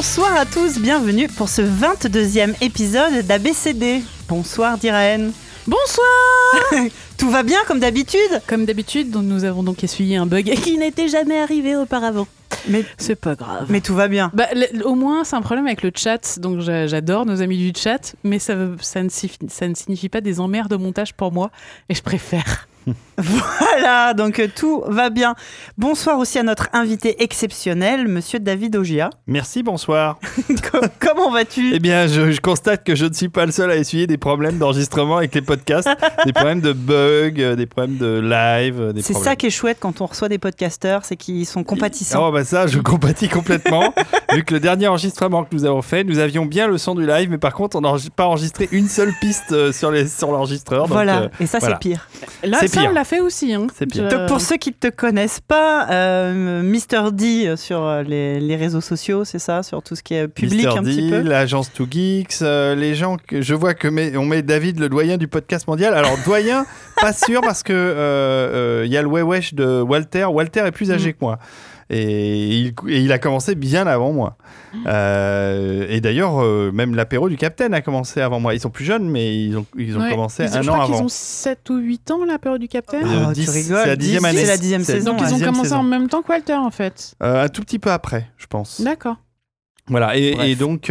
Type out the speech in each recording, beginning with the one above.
Bonsoir à tous, bienvenue pour ce 22e épisode d'ABCD. Bonsoir Diren. Bonsoir. Tout va bien comme d'habitude ? Comme d'habitude, nous avons donc essuyé un bug qui n'était jamais arrivé auparavant. Mais c'est pas grave. Mais tout va bien. Au moins, c'est un problème avec le chat. Donc j'adore nos amis du chat, mais ça ne signifie pas des emmerdes de montage pour moi. Et je préfère. Voilà, donc tout va bien. Bonsoir aussi à notre invité exceptionnel, monsieur David Ogia. Merci, bonsoir. Comment vas-tu ? Eh bien, je constate que je ne suis pas le seul à essuyer des problèmes d'enregistrement avec les podcasts, des problèmes de bugs, des problèmes de live. C'est ça qui est chouette quand on reçoit des podcasteurs, c'est qu'ils sont compatissants. Oh bah ça, je compatis complètement. Vu que le dernier enregistrement que nous avons fait, nous avions bien le son du live, mais par contre, on n'a pas enregistré une seule piste sur l'enregistreur. Voilà, donc, et ça, voilà. C'est pire. Là, c'est ça, pire. on l'a fait aussi. Hein. C'est pire. Donc, pour ceux qui ne te connaissent pas, Mr. D sur les réseaux sociaux, c'est ça, sur tout ce qui est public Mr. un D, petit peu. l'agence 2Geeks, les gens que je vois que on met David le doyen du podcast mondial. Alors doyen, pas sûr parce que y a le Wewesh de Walter. Walter est plus âgé que moi. Et il a commencé bien avant moi. Et d'ailleurs, même l'apéro du Capitaine a commencé avant moi. Ils sont plus jeunes, mais ils ont commencé un an avant. Je crois qu'ils ont 7 ou 8 ans, l'apéro du Capitaine. 10, tu rigoles, c'est la 10e année. C'est la 10e saison. Donc ils ont commencé en même temps que Walter, en fait. Un tout petit peu après, je pense. D'accord. Voilà, et donc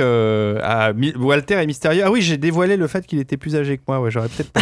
Walter est mystérieux. Ah oui, j'ai dévoilé le fait qu'il était plus âgé que moi. Ouais, j'aurais peut-être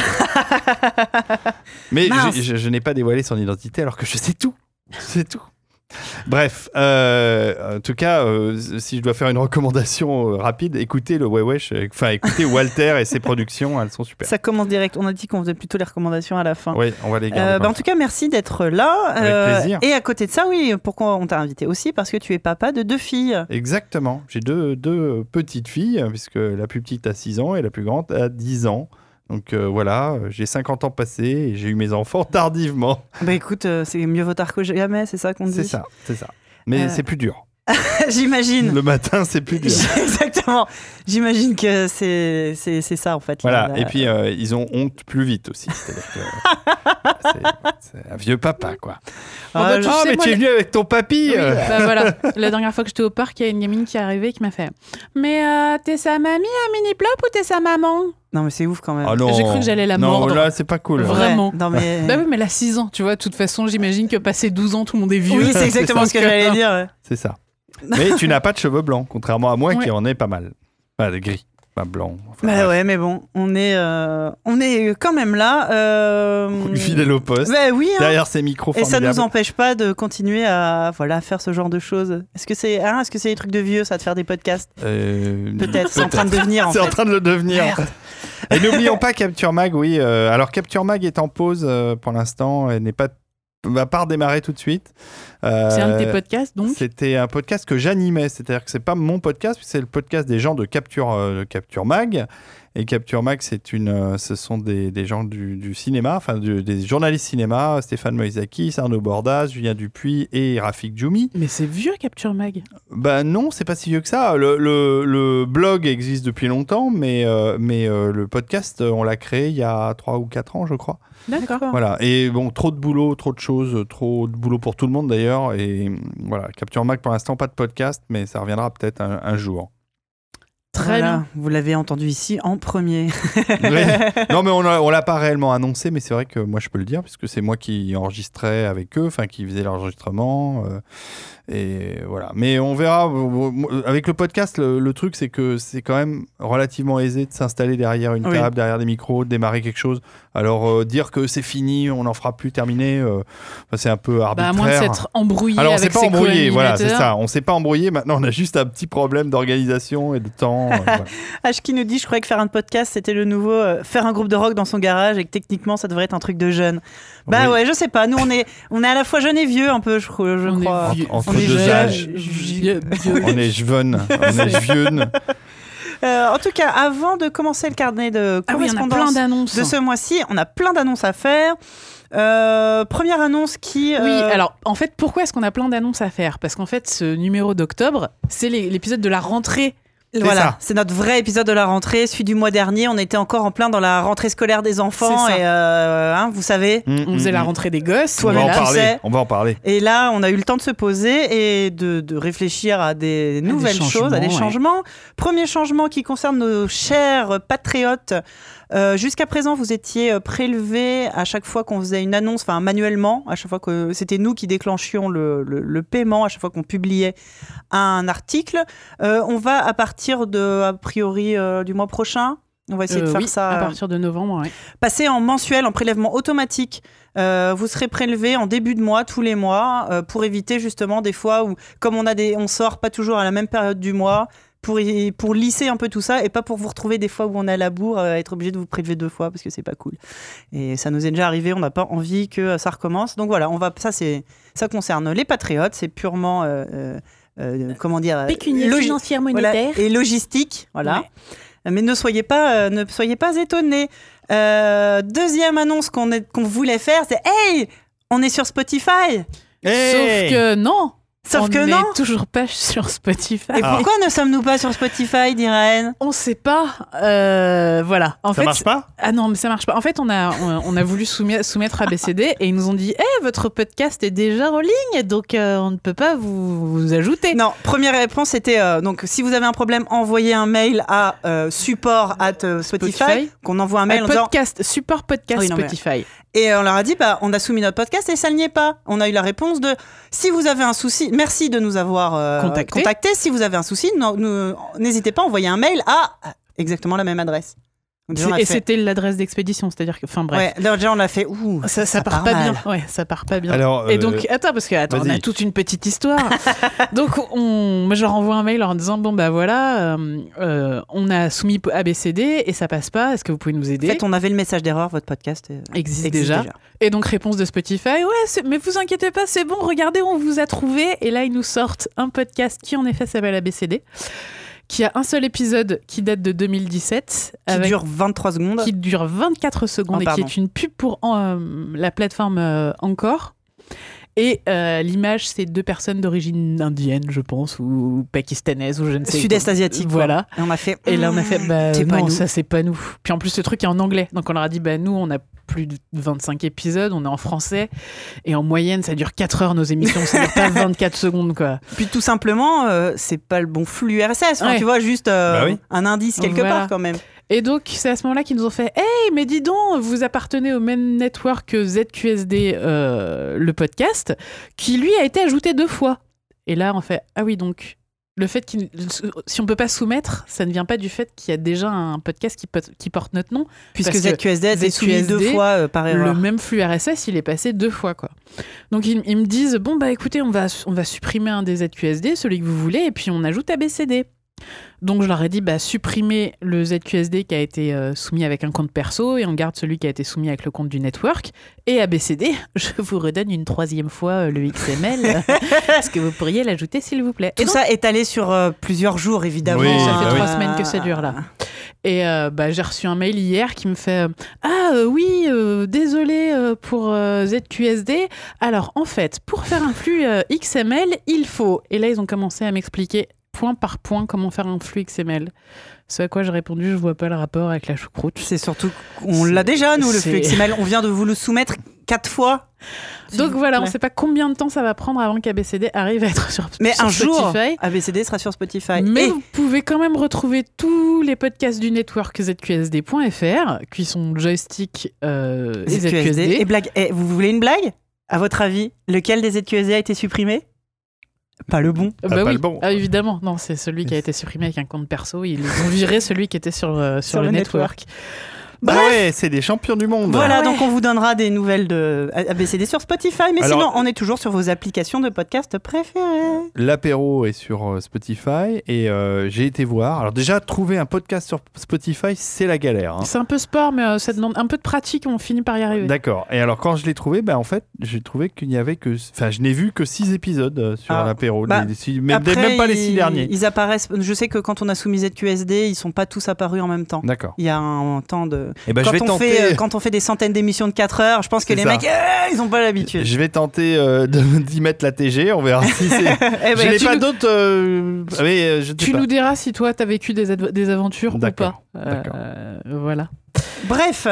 pas. Mais je n'ai pas dévoilé son identité alors que je sais tout. C'est tout. Bref, en tout cas, si je dois faire une recommandation rapide, écoutez le Wewesh, écoutez Walter et ses productions, elles sont super. Ça commence direct. On a dit qu'on faisait plutôt les recommandations à la fin. Oui, on va les garder. En tout cas, merci d'être là. Avec plaisir. Et à côté de ça, oui, pourquoi on t'a invité aussi ? Parce que tu es papa de 2 filles. Exactement. J'ai deux petites filles, puisque la plus petite a 6 ans et la plus grande a 10 ans. Donc voilà, j'ai 50 ans passés et j'ai eu mes enfants tardivement. Bah écoute, c'est mieux vaut tard que jamais, c'est ça qu'on dit. C'est ça. Mais c'est plus dur. J'imagine. Le matin, c'est plus dur. Exactement. J'imagine que c'est ça en fait. Voilà. Et puis ils ont honte plus vite aussi. C'est-à-dire que c'est un vieux papa, quoi. Mais tu es venu avec ton papy. Oui, voilà. La dernière fois que j'étais au parc, il y a une gamine qui est arrivée et qui m'a fait « Mais t'es sa mamie à Mini-Plop ou t'es sa maman ?» Non mais c'est ouf quand même. Oh non. J'ai cru que j'allais la mordre. Non, là c'est pas cool. Vraiment. Ouais, non, mais... Bah oui, mais elle a 6 ans, tu vois. De toute façon, j'imagine que passé 12 ans, tout le monde est vieux. Oui, c'est exactement ce que j'allais dire. Ouais. C'est ça. Mais tu n'as pas de cheveux blancs, contrairement à moi qui en ai pas mal. Pas de gris, pas blanc. Enfin, bah ouais, mais bon, on est quand même là. Fidèle au poste. Bah oui. Hein. Derrière ces micros formidables. Et ça nous empêche pas de continuer à faire ce genre de choses. Est-ce que c'est des trucs de vieux, ça, de faire des podcasts Peut-être. C'est en train de devenir. C'est en train de le devenir. En fait. Et n'oublions pas Capture Mag, oui. Alors Capture Mag est en pause pour l'instant. Elle n'est pas va pas redémarrer tout de suite. C'est un de tes podcasts, donc ? C'était un podcast que j'animais, c'est-à-dire que c'est pas mon podcast, c'est le podcast des gens de Capture Mag. Et Capture Mag, ce sont des gens du cinéma, enfin des journalistes cinéma, Stéphane Moïsakis, Arnaud Bordas, Julien Dupuis et Rafik Djoumi. Mais c'est vieux Capture Mag. Bah non, c'est pas si vieux que ça. Le blog existe depuis longtemps, mais le podcast, on l'a créé il y a 3 ou 4 ans, je crois. D'accord. Voilà. Et bon, trop de boulot, trop de choses, trop de boulot pour tout le monde d'ailleurs. Et voilà, Capture Mag pour l'instant, pas de podcast, mais ça reviendra peut-être un jour. Très bien. Vous l'avez entendu ici en premier. Oui. Non, mais on l'a pas réellement annoncé, mais c'est vrai que moi je peux le dire, puisque c'est moi qui enregistrais avec eux, enfin qui faisais l'enregistrement. Et voilà. Mais on verra. Avec le podcast, le truc, c'est que c'est quand même relativement aisé de s'installer derrière une table, derrière des micros, de démarrer quelque chose. Alors, dire que c'est fini, on n'en fera plus, terminé, c'est un peu arbitraire. À moins de s'être embrouillé Alors, avec ses co-animateurs. Alors, on s'est pas embrouillé, voilà, c'est ça. On s'est pas embrouillé. Maintenant, on a juste un petit problème d'organisation et de temps. Voilà. H qui nous dit, je croyais que faire un podcast, c'était le nouveau faire un groupe de rock dans son garage et que techniquement, ça devrait être un truc de jeune. Bah ouais, je sais pas. Nous, on est à la fois jeune et vieux, un peu, je crois. Entre deux âges. On est jeune. En tout cas, avant de commencer le carnet de correspondance de ce mois-ci, on a plein d'annonces à faire. Première annonce qui... Oui, alors en fait, pourquoi est-ce qu'on a plein d'annonces à faire ? Parce qu'en fait, ce numéro d'octobre, c'est l'épisode de la rentrée Voilà, c'est notre vrai épisode de la rentrée, celui du mois dernier. On était encore en plein dans la rentrée scolaire des enfants et vous savez, on faisait la rentrée des gosses. On va en parler. Et là, on a eu le temps de se poser et de réfléchir à des nouvelles choses, à des changements. Premier changement qui concerne nos chers patriotes. Jusqu'à présent, vous étiez prélevés à chaque fois qu'on faisait une annonce, enfin manuellement, à chaque fois que c'était nous qui déclenchions le paiement, à chaque fois qu'on publiait un article. On va à partir de, a priori, du mois prochain. On va essayer de faire ça. À partir de novembre, oui. Passer en mensuel, en prélèvement automatique. Vous serez prélevé en début de mois, tous les mois, pour éviter justement des fois où, comme on sort pas toujours à la même période du mois, pour lisser un peu tout ça et pas pour vous retrouver des fois où on est à la bourre, être obligé de vous prélever 2 fois parce que c'est pas cool. Et ça nous est déjà arrivé, on n'a pas envie que ça recommence. Donc voilà, ça concerne les patriotes, c'est purement comment dire, pécunier, financière, monétaire et logistique, voilà. Ouais. Mais ne soyez pas étonnés. Deuxième annonce qu'on voulait faire, c'est hey, on est sur Spotify. Sauf que non. On n'est toujours pas sur Spotify. Et pourquoi ne sommes-nous pas sur Spotify, Diren ? On sait pas. Voilà. Ça marche pas ? Ah non, mais ça marche pas. En fait, on a voulu soumettre ABCD et ils nous ont dit votre podcast est déjà en ligne, donc on ne peut pas vous ajouter. Non, première réponse c'était donc si vous avez un problème, envoyez un mail à support@Spotify, qu'on envoie un mail en disant support podcast Spotify. Et on leur a dit, on a soumis notre podcast et ça n'y est pas. On a eu la réponse de, si vous avez un souci, merci de nous avoir contacté. Si vous avez un souci, n'hésitez pas à envoyer un mail à exactement la même adresse. Et c'était l'adresse d'expédition, c'est-à-dire que, enfin bref. Ouais, déjà on a fait, ça part pas bien. Ouais, ça part pas bien. Alors, et donc, on a toute une petite histoire. Donc, moi, je leur envoie un mail en disant, voilà, on a soumis ABCD et ça passe pas. Est-ce que vous pouvez nous aider ? En fait, on avait le message d'erreur, votre podcast existe déjà. Et donc, réponse de Spotify, mais vous inquiétez pas, c'est bon, regardez, on vous a trouvé. Et là, ils nous sortent un podcast qui, en effet, s'appelle ABCD. Qui a un seul épisode qui date de 2017. Qui dure 23 secondes. Qui dure 24 secondes et qui est une pub pour la plateforme Encore. Et l'image, c'est 2 personnes d'origine indienne, je pense, ou pakistanaise, ou je ne sais. Sud-est asiatique. Voilà. Et on a fait. Et là, on a fait. Non, ça, c'est pas nous. Puis en plus, le truc est en anglais. Donc on leur a dit, nous, on a plus de 25 épisodes, on est en français. Et en moyenne, ça dure 4 heures nos émissions. Ça dure pas 24 secondes, quoi. Puis tout simplement, c'est pas le bon flux RSS. Enfin, tu vois, juste un indice quelque part quand même. Et donc, c'est à ce moment-là qu'ils nous ont fait « Hey, mais dis donc, vous appartenez au même network que ZQSD, le podcast, qui lui a été ajouté 2 fois. » Et là, on fait « Ah oui, donc, le fait si on peut pas soumettre, ça ne vient pas du fait qu'il y a déjà un podcast qui porte notre nom. » Puisque ZQSD a été soumis 2 fois par erreur. Le même flux RSS, il est passé 2 fois, quoi. Donc, ils me disent « Bon, écoutez, on va supprimer un des ZQSD, celui que vous voulez, et puis on ajoute ABCD. » Donc je leur ai dit supprimez le ZQSD qui a été soumis avec un compte perso et on garde celui qui a été soumis avec le compte du network. Et ABCD, je vous redonne une 3e fois le XML. Est-ce que vous pourriez l'ajouter s'il vous plaît ? Tout ça étalé sur plusieurs jours évidemment. Oui, ça fait 3 semaines que ça dure là. Et j'ai reçu un mail hier qui me fait désolé pour ZQSD. Alors en fait, pour faire un flux XML, il faut... Et là ils ont commencé à m'expliquer point par point comment faire un flux XML. Ce à quoi j'ai répondu, je vois pas le rapport avec la choucroute. C'est surtout qu'on l'a déjà, nous, le flux XML. On vient de vous le soumettre 4 fois. Donc voilà, on sait pas combien de temps ça va prendre avant qu'ABCD arrive à être sur Spotify. Mais un jour, ABCD sera sur Spotify. Mais vous pouvez quand même retrouver tous les podcasts du network ZQSD.fr, qui sont Joystick et ZQSD. Et blague. Vous voulez une blague ? À votre avis, lequel des ZQSD a été supprimé ? Pas le bon. Pas le bon. Ah, évidemment, non, c'est celui qui a été supprimé avec un compte perso. Ils ont viré celui qui était sur le network. Bref. C'est des champions du monde. Voilà, donc on vous donnera des nouvelles de ABCD sur Spotify, mais sinon on est toujours sur vos applications de podcast préférées. L'apéro est sur Spotify et j'ai été voir. Alors déjà, trouver un podcast sur Spotify, c'est la galère. C'est un peu sport, mais ça demande un peu de pratique, on finit par y arriver. D'accord. Et alors quand je l'ai trouvé, en fait, j'ai trouvé qu'il n'y avait que... Enfin, je n'ai vu que 6 épisodes sur l'apéro. Même pas les 6 derniers. Ils apparaissent... Je sais que quand on a soumis ZQSD, ils ne sont pas tous apparus en même temps. D'accord. Il y a un temps de quand on fait des centaines d'émissions de 4 heures, je pense que les mecs, ils n'ont pas l'habitude. Je vais tenter d'y mettre la TG, on verra si c'est... je n'ai pas d'autres... tu nous diras si toi, t'as vécu des aventures ou pas. D'accord. Voilà. Bref,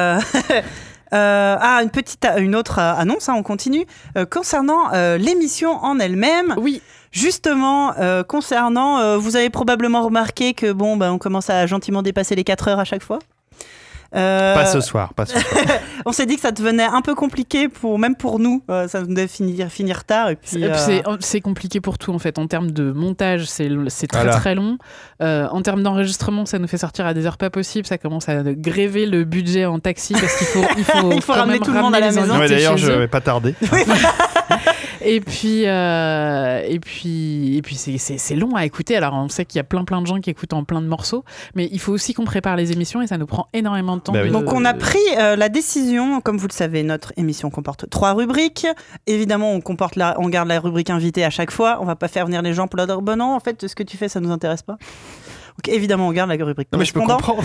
une autre annonce, on continue. Concernant l'émission en elle-même... Oui. Justement, vous avez probablement remarqué que on commence à gentiment dépasser les 4 heures à chaque fois. Pas ce soir. On s'est dit que ça devenait un peu compliqué même pour nous. Ça devait finir tard. Et puis, c'est compliqué pour tout en fait. En termes de montage, c'est très très long. En termes d'enregistrement, ça nous fait sortir à des heures pas possibles. Ça commence à gréver le budget en taxi parce qu'il faut ramener tout le monde à la maison. Ouais, d'ailleurs, je vais pas tarder. Et puis c'est long à écouter. Alors on sait qu'il y a plein de gens qui écoutent en plein de morceaux, mais il faut aussi qu'on prépare les émissions et ça nous prend énormément de temps. Donc on a pris la décision, comme vous le savez, notre émission comporte 3 rubriques. Évidemment, on garde la rubrique invité à chaque fois. On va pas faire venir les gens pour leur dire non, en fait, ce que tu fais, ça nous intéresse pas. Donc évidemment, on garde la rubrique. Non, mais je peux comprendre.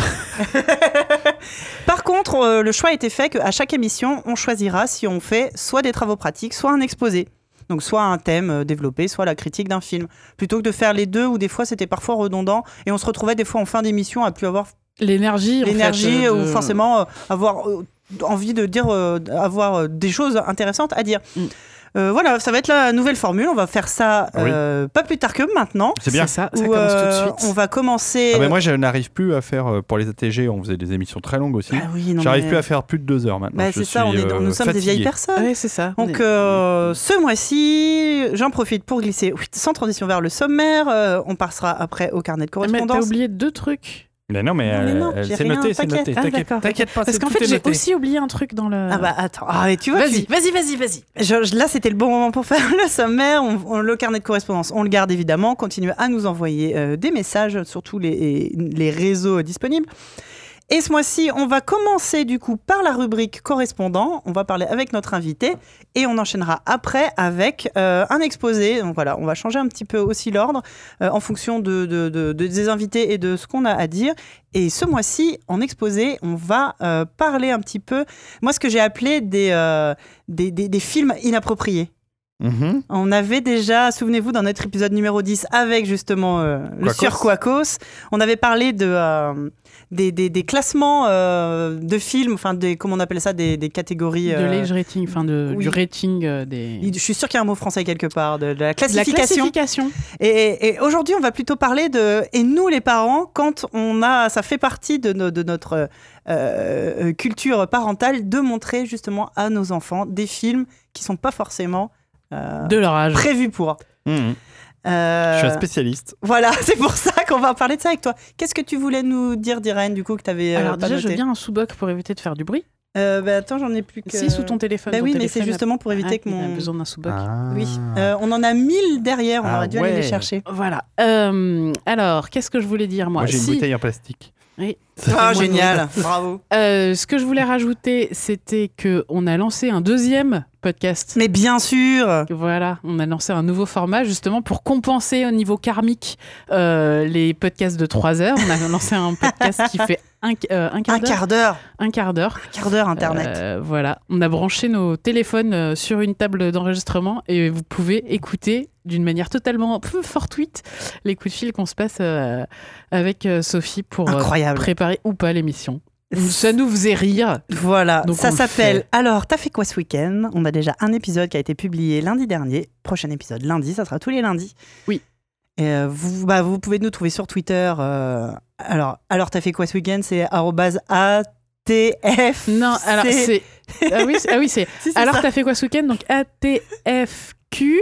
Par contre, le choix a été fait qu'à chaque émission, on choisira si on fait soit des travaux pratiques, soit un exposé. Donc soit un thème développé, soit la critique d'un film. Plutôt que de faire les deux, où des fois c'était parfois redondant, et on se retrouvait des fois en fin d'émission à plus avoir l'énergie ou forcément avoir envie de dire, avoir des choses intéressantes à dire. Voilà, ça va être la nouvelle formule. On va faire ça pas plus tard que maintenant. C'est bien. Ça commence tout de suite. On va commencer. Mais moi, je n'arrive plus à faire pour les ATG. On faisait des émissions très longues aussi. J'arrive plus à faire plus de 2 heures maintenant. C'est ça. Nous sommes des vieilles personnes. Ouais, c'est ça. Donc, ce mois-ci, j'en profite pour glisser sans transition vers le sommaire. On passera après au carnet de correspondance. Mais t'as oublié 2 trucs. Mais non, c'est noté. T'inquiète pas. Parce qu'en fait, j'ai aussi oublié un truc dans le. Ah bah attends, tu vois. Vas-y. Là, c'était le bon moment pour faire le sommaire. Le carnet de correspondance, on le garde évidemment. Continuez à nous envoyer des messages sur tous les réseaux disponibles. Et ce mois-ci, on va commencer du coup par la rubrique correspondant. On va parler avec notre invité et on enchaînera après avec un exposé. Donc voilà, on va changer un petit peu aussi l'ordre en fonction des invités et de ce qu'on a à dire. Et ce mois-ci, en exposé, on va parler un petit peu, moi ce que j'ai appelé des films inappropriés. On avait déjà, souvenez-vous, dans notre épisode numéro 10 avec justement le Sieur Quacos, on avait parlé des classements de films, enfin comment on appelle ça, des catégories de l'age rating, enfin du rating des. Je suis sûr qu'il y a un mot français quelque part, de la classification. Et aujourd'hui, on va plutôt parler et nous les parents, quand ça fait partie de notre culture parentale, de montrer justement à nos enfants des films qui sont pas forcément de leur âge prévus pour. Je suis un spécialiste. Voilà, c'est pour ça qu'on va parler de ça avec toi. Qu'est-ce que tu voulais nous dire, Diren, du coup, que tu avais Alors pas déjà, noté. je veux bien un sous-boc pour éviter de faire du bruit. Attends, j'en ai plus que... Si, sous ton téléphone. Oui, mais c'est justement pour éviter que mon... a besoin d'un sous-boc. Oui, on en a 1000 derrière, on aurait dû aller les chercher. Voilà. Alors, qu'est-ce que je voulais dire, moi j'ai une bouteille en plastique. Oui. Génial, bravo. Ce que je voulais rajouter, c'était qu'on a lancé un 2e podcast. Mais bien sûr. Voilà, on a lancé un nouveau format justement pour compenser au niveau karmique les podcasts de 3 heures. On a lancé un podcast qui fait un quart d'heure. Un quart d'heure Internet. Voilà, on a branché nos téléphones sur une table d'enregistrement et vous pouvez écouter d'une manière totalement fortuite les coups de fil qu'on se passe avec Sophie pour préparer ou pas l'émission. Ça nous faisait rire. Voilà, donc ça s'appelle Alors, t'as fait quoi ce week-end ? On a déjà un épisode qui a été publié lundi dernier. Prochain épisode lundi, ça sera tous les lundis. Oui. Et vous pouvez nous trouver sur Twitter. Alors, t'as fait quoi ce week-end ? C'est @ATF. Non, alors c'est. Ah oui, c'est. Si, alors, ça. t'as fait quoi ce week-end ? Donc ATFQ.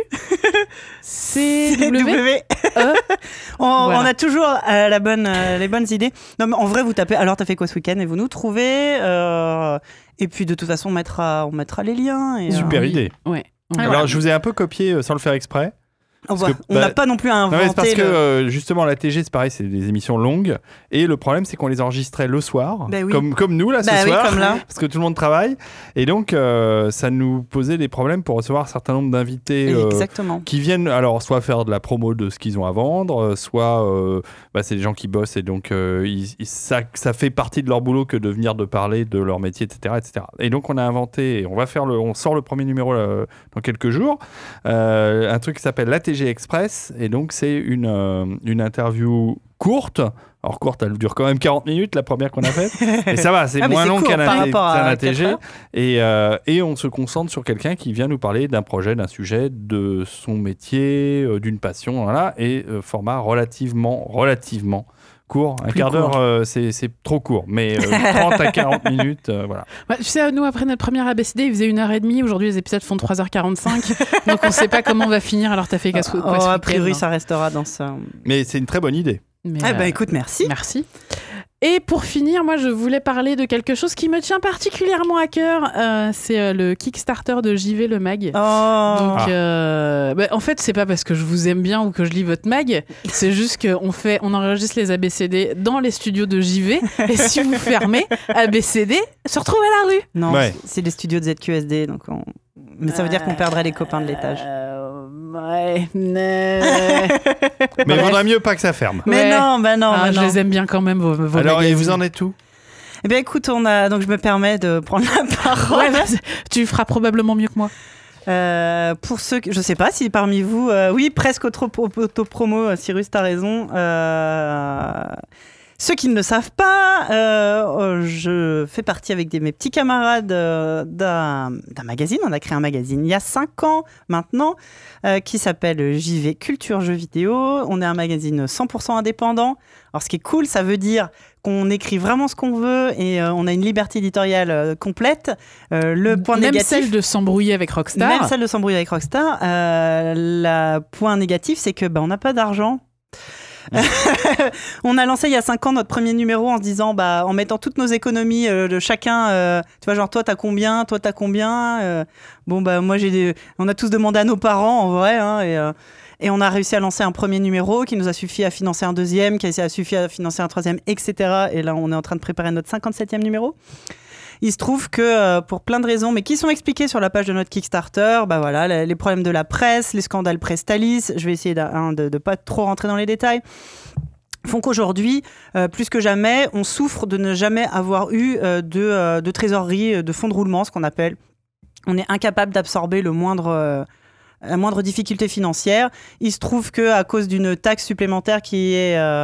CW. On a toujours les bonnes idées. Non, mais en vrai, vous tapez Alors, t'as fait quoi ce week-end ? Et vous nous trouvez. Et puis, de toute façon, on mettra les liens. Et, Super idée. Ouais. Alors, je vous ai un peu copié sans le faire exprès. On n'a pas non plus inventé. Non, parce que justement, la TG, c'est pareil, c'est des émissions longues. Et le problème, c'est qu'on les enregistrait le soir, comme nous là ce soir, comme là. parce que tout le monde travaille. Et donc, ça nous posait des problèmes pour recevoir un certain nombre d'invités qui viennent, alors soit faire de la promo de ce qu'ils ont à vendre, soit c'est des gens qui bossent et donc ça fait partie de leur boulot que de venir de parler de leur métier, etc., etc. Et donc, on a inventé, on sort le premier numéro dans quelques jours, un truc qui s'appelle la TG Express, et donc c'est une interview courte. Alors courte, elle dure quand même 40 minutes, la première qu'on a faite. Et ça va, c'est moins long qu'un ATG. Et on se concentre sur quelqu'un qui vient nous parler d'un projet, d'un sujet, de son métier, d'une passion, voilà, et format relativement court. Un quart d'heure, c'est trop court, mais 30 à 40 minutes, voilà. Ouais, tu sais, nous, après notre première ABCD, il faisait 1h30. Aujourd'hui, les épisodes font 3h45. Donc, on ne sait pas comment on va finir. Alors, tu as fait quoi a priori, ça restera dans ça. Mais c'est une très bonne idée. Écoute, merci. Merci. Et pour finir, moi, je voulais parler de quelque chose qui me tient particulièrement à cœur. C'est le Kickstarter de JV le mag. Donc, en fait, c'est pas parce que je vous aime bien ou que je lis votre mag. C'est juste qu'on enregistre les ABCD dans les studios de JV. Et si vous fermez, ABCD se retrouve à la rue. Non, c'est les studios de ZQSD. Donc mais ça veut dire qu'on perdrait les copains de l'étage. Mais il vaudrait mieux pas que ça ferme. Mais non. Je les aime bien quand même, vos Alors, magazines. et vous en êtes où ? Eh bien, écoute, donc je me permets de prendre la parole. Tu feras probablement mieux que moi. Pour ceux que je sais pas si parmi vous, presque auto-promo, Cyrus, t'as raison. Ceux qui ne le savent pas, je fais partie avec mes petits camarades d'un magazine. On a créé un magazine il y a 5 ans maintenant qui s'appelle JV Culture Jeux Vidéo. On est un magazine 100% indépendant. Alors ce qui est cool, ça veut dire qu'on écrit vraiment ce qu'on veut et on a une liberté éditoriale complète. Le point même négatif, celle de s'embrouiller avec Rockstar. Même celle de s'embrouiller avec Rockstar. Le point négatif, c'est que on n'a pas d'argent. On a lancé il y a 5 ans notre premier numéro en se disant en mettant toutes nos économies de chacun, tu vois, genre toi t'as combien, moi on a tous demandé à nos parents en vrai, hein, et on a réussi à lancer un premier numéro qui nous a suffi à financer un deuxième, qui a suffi à financer un troisième, etc. Et là on est en train de préparer notre 57e numéro. Il se trouve que pour plein de raisons, mais qui sont expliquées sur la page de notre Kickstarter, les problèmes de la presse, les scandales Prestalis, je vais essayer de pas trop rentrer dans les détails, font qu'aujourd'hui, plus que jamais, on souffre de ne jamais avoir eu de trésorerie, de fonds de roulement, ce qu'on appelle. On est incapable d'absorber la moindre difficulté financière. Il se trouve qu'à cause d'une taxe supplémentaire qui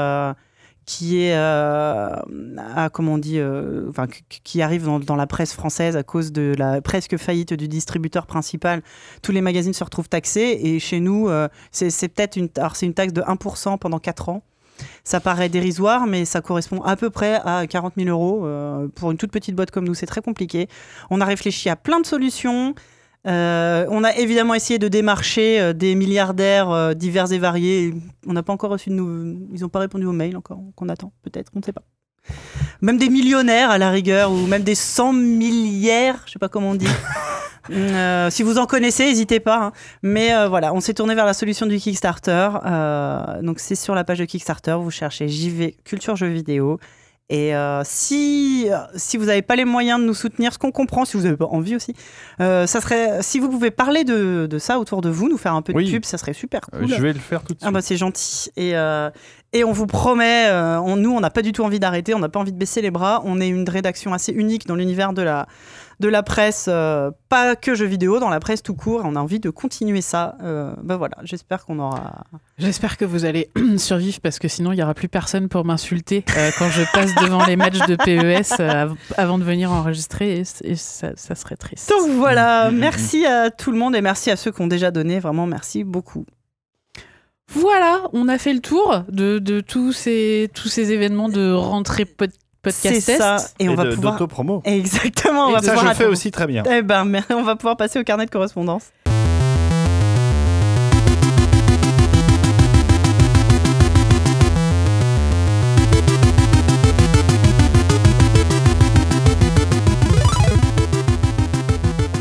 arrive dans la presse française à cause de la presque faillite du distributeur principal, tous les magazines se retrouvent taxés, et chez nous c'est peut-être une taxe de 1% pendant 4 ans. Ça paraît dérisoire, mais ça correspond à peu près à 40 000 euros. Pour une toute petite boîte comme nous, c'est très compliqué. On a réfléchi à plein de solutions. On a évidemment essayé de démarcher des milliardaires divers et variés. On n'a pas encore reçu ils n'ont pas répondu aux mails encore, qu'on attend peut-être, on ne sait pas. Même des millionnaires à la rigueur, ou même des 100 milliardaires, je ne sais pas comment on dit. Si vous en connaissez, n'hésitez pas. Hein. Mais voilà, on s'est tourné vers la solution du Kickstarter. Donc c'est sur la page de Kickstarter, vous cherchez JV Culture Jeux Vidéo. Et si vous n'avez pas les moyens de nous soutenir, ce qu'on comprend, si vous n'avez pas envie aussi, ça serait, si vous pouvez parler de ça autour de vous, nous faire un peu de pub, ça serait super cool. Je vais le faire tout de suite. C'est gentil. Et on vous promet, nous on n'a pas du tout envie d'arrêter, on n'a pas envie de baisser les bras. On est une rédaction assez unique dans l'univers de la presse, pas que jeux vidéo, dans la presse tout court. On a envie de continuer ça. Voilà, j'espère qu'on aura... J'espère que vous allez survivre, parce que sinon il n'y aura plus personne pour m'insulter quand je passe devant les matchs de PES avant de venir enregistrer, et ça serait triste. Donc voilà, merci à tout le monde et merci à ceux qui ont déjà donné, vraiment merci beaucoup. Voilà, on a fait le tour de tous ces événements de rentrée podcast c'est ça, et on va pouvoir d'auto-promo. Exactement, on va ça pouvoir je fais aussi très bien. On va pouvoir passer au carnet de correspondance.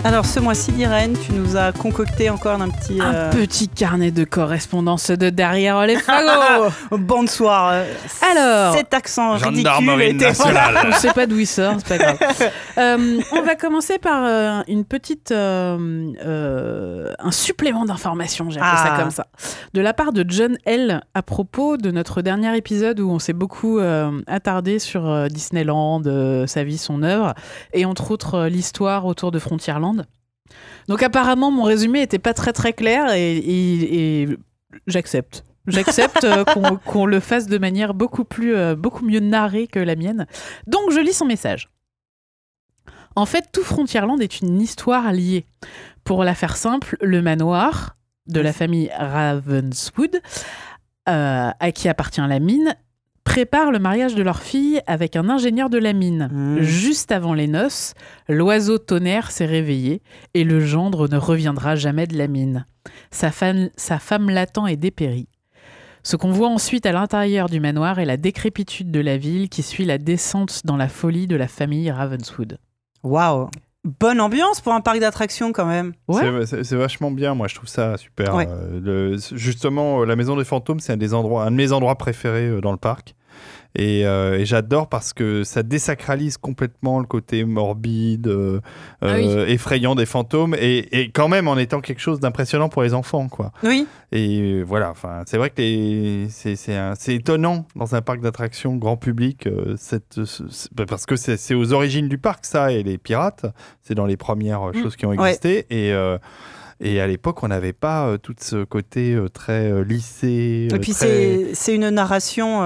Alors ce mois-ci, Lirène, tu nous as concocté encore un petit carnet de correspondance de derrière les fagots. Bonsoir. Alors, cet accent Gendarmerie ridicule était nationale. on ne sait pas d'où il sort, c'est pas grave. On va commencer par une petite un supplément d'information, j'ai appelé ça comme ça, de la part de John L. à propos de notre dernier épisode où on s'est beaucoup attardé sur Disneyland, sa vie, son œuvre, et entre autres l'histoire autour de Frontierland. Donc apparemment mon résumé était pas très très clair et j'accepte. J'accepte qu'on le fasse de manière beaucoup mieux narrée que la mienne. Donc je lis son message. En fait, tout Frontierland est une histoire liée. Pour la faire simple, le manoir de la famille Ravenswood, à qui appartient la mine, prépare le mariage de leur fille avec un ingénieur de la mine. Juste avant les noces, l'oiseau tonnerre s'est réveillé et le gendre ne reviendra jamais de la mine. Sa femme l'attend et dépérit. Ce qu'on voit ensuite à l'intérieur du manoir est la décrépitude de la ville qui suit la descente dans la folie de la famille Ravenswood. Waouh! Bonne ambiance pour un parc d'attractions quand même. Ouais. C'est vachement bien, moi je trouve ça super. Ouais. Justement, la Maison des Fantômes, c'est un de mes endroits préférés dans le parc. Et j'adore parce que ça désacralise complètement le côté morbide, effrayant des fantômes, et quand même en étant quelque chose d'impressionnant pour les enfants, quoi. Oui. Et voilà, enfin, c'est vrai que c'est étonnant dans un parc d'attractions grand public, parce que c'est aux origines du parc, ça, et les pirates, c'est dans les premières choses qui ont existé, Et à l'époque, on n'avait pas tout ce côté très lissé. Et puis c'est une narration,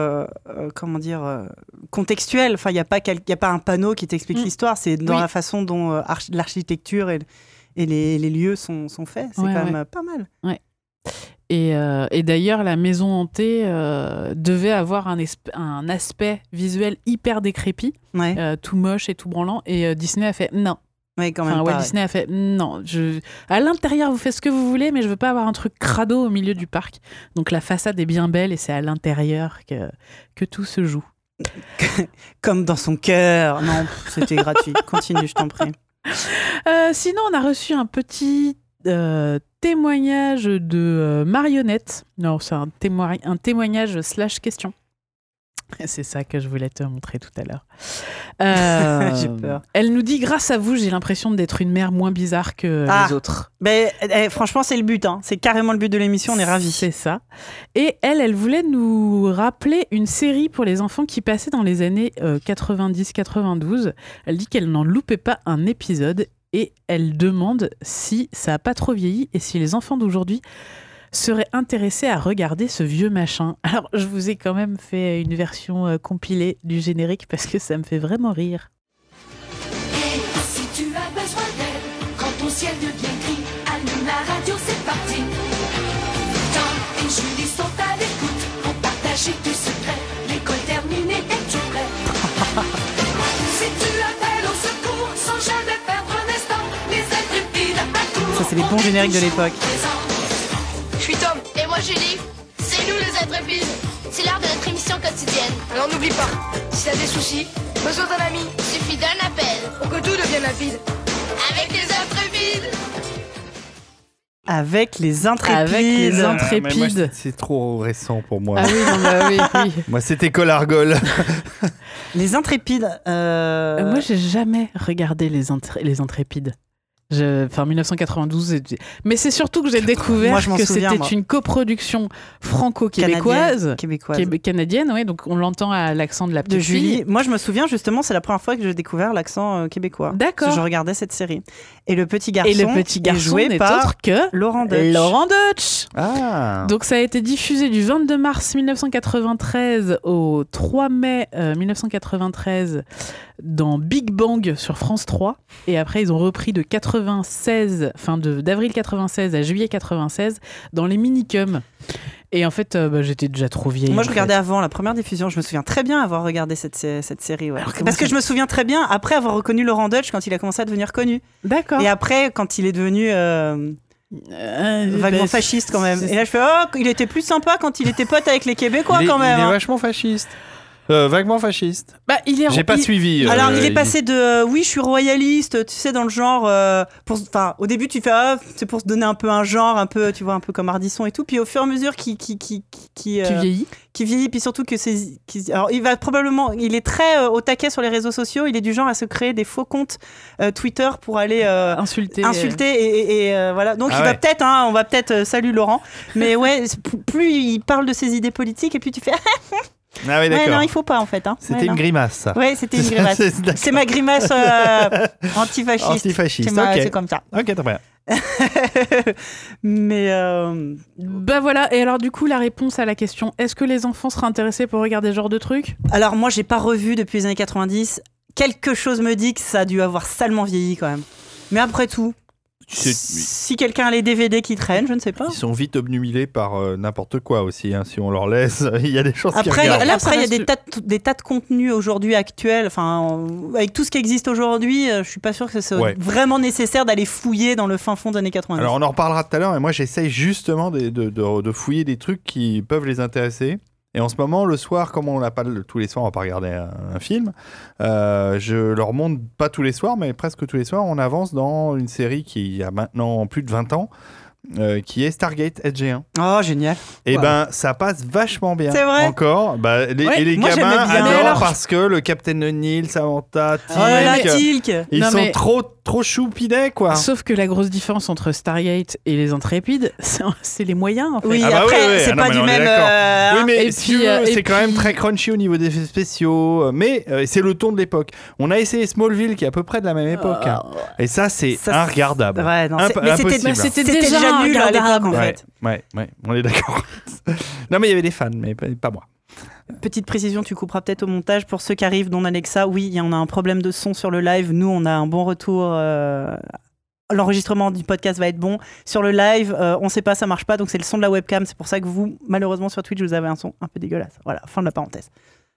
contextuelle. Enfin, il n'y a pas un panneau qui t'explique l'histoire. C'est dans la façon dont l'architecture et les lieux sont faits. C'est quand même pas mal. Ouais. Et d'ailleurs, la maison hantée devait avoir un aspect visuel hyper décrépit, tout moche et tout branlant. Et Disney a fait non. Oui, quand même. Walt Disney a fait non. À l'intérieur, vous faites ce que vous voulez, mais je veux pas avoir un truc crado au milieu du parc. Donc la façade est bien belle et c'est à l'intérieur que tout se joue. Comme dans son cœur. Non, c'était gratuit. Continue, je t'en prie. Sinon, on a reçu un petit témoignage de Marionnette. Non, c'est un témoignage / question. C'est ça que je voulais te montrer tout à l'heure. J'ai peur. Elle nous dit, grâce à vous, j'ai l'impression d'être une mère moins bizarre que les autres. Mais, franchement, c'est le but. Hein. C'est carrément le but de l'émission, on est ravis. C'est ça. Et elle voulait nous rappeler une série pour les enfants qui passait dans les années 90-92. Elle dit qu'elle n'en loupait pas un épisode et elle demande si ça n'a pas trop vieilli et si les enfants d'aujourd'hui seraient intéressés à regarder ce vieux machin. Alors, je vous ai quand même fait une version compilée du générique parce que ça me fait vraiment rire. Et si tu as besoin d'aide, quand ton ciel devient gris, allume la radio, c'est parti. Tom et Julie sont à l'écoute pour partager du secret. L'école terminée, es-tu prêt? Si tu appelles au secours sans jamais perdre un instant, les intrépides accourent. Ça, c'est les bons génériques de l'époque. Je suis Tom. Et moi Julie. C'est nous les intrépides. C'est l'heure de notre émission quotidienne. Alors n'oublie pas, si t'as des soucis, besoin d'un ami, Suffit d'un appel. pour que tout devienne limpide. Avec les intrépides. Avec les intrépides. Avec les Mais moi, intrépides. c'est trop récent pour moi. Ah oui, non, bah oui. Moi, c'était Colargol. Les intrépides. Moi, j'ai jamais regardé les intrépides. 1992. Mais c'est surtout que j'ai découvert Moi, je m'en que souviens, c'était moi. une coproduction franco-québécoise. Canadienne, oui. Donc on l'entend à l'accent de la De petite Julie. fille. Moi, je me souviens justement, c'est la première fois que j'ai découvert l'accent québécois. D'accord. Parce que je regardais cette série. Et le petit garçon, Et le petit est garçon joué n'est par autre que Laurent Deutsch. Laurent Deutsch. Ah. Donc ça a été diffusé du 22 mars 1993 au 3 mai 1993 dans Big Bang sur France 3. Et après, ils ont repris de 96, d'avril 96 à juillet 96 dans les Minicums. Et en fait, j'étais déjà trop vieille. Moi, je regardais avant la première diffusion. Je me souviens très bien avoir regardé cette série. Ouais. Parce que je me souviens très bien, après avoir reconnu Laurent Deutsch quand il a commencé à devenir connu. D'accord. Et après, quand il est devenu vaguement fasciste quand même. Et là, je fais, il était plus sympa quand il était pote avec les Québécois quand même. Il est hein. vachement fasciste. Vaguement fasciste. Bah, J'ai pas suivi. Alors, il est passé de oui, je suis royaliste, tu sais, dans le genre. Au début, tu fais c'est pour se donner un peu un genre, un peu, tu vois, un peu comme Ardisson et tout. Puis au fur et à mesure qui vieillit. Qui vieillit, puis surtout que alors, il est très au taquet sur les réseaux sociaux. Il est du genre à se créer des faux comptes Twitter pour aller insulter et voilà. Donc on va peut-être salut Laurent. Mais ouais, plus il parle de ses idées politiques et puis tu fais. Ah oui, d'accord. Ouais, non, il faut pas en fait. C'était une grimace, ça. Ouais, c'était une grimace. C'est ma grimace antifasciste. Antifasciste, c'est comme ça. Ok, très bien. Mais bah voilà, et alors du coup la réponse à la question est-ce que les enfants seraient intéressés pour regarder ce genre de trucs ? Alors moi j'ai pas revu depuis les années 90. Quelque chose me dit que ça a dû avoir salement vieilli quand même. Mais après tout, si quelqu'un a les DVD qui traînent, je ne sais pas. Ils sont vite obnubilés par n'importe quoi aussi. Hein. Si on leur laisse, il y a des chances qu'ils regardent. Après, il y a des tas de contenus aujourd'hui actuels. Enfin, avec tout ce qui existe aujourd'hui, je suis pas sûr que ce soit vraiment nécessaire d'aller fouiller dans le fin fond des années 90. Alors on en reparlera tout à l'heure. Et moi, j'essaye justement de fouiller des trucs qui peuvent les intéresser. Et en ce moment, le soir, comme on n'a pas tous les soirs, on va pas regarder un film, je leur montre pas tous les soirs, mais presque tous les soirs, on avance dans une série qui a maintenant plus de 20 ans, qui est Stargate SG1. Oh, génial. Et ça passe vachement bien. C'est vrai. Encore. Et les gamins adorent parce que le Captain O'Neill, Samantha, Teal'c, ils sont trop choupinets, quoi. Sauf que la grosse différence entre Stargate et les Intrépides, c'est les moyens, en fait. Oui, après, c'est pas du même... Oui, mais c'est quand même très crunchy au niveau des effets spéciaux, mais c'est le ton de l'époque. On a essayé Smallville, qui est à peu près de la même époque. Et ça, c'est inregardable. Ouais, non, mais c'était déjà nul à l'époque, en fait. Ouais, on est d'accord. Non, mais il y avait des fans, mais pas moi. Petite précision, tu couperas peut-être au montage pour ceux qui arrivent non Alexa. Oui, il y en a un problème de son sur le live. Nous, on a un bon retour. L'enregistrement du podcast va être bon. Sur le live, on ne sait pas, ça marche pas. Donc c'est le son de la webcam. C'est pour ça que vous, malheureusement, sur Twitch, vous avez un son un peu dégueulasse. Voilà, fin de la parenthèse.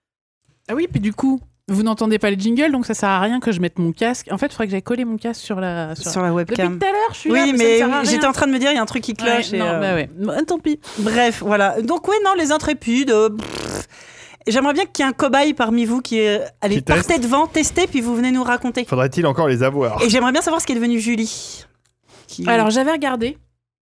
Ah oui, puis du coup, vous n'entendez pas les jingles, donc ça sert à rien que je mette mon casque. En fait, il faudrait que j'aille coller mon casque sur la webcam. Depuis tout à l'heure, je suis là, mais j'étais en train de me dire, il y a un truc qui cloche. Tant pis. Bref, voilà. Donc les Intrépides... J'aimerais bien qu'il y ait un cobaye parmi vous qui partez devant, testez, puis vous venez nous raconter. Faudrait-il encore les avoir ? Et j'aimerais bien savoir ce qui est devenu Julie. Alors, j'avais regardé.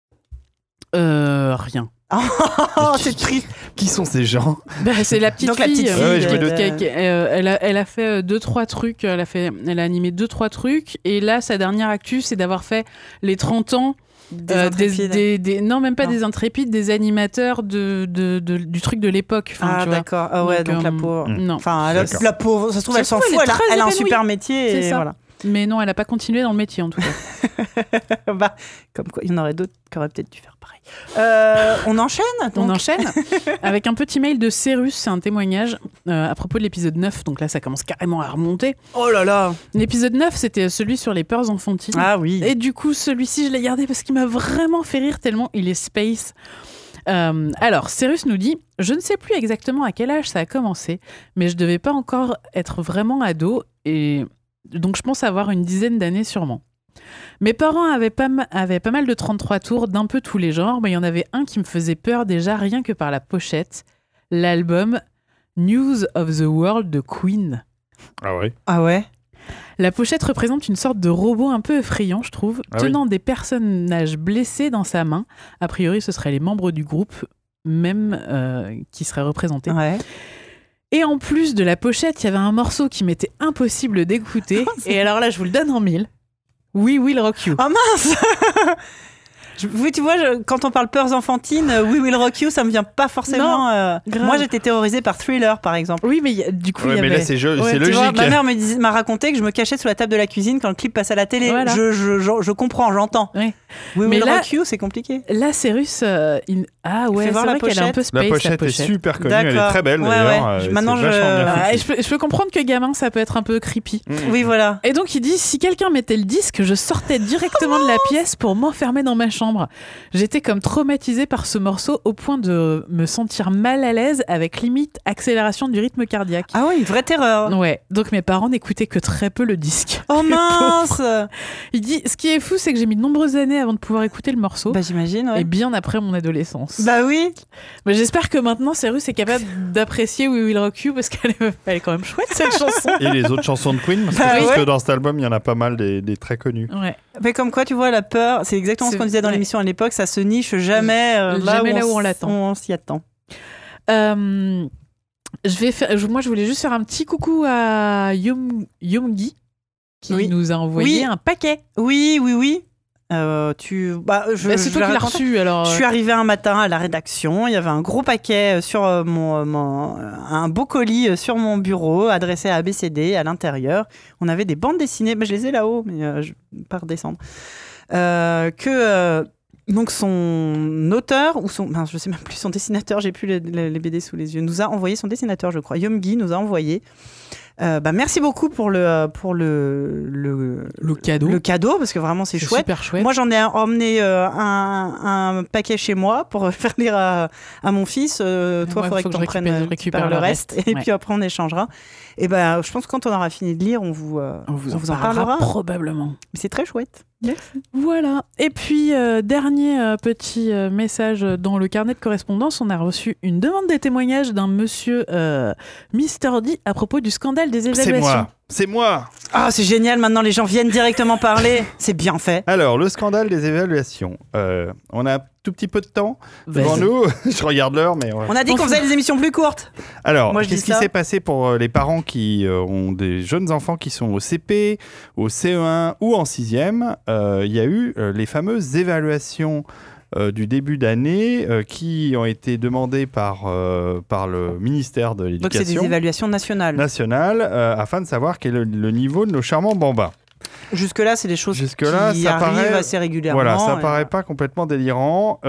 Rien. C'est triste. Qui sont ces gens ? C'est la petite fille. Je me doute. Elle a fait 2-3 trucs. Elle a animé 2-3 trucs. Et là, sa dernière actu, c'est d'avoir fait les 30 ans. Non, même pas des Intrépides, des animateurs du truc de l'époque. Enfin, d'accord. Ah ouais, donc la pauvre. Non. Enfin, la pauvre, ça se trouve, elle s'en fout. Elle a un super métier. C'est ça. Voilà. Mais non, elle n'a pas continué dans le métier, en tout cas. Comme quoi, il y en aurait d'autres qui auraient peut-être dû faire pareil. On enchaîne donc. On enchaîne avec un petit mail de Cérus, c'est un témoignage à propos de l'épisode 9, donc là ça commence carrément à remonter. Oh là là. L'épisode 9, c'était celui sur les peurs enfantines. Ah oui. Et du coup, celui-ci, je l'ai gardé parce qu'il m'a vraiment fait rire tellement il est space. Alors, Cérus nous dit « Je ne sais plus exactement à quel âge ça a commencé, mais je devais pas encore être vraiment ado, et donc je pense avoir une dizaine d'années sûrement. Mes parents avaient pas mal de 33 tours d'un peu tous les genres, mais il y en avait un qui me faisait peur déjà rien que par la pochette, l'album News of the World de Queen. Ah ouais. Ah ouais. La pochette représente une sorte de robot un peu effrayant, je trouve, tenant des personnages blessés dans sa main. A priori, ce seraient les membres du groupe même qui seraient représentés. Ouais. Et en plus de la pochette, il y avait un morceau qui m'était impossible d'écouter. Et alors là, je vous le donne en mille. We Will Rock You. Oh mince. Oui, tu vois, quand on parle peurs enfantines, We Will Rock You, ça me vient pas forcément. Moi, j'étais terrorisée par Thriller, par exemple. Oui, mais du coup, il y avait... mais là, c'est logique. Vois, ma mère m'a raconté que je me cachais sous la table de la cuisine quand le clip passe à la télé. Voilà. Je comprends, j'entends. Oui. We Will Rock You, c'est compliqué. Là, Cyrus, ah ouais, c'est vrai qu'elle est un peu space. La pochette est super connue, elle est très belle d'ailleurs. Ouais. Maintenant, je peux comprendre que gamin, ça peut être un peu creepy. Oui, voilà. Et donc, il dit, si quelqu'un mettait le disque, je sortais directement de la pièce pour m'enfermer dans ma chambre. chambre. J'étais comme traumatisée par ce morceau au point de me sentir mal à l'aise avec limite accélération du rythme cardiaque. Ah oui, une vraie terreur. Ouais, donc mes parents n'écoutaient que très peu le disque. Oh mince. Il dit, ce qui est fou, c'est que j'ai mis de nombreuses années avant de pouvoir écouter le morceau. Bah j'imagine, ouais. Et bien après mon adolescence. Bah oui. Mais j'espère que maintenant Cyrus est capable d'apprécier We Will Rock You parce qu'elle est quand même chouette cette chanson. Et les autres chansons de Queen, parce que je pense que dans cet album, il y en a pas mal des très connus. Ouais. Mais comme quoi, tu vois, la peur, c'est exactement ce qu'on disait dans l'émission à l'époque, ça se niche jamais, là où on l'attend. On s'y attend. Moi, je voulais juste faire un petit coucou à Yomgi qui nous a envoyé un paquet. Oui. C'est toi qui l'as reçu alors. Je suis arrivée un matin à la rédaction, il y avait un gros paquet sur un beau colis sur mon bureau adressé à ABCD à l'intérieur. On avait des bandes dessinées, je les ai là-haut, mais je vais pas redescendre. Donc son auteur ou je sais même plus, son dessinateur, j'ai plus les BD sous les yeux, nous a envoyé son dessinateur, je crois, Yomgi nous a envoyé. Merci beaucoup pour le cadeau. Le cadeau, parce que vraiment c'est chouette. Super chouette. Moi j'en ai emmené un paquet chez moi pour faire lire à mon fils. Toi, il faudrait que tu récupères le reste. Et puis après on échangera. Et je pense que quand on aura fini de lire, on vous en parlera. Probablement. Mais c'est très chouette. Merci. Voilà. Et puis, dernier petit message dans le carnet de correspondance. On a reçu une demande de témoignage d'un monsieur Mr. D à propos du scandale des évaluations. C'est moi. Ah, c'est génial. Maintenant, les gens viennent directement parler. C'est bien fait. Alors, le scandale des évaluations. On a un tout petit peu de temps devant nous. Je regarde l'heure, mais... On a dit qu'on faisait des émissions plus courtes. Alors, qu'est-ce qui s'est passé pour les parents qui ont des jeunes enfants qui sont au CP, au CE1 ou en 6e? Il y a eu les fameuses évaluations du début d'année qui ont été demandées par le ministère de l'Éducation. Donc c'est des évaluations nationales. Afin de savoir quel est le niveau de nos charmants bambins. Jusque-là, c'est des choses qui arrivent assez régulièrement. Voilà, ça paraît pas complètement délirant.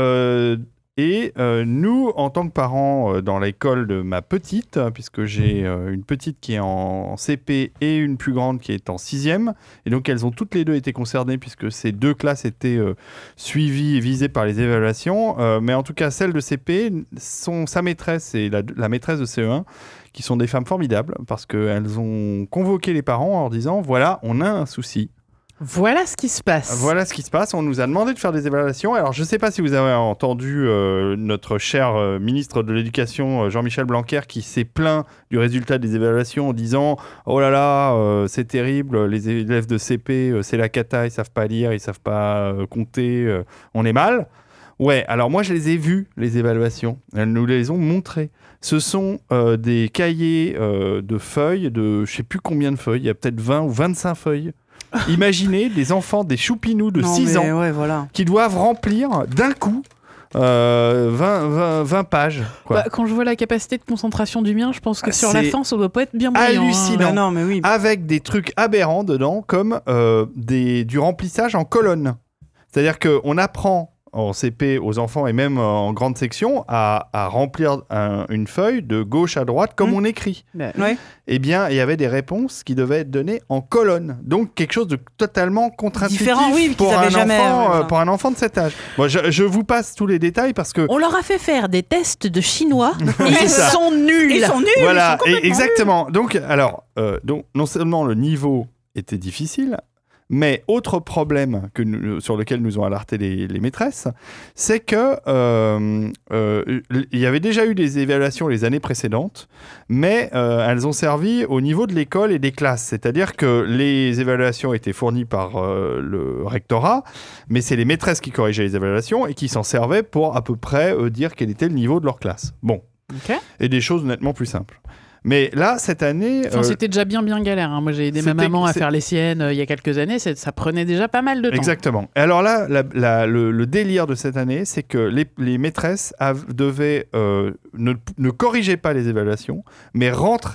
Et nous, en tant que parents, dans l'école de ma petite, puisque j'ai une petite qui est en CP et une plus grande qui est en 6e, et donc elles ont toutes les deux été concernées puisque ces deux classes étaient suivies et visées par les évaluations. Mais en tout cas, celle de CP, sa maîtresse et la maîtresse de CE1, qui sont des femmes formidables, parce qu'elles ont convoqué les parents en leur disant « Voilà, on a un souci ». Voilà ce qui se passe. On nous a demandé de faire des évaluations. Alors, je ne sais pas si vous avez entendu notre cher ministre de l'Éducation, Jean-Michel Blanquer, qui s'est plaint du résultat des évaluations en disant « Oh là là, c'est terrible, les élèves de CP, c'est la cata, ils ne savent pas lire, ils ne savent pas compter, on est mal ». Ouais, alors moi, je les ai vues, les évaluations. Elles nous les ont montrées. Ce sont des cahiers de feuilles, de je ne sais plus combien de feuilles, il y a peut-être 20 ou 25 feuilles. Imaginez des enfants, des choupinous de 6 ans qui doivent remplir d'un coup 20 pages. Quoi. Quand je vois la capacité de concentration du mien, je pense que sur la fin, ça doit pas être bien brillant. Hallucinant. Non, mais oui. Avec des trucs aberrants dedans, comme du remplissage en colonne. C'est-à-dire qu'on apprend en CP aux enfants et même en grande section à remplir une feuille de gauche à droite comme on écrit. Eh bien, il y avait des réponses qui devaient être données en colonne. Donc, quelque chose de totalement contre-intuitif pour un enfant de cet âge. Bon, je vous passe tous les détails parce que... On leur a fait faire des tests de chinois et ils sont nuls. Voilà, exactement. Nuls. Donc, non seulement le niveau était difficile, mais autre problème sur lequel nous ont alerté les maîtresses, c'est que il y avait déjà eu des évaluations les années précédentes, mais elles ont servi au niveau de l'école et des classes. C'est-à-dire que les évaluations étaient fournies par le rectorat, mais c'est les maîtresses qui corrigeaient les évaluations et qui s'en servaient pour à peu près dire quel était le niveau de leur classe. Bon. Okay. Et des choses nettement plus simples. Mais là, cette année... c'était déjà bien galère. Hein. Moi, j'ai aidé ma maman à faire les siennes il y a quelques années. Ça prenait déjà pas mal de temps. Exactement. Et alors là, le délire de cette année, c'est que les maîtresses devaient ne corriger pas les évaluations, mais rentraient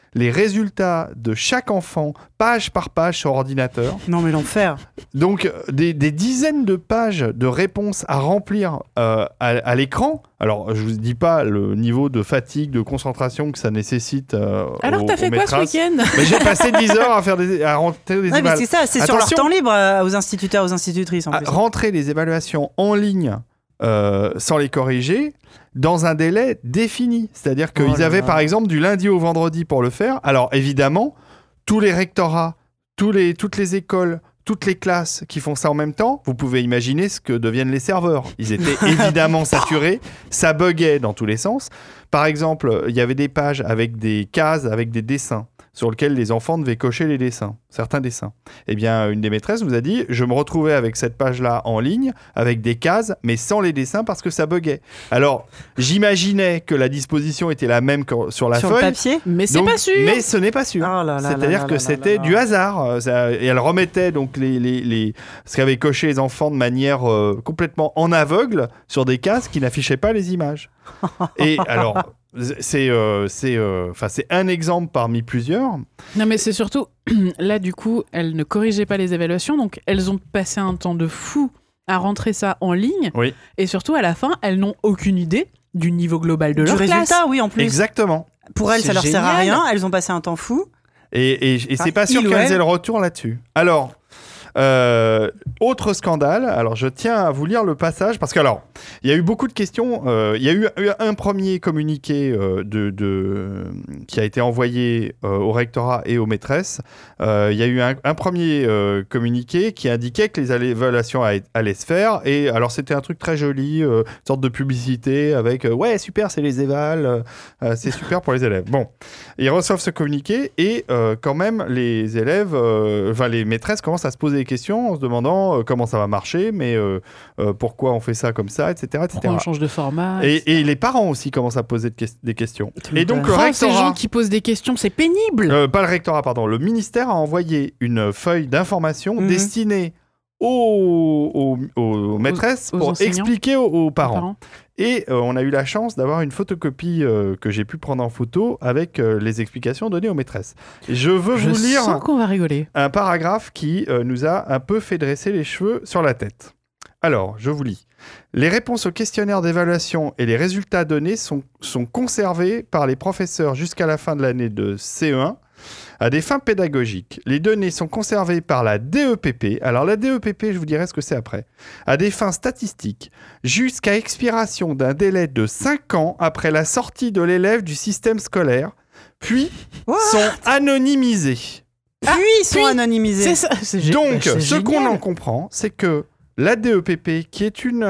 les résultats de chaque enfant, page par page sur ordinateur. Non mais l'enfer. Donc des dizaines de pages de réponses à remplir à l'écran. Alors je vous dis pas le niveau de fatigue, de concentration que ça nécessite. Alors t'as fait quoi ce week-end? Mais j'ai passé 10 heures à rentrer des mais c'est ça, c'est sur leur temps libre aux instituteurs, aux institutrices en plus. Rentrer les évaluations en ligne sans les corriger dans un délai défini. C'est-à-dire qu'ils avaient par exemple du lundi au vendredi pour le faire. Alors évidemment, tous les rectorats, toutes les écoles, toutes les classes qui font ça en même temps, vous pouvez imaginer ce que deviennent les serveurs. Ils étaient évidemment saturés, ça buguait dans tous les sens. Par exemple, il y avait des pages avec des cases, avec des dessins, sur lesquels les enfants devaient cocher les dessins, certains dessins. Eh bien, une des maîtresses nous a dit, je me retrouvais avec cette page-là en ligne, avec des cases, mais sans les dessins parce que ça buguait. Alors, j'imaginais que la disposition était la même que sur la feuille. Sur le papier, mais c'est pas sûr. Mais ce n'est pas sûr. C'est-à-dire que c'était du hasard. Et elle remettait donc ce qu'avaient coché les enfants de manière complètement en aveugle sur des cases qui n'affichaient pas les images. Et alors... C'est un exemple parmi plusieurs. Non, mais c'est surtout, là, du coup, elles ne corrigeaient pas les évaluations, donc elles ont passé un temps de fou à rentrer ça en ligne. Oui. Et surtout, à la fin, elles n'ont aucune idée du niveau global de leur classe. Du résultat, oui, en plus. Exactement. Pour elles, ça leur sert à rien. Elles ont passé un temps fou. Et c'est pas sûr qu'elles aient le retour là-dessus. Alors... autre scandale, alors je tiens à vous lire le passage parce que alors il y a eu beaucoup de questions, il y a eu un premier communiqué qui a été envoyé au rectorat et aux maîtresses. Il y a eu un premier communiqué qui indiquait que les évaluations allaient se faire et alors c'était un truc très joli, une sorte de publicité avec ouais super c'est les évals, c'est super pour les élèves. Bon, ils reçoivent ce communiqué et quand même les élèves, les maîtresses commencent à se poser des questions en se demandant comment ça va marcher, mais pourquoi on fait ça comme ça, etc. Pourquoi on change de format, et les parents aussi commencent à poser des questions. Et donc le rectorat... Ces gens qui posent des questions, c'est pénible. Pas le rectorat, pardon. Le ministère a envoyé une feuille d'information destinée aux maîtresses pour expliquer aux parents. Et on a eu la chance d'avoir une photocopie que j'ai pu prendre en photo avec les explications données aux maîtresses. Et je veux lire qu'on va rigoler. Un paragraphe qui nous a un peu fait dresser les cheveux sur la tête. Alors, je vous lis. Les réponses au questionnaire d'évaluation et les résultats donnés sont conservés par les professeurs jusqu'à la fin de l'année de CE1 à des fins pédagogiques. Les données sont conservées par la DEPP. Alors la DEPP, je vous dirai ce que c'est après. À des fins statistiques, jusqu'à expiration d'un délai de 5 ans après la sortie de l'élève du système scolaire, puis sont anonymisés. Anonymisés. C'est ça. Donc, ce génial. qu'on en comprend, c'est que la DEPP, qui est une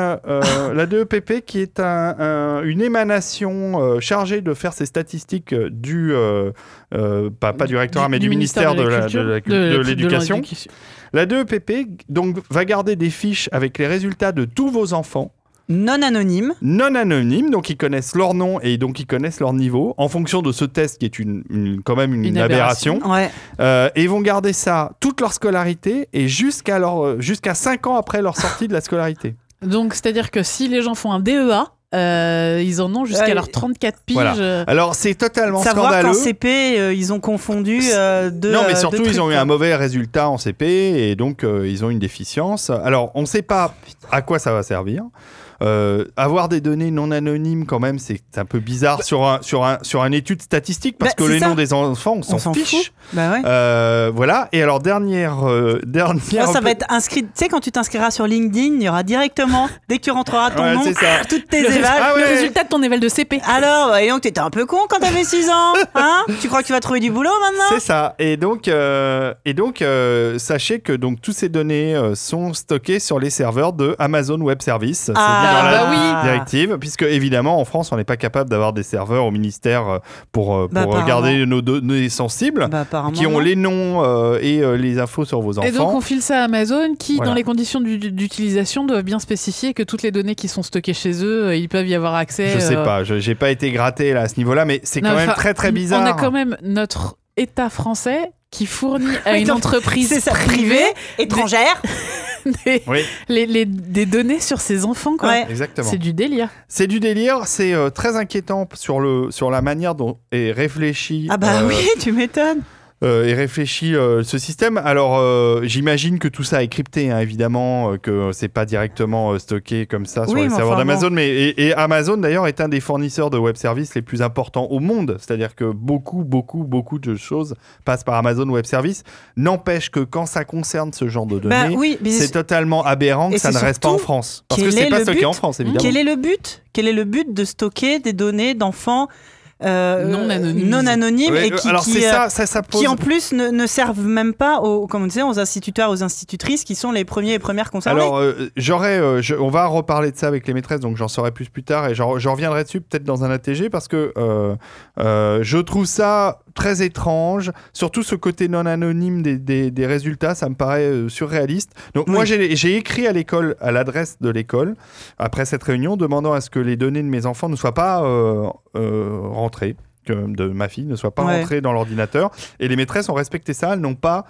émanation chargée de faire ces statistiques pas du rectorat, mais du ministère de l'Éducation. La DEPP donc, va garder des fiches avec les résultats de tous vos enfants. Non anonymes, donc ils connaissent leur nom et donc ils connaissent leur niveau en fonction de ce test qui est quand même une aberration. Ouais. Et ils vont garder ça toute leur scolarité et jusqu'à 5 ans après leur sortie de la scolarité. Donc c'est-à-dire que si les gens font un DEA, ils en ont jusqu'à leurs 34 piges. Voilà. Alors c'est totalement savoir scandaleux. Qu'en CP, ils ont confondu deux. Non, mais surtout ils ont eu quoi. un mauvais résultat en CP et donc ils ont une déficience. Alors on ne sait pas à quoi ça va servir. Avoir des données non anonymes quand même c'est un peu bizarre sur une étude statistique parce que les noms des enfants on s'en fiche. Bah ouais. Voilà. Et alors dernière ça va être inscrit. Tu sais quand tu t'inscriras sur LinkedIn, il y aura directement dès que tu rentreras ton nom, toutes tes évals, le résultat de ton éval de CP. Alors, et donc t'étais un peu con quand t'avais 6 ans, hein? Tu crois que tu vas trouver du boulot maintenant? C'est ça. Et donc sachez que donc tous ces données sont stockées sur les serveurs de Amazon Web Services. Dans la directive, puisque évidemment en France on n'est pas capable d'avoir des serveurs au ministère pour regarder nos données sensibles qui ont les noms et les infos sur vos enfants. Et donc on file ça à Amazon qui dans les conditions d'utilisation doivent bien spécifier que toutes les données qui sont stockées chez eux, ils peuvent y avoir accès. Je sais pas, j'ai pas été gratté là, à ce niveau-là, mais c'est quand même très très bizarre. On a quand même notre État français qui fournit à une entreprise privée étrangère des données sur ses enfants, quoi. Ouais. Exactement. C'est du délire. C'est du délire, c'est très inquiétant sur la manière dont est réfléchi. Ah bah oui, tu m'étonnes. Et réfléchit ce système. Alors, j'imagine que tout ça est crypté, hein, évidemment, que c'est pas directement stocké comme ça sur les serveurs d'Amazon. Mais et Amazon d'ailleurs est un des fournisseurs de web services les plus importants au monde. C'est-à-dire que beaucoup de choses passent par Amazon Web Services. N'empêche que quand ça concerne ce genre de données, c'est totalement aberrant que ça ne reste pas en France, parce que c'est pas stocké en France, évidemment. Quel est le but de stocker des données d'enfants non anonymes et qui en plus ne servent même pas aux instituteurs, aux institutrices qui sont les premiers et premières concernées. Alors on va reparler de ça avec les maîtresses, donc j'en saurai plus tard et je reviendrai dessus peut-être dans un ATG, parce que je trouve ça très étrange, surtout ce côté non anonyme des résultats, ça me paraît surréaliste. Donc moi j'ai écrit à l'école, à l'adresse de l'école après cette réunion, demandant à ce que les données de mes enfants ne soient pas rentrées, que de ma fille ne soit pas rentrée dans l'ordinateur, et les maîtresses ont respecté ça. Elles n'ont pas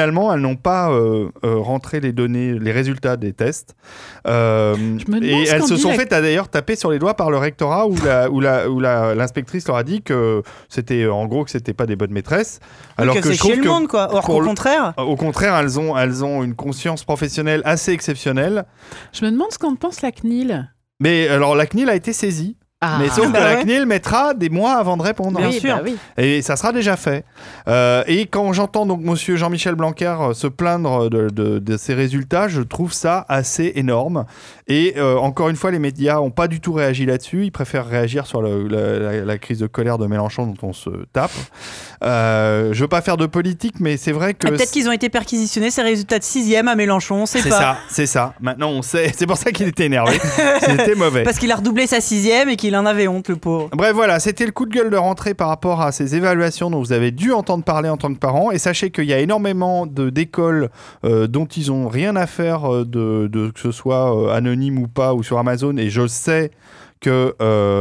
rentré les données, les résultats des tests, et elles se sont fait d'ailleurs taper sur les doigts par le rectorat, où l'inspectrice leur a dit que c'était pas des bonnes maîtresses, alors que je trouve le monde, quoi. Or qu'au contraire, elles ont une conscience professionnelle assez exceptionnelle. Je me demande ce qu'en pense la CNIL. Mais alors la CNIL a été saisie. Mais sauf que la CNIL mettra des mois avant de répondre. Bien sûr. Et ça sera déjà fait. Et quand j'entends donc monsieur Jean-Michel Blanquer se plaindre de ces résultats, je trouve ça assez énorme. Et encore une fois, les médias n'ont pas du tout réagi là-dessus. Ils préfèrent réagir sur la crise de colère de Mélenchon dont on se tape. Je veux pas faire de politique, mais c'est vrai que... Peut-être qu'ils ont été perquisitionnés, ces résultats de 6e à Mélenchon, c'est pas. C'est ça. Maintenant, on sait. C'est pour ça qu'il était énervé. C'était mauvais. Parce qu'il a redoublé sa 6e et qu'il en avait honte, le pauvre. Bref, voilà, c'était le coup de gueule de rentrée par rapport à ces évaluations dont vous avez dû entendre parler en tant que parents. Et sachez qu'il y a énormément d'écoles dont ils n'ont rien à faire que ce soit anonyme ou pas, ou sur Amazon. Et je sais qu'il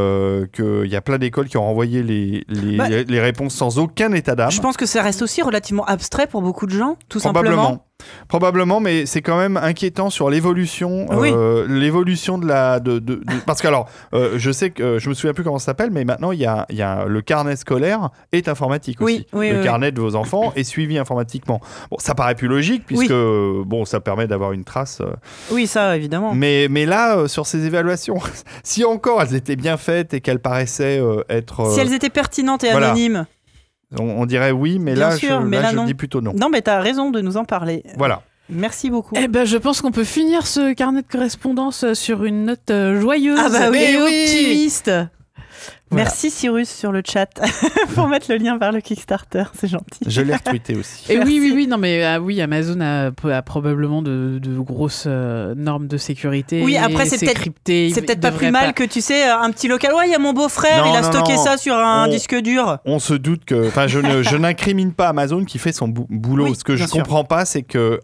y a plein d'écoles qui ont renvoyé les réponses sans aucun état d'âme. Je pense que ça reste aussi relativement abstrait pour beaucoup de gens, tout simplement. Probablement, mais c'est quand même inquiétant sur l'évolution, l'évolution parce que alors, je sais que je me souviens plus comment ça s'appelle, mais maintenant il y a le carnet scolaire est informatique aussi. Le carnet de vos enfants est suivi informatiquement. Bon, ça paraît plus logique puisque ça permet d'avoir une trace. Oui, ça évidemment. Mais là, sur ces évaluations, si encore elles étaient bien faites et qu'elles paraissaient être, si elles étaient pertinentes et anonymes. On dirait oui, mais bien là, sûr, je dis plutôt non. Non, mais t'as raison de nous en parler. Voilà. Merci beaucoup. Je pense qu'on peut finir ce carnet de correspondance sur une note joyeuse et optimiste. Voilà. Merci Cyrus sur le chat pour mettre le lien vers le Kickstarter, c'est gentil. Je l'ai retweeté aussi. Et oui, non mais Amazon a probablement de grosses normes de sécurité. Oui, après c'est peut-être pas plus mal que tu sais un petit local. Ouais, il y a mon beau-frère, il a stocké ça sur un disque dur. On se doute que, je n'incrimine pas Amazon qui fait son boulot. Ce que je comprends pas, c'est que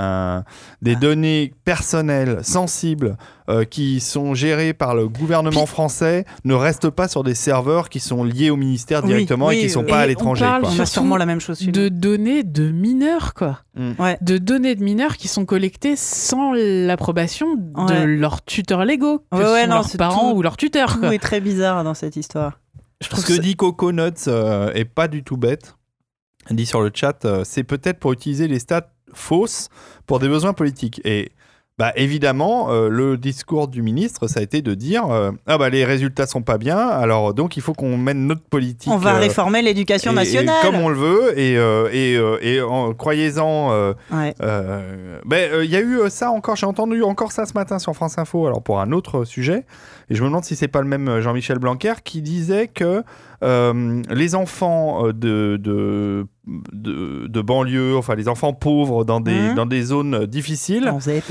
des données personnelles sensibles qui sont gérées par le gouvernement français ne restent pas sur des serveurs qui sont liés au ministère directement et qui sont pas à l'étranger. On parle sûrement la même chose de données de mineurs, quoi. De données de mineurs qui sont collectées sans l'approbation de leurs tuteurs légaux, que sont leurs parents ou leurs tuteurs. Tout est très bizarre dans cette histoire. Ce que dit Coconuts est pas du tout bête. Elle dit sur le chat, c'est peut-être pour utiliser les stats fausses pour des besoins politiques. Et évidemment, le discours du ministre, ça a été de dire les résultats sont pas bien, alors donc il faut qu'on mène notre politique. On va réformer l'éducation nationale. Et comme on le veut, et croyez-en. Il y a eu ça encore, j'ai entendu encore ça ce matin sur France Info, alors pour un autre sujet, et je me demande si c'est pas le même Jean-Michel Blanquer qui disait que les enfants de banlieue, enfin les enfants pauvres dans des zones difficiles,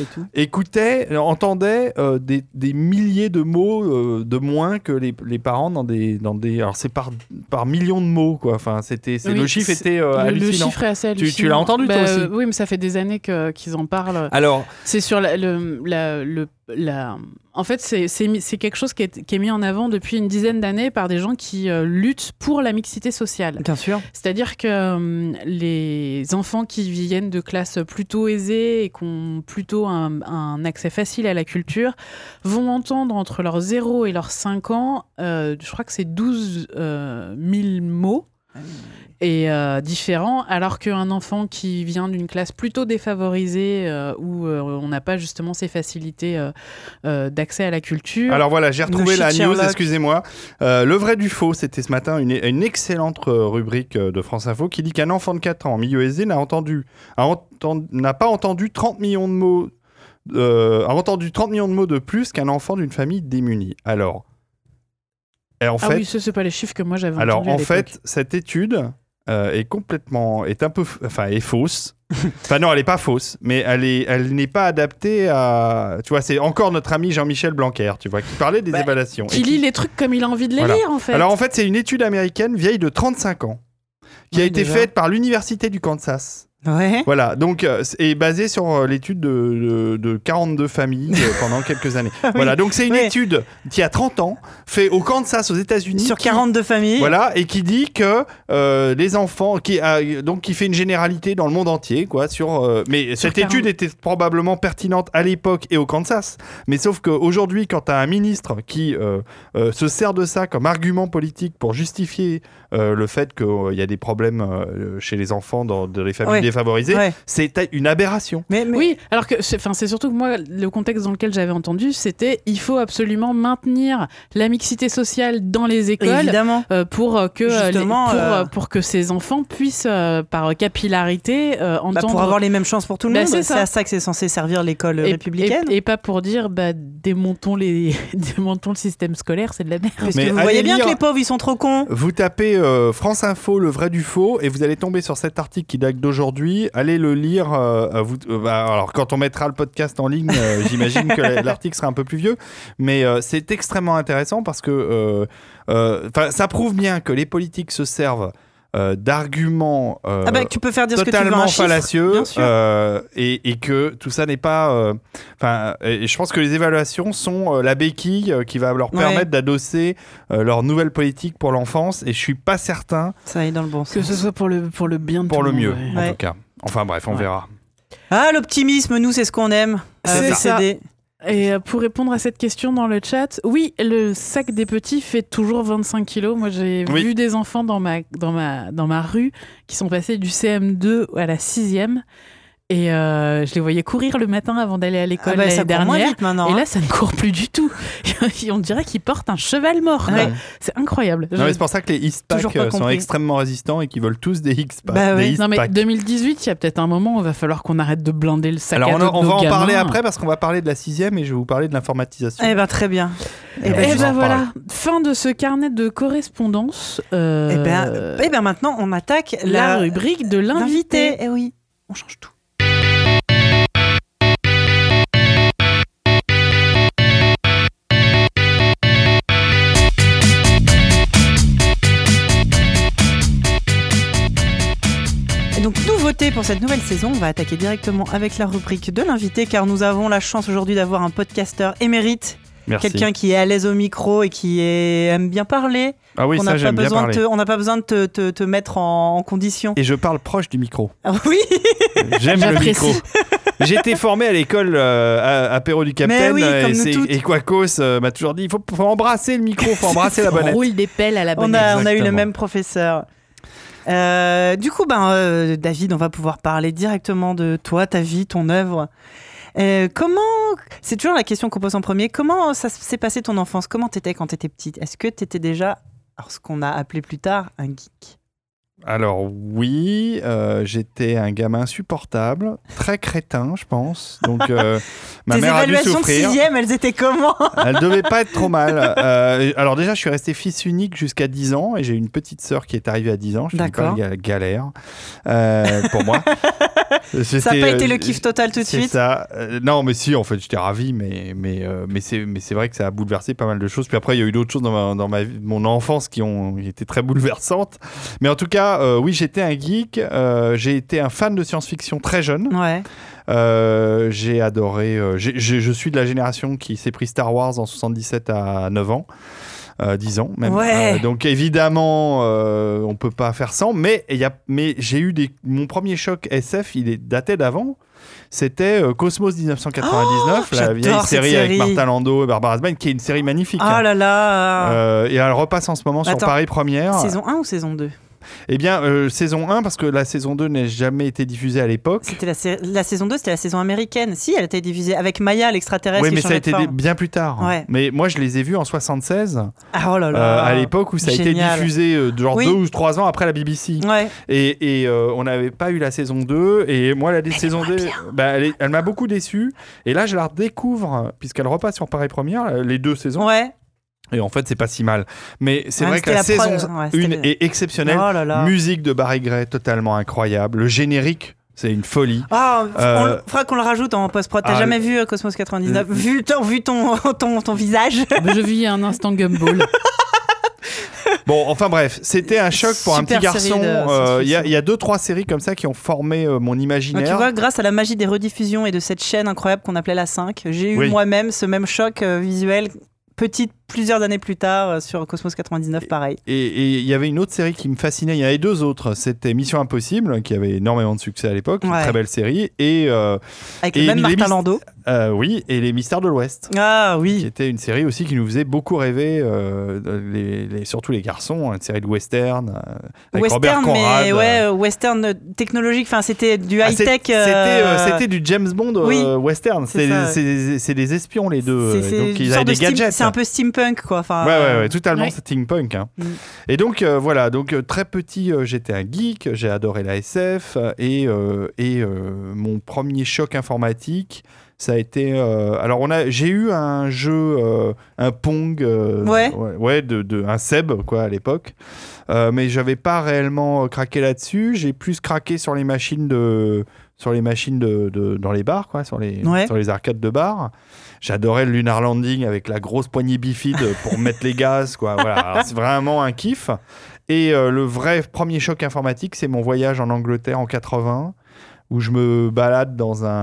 entendaient des milliers de mots de moins que les parents dans des alors c'est par millions de mots, quoi. Enfin le chiffre était hallucinant. Le chiffre est assez hallucinant. Tu l'as entendu toi aussi? Oui, mais ça fait des années qu'ils en parlent. Alors c'est sur En fait, c'est quelque chose qui est mis en avant depuis une dizaine d'années par des gens qui luttent pour la mixité sociale. Bien sûr. C'est-à-dire que les enfants qui viennent de classes plutôt aisées et qui ont plutôt un accès facile à la culture vont entendre entre leurs 0 et leurs 5 ans, je crois que c'est 12 000 mots. Et différents, alors qu'un enfant qui vient d'une classe plutôt défavorisée où on n'a pas justement ces facilités d'accès à la culture. Alors voilà, j'ai retrouvé la news, excusez-moi. Le vrai du faux, c'était ce matin une excellente rubrique de France Info qui dit qu'un enfant de 4 ans en milieu aisé n'a pas entendu 30 millions de mots, a entendu 30 millions de mots de plus qu'un enfant d'une famille démunie. Alors, oui, ça c'est pas les chiffres que moi j'avais entendus. Alors en fait, cette étude est fausse. Enfin non, elle est pas fausse, mais elle n'est pas adaptée à. Tu vois, c'est encore notre ami Jean-Michel Blanquer, tu vois, qui parlait des évaluations. Qui lit les trucs comme il a envie de les lire en fait. Alors en fait, c'est une étude américaine vieille de 35 ans qui a été faite par l'université du Kansas. Ouais. Voilà, donc est basé sur l'étude de 42 familles pendant quelques années. Oui. Voilà, donc c'est une étude qui a 30 ans, faite au Kansas aux États-Unis sur 42 familles. Voilà, et qui dit que les enfants qui fait une généralité dans le monde entier quoi mais sur cette étude était probablement pertinente à l'époque et au Kansas, mais sauf qu'aujourd'hui quand tu as un ministre qui se sert de ça comme argument politique pour justifier le fait qu'il y a des problèmes chez les enfants dans les familles défavorisées, c'est une aberration. Mais... Oui, alors que c'est surtout que moi, le contexte dans lequel j'avais entendu, c'était il faut absolument maintenir la mixité sociale dans les écoles pour que ces enfants puissent, par capillarité, entendre... pour avoir les mêmes chances pour tout le monde. C'est à ça que c'est censé servir l'école républicaine. Et pas pour dire démontons le système scolaire, c'est de la merde. Parce que vous voyez bien que les pauvres, ils sont trop cons. Vous tapez France Info, le vrai du faux, et vous allez tomber sur cet article qui date d'aujourd'hui. Allez le lire. Alors, quand on mettra le podcast en ligne, j'imagine que l'article sera un peu plus vieux. Mais c'est extrêmement intéressant parce que ça prouve bien que les politiques se servent d'arguments tu peux faire dire totalement ce que tu veux, fallacieux et que tout ça n'est pas... et je pense que les évaluations sont la béquille qui va leur permettre d'adosser leur nouvelle politique pour l'enfance, et je suis pas certain ça aille dans le bon sens. Que ce soit pour le bien de pour tout le mieux, monde, en tout cas. Enfin bref, on verra. L'optimisme, nous, c'est ce qu'on aime. C'est ça. Et pour répondre à cette question dans le chat, oui, le sac des petits fait toujours 25 kilos. Moi, j'ai vu des enfants dans ma rue qui sont passés du CM2 à la 6e. Et je les voyais courir le matin avant d'aller à l'école l'année dernière. Et là, ça ne court plus du tout. On dirait qu'ils portent un cheval mort. Ouais. C'est incroyable. Non, mais c'est pour ça que les X-Pack sont extrêmement résistants et qu'ils veulent tous des X-Pack. Non, mais 2018, il y a peut-être un moment où il va falloir qu'on arrête de blinder le sac à dos de nos gamins. On va en parler après parce qu'on va parler de la 6e et je vais vous parler de l'informatisation. Très bien. Et voilà, fin de ce carnet de correspondance. Maintenant, on attaque la rubrique de l'invité. Eh oui, on change tout. Donc, nouveauté pour cette nouvelle saison, on va attaquer directement avec la rubrique de l'invité, car nous avons la chance aujourd'hui d'avoir un podcasteur émérite. Merci. Quelqu'un qui est à l'aise au micro et qui aime bien parler. Ah oui, ça j'aime bien parler. On n'a pas besoin de te mettre en condition. Et je parle proche du micro. Ah oui. J'aime le micro. J'ai été formé à l'école à Perrault du Capitaine et Quacos m'a toujours dit il faut embrasser le micro, il faut embrasser la bonnette. On roule des pelles à la bonnette. On a eu le même professeur. Du coup, David, on va pouvoir parler directement de toi, ta vie, ton œuvre. C'est toujours la question qu'on pose en premier. Comment ça s'est passé ton enfance ? Comment t'étais quand t'étais petite ? Est-ce que t'étais déjà, ce qu'on a appelé plus tard, un geek ? Alors oui, j'étais un gamin insupportable, très crétin, je pense. Donc ma mère a dû souffrir. Tes évaluations de 6e, elles étaient comment ? Elles devaient pas être trop mal. Alors déjà, je suis resté fils unique jusqu'à 10 ans et j'ai une petite sœur qui est arrivée à 10 ans. Je ne dis pas galère pour moi. Ça n'a pas été le kiff total tout de suite. C'est ça. Non, mais si, en fait, j'étais ravi, mais c'est vrai que ça a bouleversé pas mal de choses. Puis après, il y a eu d'autres choses dans mon enfance qui ont été très bouleversantes. Mais en tout cas, oui, j'étais un geek. J'ai été un fan de science-fiction très jeune. Ouais. J'ai adoré. Je suis de la génération qui s'est pris Star Wars en 77 à 9 ans. 10 ans même. Ouais. Donc évidemment, on peut pas faire sans. Mais j'ai eu mon premier choc SF, il est daté d'avant. C'était Cosmos 1999, la vieille série avec Martin Landau et Barbara Sbain, qui est une série magnifique. Oh là là. Et elle repasse en ce moment sur Paris Première. Saison 1 ou saison 2 ? Eh bien, saison 1, parce que la saison 2 n'a jamais été diffusée à l'époque. C'était la saison 2, c'était la saison américaine. Si, elle a été diffusée avec Maya, l'extraterrestre. Oui, mais ça a été bien plus tard. Ouais. Mais moi, je les ai vus en 76. Ah, oh là là. À l'époque où ça a été diffusé genre 2 ou 3 ans après la BBC. Ouais. Et on n'avait pas eu la saison 2. Et moi, la saison 2, elle m'a beaucoup déçu. Et là, je la redécouvre, puisqu'elle repasse sur Paris Première, les 2 saisons. Ouais. Et en fait, c'est pas si mal. Mais c'est vrai que la saison 1 est exceptionnelle. Oh là là. Musique de Barry Gray, totalement incroyable. Le générique, c'est une folie. On fera qu'on le rajoute en post-prod. T'as jamais vu Cosmos 99 vu ton visage. Je vis un instant Gumball. Bon, enfin bref, c'était un choc pour un petit garçon. Il y a 2-3 séries comme ça qui ont formé mon imaginaire. Tu vois, grâce à la magie des rediffusions et de cette chaîne incroyable qu'on appelait la 5, j'ai eu moi-même ce même choc visuel plusieurs années plus tard sur Cosmos 99, pareil. Et il y avait une autre série qui me fascinait, il y en avait 2 autres, c'était Mission Impossible, qui avait énormément de succès à l'époque, une très belle série, avec le même Martin Landau. Oui, et Les Mystères de l'Ouest. Ah oui. Qui était une série aussi qui nous faisait beaucoup rêver, surtout les garçons, une série de western, avec Robert Conrad. Mais western technologique, enfin c'était du high-tech. C'était du James Bond western, c'est des espions les deux, donc ils avaient des gadgets. C'est un peu steampunk quoi. Ouais, totalement steampunk. Hein. Et donc voilà, très petit, j'étais un geek, j'ai adoré la SF et mon premier choc informatique, ça a été. Alors j'ai eu un jeu, un Pong, un Seb quoi à l'époque, mais j'avais pas réellement craqué là-dessus. J'ai plus craqué sur les machines dans les bars, quoi, sur les arcades de bar. J'adorais le Lunar Landing avec la grosse poignée bifide pour mettre les gaz, quoi. Voilà, alors, c'est vraiment un kiff. Et le vrai premier choc informatique, c'est mon voyage en Angleterre en 80, où je me balade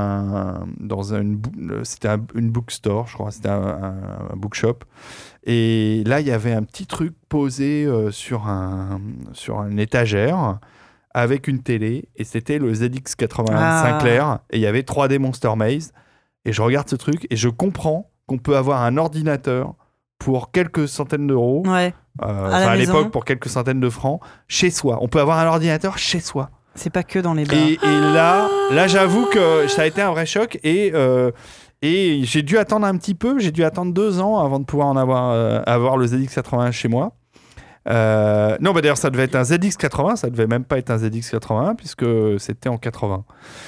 c'était une bookstore, je crois, c'était un bookshop. Et là, il y avait un petit truc posé sur une étagère, avec une télé, et c'était le ZX81 Sinclair, et il y avait 3D Monster Maze, et je regarde ce truc, et je comprends qu'on peut avoir un ordinateur pour quelques centaines d'euros, à l'époque pour quelques centaines de francs, chez soi. On peut avoir un ordinateur chez soi. C'est pas que dans les bars. Et là, j'avoue que ça a été un vrai choc, et j'ai dû attendre un petit peu, j'ai dû attendre 2 ans avant de pouvoir avoir le ZX81 chez moi. Non, d'ailleurs, ça devait être un ZX80, ça devait même pas être un ZX81 puisque c'était en 80.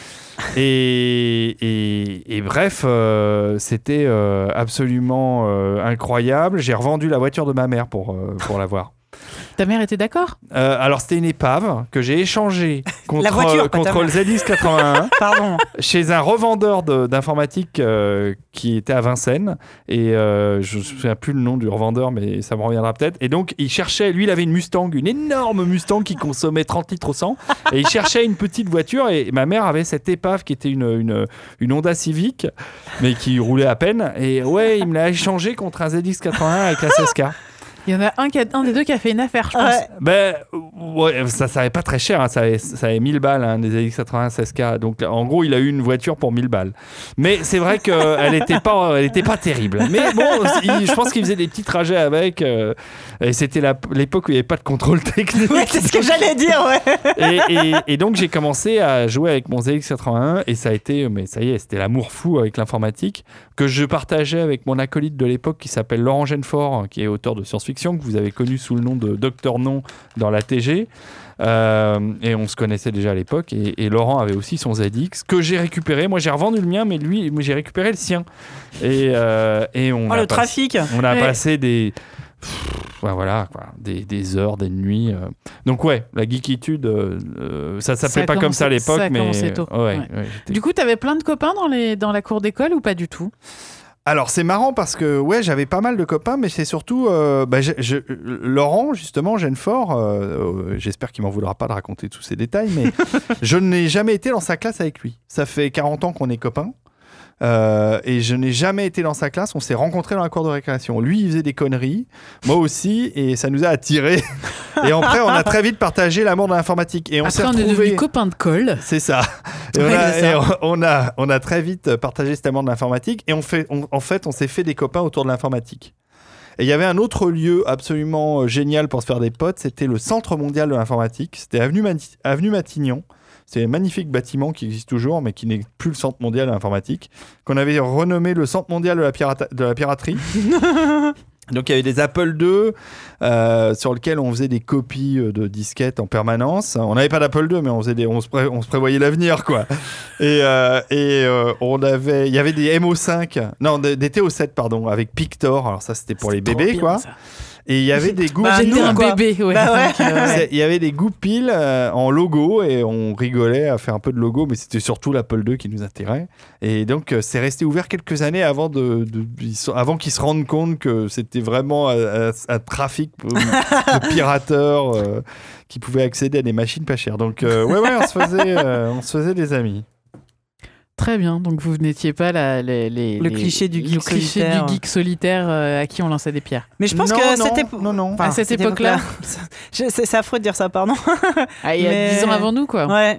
Et bref, c'était absolument incroyable. J'ai revendu la voiture de ma mère pour l'avoir. Ta mère était d'accord ? Alors, c'était une épave que j'ai échangée contre le ZX81 chez un revendeur d'informatique qui était à Vincennes. Et je ne me souviens plus le nom du revendeur, mais ça me reviendra peut-être. Et donc, il cherchait, lui, il avait une Mustang, une énorme Mustang qui consommait 30 litres au 100. Et il cherchait une petite voiture. Et ma mère avait cette épave qui était une Honda Civic, mais qui roulait à peine. Et ouais, il me l'a échangé contre un ZX81 avec la 16K. Il y en a un des deux qui a fait une affaire, je pense. Ça savait pas très cher, hein. Ça avait 1000 balles, hein, des ZX81 16K. Donc en gros, il a eu une voiture pour 1000 balles. Mais c'est vrai qu'elle était pas terrible. Mais bon, je pense qu'il faisait des petits trajets avec. Et c'était l'époque où il n'y avait pas de contrôle technique. Ouais, c'est ce que j'allais dire, ouais. Et donc j'ai commencé à jouer avec mon ZX81 et ça a été, mais ça y est, c'était l'amour fou avec l'informatique que je partageais avec mon acolyte de l'époque qui s'appelle Laurent Genefort, qui est auteur de science-fiction, que vous avez connu sous le nom de Docteur Non dans la TG. Et on se connaissait déjà à l'époque. Et Laurent avait aussi son ZX que j'ai récupéré. Moi, j'ai revendu le mien, mais lui, j'ai récupéré le sien. Et on le trafic. On a passé des... voilà, quoi, des heures, des nuits. Donc ouais, la geekitude, ça s'appelait pas comme ça à l'époque, mais tôt. Ouais. Du coup, t'avais plein de copains dans la cour d'école ou pas du tout? Alors c'est marrant parce que j'avais pas mal de copains, mais c'est surtout Laurent justement Genefort, j'espère qu'il m'en voudra pas de raconter tous ces détails, mais je n'ai jamais été dans sa classe avec lui. Ça fait 40 ans qu'on est copains. Et je n'ai jamais été dans sa classe. On s'est rencontrés dans la cour de récréation. Lui, il faisait des conneries, moi aussi, et ça nous a attirés. Et après, on a très vite partagé l'amour de l'informatique. Et on s'est retrouvés... on est devenus copains de colle. C'est ça. Et on a très vite partagé cet amour de l'informatique. Et en fait, on s'est fait des copains autour de l'informatique. Et il y avait un autre lieu absolument génial pour se faire des potes. C'était le Centre mondial de l'informatique. C'était avenue Matignon. C'est un magnifique bâtiment qui existe toujours, mais qui n'est plus le Centre mondial de l'informatique, qu'on avait renommé le Centre mondial de la piraterie. Donc il y avait des Apple II sur lesquels on faisait des copies de disquettes en permanence. On n'avait pas d'Apple II, mais on se prévoyait l'avenir, quoi. Et il y avait des MO5, non, des TO7, pardon, avec Pictor. Alors ça, c'était pour les bébés, bien, quoi. Ça. Et il y avait des goupilles. J'étais un bébé, ouais. Il y avait des goupilles en logo et on rigolait à faire un peu de logo, mais c'était surtout l'Apple II qui nous attirait. Et donc, c'est resté ouvert quelques années avant qu'ils se rendent compte que c'était vraiment un trafic de pirateurs qui pouvaient accéder à des machines pas chères. Donc, on se faisait des amis. Très bien, donc vous n'étiez pas le cliché du geek solitaire à qui on lançait des pierres. Mais je pense que à cette époque-là, c'est affreux de dire ça, pardon. Il y a 10 ans avant nous, quoi. Ouais.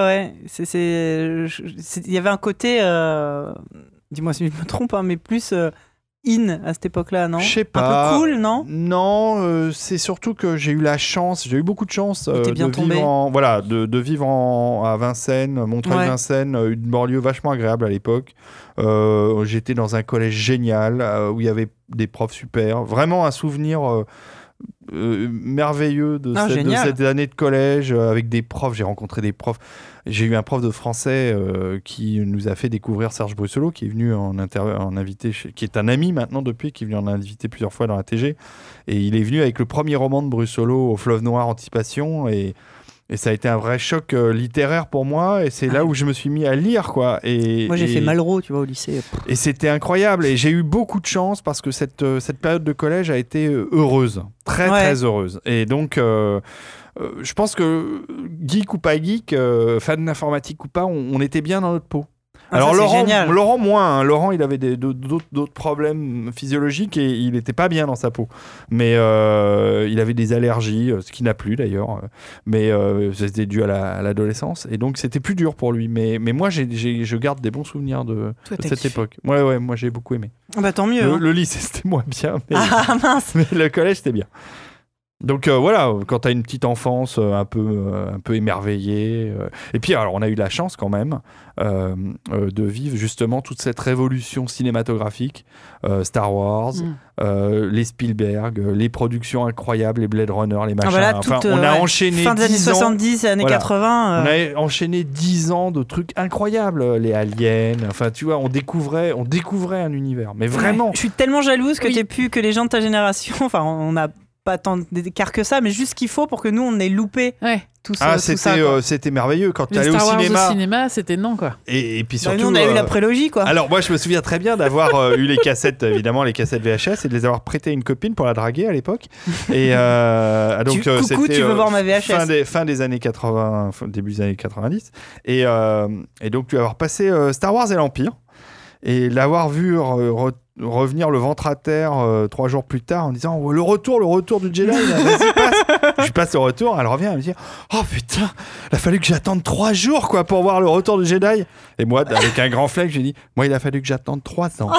Il y avait un côté, dis-moi si je me trompe, hein, mais plus in à cette époque-là, non ? Je sais pas. Un peu cool, non ? Non, c'est surtout que j'ai eu beaucoup de chance de vivre à Vincennes, Montreuil-Vincennes, une banlieue vachement agréable à l'époque. J'étais dans un collège génial où il y avait des profs super. Vraiment un souvenir merveilleux de cette année de collège avec des profs. J'ai rencontré des profs. J'ai eu un prof de français qui nous a fait découvrir Serge Brusselot, qui est venu en invité, qui est un ami maintenant depuis, qui est venu en inviter plusieurs fois dans la TG. Et il est venu avec le premier roman de Brusselot, Au fleuve noir, Anticipation. Et ça a été un vrai choc littéraire pour moi. Et c'est là où je me suis mis à lire, quoi. Moi, j'ai fait Malraux, tu vois, au lycée. Et c'était incroyable. Et j'ai eu beaucoup de chance parce que cette période de collège a été heureuse. Très, très heureuse. Et donc... je pense que geek ou pas geek, fan d'informatique ou pas, on était bien dans notre peau. Alors Laurent moins. Hein. Laurent, il avait d'autres problèmes physiologiques et il n'était pas bien dans sa peau. Mais il avait des allergies, ce qui n'a plus d'ailleurs. Mais c'était dû à l'adolescence. Et donc c'était plus dur pour lui. Mais moi, je garde des bons souvenirs de cette époque. Ouais, moi j'ai beaucoup aimé. Bah tant mieux. Le lycée, c'était moins bien. Mais, mince. Mais le collège, c'était bien. Donc voilà, quand tu as une petite enfance un peu émerveillée. Et puis alors, on a eu la chance quand même de vivre justement toute cette révolution cinématographique, Star Wars, les Spielberg, les productions incroyables, les Blade Runner, les machins. On a enchaîné fin des années 70, années 80. On a enchaîné 10 ans de trucs incroyables, les aliens. Enfin, tu vois, on découvrait un univers. Mais vraiment. Je suis tellement jalouse que les gens de ta génération, enfin, on a pas tant d'écart que ça, mais juste ce qu'il faut pour que nous on ait loupé tout ça. C'était merveilleux quand tu allais au cinéma. C'était non, quoi. Et puis surtout, nous on a eu la prélogie, quoi. Alors moi je me souviens très bien d'avoir eu les cassettes, évidemment les cassettes VHS, et de les avoir prêtées à une copine pour la draguer à l'époque. Et donc c'était tu veux voir ma VHS fin des années 80, début des années 90. Et donc tu vas avoir passé Star Wars et l'Empire et l'avoir vu revenir le ventre à terre 3 jours plus tard en disant le retour du Jedi là, vas-y, passe. Je passe le retour, elle revient, elle me dit oh putain, il a fallu que j'attende 3 jours quoi pour voir le retour du Jedi. Et moi avec un grand flegme j'ai dit moi il a fallu que j'attende 3 ans.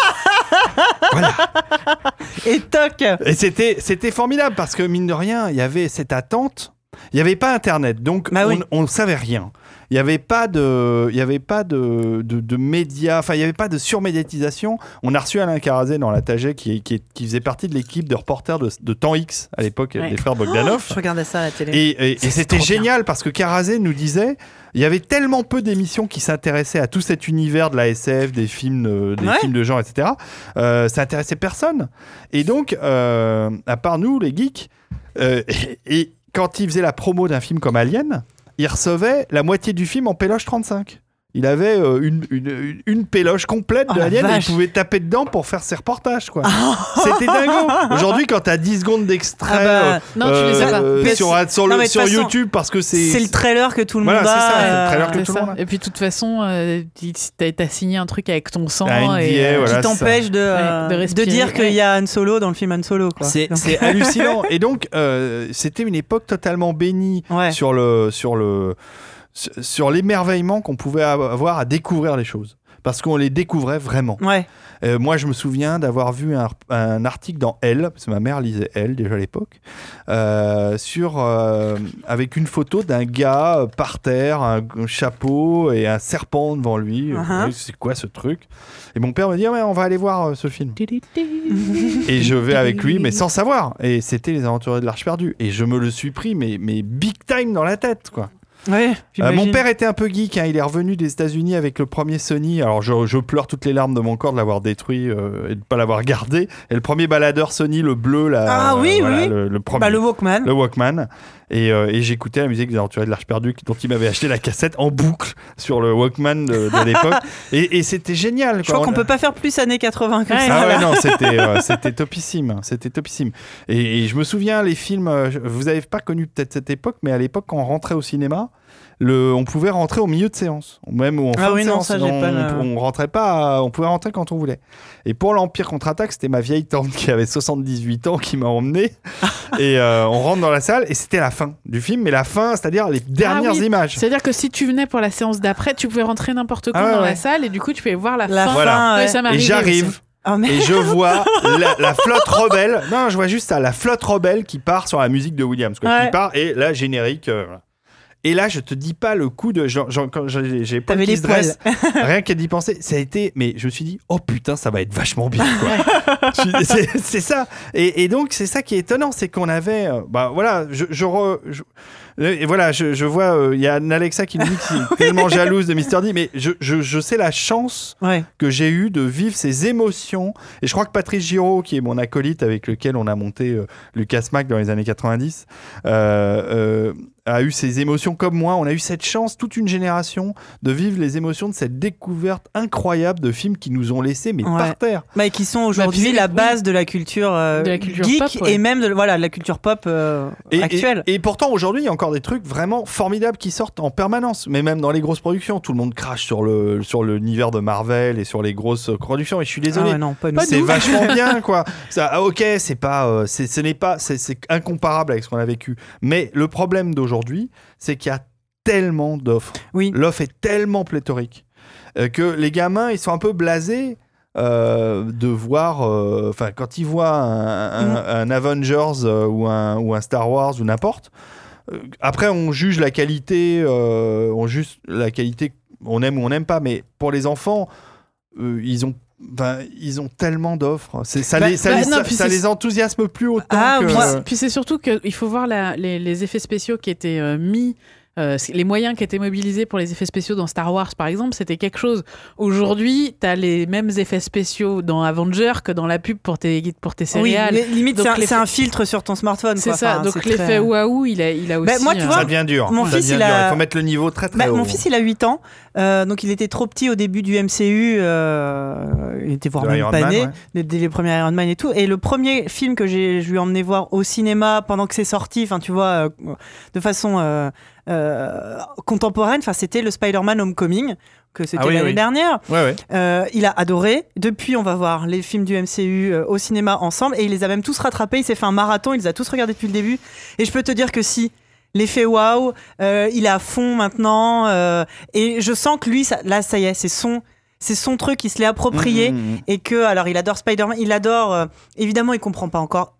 Voilà. Et toc. Et c'était formidable parce que mine de rien il y avait cette attente, il n'y avait pas internet donc on ne savait rien. il n'y avait pas de médias, enfin il n'y avait pas de surmédiatisation. On a reçu Alain Carazé dans la Tagée qui faisait partie de l'équipe de reporters de Temps X à l'époque, des frères Bogdanov. Je regardais ça à la télé. Et c'était génial parce que Carazé nous disait, il y avait tellement peu d'émissions qui s'intéressaient à tout cet univers de la SF, des films de genre, etc. Ça intéressait personne. Et donc, à part nous, les geeks, et quand il faisait la promo d'un film comme Alien, il recevait la moitié du film en péloche 35. Il avait une péloche complète de Alien et il pouvait taper dedans pour faire ses reportages, quoi. C'était dingo. Aujourd'hui, quand t'as 10 secondes d'extrait non, tu les as pas. sur YouTube, parce que c'est le trailer que tout le monde a. C'est ça, c'est le trailer que tout le monde a. Et puis, de toute façon, t'as signé un truc avec ton sang qui t'empêche de dire qu'il y a Han Solo dans le film Han Solo, quoi. C'est hallucinant. Et donc, c'était une époque totalement bénie sur l'émerveillement qu'on pouvait avoir à découvrir les choses. Parce qu'on les découvrait vraiment. Ouais. Moi, je me souviens d'avoir vu un article dans Elle, parce que ma mère lisait Elle déjà à l'époque, avec une photo d'un gars par terre, un chapeau et un serpent devant lui. C'est quoi ce truc ? Et mon père me dit on va aller voir ce film. Et je vais avec lui, mais sans savoir. Et c'était Les Aventuriers de l'Arche perdue. Et je me le suis pris, mais big time dans la tête, quoi. Ouais, mon père était un peu geek, il est revenu des États-Unis avec le premier Sony. Alors je pleure toutes les larmes de mon corps de l'avoir détruit et de ne pas l'avoir gardé. Et le premier baladeur Sony, le bleu, le premier, le Walkman. Le Walkman. Et j'écoutais la musique des Aventuriers de l'Arche perdue dont il m'avait acheté la cassette en boucle sur le Walkman de l'époque. Et c'était génial, quoi. Je crois qu'on peut pas faire plus années 80 que ça. Ah ouais, non, c'était topissime. C'était topissime. Et je me souviens, les films, vous avez pas connu peut-être cette époque, mais à l'époque, quand on rentrait au cinéma, on pouvait rentrer au milieu de séance, même en fin de séance. On rentrait pas, on pouvait rentrer quand on voulait. Et pour l'Empire contre-attaque, c'était ma vieille tante qui avait 78 ans qui m'a emmené. Et on rentre dans la salle et c'était la fin du film, mais la fin, c'est-à-dire les dernières images. C'est-à-dire que si tu venais pour la séance d'après, tu pouvais rentrer n'importe quand dans la salle et du coup tu pouvais voir la fin. Voilà. Ça et j'arrive. Et je vois la flotte rebelle. Non, je vois juste ça, la flotte rebelle qui part sur la musique de Williams, qui part et là générique. Et là, je te dis pas le coup de quand j'ai pas qui se dresse, rien qu'à d'y penser, ça a été. Mais je me suis dit, oh putain, ça va être vachement bien, quoi. c'est ça. Et donc c'est ça qui est étonnant, c'est qu'on avait, et voilà, je vois, il y a Alexa qui nous dit qu'elle est tellement jalouse de Mr. D, mais je sais la chance que j'ai eue de vivre ces émotions. Et je crois que Patrice Giraud, qui est mon acolyte avec lequel on a monté Lucas Mac dans les années 90, a eu ces émotions comme moi. On a eu cette chance, toute une génération, de vivre les émotions de cette découverte incroyable de films qui nous ont laissés par terre. Et qui sont aujourd'hui la base de la culture, geek pop, et même de la culture pop actuelle. Et pourtant, aujourd'hui, il y a encore des trucs vraiment formidables qui sortent en permanence. Mais même dans les grosses productions, tout le monde crache sur l'univers de Marvel et sur les grosses productions. Et je suis désolé, c'est vachement bien, quoi. Ça, c'est incomparable avec ce qu'on a vécu. Mais le problème d'aujourd'hui, c'est qu'il y a tellement d'offres. Oui. L'offre est tellement pléthorique que les gamins, ils sont un peu blasés de voir, quand ils voient un Avengers ou un Star Wars ou n'importe. Après, on juge la qualité, on aime ou on n'aime pas, mais pour les enfants, ils ont tellement d'offres. Ça les enthousiasme plus autant. Puis c'est surtout qu'il faut voir les effets spéciaux qui étaient mis. Les moyens qui étaient mobilisés pour les effets spéciaux dans Star Wars, par exemple, c'était quelque chose. Aujourd'hui, t'as les mêmes effets spéciaux dans Avenger que dans la pub pour tes céréales. Oui, limite, c'est un filtre sur ton smartphone. C'est ça, donc l'effet waouh, il a aussi... moi, tu vois, ça devient dur. Mon fils, il faut mettre le niveau très très haut. Mon fils, il a 8 ans, donc il était trop petit au début du MCU, il était voire même pas né, dès les premiers Iron Man et tout. Et le premier film que je lui ai emmené voir au cinéma pendant que c'est sorti, tu vois, de façon... contemporaine, c'était le Spider-Man Homecoming, que c'était l'année dernière. Il a adoré. Depuis, on va voir les films du MCU au cinéma ensemble, et il les a même tous rattrapés. Il s'est fait un marathon, il les a tous regardés depuis le début. Et je peux te dire que si l'effet waouh, il est à fond maintenant, et je sens que lui, ça y est, c'est son truc, il se l'est approprié, et que, alors, il adore Spider-Man, il adore, évidemment, il comprend pas encore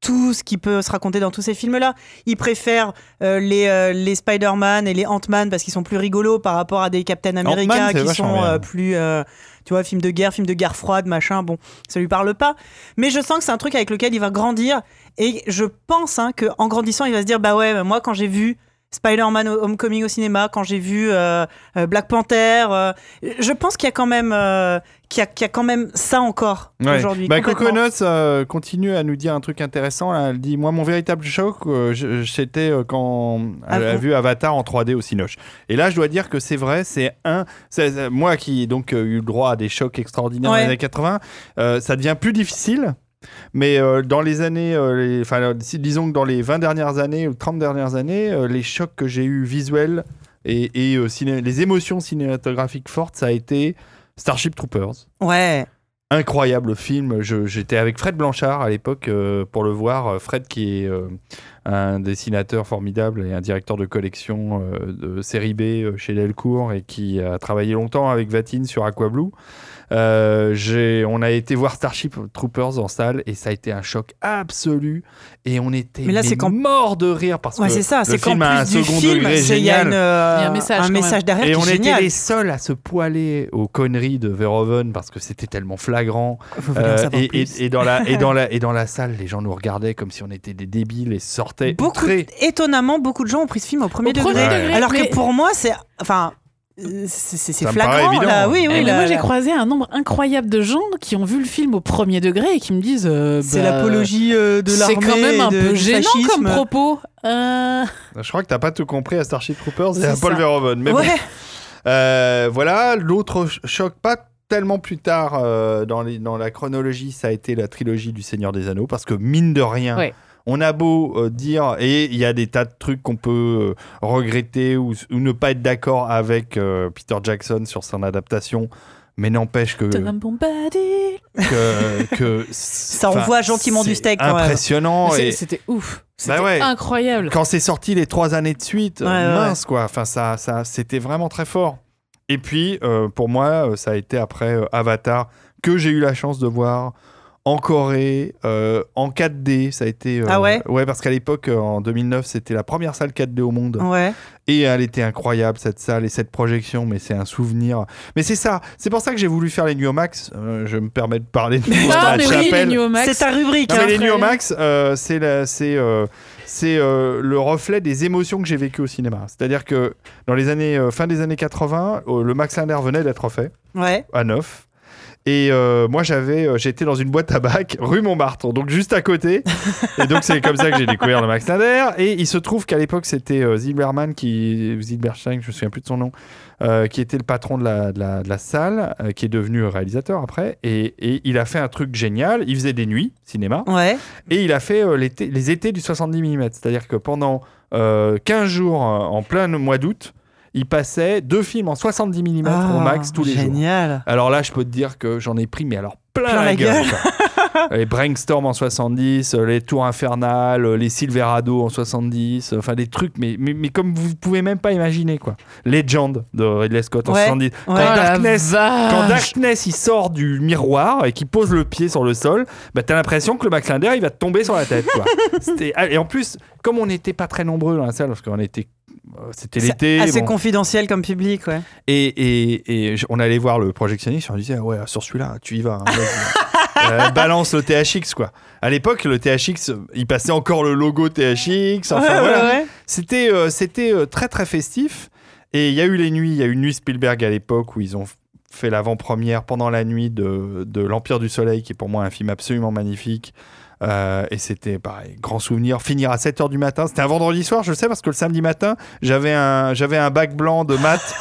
tout ce qui peut se raconter dans tous ces films-là. Il préfère les Spider-Man et les Ant-Man parce qu'ils sont plus rigolos par rapport à des Captain America qui sont plus... tu vois, film de guerre froide, machin, bon, ça lui parle pas. Mais je sens que c'est un truc avec lequel il va grandir. Et je pense qu'en grandissant, il va se dire, bah ouais, moi, quand j'ai vu Spider-Man Homecoming au cinéma, quand j'ai vu Black Panther, je pense qu'il y a quand même, qu'il y a quand même ça encore aujourd'hui. Coconuts continue à nous dire un truc intéressant. Là. Elle dit, moi, mon véritable choc, c'était quand elle a vu Avatar en 3D au Cinoche. Et là, je dois dire que c'est vrai, moi qui donc eu le droit à des chocs extraordinaires dans les années 80, ça devient plus difficile. Mais dans les années, disons que dans les 20 dernières années ou 30 dernières années, les chocs que j'ai eus visuels et les émotions cinématographiques fortes, ça a été Starship Troopers. Ouais. Incroyable film. J'étais avec Fred Blanchard à l'époque pour le voir. Fred qui est un dessinateur formidable et un directeur de collection de série B chez Delcourt et qui a travaillé longtemps avec Vatine sur Aquablue. On a été voir Starship Troopers en salle et ça a été un choc absolu et on était morts de rire parce que c'est ça, le film a un second degré génial. Il y a un message derrière et qui est génial. On était les seuls à se poiler aux conneries de Verhoeven parce que c'était tellement flagrant et dans la salle les gens nous regardaient comme si on était des débiles et sortaient étonnamment beaucoup de gens ont pris ce film au premier degré. Alors que pour moi c'est flagrant là. Moi j'ai croisé un nombre incroyable de gens qui ont vu le film au premier degré et qui me disent c'est l'apologie de l'armée, c'est quand même un peu gênant comme propos. Je crois que t'as pas tout compris à Starship Troopers et à Paul Verhoeven, mais bon. Voilà, l'autre choc pas tellement plus tard dans la chronologie, ça a été la trilogie du Seigneur des Anneaux parce que mine de rien on a beau dire, et il y a des tas de trucs qu'on peut regretter ou ne pas être d'accord avec Peter Jackson sur son adaptation, mais n'empêche que ça envoie gentiment du steak. Impressionnant. C'était ouf. C'était incroyable. Quand c'est sorti les 3 années de suite, mince quoi. Enfin, ça, c'était vraiment très fort. Et puis, pour moi, ça a été après Avatar que j'ai eu la chance de voir en Corée, en 4D, ça a été... ouais, parce qu'à l'époque, en 2009, c'était la première salle 4D au monde. Ouais. Et elle était incroyable, cette salle et cette projection, mais c'est un souvenir. Mais c'est ça, c'est pour ça que j'ai voulu faire les Nuits au Max. Je me permets de parler de la chapelle. C'est ta rubrique. Non, mais les Nuits au Max, c'est le reflet des émotions que j'ai vécues au cinéma. C'est-à-dire que dans les années, fin des années 80, le Max Linder venait d'être fait à Neuf. Et moi j'étais dans une boîte à bac rue Montmartre, donc juste à côté. Et donc c'est comme ça que j'ai découvert le Max Linder. Et il se trouve qu'à l'époque c'était Zilberstein, je me souviens plus de son nom, qui était le patron de la salle, qui est devenu réalisateur après. Et il a fait un truc génial. Il faisait des nuits cinéma. Ouais. Et il a fait les étés du 70 mm. C'est-à-dire que pendant 15 jours en plein mois d'août, il passait 2 films en 70 mm au max tous les jours. Génial. Alors là, je peux te dire que j'en ai pris, mais alors plein la gueule. Les Brainstorm en 70, les Tours Infernales, les Silverado en 70, enfin des trucs, mais comme vous pouvez même pas imaginer quoi. Legend de Ridley Scott en 70. Quand Darkness il sort du miroir et qu'il pose le pied sur le sol, bah t'as l'impression que le Max Linder il va te tomber sur la tête quoi. Et en plus, comme on n'était pas très nombreux dans la salle, parce qu'on était c'était l'été. C'est assez confidentiel comme public, ouais. Et on allait voir le projectionniste, on disait ouais, sur celui-là, tu y vas. Balance le THX quoi. À l'époque, le THX, il passait encore le logo THX. Enfin voilà. C'était très très festif. Et il y a eu les nuits, il y a eu une nuit Spielberg à l'époque où ils ont fait l'avant-première pendant la nuit de L'Empire du Soleil, qui est pour moi un film absolument magnifique. Et c'était pareil, grand souvenir. Finir à 7h du matin, c'était un vendredi soir, je le sais, parce que le samedi matin, j'avais un bac blanc de maths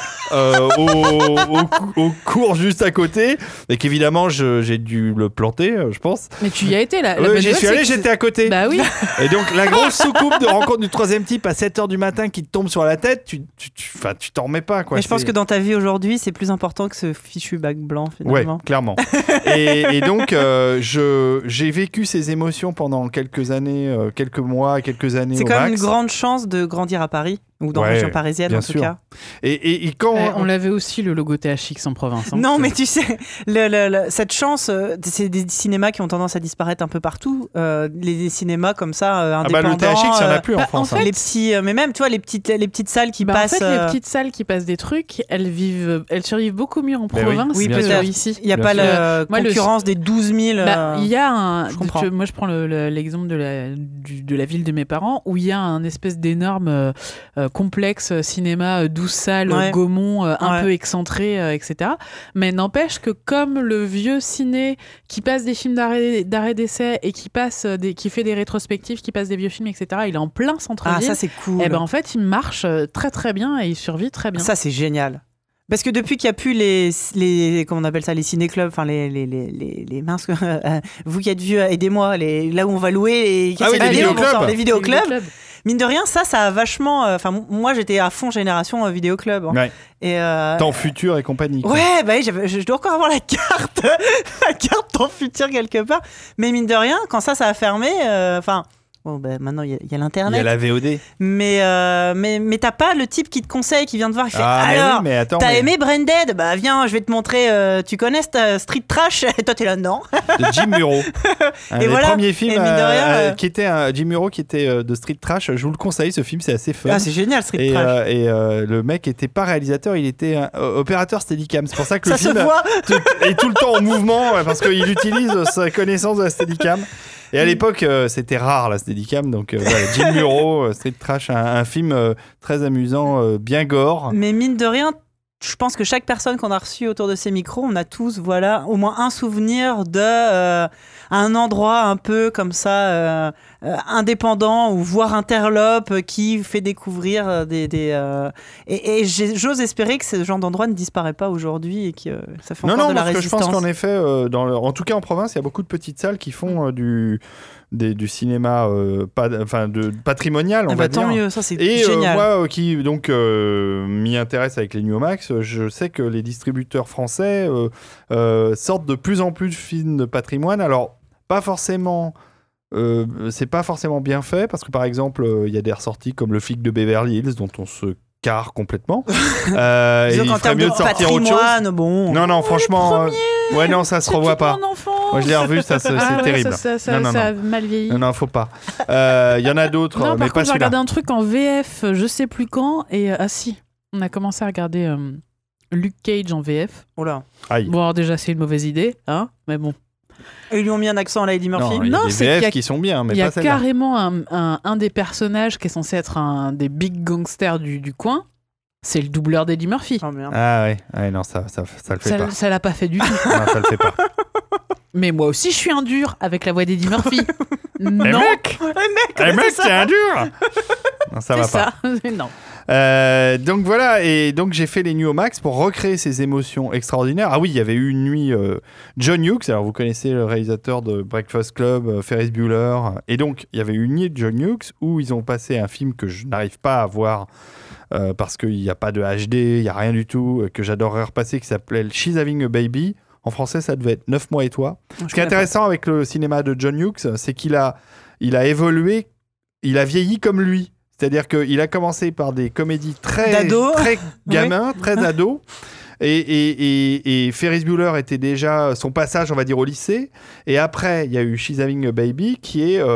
au cours juste à côté, et qu'évidemment j'ai dû le planter, je pense. Mais tu y as été là. J'y suis allé, j'étais à côté. Bah oui. Et donc la grosse soucoupe de rencontre du troisième type à 7h du matin qui te tombe sur la tête, tu t'en remets pas quoi. Mais je pense que dans ta vie aujourd'hui, c'est plus important que ce fichu bac blanc finalement. Ouais, clairement. et donc j'ai vécu ces émotions pendant quelques années, quelques mois, quelques années. C'est au quand même max. une grande chance de grandir à Paris. ou dans la région parisienne en tout cas. Et quand on l'avait aussi le logo THX en province. Non, mais tu sais, cette chance, c'est des cinémas qui ont tendance à disparaître un peu partout. Les cinémas comme ça, indépendants. Le THX, il n'y en a plus en France. En fait, les petits, mais même, tu vois, les petites salles qui passent. En fait, les petites salles qui passent des trucs, elles survivent beaucoup mieux en province que ici. Il n'y a pas la concurrence des 12 000. Il y a moi, je prends l'exemple de la ville de mes parents, où il y a un espèce d'énorme complexe cinéma, 12 salles, Gaumont, un peu excentré, etc. Mais n'empêche que comme le vieux ciné qui passe des films d'arrêt d'essai et qui fait des rétrospectives, qui passe des vieux films, etc., il est en plein centre-ville. Ah, ça c'est cool. Et ben en fait, il marche très très bien et il survit très bien. Ça c'est génial. Parce que depuis qu'il n'y a plus les comment on appelle ça, les ciné-clubs, enfin les minces, vous qui êtes vieux, aidez-moi, là où on va louer les vidéoclubs. Mine de rien, ça a vachement. Enfin, moi, j'étais à fond génération vidéoclub. Hein. Ouais. Et Temps futur et compagnie. Quoi. Ouais, bah, je dois encore avoir la carte Temps futur quelque part. Mais mine de rien, quand ça a fermé, enfin. Bon, maintenant, il y a l'Internet. Il y a la VOD. Mais t'as pas le type qui te conseille, qui vient te voir, qui fait alors, t'as aimé Branded ? Bah viens, je vais te montrer. Tu connais Street Trash ? Et toi, t'es là, non. De Jim Muro. Un des premiers films qui était Jim Muro, qui était de Street Trash. Je vous le conseille, ce film, c'est assez fun. Ah, c'est génial, Street Trash. Et le mec était pas réalisateur, il était opérateur Steadicam. C'est pour ça que le film est tout le temps en mouvement, parce qu'il utilise sa connaissance de la Steadicam. Et à l'époque, c'était rare la Steadicam, donc voilà, Jim Muro, Street Trash, un film très amusant, bien gore. Mais mine de rien, je pense que chaque personne qu'on a reçue autour de ces micros, on a tous, voilà, au moins un souvenir de un endroit un peu comme ça, indépendant ou voire interlope, qui fait découvrir et j'ose espérer que ce genre d'endroit ne disparaît pas aujourd'hui et que ça fait encore de la résistance. Je pense qu'en effet, en tout cas en province, il y a beaucoup de petites salles qui font du cinéma patrimonial, on va dire. Tant mieux, ça c'est et génial. Moi qui donc m'y intéresse avec les Nuomax, je sais que les distributeurs français sortent de plus en plus de films de patrimoine. Alors pas forcément c'est pas forcément bien fait, parce que par exemple il y a des ressorties comme Le flic de Beverly Hills dont on se carre complètement. Il ferait mieux de sortir autre chose. Bon. Non, franchement, ouais, non, ça se revoit pas. Moi, je l'ai revu, c'est terrible. Ça a mal vieilli. Non, faut pas. Il y en a d'autres, non, mais par pas contre, j'ai celui-là. regardé un truc en VF, je sais plus quand, et si, on a commencé à regarder Luke Cage en VF. Oh là. Aïe. Bon, alors déjà, c'est une mauvaise idée, hein, mais bon. Et ils lui ont mis un accent à Lady Murphy. Non, il y a des VF qui sont bien, mais pas celle-là. Il y a carrément un des personnages qui est censé être un des big gangsters du coin. C'est le doubleur d'Eddie Murphy. Oh, merde. Ah ouais, non, ça le fait pas. Ça l'a pas fait du tout. Non, ça le fait pas. Mais moi aussi, je suis un dur avec la voix d'Eddie Murphy. Non. Mec, c'est un dur. Non, ça va pas. Non. Donc voilà, et donc j'ai fait les nuits au max pour recréer ces émotions extraordinaires. Ah oui, il y avait eu une nuit John Hughes, alors vous connaissez le réalisateur de Breakfast Club, Ferris Bueller, et donc il y avait une nuit de John Hughes où ils ont passé un film que je n'arrive pas à voir parce qu'il n'y a pas de HD, il n'y a rien du tout, que j'adorerais repasser, qui s'appelait She's Having a Baby. En français, ça devait être 9 mois et toi. Ce qui est intéressant avec le cinéma de John Hughes, c'est qu'il a évolué, il a vieilli comme lui. C'est-à-dire qu'il a commencé par des comédies très gamins, très ados. Et Ferris Bueller était déjà son passage, on va dire, au lycée. Et après, il y a eu She's Having a Baby, qui est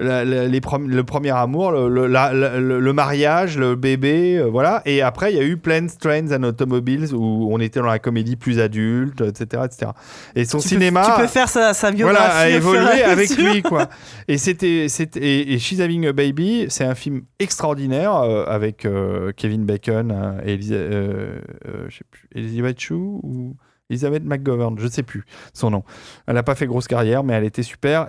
le premier amour, le mariage, le bébé, voilà. Et après, il y a eu Planes, Trains and Automobiles, où on était dans la comédie plus adulte, etc., etc. Et son cinéma... Tu peux faire sa biographie. Voilà, a évolué avec lui, quoi. Et et She's Having a Baby, c'est un film extraordinaire avec Kevin Bacon et je sais plus, Elizabeth Shue ou Elizabeth McGovern, je ne sais plus son nom. Elle n'a pas fait grosse carrière, mais elle était super.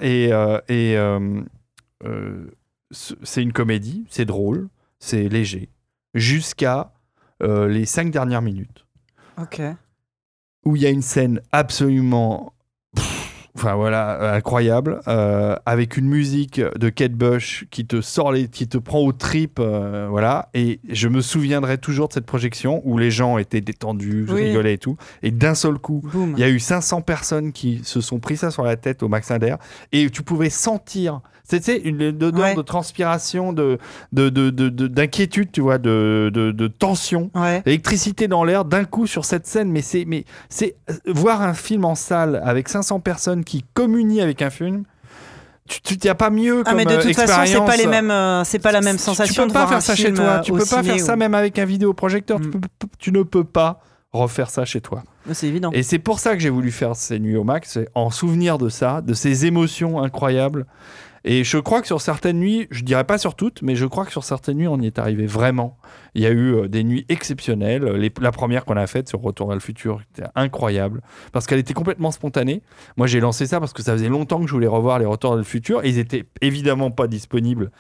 C'est une comédie, c'est drôle, c'est léger, jusqu'à les 5 dernières minutes. Ok. Où il y a une scène absolument Enfin voilà, incroyable, avec une musique de Kate Bush qui te prend aux tripes, voilà. Et je me souviendrai toujours de cette projection où les gens étaient détendus, rigolaient et tout. Et d'un seul coup, il y a eu 500 personnes qui se sont pris ça sur la tête au Max Linder et tu pouvais sentir. C'était une odeur de transpiration, d'inquiétude, tu vois, de tension, l'électricité dans l'air d'un coup sur cette scène. Mais c'est voir un film en salle avec 500 personnes qui communient avec un film. Tu n'y a pas mieux comme mais de toute façon, c'est pas la même Tu sensation. peux pas faire ça chez toi. Tu peux pas faire ça même avec un vidéoprojecteur. Tu ne peux pas refaire ça chez toi. C'est évident. Et c'est pour ça que j'ai voulu faire ces nuits au Max, c'est en souvenir de ça, de ces émotions incroyables. Et je crois que sur certaines nuits, je dirais pas sur toutes, mais je crois que sur certaines nuits, on y est arrivé vraiment. Il y a eu des nuits exceptionnelles. La première qu'on a faite sur Retour vers le futur était incroyable parce qu'elle était complètement spontanée. Moi, j'ai lancé ça parce que ça faisait longtemps que je voulais revoir les Retours vers le futur. Et ils étaient évidemment pas disponibles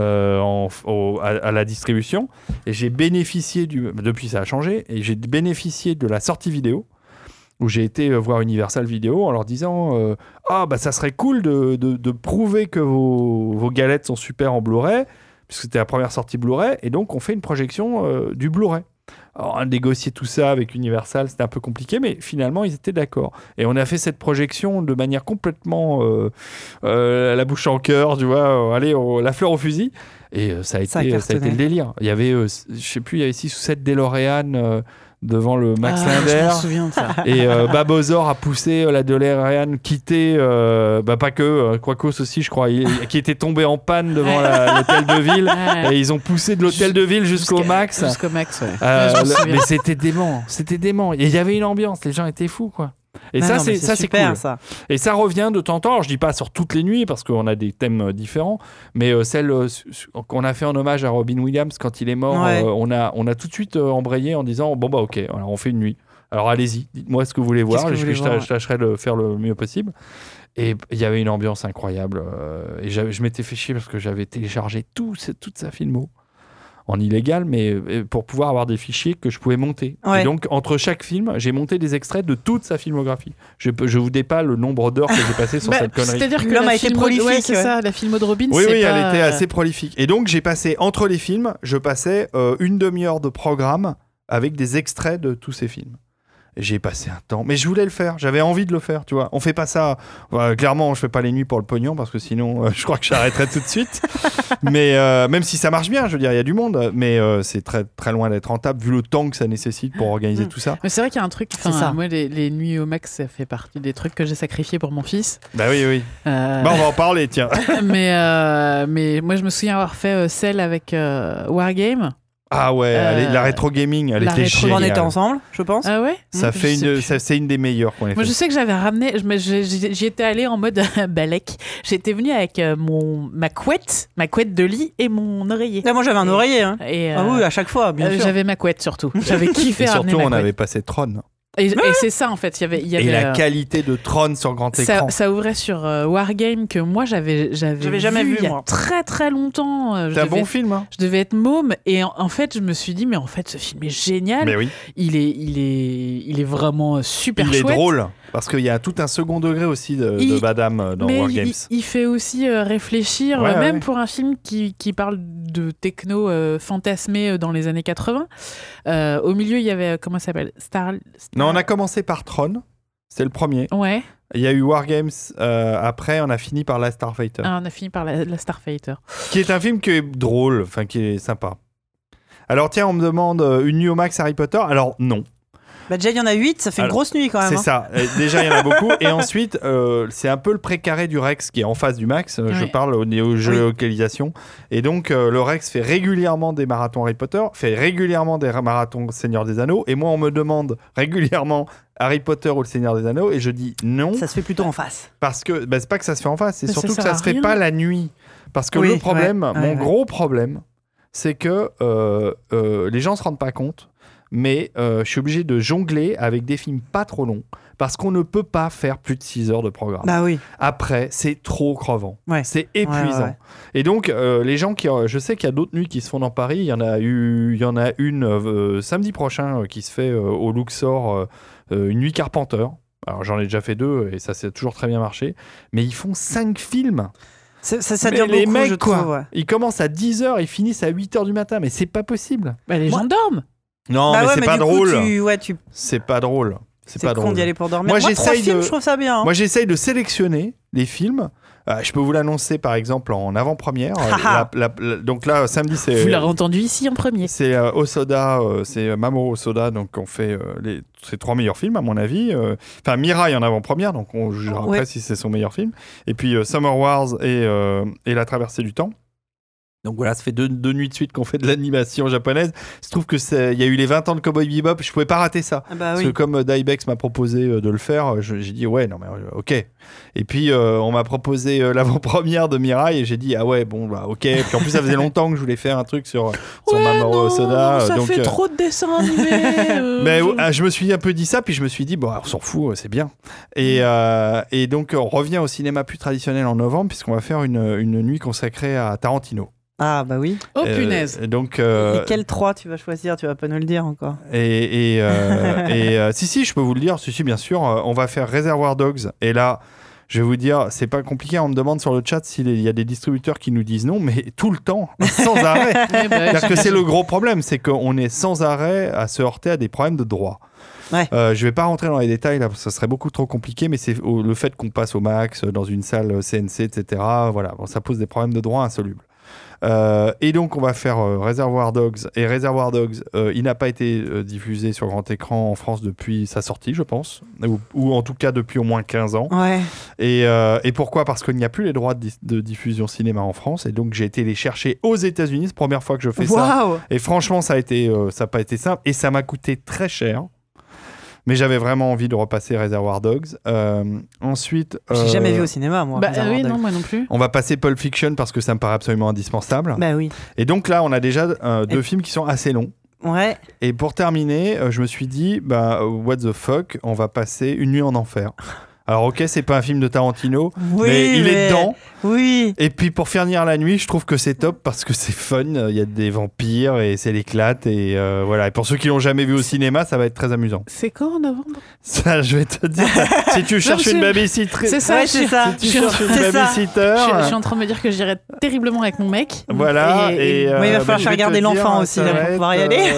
à la distribution. Et j'ai bénéficié depuis ça a changé, et j'ai bénéficié de la sortie vidéo, où j'ai été voir Universal Video en leur disant ça serait cool de prouver que vos galettes sont super en Blu-ray, puisque c'était la première sortie Blu-ray, et donc on fait une projection du Blu-ray. Alors, négocier tout ça avec Universal, c'était un peu compliqué, mais finalement, ils étaient d'accord. Et on a fait cette projection de manière complètement la bouche en cœur, tu vois, la fleur au fusil. Et ça a été le délire. Il y avait, je sais plus, il y avait 6 ou 7 DeLorean devant le Max Linder. Je me souviens de ça. Et Babozor a poussé la DeLorean quitter, pas que, Quacos aussi, je crois, qui était tombé en panne devant l'hôtel de ville. Et ils ont poussé de l'hôtel de ville jusqu'au Max. Jusqu'au Max, ouais. Mais c'était dément. Et il y avait une ambiance, les gens étaient fous, quoi. Et ça, c'est super, cool. Ça. Et ça revient de temps en temps. Alors, je dis pas sur toutes les nuits parce qu'on a des thèmes différents, mais celle qu'on a fait en hommage à Robin Williams quand il est mort, on a tout de suite embrayé en disant ok, alors on fait une nuit. Alors allez-y, dites-moi ce que vous voulez voir. Je tâcherai de faire le mieux possible. Et il y avait une ambiance incroyable. Et je m'étais fait chier parce que j'avais téléchargé toute sa filmo en illégal, mais pour pouvoir avoir des fichiers que je pouvais monter. Et donc, entre chaque film, j'ai monté des extraits de toute sa filmographie. Je vous dis pas le nombre d'heures que j'ai passé sur cette connerie. C'est-à-dire que l'homme a été prolifique. Ouais, c'est ça, la filmo de Robin, elle était assez prolifique. Et donc, j'ai passé, entre les films, je passais une demi-heure de programme avec des extraits de tous ces films. Et j'ai passé un temps, mais je voulais le faire, j'avais envie de le faire, tu vois. On fait pas ça, clairement, je fais pas les nuits pour le pognon parce que sinon, je crois que j'arrêterais tout de suite. Mais même si ça marche bien, je veux dire, il y a du monde, mais c'est très très loin d'être rentable vu le temps que ça nécessite pour organiser tout ça. Mais c'est vrai qu'il y a un truc, moi, les nuits au Max, ça fait partie des trucs que j'ai sacrifiés pour mon fils. Bah oui. On va en parler, tiens. mais moi, je me souviens avoir fait celle avec Wargame. Ah ouais, la rétro gaming, elle était géniale. On était ensemble, je pense. Ah ouais. C'est une des meilleures qu'on ait fait. Moi, je sais que j'avais ramené, j'y étais allée en mode balèque. J'étais venue avec ma couette de lit et mon oreiller. Moi, j'avais un oreiller. Hein. Oui, à chaque fois, bien sûr. J'avais ma couette surtout. J'avais kiffé ramener ma couette. Surtout, on avait passé Tron. Et c'est ça en fait, il y avait et la qualité de Tron sur grand écran. Ça ouvrait sur Wargame que moi j'avais jamais vu il y a très très longtemps. C'est un bon film. Hein. Je devais être môme et en fait je me suis dit mais en fait ce film est génial. Mais oui. Il est vraiment super chouette. Il est drôle parce qu'il y a tout un second degré aussi de Badam dans Wargames. Il fait aussi réfléchir même pour un film qui parle de techno fantasmé dans les années 80. Au milieu il y avait comment ça s'appelle Non, on a commencé par Tron, c'est le premier. Ouais. Il y a eu Wargames, après on a fini par la Starfighter. On a fini par la Starfighter. Qui est un film qui est drôle, enfin qui est sympa. Alors tiens, on me demande une nuit au Max Harry Potter, alors non. Déjà il y en a 8, ça fait une grosse nuit quand même. C'est ça, déjà il y en a beaucoup. Et ensuite, c'est un peu le précaré du Rex qui est en face du Max, je parle au géolocalisation. Et donc le Rex fait régulièrement des marathons Harry Potter, fait régulièrement des marathons Seigneur des Anneaux. Et moi on me demande régulièrement Harry Potter ou le Seigneur des Anneaux et je dis non. Ça se fait plutôt en face. Parce que c'est pas que ça se fait en face, c'est surtout que ça se fait pas la nuit. Parce que le problème, mon gros problème, c'est que les gens se rendent pas compte. Mais je suis obligé de jongler avec des films pas trop longs parce qu'on ne peut pas faire plus de 6 heures de programme. Bah oui. Après, c'est trop crevant. Ouais. C'est épuisant. Ouais. Et donc, les gens je sais qu'il y a d'autres nuits qui se font dans Paris. Il y en a une samedi prochain qui se fait au Luxor, une nuit Carpenter. Alors j'en ai déjà fait 2 et ça s'est toujours très bien marché. Mais ils font 5 films. Ça dure beaucoup, mecs, je trouve. Ouais. Ils commencent à 10h, ils finissent à 8h du matin. Mais c'est pas possible. Bah, les gens dorment. Non, mais c'est pas drôle. C'est pas drôle. C'est pas drôle d'y aller pour dormir. Moi 3 films, je trouve ça bien. Moi, j'essaye de sélectionner les films. Je peux vous l'annoncer par exemple en avant-première. Donc là, samedi, c'est. Vous l'avez entendu ici en premier. C'est Osoda, c'est Mamoru Osoda, donc on fait ses 3 meilleurs films à mon avis. Enfin, Mirai en avant-première, donc on jugera après si c'est son meilleur film. Et puis Summer Wars et La Traversée du Temps. Donc voilà, ça fait 2 nuits de suite qu'on fait de l'animation japonaise. Il se trouve que il y a eu les 20 ans de Cowboy Bebop, je pouvais pas rater ça. Parce que comme Daibex m'a proposé de le faire, j'ai dit ouais, non mais ok. Et puis on m'a proposé l'avant-première de Mirai et j'ai dit ah ouais, bon bah ok. Puis en plus ça faisait longtemps que je voulais faire un truc sur Mamoru Osoda. Ça fait trop de dessins animés. Mais je me suis un peu dit ça, puis je me suis dit bon, on s'en fout, c'est bien. Et donc on revient au cinéma plus traditionnel en novembre puisqu'on va faire une nuit consacrée à Tarantino. Ah bah oui. Oh punaise. Donc, et quel 3 tu vas choisir? Tu vas pas nous le dire encore. Si, je peux vous le dire. Si, bien sûr. On va faire Reservoir Dogs. Et là, je vais vous dire, c'est pas compliqué. On me demande sur le chat s'il y a des distributeurs qui nous disent non, mais tout le temps, sans arrêt. C'est-à-dire que c'est le gros problème, c'est qu'on est sans arrêt à se heurter à des problèmes de droit. Ouais. Je vais pas rentrer dans les détails là, parce que ça serait beaucoup trop compliqué, mais c'est le fait qu'on passe au max dans une salle CNC, etc. Voilà, ça pose des problèmes de droit insolubles. Et donc on va faire Reservoir Dogs. Et Reservoir Dogs, il n'a pas été diffusé sur grand écran en France depuis sa sortie, je pense, ou en tout cas depuis au moins 15 ans. Ouais. Et pourquoi? Parce qu'il n'y a plus les droits de diffusion cinéma en France, et donc j'ai été les chercher aux États-Unis. C'est la première fois que je fais ça. Et franchement, ça n'a pas été simple, et ça m'a coûté très cher. Mais j'avais vraiment envie de repasser Reservoir Dogs. Ensuite... J'ai jamais vu au cinéma, moi. Oui, non, moi non plus. On va passer Pulp Fiction parce que ça me paraît absolument indispensable. Bah oui. Et donc là, on a déjà 2 films qui sont assez longs. Ouais. Et pour terminer, je me suis dit, what the fuck, on va passer Une nuit en enfer. Alors ok, c'est pas un film de Tarantino, mais il est dedans. Oui. Et puis pour finir la nuit, je trouve que c'est top parce que c'est fun. Il y a des vampires et c'est l'éclate. Et voilà. Et pour ceux qui l'ont jamais vu au cinéma, ça va être très amusant. C'est quand en novembre? Ça, je vais te dire. Si tu cherches une babysitter, c'est ça. Si tu cherches une babysitter, je suis en train de me dire que j'irai terriblement avec mon mec. Voilà. Et il va falloir faire regarder l'enfant aussi là, pour pouvoir y aller.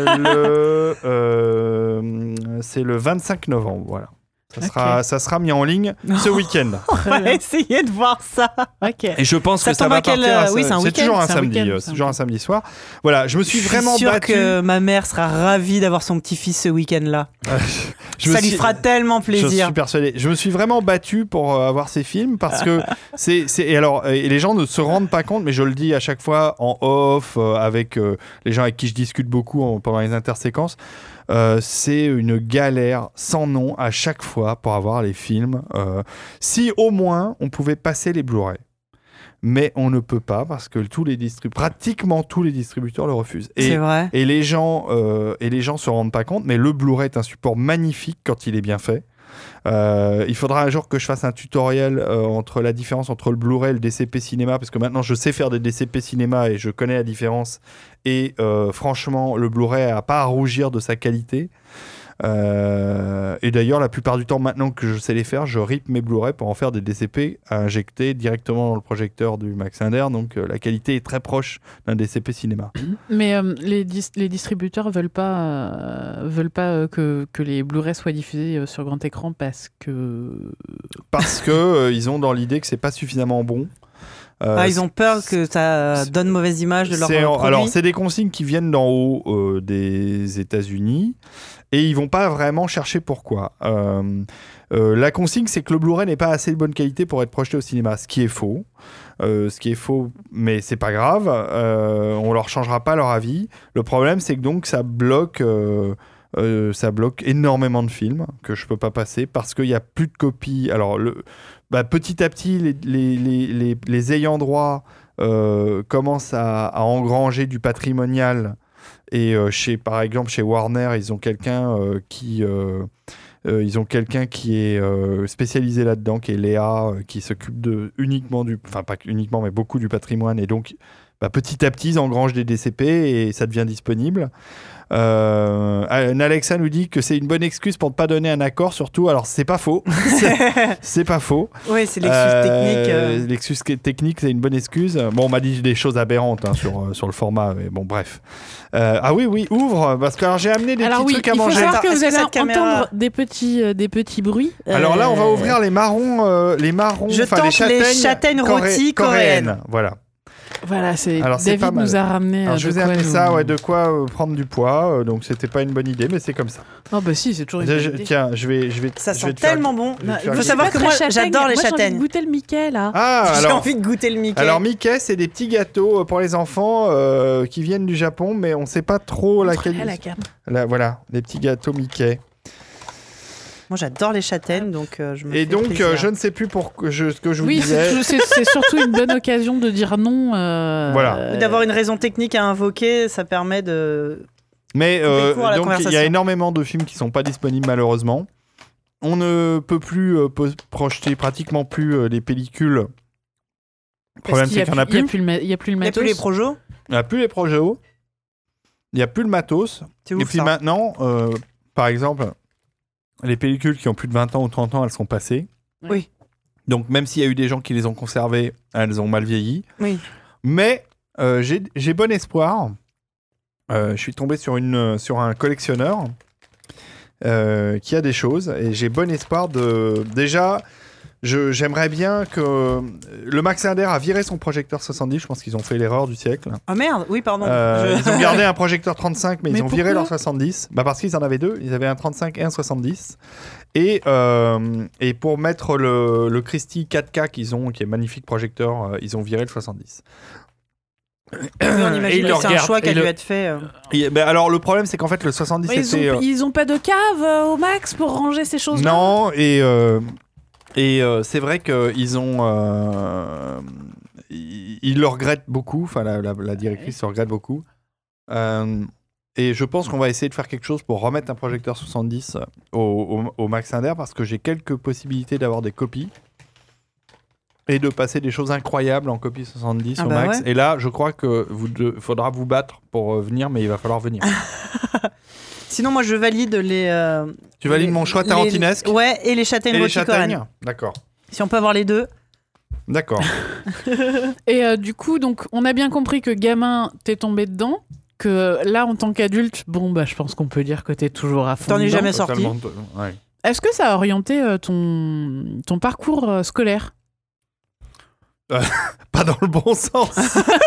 C'est le 25 novembre. Voilà. Ça sera mis en ligne ce week-end. On va essayer de voir ça. Okay. Et je pense que ça va partir. C'est toujours un samedi. C'est toujours un samedi soir. Voilà, je me suis vraiment battu. Je suis sûr que ma mère sera ravie d'avoir son petit-fils ce week-end-là. Ça lui fera tellement plaisir. Je suis persuadé. Je me suis vraiment battu pour avoir ces films parce que et les gens ne se rendent pas compte, mais je le dis à chaque fois en off avec les gens avec qui je discute beaucoup pendant les interséquences. C'est une galère sans nom à chaque fois pour avoir les films. Si au moins on pouvait passer les Blu-ray. Mais on ne peut pas parce que pratiquement tous les distributeurs le refusent. C'est vrai. Et les gens se rendent pas compte, mais le Blu-ray est un support magnifique quand il est bien fait. Il faudra un jour que je fasse un tutoriel entre la différence entre le Blu-ray et le DCP cinéma, parce que maintenant je sais faire des DCP cinéma et je connais la différence. Et franchement, le Blu-ray n'a pas à rougir de sa qualité. Et d'ailleurs, la plupart du temps, maintenant que je sais les faire, je rip mes Blu-ray pour en faire des DCP à injecter directement dans le projecteur du Maxender. Donc la qualité est très proche d'un DCP cinéma. Mais les distributeurs veulent pas que les Blu-ray soient diffusés sur grand écran parce que ils ont dans l'idée que c'est pas suffisamment bon. Ils ont peur que ça donne mauvaise image de leur produit. Alors, c'est des consignes qui viennent d'en haut des États-Unis et ils vont pas vraiment chercher pourquoi. La consigne, c'est que le Blu-ray n'est pas assez de bonne qualité pour être projeté au cinéma, ce qui est faux. Mais c'est pas grave. On leur changera pas leur avis. Le problème, c'est que donc ça bloque énormément de films que je peux pas passer parce qu'il y a plus de copies. Alors petit à petit, les ayants droit commencent à engranger du patrimonial. Et par exemple, chez Warner, ils ont quelqu'un qui est spécialisé là-dedans, qui est Léa, qui s'occupe uniquement pas uniquement, mais beaucoup du patrimoine. Et donc, petit à petit, ils engrangent des DCP et ça devient disponible. Alexa nous dit que c'est une bonne excuse pour ne pas donner un accord, surtout. Alors, c'est pas faux. c'est pas faux. Oui, c'est l'excuse technique. L'excuse technique, c'est une bonne excuse. Bon, on m'a dit des choses aberrantes sur le format, mais bon, bref. Oui, ouvre, parce que alors, j'ai amené des petits trucs à manger. Il faut savoir que vous allez entendre des petits bruits. Alors là, on va ouvrir les marrons, les châtaignes rôties coréennes. Voilà, c'est alors, David nous a ramené. Alors, je vous ai amené ça, de quoi prendre du poids. Donc c'était pas une bonne idée, mais c'est comme ça. Ah bah si, c'est toujours une bonne idée. Tiens, je vais. Ça sent tellement bon. Il faut savoir que moi, j'adore les châtaignes. J'ai envie de goûter le Mickey là. J'ai envie de goûter le Mickey. Alors Mickey, c'est des petits gâteaux pour les enfants qui viennent du Japon, mais on sait pas trop laquelle. Voilà, les petits gâteaux Mickey. Moi, j'adore les châtaignes, donc je me Et fais donc, plaisir. je ne sais plus ce que je vous disais. Oui, c'est surtout une bonne occasion de dire non. Voilà. D'avoir une raison technique à invoquer, ça permet de... Mais donc, il y a énormément de films qui ne sont pas disponibles, malheureusement. On ne peut plus projeter pratiquement plus les pellicules. Le problème, c'est qu'il n'y en a plus. Il n'y a plus le matos. Il n'y a plus les projos. Il n'y a plus les projos. Il n'y a plus le matos. C'est ouf, et puis maintenant, par exemple... Les pellicules qui ont plus de 20 ans ou 30 ans, elles sont passées. Oui. Donc, même s'il y a eu des gens qui les ont conservées, elles ont mal vieilli. Oui. Mais j'ai bon espoir. Je suis tombé sur un collectionneur qui a des choses. Et j'ai bon espoir de... Déjà, j'aimerais bien que... Le Max Linder a viré son projecteur 70. Je pense qu'ils ont fait l'erreur du siècle. Ah merde, oui, pardon. Ils ont gardé un projecteur 35, mais ils ont viré leur 70. Parce qu'ils en avaient deux. Ils avaient un 35 et un 70. Et pour mettre le Christie 4K qu'ils ont, qui est magnifique projecteur, ils ont viré le 70. On imagine que c'est un choix qui a dû être fait. Alors, le problème, c'est qu'en fait, le 70, c'était... Ils ont pas de cave au max pour ranger ces choses-là. Non, et c'est vrai qu'ils ont... ils le regrettent beaucoup. Enfin, la directrice le regrette beaucoup. Et je pense qu'on va essayer de faire quelque chose pour remettre un projecteur 70 au Max Linder, parce que j'ai quelques possibilités d'avoir des copies et de passer des choses incroyables en copie 70 au Max. Ouais. Et là, je crois que faudra vous battre pour venir, mais il va falloir venir. Sinon, moi, je valide les... Tu valides mon choix tarantinesque? Ouais, et les châtaignes rôties coréennes. D'accord. Si on peut avoir les deux. D'accord. Et du coup, donc, on a bien compris que gamin, t'es tombé dedans. Que là, en tant qu'adulte, je pense qu'on peut dire que t'es toujours à fond. T'en es jamais sorti. Ouais. Est-ce que ça a orienté ton parcours scolaire? Pas dans le bon sens.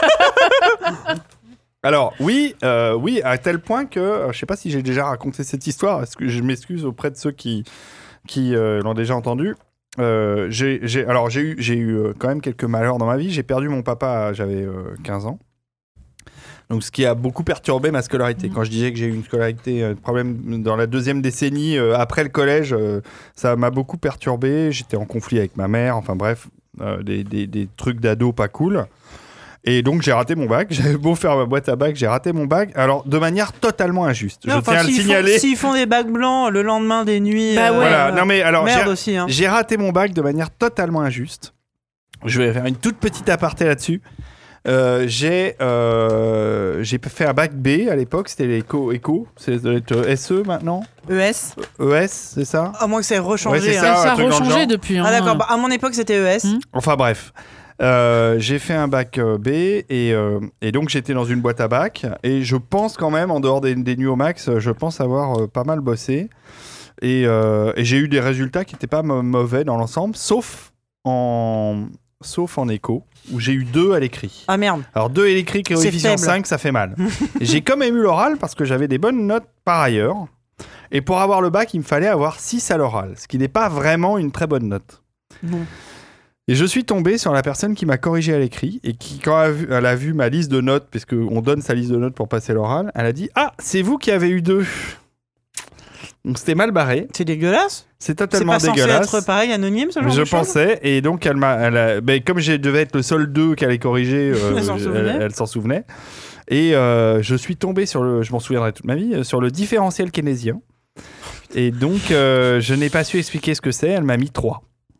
Alors, oui, à tel point que, je sais pas si j'ai déjà raconté cette histoire, est-ce que je m'excuse auprès de ceux qui l'ont déjà entendu. J'ai eu quand même quelques malheurs dans ma vie. J'ai perdu mon papa, j'avais 15 ans. Donc, ce qui a beaucoup perturbé ma scolarité. Quand je disais que j'ai eu une scolarité, problème dans la deuxième décennie, après le collège, ça m'a beaucoup perturbé. J'étais en conflit avec ma mère, enfin bref, des trucs d'ado pas cool. Et donc, j'ai raté mon bac. J'avais beau faire ma boîte à bac, j'ai raté mon bac. Alors, de manière totalement injuste. Je tiens à le signaler. S'ils font des bacs blancs le lendemain des nuits... voilà. Non, mais alors, merde aussi. Hein. J'ai raté mon bac de manière totalement injuste. Je vais faire une toute petite aparté là-dessus. J'ai fait un bac B à l'époque, c'était l'éco, c'est SE maintenant. ES, c'est ça? À moins que ça ait rechangé. Ouais, ça a rechangé depuis. Ah d'accord, à mon époque c'était ES. Enfin bref, j'ai fait un bac B et donc j'étais dans une boîte à bac et je pense quand même, en dehors des nuits au max, je pense avoir pas mal bossé et j'ai eu des résultats qui n'étaient pas mauvais dans l'ensemble, sauf en éco, où j'ai eu 2 à l'écrit. Ah merde. Alors 2 à l'écrit, coefficient 5, ça fait mal. J'ai quand même eu l'oral parce que j'avais des bonnes notes par ailleurs. Et pour avoir le bac, il me fallait avoir 6 à l'oral, ce qui n'est pas vraiment une très bonne note. Non. Et je suis tombé sur la personne qui m'a corrigé à l'écrit et qui, quand elle a vu ma liste de notes, parce qu'on donne sa liste de notes pour passer l'oral, elle a dit « Ah, c'est vous qui avez eu 2 !» Donc c'était mal barré. C'est dégueulasse. C'est totalement dégueulasse. C'est pas censé être pareil, anonyme, ce genre de choses. Je pensais, et donc comme je devais être le seul 2 qu'elle allait corriger, elle s'en souvenait. Et je suis tombé je m'en souviendrai toute ma vie, sur le différentiel keynésien. Et donc je n'ai pas su expliquer ce que c'est, elle m'a mis 3.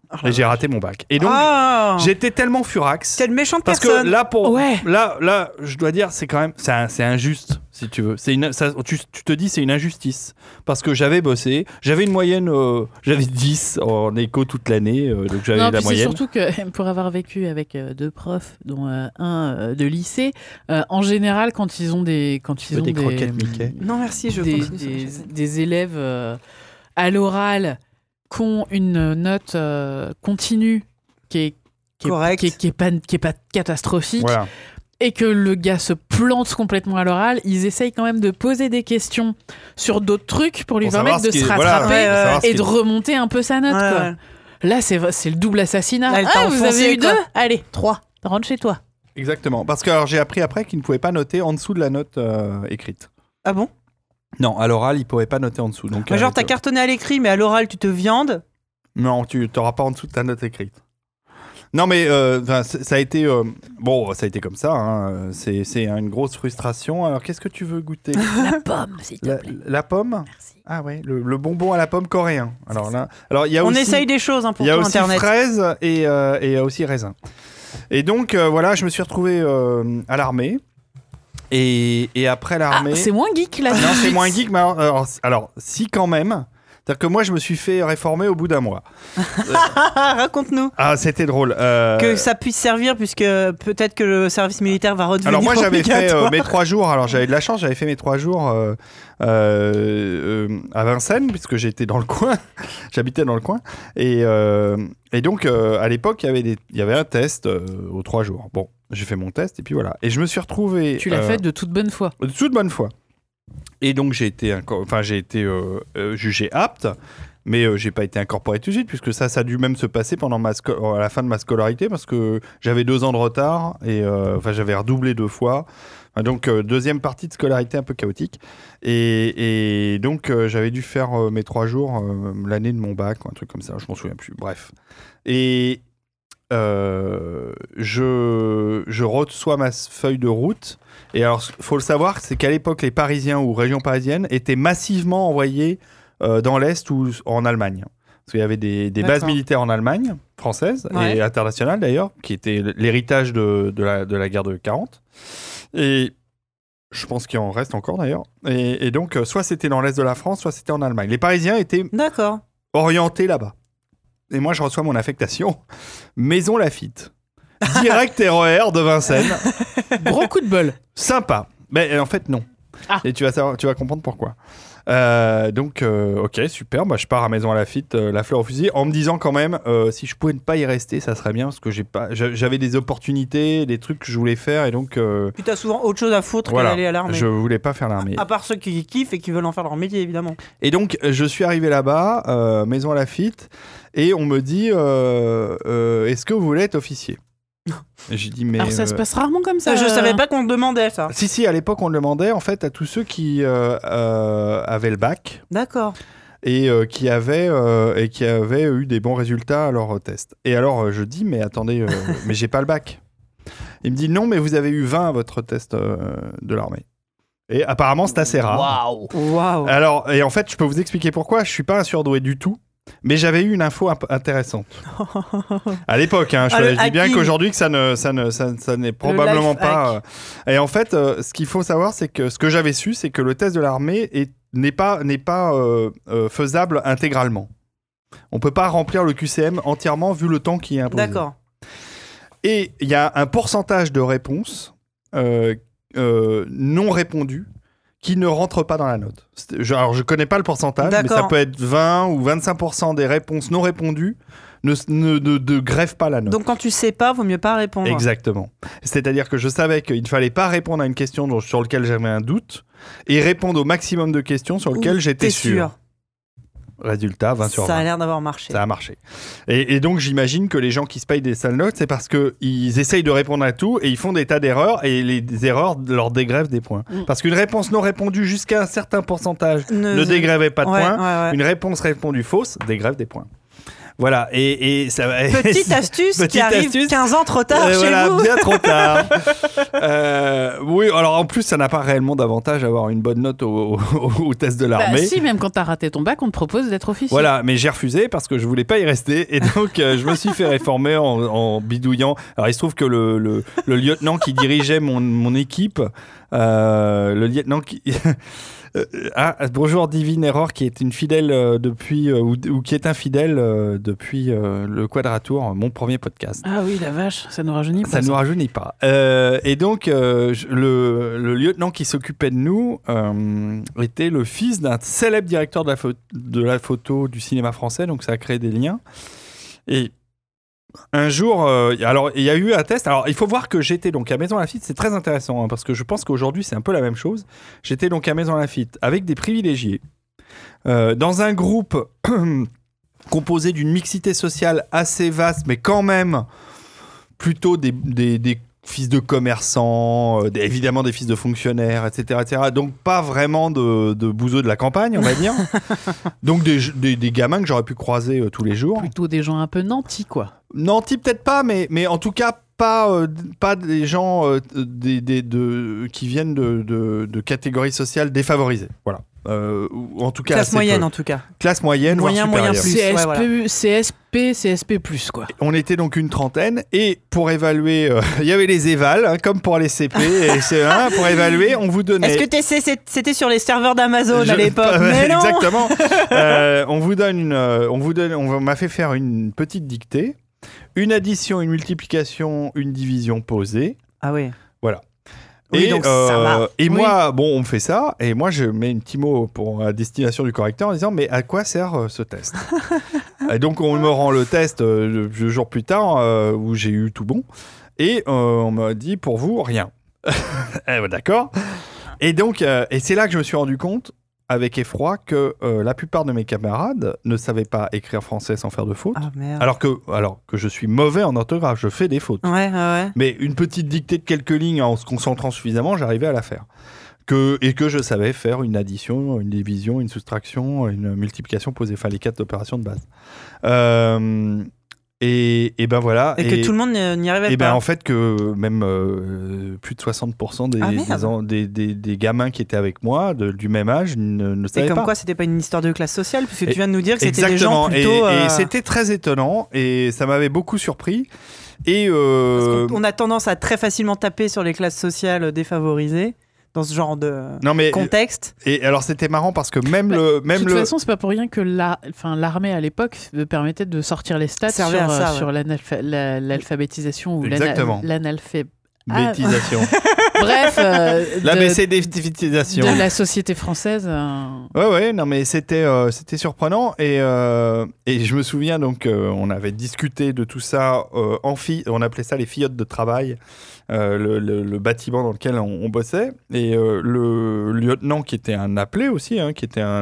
Et j'ai raté mon bac. Et donc, j'étais tellement furax. Quelle méchante parce personne. Que là, je dois dire, c'est quand même, c'est injuste, si tu veux. Tu te dis, c'est une injustice. Parce que j'avais bossé, j'avais une moyenne, j'avais 10 en éco toute l'année, donc j'avais la moyenne. C'est surtout que pour avoir vécu avec 2 profs, dont un de lycée, en général, quand ils ont des croquettes Mickey. Non, merci, je des élèves à l'oral qui ont une note continue qui est pas catastrophique, voilà. Et que le gars se plante complètement à l'oral, ils essayent quand même de poser des questions sur d'autres trucs pour lui permettre de se rattraper et de remonter un peu sa note. Quoi. Là, c'est le double assassinat. Là, vous avez eu 2 ? Allez, 3. Rentre chez toi. Exactement. Parce que alors, j'ai appris après qu'ils ne pouvaient pas noter en dessous de la note écrite. Ah bon ? Non, à l'oral, ils ne pouvaient pas noter en dessous. Donc, genre, t'as cartonné à l'écrit, mais à l'oral, tu te viandes ? Non, tu n'auras pas en dessous de ta note écrite. Non, mais ça a été... ça a été comme ça. Hein. C'est une grosse frustration. Alors, qu'est-ce que tu veux goûter ? La pomme, s'il te plaît. La pomme ? Merci. Ah ouais, le bonbon à la pomme coréen. Alors, il y a On aussi, essaye des choses pour tout Internet. Il y a aussi fraise et il y a aussi raisin. Et donc, voilà, je me suis retrouvé à l'armée. Et après l'armée... c'est moins geek, là. Non, c'est moins geek, mais alors si quand même... C'est-à-dire que moi, je me suis fait réformer au bout d'un mois. Raconte-nous. Ah, c'était drôle. Que ça puisse servir, puisque peut-être que le service militaire va redevenir Alors moi, j'avais obligatoire. fait mes 3 jours. Alors j'avais de la chance, j'avais fait mes 3 jours à Vincennes, puisque j'étais dans le coin. J'habitais dans le coin. Et donc, à l'époque, il y avait un test aux 3 jours. Bon, j'ai fait mon test, et puis voilà. Et je me suis retrouvé... Tu l'as fait de toute bonne foi. De toute bonne foi. Et donc j'ai été jugé apte, mais j'ai pas été incorporé tout de suite, puisque ça a dû même se passer à la fin de ma scolarité, parce que j'avais 2 ans de retard et j'avais redoublé 2 fois. Donc deuxième partie de scolarité un peu chaotique, et donc j'avais dû faire mes 3 jours l'année de mon bac, ou un truc comme ça, je m'en souviens plus. Bref, et je reçois ma feuille de route. Et alors, il faut le savoir, c'est qu'à l'époque, les Parisiens ou régions parisiennes étaient massivement envoyés dans l'Est ou en Allemagne. Parce qu'il y avait des bases militaires en Allemagne, françaises et internationales d'ailleurs, qui étaient l'héritage de la guerre de 40. Et je pense qu'il en reste encore d'ailleurs. Et donc, soit c'était dans l'Est de la France, soit c'était en Allemagne. Les Parisiens étaient orientés là-bas. Et moi, je reçois mon affectation Maison Lafitte. Direct RER de Vincennes. Gros coup de bol. Sympa. Mais en fait, non. Ah. Et tu vas comprendre pourquoi. Donc, ok, super. Je pars à Maison Lafitte, la fleur au fusil, en me disant quand même, si je pouvais ne pas y rester, ça serait bien, parce que j'avais des opportunités, des trucs que je voulais faire, et donc... Puis t'as souvent autre chose à foutre qu'aller à l'armée. Je voulais pas faire l'armée. À part ceux qui kiffent et qui veulent en faire leur métier, évidemment. Et donc, je suis arrivé là-bas, Maison Lafitte, et on me dit, est-ce que vous voulez être officier ? J'ai dit, mais alors ça se passe rarement comme ça. Je savais pas qu'on le demandait, ça. Si, à l'époque on le demandait en fait à tous ceux qui avaient le bac. D'accord. Et qui avaient eu des bons résultats à leur test. Et alors je dis, mais attendez, mais j'ai pas le bac. Il me dit, non, mais vous avez eu 20 à votre test de l'armée. Et apparemment c'est assez rare. Waouh. Alors, et en fait je peux vous expliquer pourquoi. Je suis pas un surdoué du tout. Mais j'avais eu une info intéressante. À l'époque, je dis bien qu'aujourd'hui que ça n'est probablement pas. Et en fait, ce qu'il faut savoir, c'est que ce que j'avais su, c'est que le test de l'armée n'est pas faisable intégralement. On peut pas remplir le QCM entièrement vu le temps qui est imposé. D'accord. Et il y a un pourcentage de réponses non répondues qui ne rentrent pas dans la note. Alors, je connais pas le pourcentage, mais ça peut être 20 ou 25% des réponses non répondues ne grèvent pas la note. Donc, quand tu sais pas, vaut mieux pas répondre. Exactement. C'est-à-dire que je savais qu'il ne fallait pas répondre à une question sur laquelle j'avais un doute et répondre au maximum de questions sur lesquelles j'étais sûr. Résultat, 20 sur 20. Ça a l'air d'avoir marché. Ça a marché. Et donc, j'imagine que les gens qui se payent des sales notes, c'est parce qu'ils essayent de répondre à tout et ils font des tas d'erreurs et les erreurs leur dégrèvent des points. Parce qu'une réponse non répondue jusqu'à un certain pourcentage ne dégrèvait pas de points. Ouais. Une réponse répondue fausse dégrève des points. Voilà, et ça va. Petite astuce qui arrive 15 ans trop tard chez vous. Bien trop tard. Oui, alors en plus, ça n'a pas réellement d'avantage d'avoir une bonne note au test de l'armée. Si, même quand t'as raté ton bac, on te propose d'être officier. Voilà, mais j'ai refusé parce que je voulais pas y rester, et donc je me suis fait réformer en bidouillant. Alors il se trouve que le lieutenant qui dirigeait mon équipe, le lieutenant qui... bonjour Divine Error, qui est une fidèle depuis ou qui est infidèle depuis le Quadratour, mon premier podcast. Ah oui, la vache, ça nous rajeunit pas. Ça nous rajeunit pas. Et donc le lieutenant qui s'occupait de nous était le fils d'un célèbre directeur de la photo du cinéma français, donc ça a créé des liens. Et un jour, alors il y a eu un test. Alors il faut voir que j'étais donc à Maisons-Laffitte, c'est très intéressant parce que je pense qu'aujourd'hui c'est un peu la même chose. J'étais donc à Maisons-Laffitte avec des privilégiés dans un groupe composé d'une mixité sociale assez vaste, mais quand même plutôt des fils de commerçants, évidemment des fils de fonctionnaires, etc., etc. Donc pas vraiment de bouseux de la campagne, on va dire. Donc des gamins que j'aurais pu croiser tous les jours. Plutôt des gens un peu nantis, quoi. Nantis peut-être pas, mais en tout cas pas des gens qui viennent de catégories sociales défavorisées. Voilà. Ou en tout cas classe moyenne, en tout cas. Classe moyenne, moyen plus. CSP+, quoi. On était donc une trentaine, et pour évaluer, il y avait les évals, comme pour les CP et CE1, pour évaluer, on vous donnait... Est-ce que c'était sur les serveurs d'Amazon à l'époque? Mais non. Exactement. On m'a fait faire une petite dictée, une addition, une multiplication, une division posée. Ah oui. Voilà. Oui, donc ça va. Et moi, on me fait ça, et moi je mets un petit mot pour la destination du correcteur en disant mais à quoi sert ce test? Et donc on me rend le test 2 jours plus tard où j'ai eu tout bon, et on m'a dit pour vous rien. D'accord. Et donc et c'est là que je me suis rendu compte avec effroi que la plupart de mes camarades ne savaient pas écrire français sans faire de fautes. Ah, merde. Alors que je suis mauvais en orthographe, je fais des fautes. Ouais. Mais une petite dictée de quelques lignes en se concentrant suffisamment, j'arrivais à la faire. Et que je savais faire une addition, une division, une soustraction, une multiplication posée, enfin les 4 opérations de base. Et ben voilà. Et que tout le monde n'y arrivait pas. Et ben en fait que même plus de 60% des gamins qui étaient avec moi du même âge ne savaient pas. Et comme quoi c'était pas une histoire de classe sociale, puisque tu viens de nous dire que c'était des gens plutôt... Et c'était très étonnant, et ça m'avait beaucoup surpris. Et parce qu'on a tendance à très facilement taper sur les classes sociales défavorisées dans ce genre de contexte. Et alors c'était marrant parce que de toute façon, c'est pas pour rien que l'armée à l'époque permettait de sortir les stats sur l'alphabétisation ou l'analphabétisation. Bref, l'ABCDisation de la société française. Ouais, non mais c'était surprenant, et je me souviens donc on avait discuté de tout ça on appelait ça les fillottes de travail, le bâtiment dans lequel on bossait, et le lieutenant qui était un appelé aussi, qui était un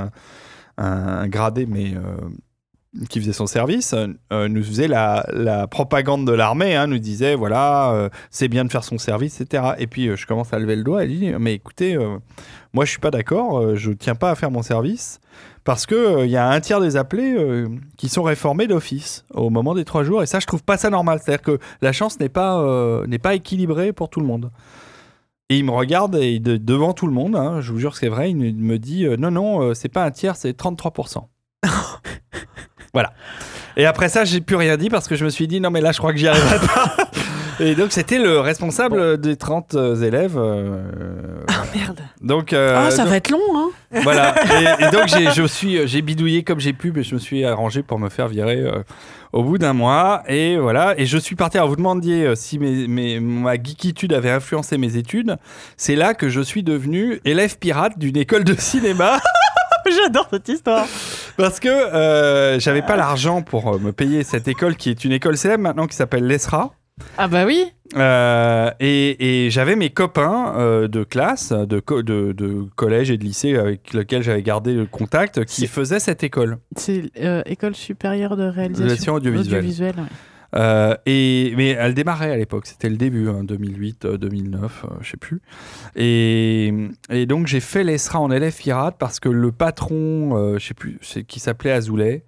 gradé mais qui faisait son service, nous faisait la propagande de l'armée, nous disait voilà, c'est bien de faire son service, etc. Et puis je commence à lever le doigt et je dis mais écoutez, moi je suis pas d'accord, je tiens pas à faire mon service parce que il y a un tiers des appelés qui sont réformés d'office au moment des 3 jours, et ça je trouve pas ça normal, c'est-à-dire que la chance n'est pas équilibrée pour tout le monde. Et il me regarde, et devant tout le monde, je vous jure que c'est vrai, il me dit non, c'est pas un tiers, c'est 33%. Voilà. Et après ça, j'ai plus rien dit parce que je me suis dit non mais là je crois que j'y arriverai pas. Et donc c'était le responsable des 30 élèves. Ah merde. Donc ça va être long, hein. Voilà. Et donc j'ai bidouillé comme j'ai pu, mais je me suis arrangé pour me faire virer au bout d'un mois, et voilà. Et je suis parti. Alors vous demandiez si ma geekitude avait influencé mes études. C'est là que je suis devenu élève pirate d'une école de cinéma. J'adore cette histoire. Parce que j'avais pas l'argent pour me payer cette école, qui est une école célèbre maintenant, qui s'appelle l'ESRA. Ah bah oui. Et j'avais mes copains de classe, de collège et de lycée avec lesquels j'avais gardé le contact, qui faisaient cette école. C'est École supérieure de réalisation audiovisuelle. Ouais. Mais elle démarrait à l'époque, c'était le début, 2008, 2009, je sais plus. Et donc j'ai fait l'ESRA en élève pirate parce que le patron, je sais plus, qui s'appelait Azoulay,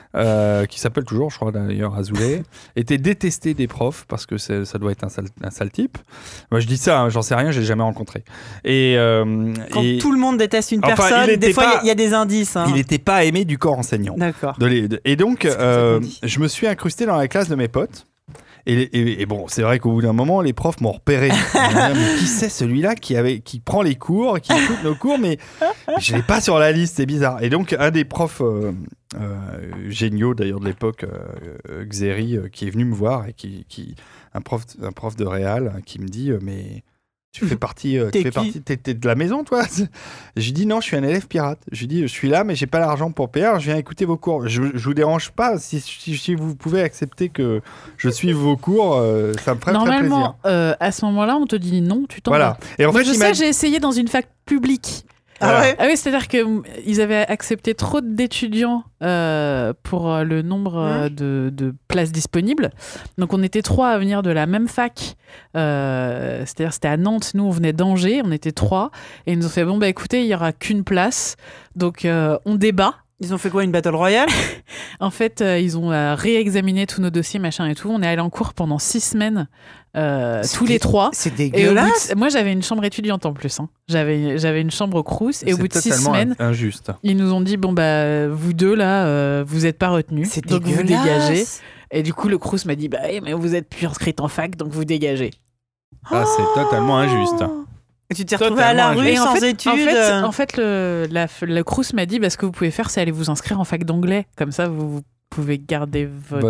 qui s'appelle toujours, je crois d'ailleurs, Azoulay, était détesté des profs parce que ça doit être un sale type. Moi, je dis ça, hein, j'en sais rien, je l'ai jamais rencontré. Quand tout le monde déteste une personne, des fois il y a des indices. Hein. Il n'était pas aimé du corps enseignant. D'accord. Et donc, je me suis incrusté dans la classe de mes potes. Et bon, c'est vrai qu'au bout d'un moment, les profs m'ont repéré. Mais qui c'est celui-là qui prend les cours, qui écoute nos cours, mais je l'ai pas sur la liste, c'est bizarre. Et donc, un des profs géniaux d'ailleurs de l'époque, Xeri, qui est venu me voir et un prof de réal qui me dit mais tu fais partie, t'es de la maison, toi? Je lui dis non, je suis un élève pirate. Je lui dis je suis là, mais j'ai pas l'argent pour payer. Alors je viens écouter vos cours. Je vous dérange pas si vous pouvez accepter que je suive vos cours, ça me ferait très plaisir. Normalement, à ce moment-là, on te dit non, tu t'en vas. Et en Moi, fait, j'ai essayé dans une fac publique. Ah ouais. Ah oui, c'est-à-dire qu'ils avaient accepté trop d'étudiants pour le nombre de places disponibles. Donc on était 3 à venir de la même fac. C'est-à-dire c'était à Nantes, nous on venait d'Angers, on était 3. Et ils nous ont fait, bon bah écoutez, il n'y aura qu'une place. Donc on débat. Ils ont fait quoi, une battle royale? En fait, ils ont réexaminé tous nos dossiers, machin et tout. On est allé en cours pendant 6 semaines, tous les 3. C'est dégueulasse. Moi, j'avais une chambre étudiante en plus. Hein. J'avais une chambre au Crous. Et au bout de 6 semaines, injuste. Ils nous ont dit, bon, bah, vous deux, là, vous n'êtes pas retenus. C'est donc dégueulasse. vous dégagez. Et du coup, le Crous m'a dit, bah, mais vous êtes plus inscrite en fac, donc vous dégagez. Ah, c'est totalement injuste. Et tu t'es retrouvé à la rue sans études. En fait, le Crous m'a dit, bah, ce que vous pouvez faire, c'est aller vous inscrire en fac d'anglais. Comme ça, vous pouvez garder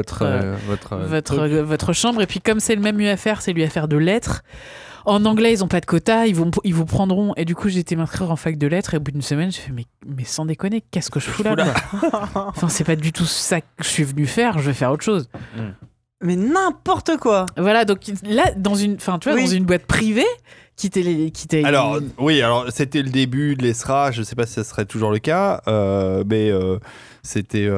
votre chambre. Et puis, comme c'est le même UFR, c'est l'UFR de lettres. En anglais, ils n'ont pas de quota, ils vous prendront. Et du coup, j'ai été m'inscrire en fac de lettres. Et au bout d'une semaine, j'ai fait, mais sans déconner, qu'est-ce que je fous là, Enfin, c'est pas du tout ça que je suis venu faire, je vais faire autre chose. Mais n'importe quoi. Voilà, donc là, dans une boîte privée, qui t'est... Alors, c'était le début de l'ESRA, je sais pas si ça serait toujours le cas, mais c'était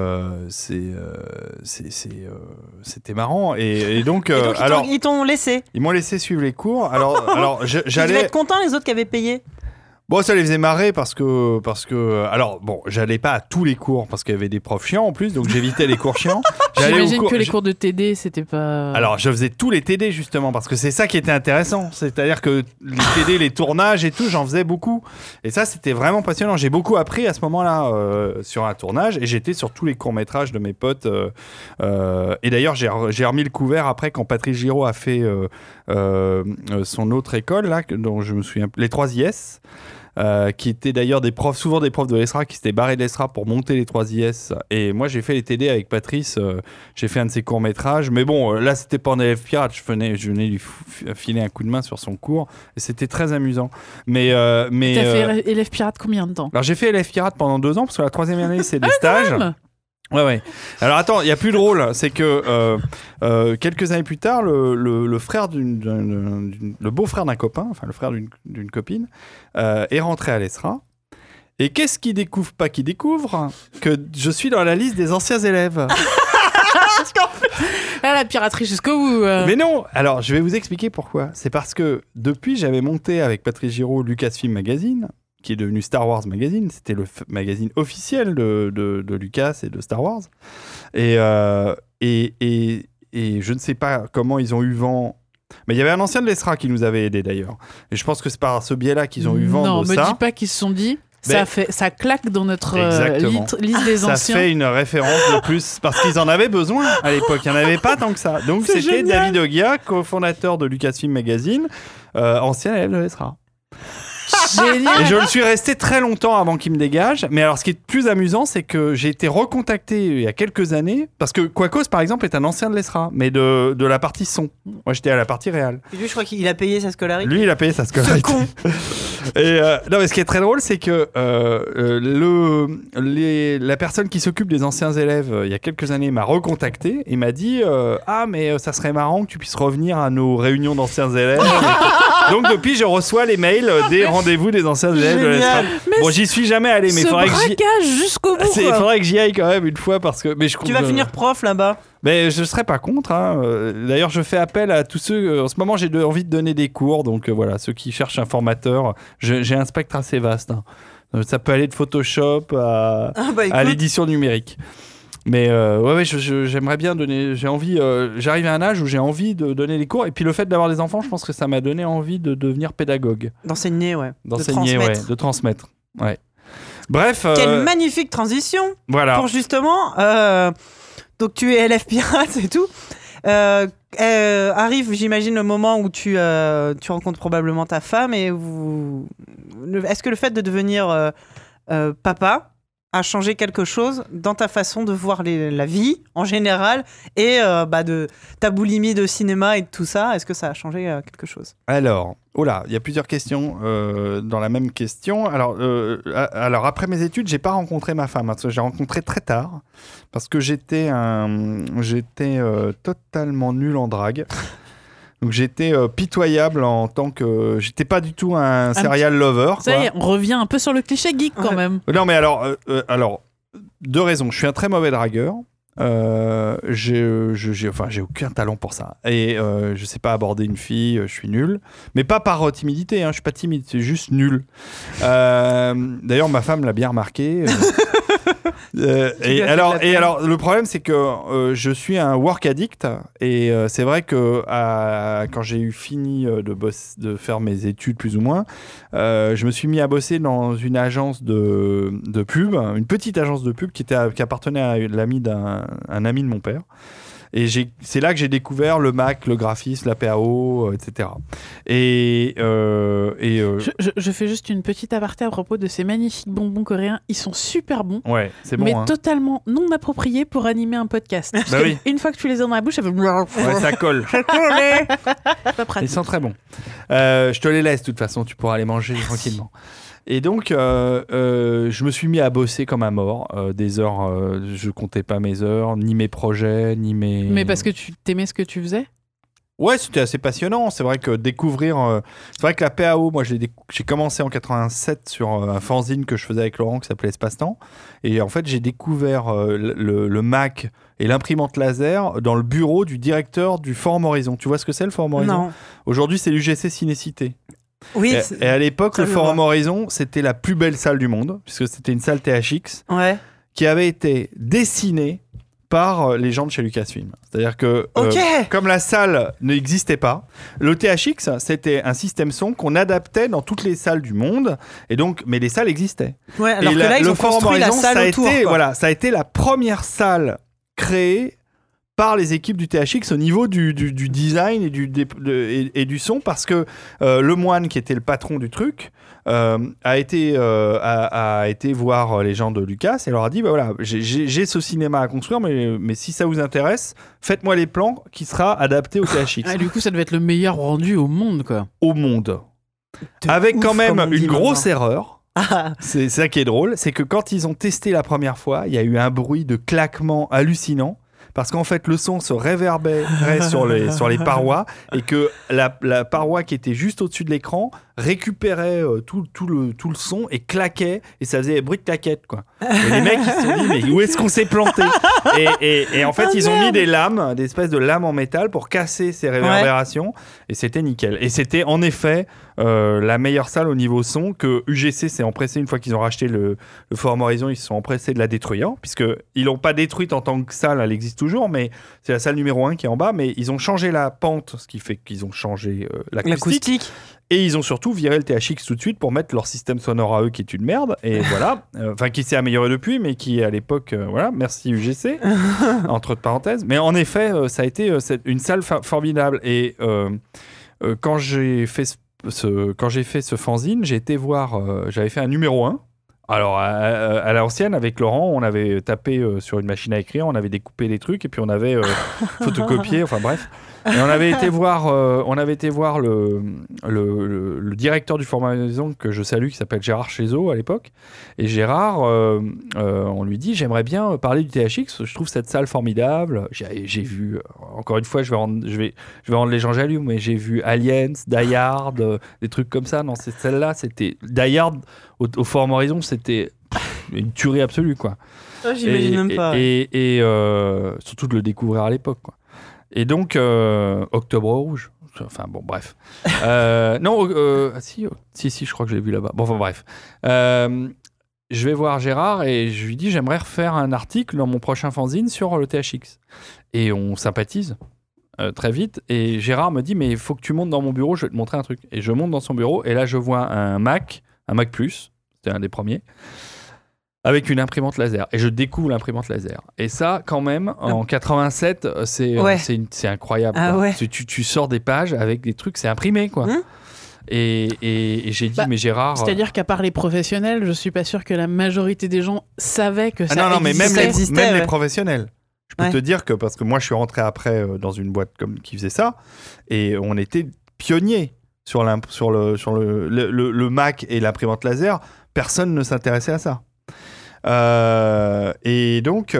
marrant. Et donc, ils t'ont laissé. Ils m'ont laissé suivre les cours. Alors j'allais... Tu devais être content, les autres qui avaient payé. Bon, ça les faisait marrer parce que alors bon, j'allais pas à tous les cours parce qu'il y avait des profs chiants en plus, donc j'évitais les cours chiants. J'imagine que les cours de TD, c'était pas... Alors, je faisais tous les TD justement parce que c'est ça qui était intéressant, c'est-à-dire que les TD, les tournages et tout, j'en faisais beaucoup. Et ça, c'était vraiment passionnant. J'ai beaucoup appris à ce moment-là sur un tournage et j'étais sur tous les courts-métrages de mes potes. Et d'ailleurs, j'ai remis le couvert après quand Patrice Giraud a fait son autre école là, dont je me souviens, les 3 IS. Qui étaient d'ailleurs souvent des profs de l'ESRA qui s'étaient barrés de l'ESRA pour monter les 3 IS. Et moi, j'ai fait les TD avec Patrice. J'ai fait un de ses courts-métrages. Mais bon, là, c'était pas un élève pirate. Je venais lui filer un coup de main sur son cours. Et c'était très amusant. T'as fait élève pirate combien de temps? Alors, j'ai fait élève pirate pendant 2 ans parce que la 3e année, c'est des stages. Ouais. Alors attends, il y a plus drôle, c'est que quelques années plus tard, le frère le beau-frère d'un copain, enfin le frère d'une copine, est rentré à l'ESRA. Et qu'est-ce qu'il découvre que je suis dans la liste des anciens élèves. La piraterie jusqu'au bout. Mais non. Alors je vais vous expliquer pourquoi. C'est parce que depuis, j'avais monté avec Patrice Giraud Lucasfilm Magazine, qui est devenu Star Wars Magazine. C'était le magazine officiel de Lucas et de Star Wars. Et je ne sais pas comment ils ont eu vent. Mais il y avait un ancien de l'ESRA qui nous avait aidés d'ailleurs. Et je pense que c'est par ce biais-là qu'ils ont eu vent de ça. Non, me dis pas qu'ils se sont dit... Ça claque dans notre liste des anciens. Ça fait une référence de plus parce qu'ils en avaient besoin à l'époque. Il n'y en avait pas tant que ça. Donc c'était génial. David Ogia, cofondateur de Lucasfilm Magazine, ancien élève de l'ESRA. Génial. Et je le suis resté très longtemps avant qu'il me dégage. Mais alors, ce qui est plus amusant, c'est que j'ai été recontacté il y a quelques années parce que Quacos, par exemple, est un ancien de l'ESRA, mais de la partie son. Moi, j'étais à la partie réelle. Et lui, je crois qu'il a payé sa scolarité. Lui, il a payé sa scolarité. Ce con. Et non, mais ce qui est très drôle, c'est que la personne qui s'occupe des anciens élèves, il y a quelques années, m'a recontacté et m'a dit ah, mais ça serait marrant que tu puisses revenir à nos réunions d'anciens élèves. Donc depuis, je reçois les mails des rendez-vous des anciens élèves de l'ESRA. Bon, j'y suis jamais allé, mais il faudrait que j'y aille quand même une fois parce que. Mais tu vas finir prof là-bas. Mais je serais pas contre. Hein. D'ailleurs, je fais appel à tous ceux. En ce moment, j'ai envie de donner des cours, donc voilà, ceux qui cherchent un formateur. J'ai un spectre assez vaste. Hein. Ça peut aller de Photoshop à l'édition numérique. Mais j'aimerais bien donner. J'ai envie. J'arrive à un âge où j'ai envie de donner des cours. Et puis le fait d'avoir des enfants, je pense que ça m'a donné envie de devenir pédagogue. D'enseigner, ouais. De transmettre. Ouais. Bref. Quelle magnifique transition. Voilà. Pour justement. Donc tu es élève pirate et tout. Arrive, j'imagine, le moment où tu rencontres probablement ta femme et est-ce que le fait de devenir papa a changé quelque chose dans ta façon de voir la vie en général et de ta boulimie de cinéma et de tout ça? Est-ce que ça a changé quelque chose? Alors, il y a plusieurs questions dans la même question. Alors après mes études, j'ai pas rencontré ma femme. J'ai rencontré très tard parce que j'étais totalement nul en drague. Donc j'étais pitoyable en tant que... J'étais pas du tout un serial lover. Ça y est, on revient un peu sur le cliché geek quand même. Non mais alors, deux raisons. Je suis un très mauvais dragueur. J'ai aucun talent pour ça. Et je sais pas aborder une fille, je suis nul. Mais pas par timidité, je suis pas timide, c'est juste nul. D'ailleurs, ma femme l'a bien remarqué. Et alors, le problème, c'est que je suis un work addict et c'est vrai que quand j'ai eu fini de faire mes études plus ou moins, je me suis mis à bosser dans une agence de pub, une petite agence de pub qui appartenait à un ami de mon père. Et c'est là que j'ai découvert le Mac, le graphisme, la PAO, etc. Je fais juste une petite aparté à propos de ces magnifiques bonbons coréens. Ils sont super bons, ouais, c'est bon, mais totalement non appropriés pour animer un podcast. Parce que une fois que tu les as dans la bouche, ça fait... Ouais, ça colle. Pas pratique. Ils sont très bons. Je te les laisse, de toute façon, tu pourras les manger tranquillement. Et donc, je me suis mis à bosser comme un mort. Des heures, je comptais pas mes heures, ni mes projets, ni mes... Mais parce que tu t'aimais ce que tu faisais ? Ouais, c'était assez passionnant. C'est vrai que c'est vrai que la PAO, moi, j'ai commencé en 87 sur un fanzine que je faisais avec Laurent qui s'appelait Espace-Temps. Et en fait, j'ai découvert le Mac et l'imprimante laser dans le bureau du directeur du Forum Horizon. Tu vois ce que c'est, le Forum Horizon ? Non. Aujourd'hui, c'est l'UGC Cinécité. Oui. Et à l'époque, le Forum Horizon, c'était la plus belle salle du monde, puisque c'était une salle THX qui avait été dessinée par les gens de chez Lucasfilm. C'est-à-dire que, comme la salle n'existait pas, le THX, c'était un système son qu'on adaptait dans toutes les salles du monde, et donc, mais les salles existaient. Ouais, alors que là, ils ont construit la salle autour. Ça a été la première salle créée par les équipes du THX au niveau du design et du son, parce que le moine, qui était le patron du truc, a été voir les gens de Lucas et leur a dit j'ai ce cinéma à construire, mais si ça vous intéresse, faites-moi les plans qui sera adapté au THX. Du coup, ça devait être le meilleur rendu au monde, quoi. Au monde. Avec quand même une grosse erreur. C'est ça qui est drôle, c'est que quand ils ont testé la première fois, il y a eu un bruit de claquement hallucinant. Parce qu'en fait, le son se réverbérait sur les parois et que la paroi qui était juste au-dessus de l'écran récupérait tout le son et claquait, et ça faisait bruit de claquette, quoi. Et les mecs, ils se sont dit, mais où est-ce qu'on s'est planté ? Et en fait, ils ont mis des espèces de lames en métal pour casser ces réverbérations, et c'était nickel. Et c'était en effet la meilleure salle au niveau son, que UGC s'est empressé, une fois qu'ils ont racheté le Forum Horizon, ils se sont empressés de la détruire, puisqu'ils l'ont pas détruite en tant que salle, elle existe toujours, mais c'est la salle numéro 1 qui est en bas, mais ils ont changé la pente, ce qui fait qu'ils ont changé l'acoustique. Et ils ont surtout viré le THX tout de suite pour mettre leur système sonore à eux, qui est une merde, et voilà, qui s'est amélioré depuis, mais qui à l'époque, merci UGC, entre parenthèses. Mais en effet, ça a été une salle formidable. Et quand j'ai fait ce fanzine, j'ai été voir, j'avais fait un numéro 1. Alors, à l'ancienne, avec Laurent, on avait tapé sur une machine à écrire, on avait découpé les trucs, et puis on avait photocopié, enfin bref. Et on avait été voir le directeur du Forum Horizon, que je salue, qui s'appelle Gérard Chezeau à l'époque. Et Gérard, on lui dit, j'aimerais bien parler du THX, je trouve cette salle formidable. J'ai vu, encore une fois, je vais rendre les gens jaloux, mais j'ai vu Aliens, Die Hard, des trucs comme ça. Non, celle-là, c'était Die Hard au Forum Horizon, c'était une tuerie absolue, quoi. J'imagine même pas. Et surtout de le découvrir à l'époque, quoi. Et donc, Octobre Rouge. Enfin, bon, bref. Si, je crois que je l'ai vu là-bas. Bon, enfin, bref. je vais voir Gérard et je lui dis j'aimerais refaire un article dans mon prochain fanzine sur le THX. Et on sympathise très vite. Et Gérard me dit mais il faut que tu montes dans mon bureau, je vais te montrer un truc. Et je monte dans son bureau et là je vois un Mac Plus, c'était un des premiers, avec une imprimante laser. Et je découvre l'imprimante laser. Et ça, quand même, en 87, c'est incroyable. Ah ouais. Tu sors des pages avec des trucs, c'est imprimé, quoi. Et j'ai dit, mais Gérard... C'est-à-dire qu'à part les professionnels, je suis pas sûr que la majorité des gens savaient que ça existait. Non, mais même les professionnels. Je peux te dire que, parce que moi, je suis rentré après dans une boîte qui faisait ça, et on était pionniers sur le Mac et l'imprimante laser. Personne ne s'intéressait à ça. Et donc,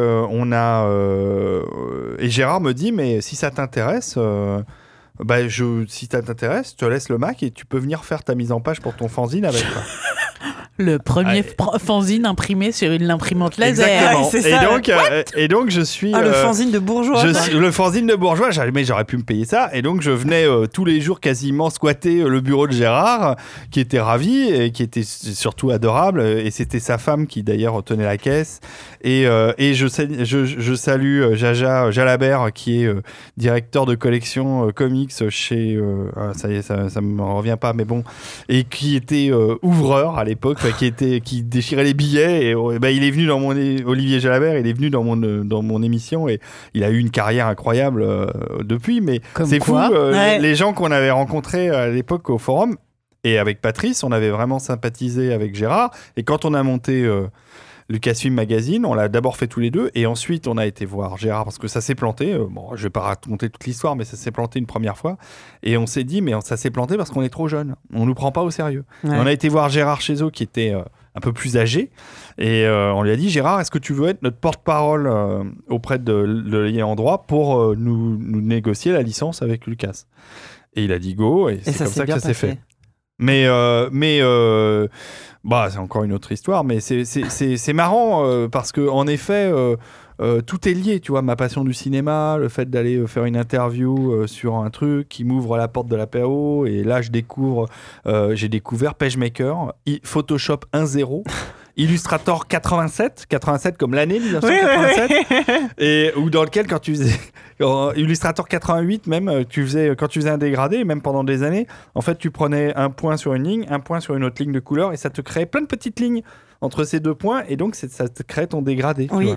et Gérard me dit, mais si ça t'intéresse... si ça t'intéresse, je te laisse le Mac et tu peux venir faire ta mise en page pour ton fanzine avec. Le premier fanzine imprimé sur une imprimante laser. Exactement. C'est ça, et donc je suis... le fanzine de bourgeois. Le fanzine de bourgeois, j'aurais pu me payer ça. Et donc je venais tous les jours quasiment squatter le bureau de Gérard, qui était ravi et qui était surtout adorable. Et c'était sa femme qui d'ailleurs tenait la caisse. Et je salue Jaja Jalabert, qui est directeur de collection comics chez... ça y est, ça me revient pas, mais bon. Et qui était ouvreur à l'époque, qui déchirait les billets. Et il est venu dans Olivier Jalabert, il est venu dans mon émission et il a eu une carrière incroyable depuis. Mais comme c'est quoi, fou, les gens qu'on avait rencontrés à l'époque au forum. Et avec Patrice, on avait vraiment sympathisé avec Gérard. Et quand on a monté Lucasfilm Magazine, on l'a d'abord fait tous les deux. Et ensuite, on a été voir Gérard parce que ça s'est planté. Je ne vais pas raconter toute l'histoire, mais ça s'est planté une première fois. Et on s'est dit, mais ça s'est planté parce qu'on est trop jeune. On ne nous prend pas au sérieux. Ouais. On a été voir Gérard Chézot, qui était un peu plus âgé. Et on lui a dit, Gérard, est-ce que tu veux être notre porte-parole auprès de l'ayant droit pour nous négocier la licence avec Lucas? Et il a dit go. Et c'est comme ça que ça s'est fait. Mais c'est encore une autre histoire, mais c'est marrant parce que en effet, tout est lié. Tu vois, ma passion du cinéma, le fait d'aller faire une interview sur un truc qui m'ouvre la porte de l'apéro, et là j'ai découvert PageMaker, Photoshop 1.0. Illustrator 87 comme l'année 1987, et ou dans lequel quand tu faisais Illustrator 88 même, quand tu faisais un dégradé, même pendant des années, en fait tu prenais un point sur une ligne, un point sur une autre ligne de couleur, et ça te créait plein de petites lignes entre ces deux points, et donc ça te crée ton dégradé. Oui,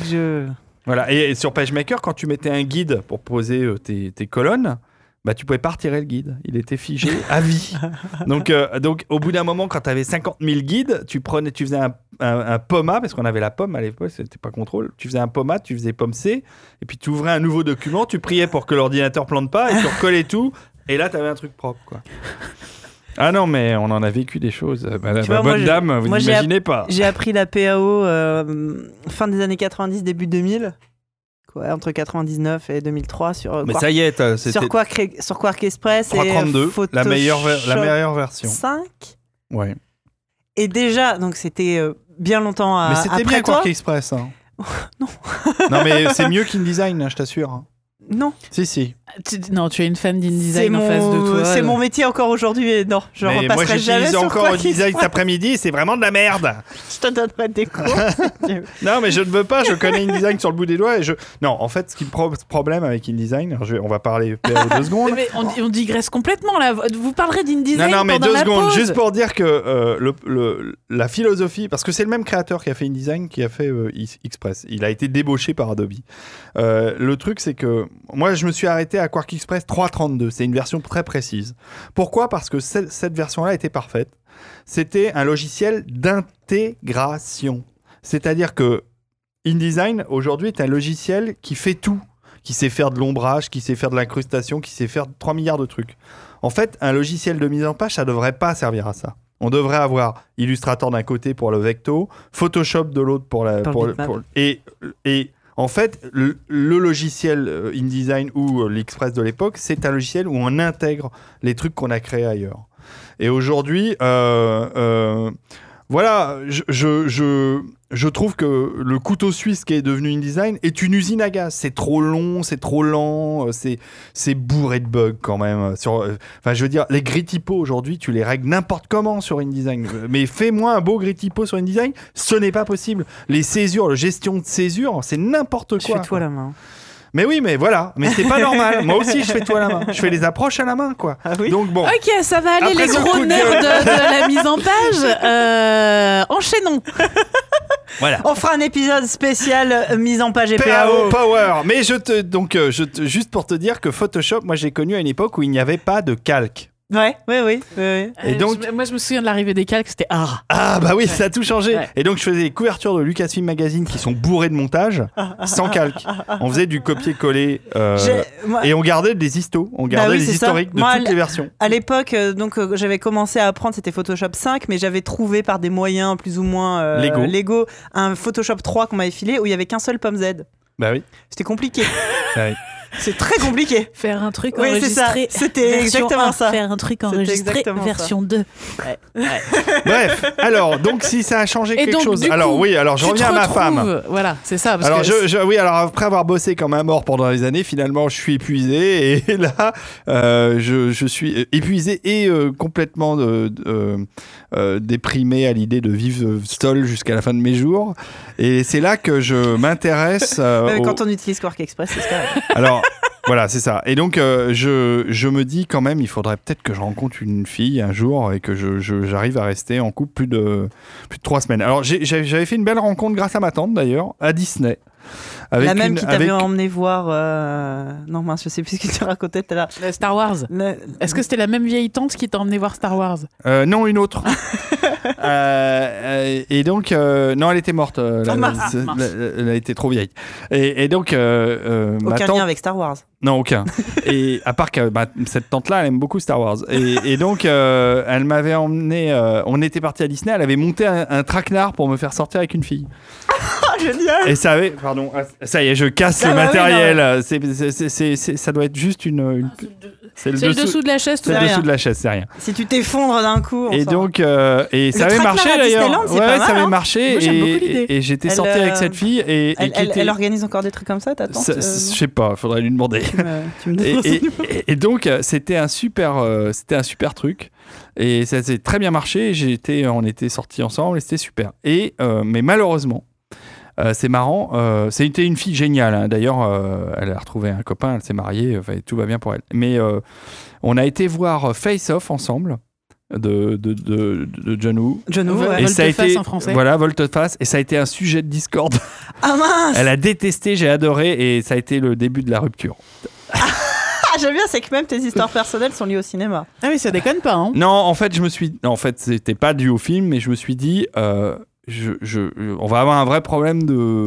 voilà. Et sur PageMaker, quand tu mettais un guide pour poser tes colonnes, tu pouvais pas retirer le guide. Il était figé à vie. Donc, au bout d'un moment, quand tu avais 50 000 guides, tu faisais un POMA, parce qu'on avait la pomme à l'époque, c'était pas contrôle. Tu faisais un POMA, tu faisais pomme C, et puis tu ouvrais un nouveau document, tu priais pour que l'ordinateur plante pas, et tu recollais tout, et là, tu avais un truc propre, quoi. Ah non, mais on en a vécu des choses. Bonne dame, vous n'imaginez pas. J'ai appris la PAO fin des années 90, début 2000. Ouais, entre 99 et 2003 sur mais ça y est, sur Quark Express 332, et Photoshop la meilleure version. 5. Ouais. Et déjà, donc c'était bien longtemps après toi. Mais c'était bien Quark Express. Hein. Non. Non, mais c'est mieux qu'InDesign, hein, je t'assure. Non. Si. Non, tu es une fan d'InDesign en face de toi. C'est mon métier encore aujourd'hui, et non, je mais repasserai jamais sur encore InDesign cet après-midi, c'est vraiment de la merde. Je te donnerai des cours. Non, mais je ne veux pas, je connais InDesign sur le bout des doigts. Non, en fait, ce qui me pose problème avec InDesign, on va parler 2 secondes. Mais on digresse complètement là. Vous parlerez d'InDesign. Non, mais pendant 2 secondes, pause. juste pour dire que la philosophie, parce que c'est le même créateur qui a fait InDesign qui a fait Express. Il a été débauché par Adobe. Le truc, c'est que moi, je me suis arrêté à Quark Express 3.32. C'est une version très précise. Pourquoi ? Parce que cette version-là était parfaite. C'était un logiciel d'intégration. C'est-à-dire que InDesign, aujourd'hui, est un logiciel qui fait tout. Qui sait faire de l'ombrage, qui sait faire de l'incrustation, qui sait faire 3 milliards de trucs. En fait, un logiciel de mise en page, ça ne devrait pas servir à ça. On devrait avoir Illustrator d'un côté pour le vecto, Photoshop de l'autre pour et en fait, le logiciel InDesign ou l'Express de l'époque, c'est un logiciel où on intègre les trucs qu'on a créés ailleurs. Et aujourd'hui, voilà, je trouve que le couteau suisse qui est devenu InDesign est une usine à gaz. C'est trop long, c'est trop lent, c'est bourré de bugs quand même. Enfin, je veux dire, les grid typos aujourd'hui, tu les règles n'importe comment sur InDesign. Mais fais-moi un beau grid typo sur InDesign, ce n'est pas possible. Les césures, la gestion de césures, c'est n'importe quoi. Je fais tout à la main. Mais oui, mais voilà, mais c'est pas normal. Moi aussi, je fais tout à la main. Je fais les approches à la main, quoi. Ah oui. Donc bon. Ok, ça va aller, Après les ce gros coup de nerds gueule. de la mise en page. Enchaînons. Voilà. On fera un épisode spécial mise en page et PAO PAO. Power. Mais juste pour te dire que Photoshop, moi j'ai connu à une époque où il n'y avait pas de calque. Ouais. Et donc, moi, je me souviens de l'arrivée des calques, c'était ah bah oui, ça a tout changé. Ouais. Et donc je faisais les couvertures de Lucasfilm Magazine qui sont bourrées de montage, sans calque. On faisait du copier-coller et on gardait des histos, on gardait les historiques de toutes les versions. À l'époque, j'avais commencé à apprendre, c'était Photoshop 5, mais j'avais trouvé par des moyens plus ou moins Lego un Photoshop 3 qu'on m'avait filé où il y avait qu'un seul pomme Z. Bah oui. C'était compliqué. Bah oui. C'est très compliqué. Faire un truc Oui, c'est ça. enregistré. C'était version exactement 1, ça. Faire un truc C'était enregistré exactement version 2. Bref, alors donc si ça a changé quelque chose. Du alors coup, oui, alors je tu reviens te à ma retrouves- femme. Voilà, c'est ça. Parce Alors, que alors après avoir bossé comme un mort pendant des années, finalement, je suis épuisé. Et là, je suis épuisé et complètement déprimé à l'idée de vivre seul jusqu'à la fin de mes jours. Et c'est là que je m'intéresse. Quand on utilise Quark Express, c'est ça. Alors, voilà, c'est ça. Et donc, je me dis quand même, il faudrait peut-être que je rencontre une fille un jour et que j'arrive à rester en couple plus de 3 semaines. Alors, j'avais fait une belle rencontre grâce à ma tante, d'ailleurs, à Disney. Avec la même qui t'avait emmené voir. Non, mince, je sais plus ce que tu racontais tout à l'heure. Star Wars. Est-ce que c'était la même vieille tante qui t'a emmené voir Star Wars? Non, une autre. Et donc, non, elle était morte. Elle a été trop vieille. Et donc, ma Aucun tante... lien avec Star Wars. Non, aucun. Et à part que cette tante-là, elle aime beaucoup Star Wars. Et donc, elle m'avait emmené. On était parti à Disney. Elle avait monté un traquenard pour me faire sortir avec une fille. Ah, génial. Et ça avait. Pardon. Ça y est, je casse le matériel. Ça doit être juste une. C'est le dessous de la chaise, tout C'est le rien. dessous de la chaise, c'est rien. Si tu t'effondres d'un coup. Et donc, et ça Le avait marché traquenard à d'ailleurs. Disneyland, c'est pas mal, ça avait hein. marché. Moi, j'aime beaucoup l'idée. Et j'étais Elle, sorti avec cette fille. Elle organise encore des trucs comme ça, ta tante? Je sais pas, faudrait lui demander. Tu me donnes Et donc, c'était un super truc. Et ça s'est très bien marché. On était sortis ensemble et c'était super. Mais malheureusement, c'est marrant. C'était une fille géniale. Hein. D'ailleurs, elle a retrouvé un copain, elle s'est mariée. Tout va bien pour elle. Mais on a été voir Face Off ensemble de John Woo. John Woo, Et ça a Volte-face été en français. voilà, volte-face. Et ça a été un sujet de Discord. Ah mince. Elle a détesté, j'ai adoré. Et ça a été le début de la rupture. Ah, j'aime bien, c'est que même tes histoires personnelles sont liées au cinéma. Ah oui, ça déconne pas, hein. Non, en fait, c'était pas dû au film, mais je me suis dit, on va avoir un vrai problème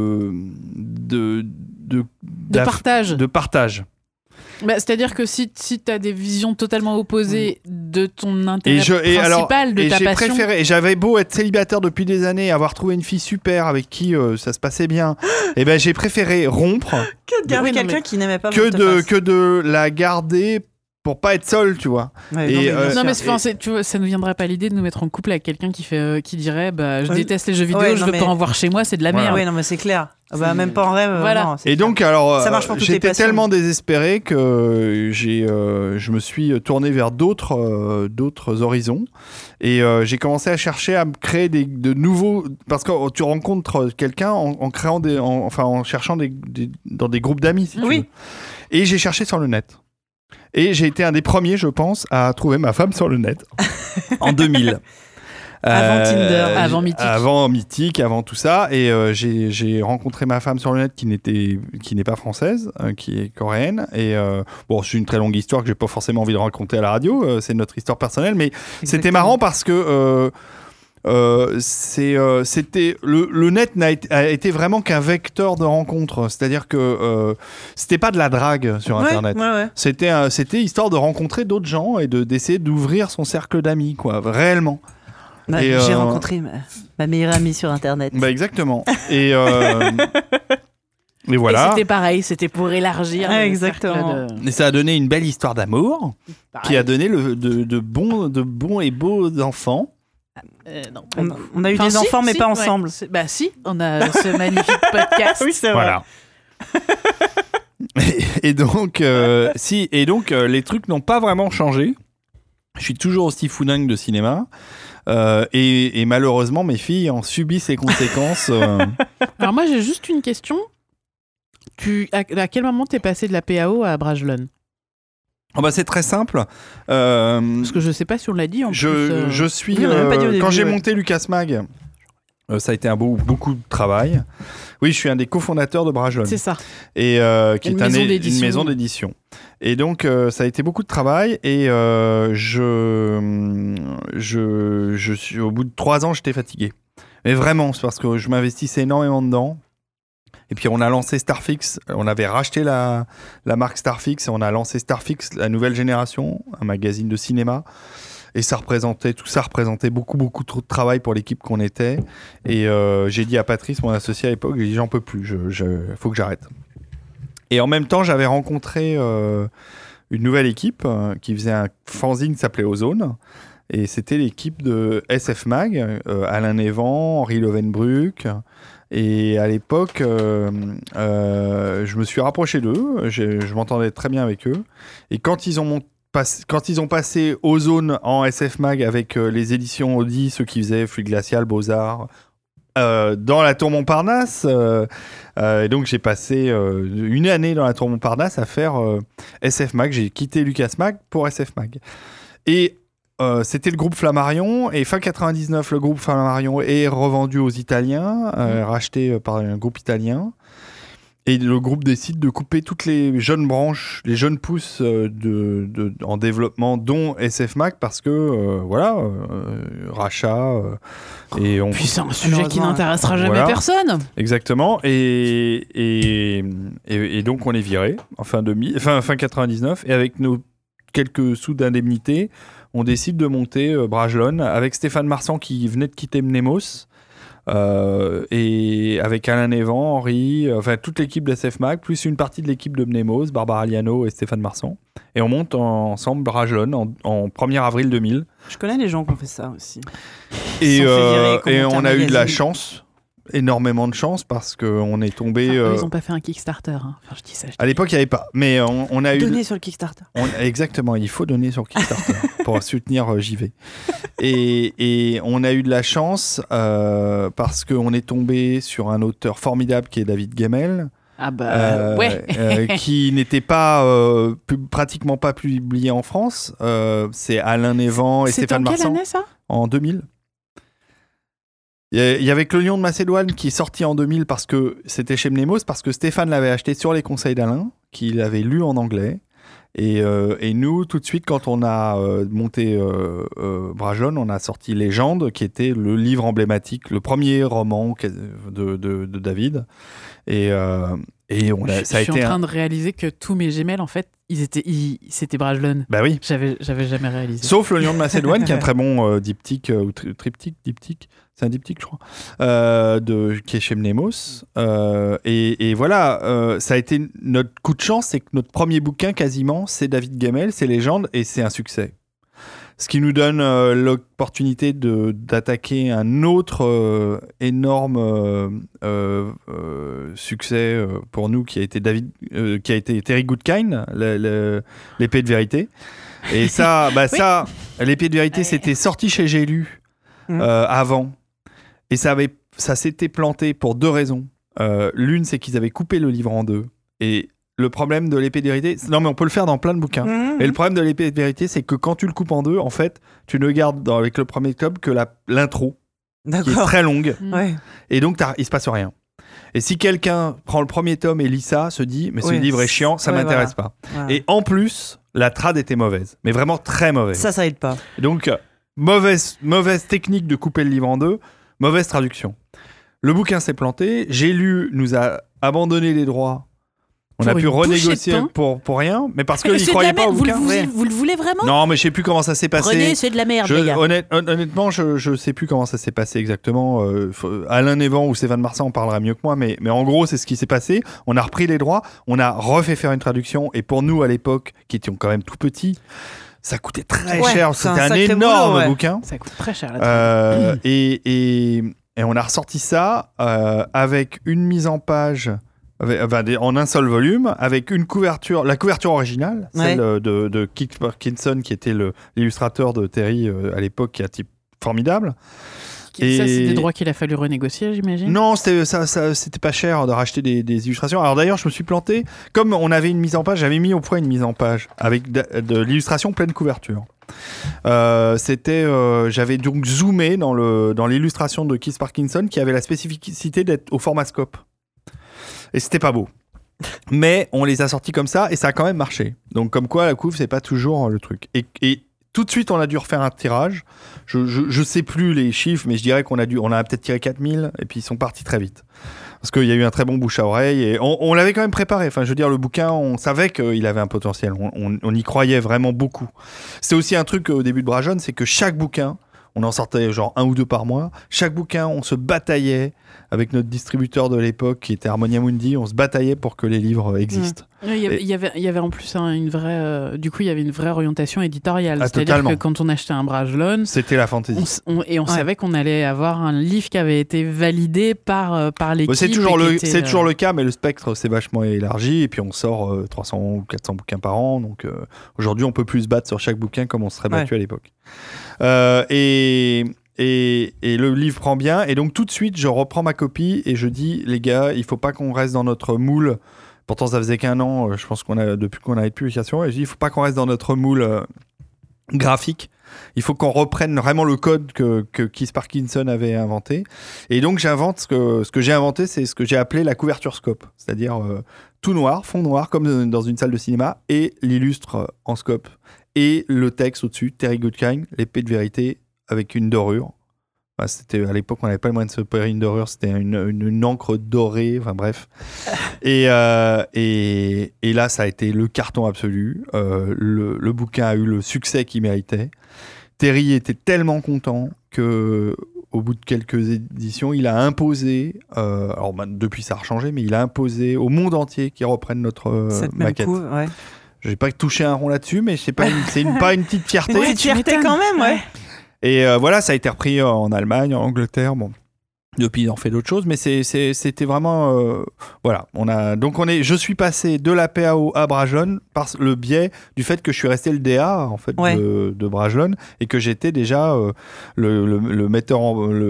de partage. De partage. C'est-à-dire que si tu as des visions totalement opposées de ton intérêt principal, de ta j'ai passion... préféré, et j'avais beau être célibataire depuis des années, avoir trouvé une fille super avec qui ça se passait bien, et ben j'ai préféré rompre Que de garder Oui, non, quelqu'un mais- qui n'aimait pas que de la garder pour pas être seul, tu vois. Ouais, Et, Non mais et- tu vois, ça ne viendrait pas l'idée de nous mettre en couple avec quelqu'un qui dirait je Oui. déteste les jeux vidéo, Ouais, je non, veux mais- pas en voir chez moi, c'est de la Voilà. merde. Oui, non, mais c'est clair. Même pas en rêve. Voilà. non, c'est Et clair. donc, alors, Ça marche pour toutes les j'étais passions. tellement désespéré que je me suis tourné vers d'autres horizons et j'ai commencé à chercher à me créer de nouveaux. Parce que tu rencontres quelqu'un en créant en cherchant dans des groupes d'amis. Si tu Oui. veux. Et j'ai cherché sur le net. Et j'ai été un des premiers, je pense, à trouver ma femme sur le net en 2000. Avant Tinder. Avant Mythique. Avant Mythique, avant tout ça. Et j'ai rencontré ma femme sur le net qui n'est pas française, qui est coréenne. Et bon, c'est une très longue histoire que j'ai pas forcément envie de raconter à la radio. C'est notre histoire personnelle. Mais c'était marrant parce que c'était le net a été vraiment qu'un vecteur de rencontre. C'est-à-dire que c'était pas de la drague sur Internet. Ouais. C'était histoire de rencontrer d'autres gens et d'essayer d'ouvrir son cercle d'amis, quoi, réellement. Ouais, Et, j'ai rencontré ma meilleure amie sur Internet. Bah exactement. Et voilà. Et c'était pareil, c'était pour élargir. Ah, le exactement. cercle de- Et ça a donné une belle histoire d'amour Pareil. qui a donné de bons et beaux enfants. Non, on a eu des enfants, mais pas ensemble. Bah si, on a ce magnifique podcast. Oui, c'est vrai. Voilà. et donc, les trucs n'ont pas vraiment changé. Je suis toujours aussi founingue de cinéma. Et malheureusement, mes filles en subissent les conséquences. Alors moi, j'ai juste une question. À quel moment t'es passé de la PAO à Brajlon ? C'est très simple. Parce que je sais pas si on l'a dit en plus. Je suis quand j'ai monté Lucas Mag, ça a été beaucoup de travail. Oui, je suis un des cofondateurs de Brajlon. C'est ça. Et qui est une maison d'édition. Et donc ça a été beaucoup de travail et je suis au bout de 3 ans, j'étais fatigué. Mais vraiment, c'est parce que je m'investissais énormément dedans. Et puis on a lancé Starfix, on avait racheté la marque Starfix et on a lancé Starfix, la nouvelle génération, un magazine de cinéma. Et tout ça représentait beaucoup trop de travail pour l'équipe qu'on était. Et j'ai dit à Patrice, mon associé à l'époque, j'ai dit j'en peux plus, faut que j'arrête. Et en même temps, j'avais rencontré une nouvelle équipe qui faisait un fanzine qui s'appelait Ozone. Et c'était l'équipe de SF Mag, Alain Evans, Henri Lovenbruck. Et à l'époque, je me suis rapproché d'eux, je m'entendais très bien avec eux. Et quand ils ont passé Ozone en SF Mag avec les éditions Audi, ceux qui faisaient Fluide Glacial, Beaux-Arts, dans la Tour Montparnasse, et donc j'ai passé une année dans la Tour Montparnasse à faire SF Mag. J'ai quitté Lucas Mag pour SF Mag. Et c'était le groupe Flammarion, et fin 99, le groupe Flammarion est revendu aux Italiens, racheté par un groupe italien. Et le groupe décide de couper toutes les jeunes branches, les jeunes pousses en développement, dont SF Mag, parce que, rachat. Puis c'est un sujet qui n'intéressera jamais personne. Exactement. Et donc, on est viré en fin 99. Et avec nos quelques sous d'indemnité, on décide de monter Brajlon avec Stéphane Marsan qui venait de quitter Mnemos. Et avec Alain Evans, Henri, toute l'équipe d'SF Mag, plus une partie de l'équipe de Mnemos, Barbara Liano et Stéphane Marsan. Et on monte ensemble Brajlon en 1er avril 2000. Je connais les gens qui ont fait ça aussi. Et on a eu de la chance, énormément de chance, parce qu'on est tombé... Ils n'ont pas fait un Kickstarter. Hein. Je dis ça. À l'époque, il n'y avait pas. Mais on a donner sur le Kickstarter. Exactement, il faut donner sur le Kickstarter pour soutenir JV. Et on a eu de la chance parce qu'on est tombé sur un auteur formidable qui est David Gemmel. Qui n'était pas pratiquement pas publié en France. C'est Alain Evans et Stéphane Marsan. C'est en quelle année ça ? En 2000. Il y avait que Le Lion de Macédoine qui est sorti en 2000 parce que c'était chez Mnemos, parce que Stéphane l'avait acheté sur les conseils d'Alain, qu'il avait lu en anglais. Et nous, tout de suite, quand on a monté Brajlon, on a sorti Légende, qui était le livre emblématique, le premier roman de David. Ça je suis en train de réaliser que tous mes Gmails, en fait, c'était Brajlon. Bah oui. J'avais jamais réalisé. Sauf Le Lion de Macédoine, qui est un très bon diptyque, ou triptyque. C'est un diptyque, je crois, qui est chez Mnemos. Et voilà, ça a été notre coup de chance, c'est que notre premier bouquin, quasiment, c'est David Gemmel, c'est Légende, et c'est un succès. Ce qui nous donne l'opportunité d'attaquer un autre énorme succès pour nous, qui a été Terry Goodkind, l'épée de vérité. Et ça, l'épée de vérité, c'était sorti chez J'ai lu avant. Et ça s'était planté pour 2 raisons. L'une, c'est qu'ils avaient coupé le livre en 2. Et le problème de l'épée de vérité... Non, mais on peut le faire dans plein de bouquins. Et le problème de l'épée de vérité, c'est que quand tu le coupes en 2, en fait, tu ne gardes avec le premier tome que l'intro, qui est très longue. Ouais. Et donc, il se passe rien. Et si quelqu'un prend le premier tome et lit ça, se dit, mais ce livre est chiant, ça m'intéresse pas. Voilà. Et en plus, la trad était mauvaise. Mais vraiment très mauvaise. Ça aide pas. Et donc, mauvaise technique de couper le livre en 2. Mauvaise traduction. Le bouquin s'est planté. J'ai lu, nous a abandonné les droits. On a pu renégocier pour rien, mais parce qu'il ne croyait pas au bouquin. Vous le voulez vraiment ? Non, mais je ne sais plus comment ça s'est passé. Prenez, c'est de la merde, les gars. Honnêtement, je ne sais plus comment ça s'est passé exactement. Alain Evans ou Stéphane Marsan en parlera mieux que moi, mais en gros, c'est ce qui s'est passé. On a repris les droits, on a refait faire une traduction, et pour nous, à l'époque, qui étions quand même tout petits, Ça coûtait très cher. C'était un énorme bouquin. Ça coûte très cher. Et on a ressorti ça avec une mise en page, en un seul volume, avec une couverture, la couverture originale, celle de Keith Parkinson, qui était l'illustrateur de Terry à l'époque, qui est un type formidable. Et ça, c'est des droits qu'il a fallu renégocier, j'imagine. Non, c'était pas cher de racheter des illustrations. Alors d'ailleurs, je me suis planté. Comme on avait une mise en page, j'avais mis au point une mise en page avec de l'illustration pleine couverture. J'avais donc zoomé dans l'illustration de Keith Parkinson, qui avait la spécificité d'être au format scope. Et c'était pas beau. Mais on les a sortis comme ça et ça a quand même marché. Donc comme quoi, la couve, c'est pas toujours le truc. Et tout de suite, on a dû refaire un tirage. Je sais plus les chiffres, mais je dirais qu'on a peut-être tiré 4000 et puis ils sont partis très vite. Parce qu'il y a eu un très bon bouche à oreille et on l'avait quand même préparé. Enfin, je veux dire, le bouquin, on savait qu'il avait un potentiel. On y croyait vraiment beaucoup. C'est aussi un truc au début de Brajon, c'est que chaque bouquin, on en sortait genre 1 ou 2 par mois. Chaque bouquin, on se bataillait avec notre distributeur de l'époque qui était Harmonia Mundi. On se bataillait pour que les livres existent. Il y avait en plus une vraie, du coup, il y avait une vraie orientation éditoriale. C'est-à-dire totalement. que quand on achetait un Bragelonne, c'était la fantaisie. On savait qu'on allait avoir un livre qui avait été validé par l'équipe. C'est toujours le cas, mais le spectre s'est vachement élargi. Et puis on sort 300 ou 400 bouquins par an. Donc aujourd'hui, on peut plus se battre sur chaque bouquin comme on se serait battu à l'époque. Et le livre prend bien. Et donc tout de suite, je reprends ma copie et je dis, les gars, il faut pas qu'on reste dans notre moule. Pourtant, ça faisait qu'1 an, je pense depuis qu'on avait de publication. Et je dis, il faut pas qu'on reste dans notre moule graphique. Il faut qu'on reprenne vraiment le code que Keith Parkinson avait inventé. Et donc, j'invente ce que j'ai inventé, c'est ce que j'ai appelé la couverture scope. C'est-à-dire tout noir, fond noir, comme dans une salle de cinéma, et l'illustre en scope. Et le texte au-dessus, Terry Goodkind, l'épée de vérité, avec une dorure. Enfin, à l'époque, on n'avait pas le moyen de se payer une dorure, c'était une encre dorée, enfin bref. Et là, ça a été le carton absolu. Le bouquin a eu le succès qu'il méritait. Terry était tellement content que, au bout de quelques éditions, il a imposé, depuis ça a changé, mais il a imposé au monde entier qu'ils reprennent notre maquette. J'ai pas touché un rond là-dessus, mais c'est pas une petite fierté. Une petite fierté quand même, ouais. Et voilà, ça a été repris en Allemagne, en Angleterre. Bon, depuis, ils ont fait d'autres choses, mais c'était vraiment voilà. Je suis passé de la PAO à Brajon par le biais du fait que je suis resté le DA en fait de Brajon et que j'étais déjà le metteur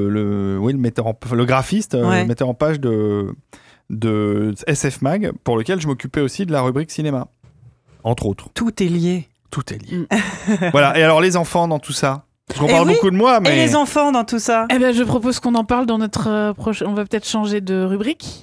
le graphiste, le metteur en page de SF Mag, pour lequel je m'occupais aussi de la rubrique cinéma, entre autres. Tout est lié. Tout est lié. Voilà. Et alors les enfants dans tout ça. Parce qu'on parle beaucoup de moi, mais... Et les enfants dans tout ça. Eh ben, je propose qu'on en parle dans notre prochain... On va peut-être changer de rubrique.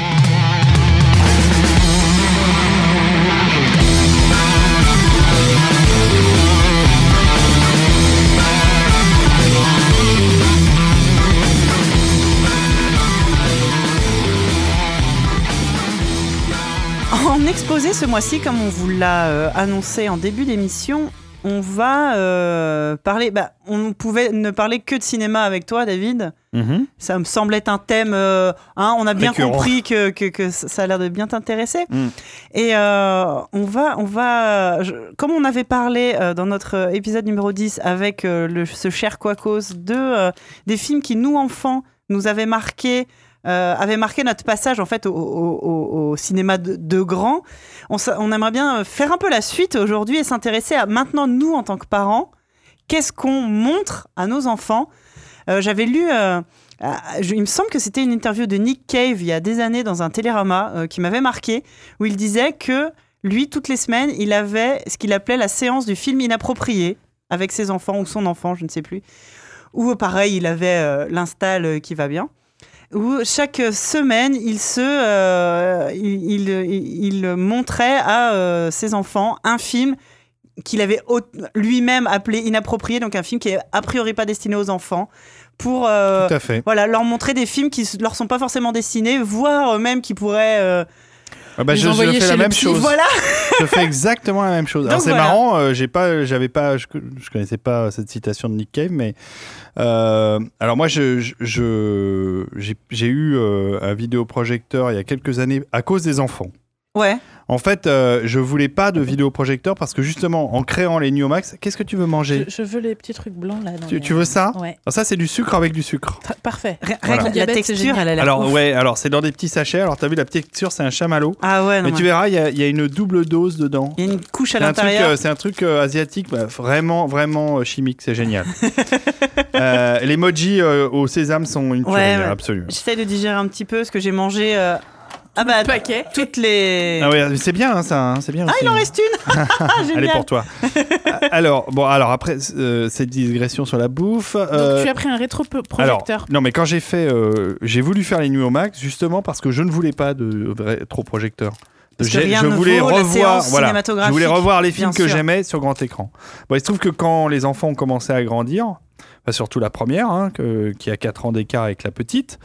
En exposé ce mois-ci, comme on vous l'a annoncé en début d'émission, on va parler... on pouvait ne parler que de cinéma avec toi, David. Mm-hmm. Ça me semble être un thème... on a bien compris que ça a l'air de bien t'intéresser. Mm. Et comme on avait parlé dans notre épisode numéro 10 avec ce cher Quacos des films qui, nous, enfants, nous avaient marqué notre passage en fait au cinéma de grand. On aimerait bien faire un peu la suite aujourd'hui et s'intéresser à maintenant, nous en tant que parents, qu'est-ce qu'on montre à nos enfants. J'avais lu, il me semble que c'était une interview de Nick Cave il y a des années dans un Télérama qui m'avait marqué, où il disait que lui, toutes les semaines, il avait ce qu'il appelait la séance du film inapproprié avec ses enfants ou son enfant, je ne sais plus. Ou pareil, il avait l'install qui va bien. Où chaque semaine, il montrait à ses enfants un film qu'il avait lui-même appelé inapproprié, donc un film qui est a priori pas destiné aux enfants, pour tout à fait. Voilà, leur montrer des films qui leur sont pas forcément destinés, voire même qui pourraient... je fais la même chose. Voilà. Je fais exactement la même chose. Alors c'est marrant, je connaissais pas cette citation de Nick Cave, mais alors moi j'ai eu un vidéoprojecteur il y a quelques années à cause des enfants. Ouais. En fait, je voulais pas de vidéoprojecteur parce que justement, en créant les Nuo Max, qu'est-ce que tu veux manger ? Je veux les petits trucs blancs là. Tu veux ça ? Ouais. Alors ça, c'est du sucre avec du sucre. Parfait. Voilà. La texture, elle a l'air Alors c'est dans des petits sachets. Alors t'as vu, la texture, c'est un chamallow. Ah ouais, non. Mais tu verras, il y a une double dose dedans. Il y a une couche à l'intérieur. C'est un truc asiatique, vraiment, vraiment chimique. C'est génial. Les au sésame sont une tuerie, absolument. J'essaie de digérer un petit peu ce que j'ai mangé. Paquet. Toutes les. Ah ouais, c'est bien ça, c'est bien. Ah, aussi. il en reste une. Génial. Allez pour toi. Alors après cette digression sur la bouffe. Donc tu as pris un rétroprojecteur. Non mais quand j'ai voulu faire les Nuo Max justement parce que je ne voulais pas de rétroprojecteur. Je voulais revoir les films que j'aimais sur grand écran. Bon, il se trouve que quand les enfants ont commencé à grandir, surtout la première, qui a 4 ans d'écart avec la petite,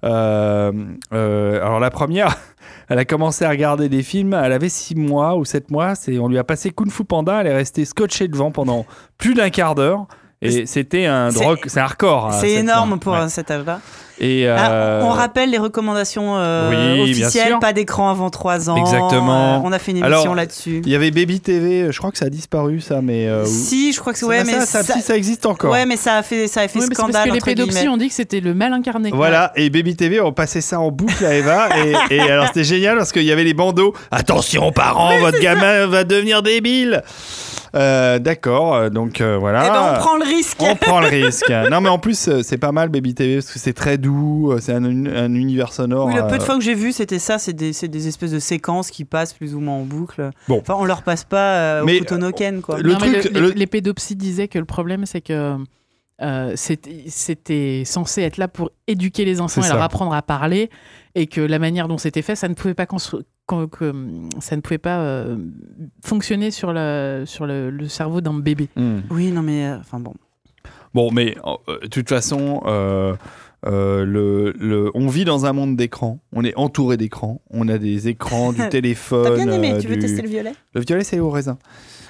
alors la première, elle a commencé à regarder des films, elle avait 6 mois ou 7 mois, on lui a passé Kung Fu Panda, elle est restée scotchée devant pendant plus d'1 quart d'heure. Et c'est hardcore. C'est énorme pour cet âge-là. Et on rappelle les recommandations officielles, pas d'écran avant 3 ans. Exactement. On a fait une émission là-dessus. Il y avait Baby TV, je crois que ça a disparu ça, mais si, je crois que ça existe encore. Ouais, mais ça a fait scandale. Parce que les pédopsies ont dit que c'était le mal incarné. Voilà, et Baby TV, on passait ça en boucle à Eva, et alors c'était génial parce qu'il y avait les bandeaux. Attention parents, votre gamin va devenir débile. D'accord, donc voilà. Eh ben on prend le risque. On prend le risque. Non mais en plus c'est pas mal Baby TV parce que c'est très doux, c'est un univers sonore. Oui, le peu de fois que j'ai vu c'était ça, c'est des espèces de séquences qui passent plus ou moins en boucle. Bon. Enfin on leur passe pas au Kutonoken quoi. Les pédopsies disaient que le problème c'est que c'était censé être là pour éduquer les enfants et leur apprendre à parler, et que la manière dont c'était fait, ça ne pouvait pas fonctionner sur le cerveau d'un bébé. Oui, non mais enfin bon. Bon, mais de toute façon, on vit dans un monde d'écrans. On est entouré d'écrans. On a des écrans, du téléphone. T'as bien aimé. Tu veux tester le violet ? Le violet, c'est au raisin.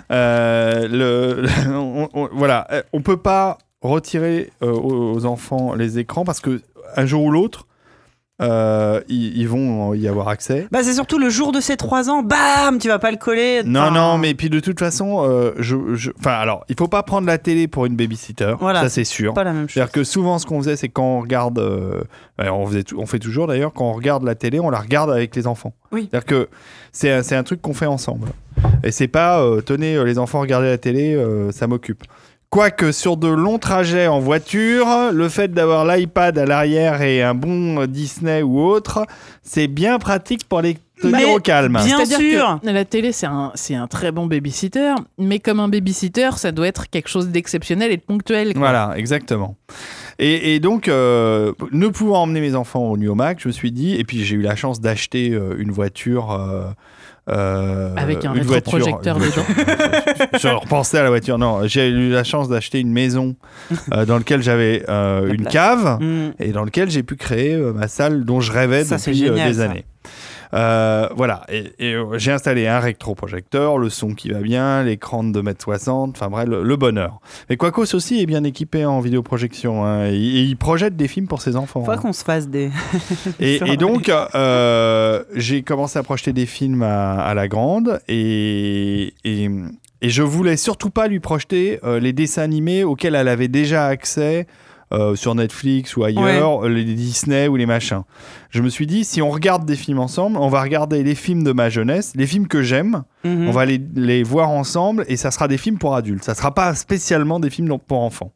Voilà, on peut pas retirer aux enfants les écrans parce que un jour ou l'autre, ils vont y avoir accès. C'est surtout le jour de ses 3 ans, bam, tu vas pas le coller. Non, mais puis de toute façon, alors, il faut pas prendre la télé pour une babysitter, voilà, ça c'est sûr. Pas la même chose. C'est-à-dire que souvent, ce qu'on faisait, c'est quand on regarde, on fait toujours d'ailleurs, quand on regarde la télé, on la regarde avec les enfants. Oui. C'est-à-dire que c'est un truc qu'on fait ensemble. Et c'est pas, tenez, les enfants, regardez la télé, ça m'occupe. Quoique sur de longs trajets en voiture, le fait d'avoir l'iPad à l'arrière et un bon Disney ou autre, c'est bien pratique pour les tenir au calme. Bien sûr. Que la télé, c'est un très bon babysitter, mais comme un babysitter, ça doit être quelque chose d'exceptionnel et de ponctuel. Quoi. Voilà, exactement. Et donc, ne pouvant emmener mes enfants au Nuo Max, je me suis dit, et puis j'ai eu la chance d'acheter une voiture... avec un rétroprojecteur dedans. Je repensais à la voiture. Non, j'ai eu la chance d'acheter une maison dans laquelle j'avais une cave et dans laquelle j'ai pu créer ma salle dont je rêvais depuis des années. Voilà, et j'ai installé un rétroprojecteur, le son qui va bien, l'écran de 2,60 m, enfin bref, le bonheur. Mais Quacos aussi est bien équipé en vidéoprojection, et il projette des films pour ses enfants. Faut qu'on se fasse des... et donc, j'ai commencé à projeter des films à la grande, et je voulais surtout pas lui projeter les dessins animés auxquels elle avait déjà accès sur Netflix ou ailleurs, les Disney ou les machins. Je me suis dit, si on regarde des films ensemble, on va regarder les films de ma jeunesse, les films que j'aime, on va les voir ensemble, et ça sera des films pour adultes. Ça sera pas spécialement des films pour enfants.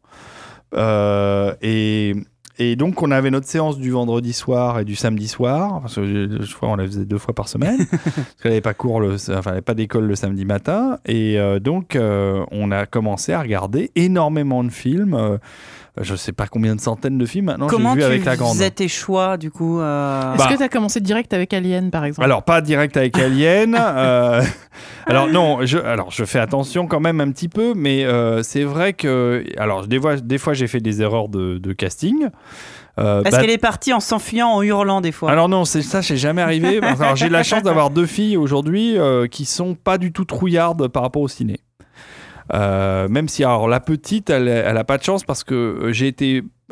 Et donc, on avait notre séance du vendredi soir et du samedi soir. Parce que je crois qu'on la faisait 2 fois par semaine. Parce qu'elle n'avait pas elle n'avait pas d'école le samedi matin. Et donc, on a commencé à regarder énormément de films. Je ne sais pas combien de centaines de films maintenant. Comment j'ai vu avec la grande. Comment tu faisais tes choix, du coup Est-ce que tu as commencé direct avec Alien, par exemple ? Alors, pas direct avec Alien. Alors, non, je fais attention quand même un petit peu. Mais c'est vrai que... Alors, des fois, j'ai fait des erreurs de casting. Est-ce qu'elle est partie en s'enfuyant, en hurlant des fois ? Alors non, c'est jamais arrivé. Alors, j'ai la chance d'avoir 2 filles aujourd'hui qui sont pas du tout trouillardes par rapport au ciné. Même si alors la petite elle a pas de chance parce que j'ai été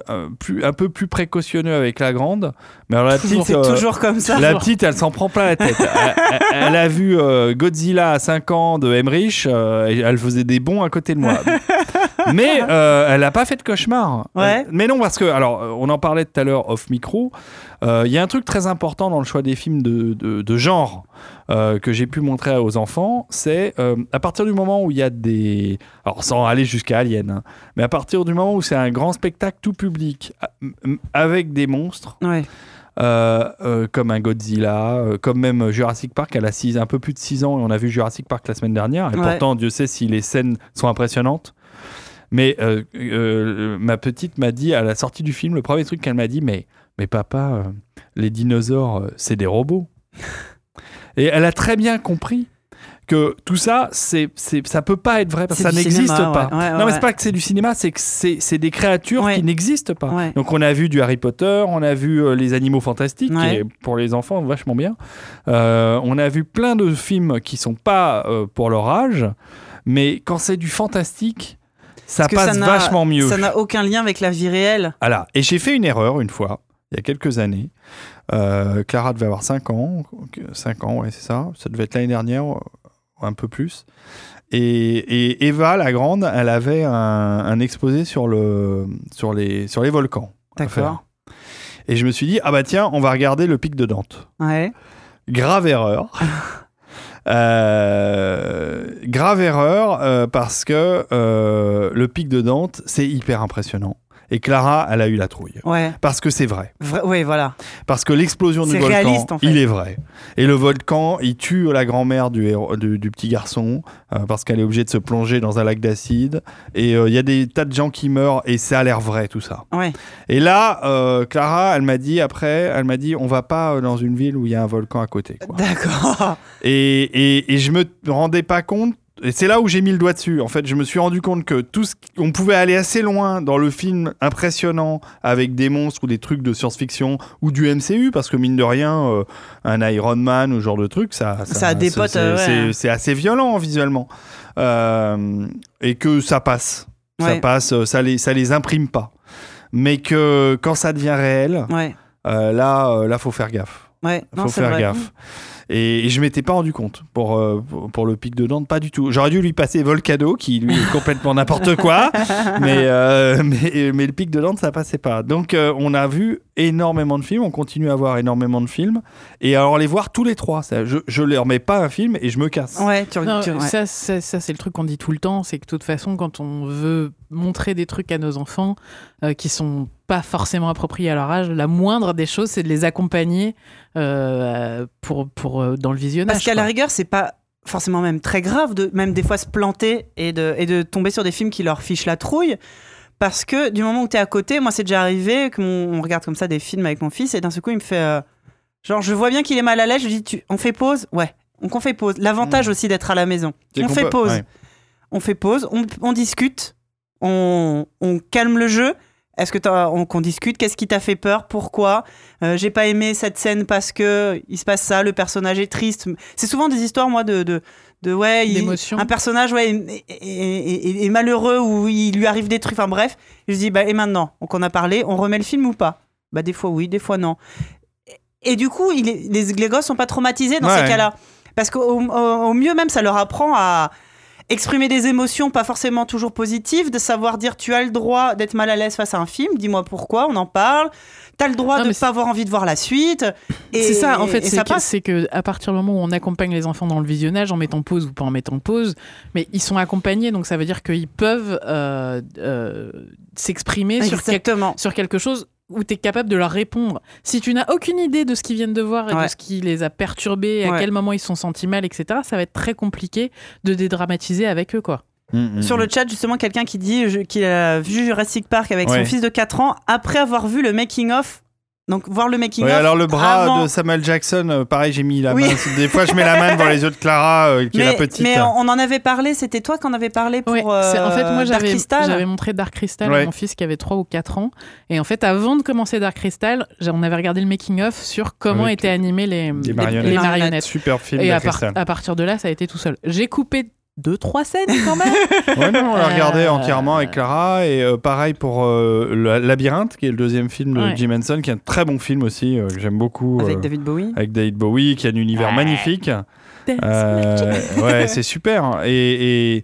un peu plus précautionneux avec la grande. Mais alors c'est toujours comme ça. La petite, elle s'en prend plein la tête. Elle a vu Godzilla à 5 ans de Emmerich, et elle faisait des bonds à côté de moi. Mais elle n'a pas fait de cauchemar. Ouais. Mais non, parce que, alors, on en parlait tout à l'heure off micro. Il y a un truc très important dans le choix des films de genre que j'ai pu montrer aux enfants, c'est à partir du moment où il y a des... Alors, sans aller jusqu'à Alien, hein, mais à partir du moment où c'est un grand spectacle tout public avec des monstres... Ouais. Comme un Godzilla, comme même Jurassic Park, elle a un peu plus de 6 ans et on a vu Jurassic Park la semaine dernière et pourtant Dieu sait si les scènes sont impressionnantes, mais ma petite m'a dit à la sortie du film, le premier truc qu'elle m'a dit, mais papa, les dinosaures c'est des robots. Et elle a très bien compris que tout ça, ça peut pas être vrai parce que ça n'existe pas. Non, mais c'est pas que c'est du cinéma, c'est que c'est des créatures qui n'existent pas. Ouais. Donc on a vu du Harry Potter, on a vu les Animaux Fantastiques, qui est pour les enfants vachement bien. On a vu plein de films qui sont pas pour leur âge, mais quand c'est du fantastique, ça passe vachement mieux. Ça n'a aucun lien avec la vie réelle. Voilà. Et j'ai fait une erreur une fois, il y a quelques années. Clara devait avoir 5 ans. 5 ans, ouais, c'est ça. Ça devait être l'année dernière. Un peu plus. Et Eva, la grande, elle avait un exposé sur les volcans. D'accord. Et je me suis dit, ah bah tiens, on va regarder le pic de Dante. Ouais. Grave erreur. Parce que le pic de Dante, c'est hyper impressionnant. Et Clara, elle a eu la trouille. Ouais. Parce que c'est vrai. Oui, voilà. Parce que l'explosion du volcan, réaliste, en fait. Il est vrai. Et le volcan, il tue la grand-mère du petit garçon parce qu'elle est obligée de se plonger dans un lac d'acide. Et il y a des tas de gens qui meurent et ça a l'air vrai, tout ça. Ouais. Et là, Clara, elle m'a dit, on va pas dans une ville où il y a un volcan à côté. Quoi. D'accord. Et je me rendais pas compte. Et c'est là où j'ai mis le doigt dessus. En fait, je me suis rendu compte que on pouvait aller assez loin dans le film impressionnant avec des monstres ou des trucs de science-fiction ou du MCU, parce que mine de rien, un Iron Man ou ce genre de truc, ça a des potes. C'est assez violent visuellement. Et que ça passe. Ça passe, ça les imprime pas. Mais que quand ça devient réel, là, faut faire gaffe. Ouais, faut faire gaffe. Et je m'étais pas rendu compte pour le pic de Dante, pas du tout. J'aurais dû lui passer Volcano, qui lui est complètement n'importe quoi, mais le pic de Dante, ça passait pas. Donc on a vu énormément de films, on continue à voir énormément de films, et alors les voir tous les trois. Je leur mets pas un film et je me casse. Ouais, ça c'est le truc qu'on dit tout le temps, c'est que de toute façon, quand on veut montrer des trucs à nos enfants qui sont pas forcément appropriés à leur âge, la moindre des choses, c'est de les accompagner pour dans le visionnage. Parce qu'à la rigueur, c'est pas forcément même très grave de même des fois se planter et de tomber sur des films qui leur fichent la trouille. Parce que du moment où t'es à côté, moi c'est déjà arrivé qu'on regarde comme ça des films avec mon fils et d'un seul coup il me fait genre je vois bien qu'il est mal à l'aise, je lui dis on fait pause, on fait pause. L'avantage aussi d'être à la maison, on fait pause, on discute, on calme le jeu. Est-ce que qu'on discute? Qu'est-ce qui t'a fait peur? Pourquoi? J'ai pas aimé cette scène parce que il se passe ça, le personnage est triste. C'est souvent des histoires, moi, d'émotions. Un personnage, est malheureux ou il lui arrive des trucs. Enfin bref, je dis et maintenant, donc on a parlé, on remet le film ou pas? Des fois oui, des fois non. Et du coup, les gosses sont pas traumatisés dans ces cas-là, parce qu'au mieux même, ça leur apprend à exprimer des émotions pas forcément toujours positives, de savoir dire tu as le droit d'être mal à l'aise face à un film, dis-moi pourquoi, on en parle, t'as le droit de ne pas avoir envie de voir la suite. Et c'est ça, en fait, c'est que à partir du moment où on accompagne les enfants dans le visionnage, en mettant pause ou pas en mettant pause, mais ils sont accompagnés, donc ça veut dire qu'ils peuvent s'exprimer sur quelque chose où tu es capable de leur répondre. Si tu n'as aucune idée de ce qu'ils viennent de voir et de ce qui les a perturbés, à quel moment ils se sont sentis mal, etc., ça va être très compliqué de dédramatiser avec eux, quoi. Sur le chat, justement, quelqu'un qui dit qu'il a vu Jurassic Park avec son fils de 4 ans après avoir vu le making-of. Donc, voir le making-of. Alors, le bras de Samuel Jackson, pareil, j'ai mis la main. Des fois, je mets la main devant les yeux de Clara, qui est la petite. Mais on en avait parlé, c'était toi qui en avais parlé pour en fait, moi, Dark Crystal. J'avais montré Dark Crystal à mon fils qui avait 3 ou 4 ans. Et en fait, avant de commencer Dark Crystal, on avait regardé le making-of sur comment étaient animées les marionnettes. Super film, et Dark Crystal. à partir de là, ça a été tout seul. J'ai coupé 2-3 scènes quand même. Ouais, non, on l'a regardé entièrement avec Clara. Et pareil pour le Labyrinthe, qui est le deuxième film de Jim Henson, qui est un très bon film aussi, que j'aime beaucoup. Avec David Bowie. Avec David Bowie, qui a un univers magnifique. Ouais, c'est super. Et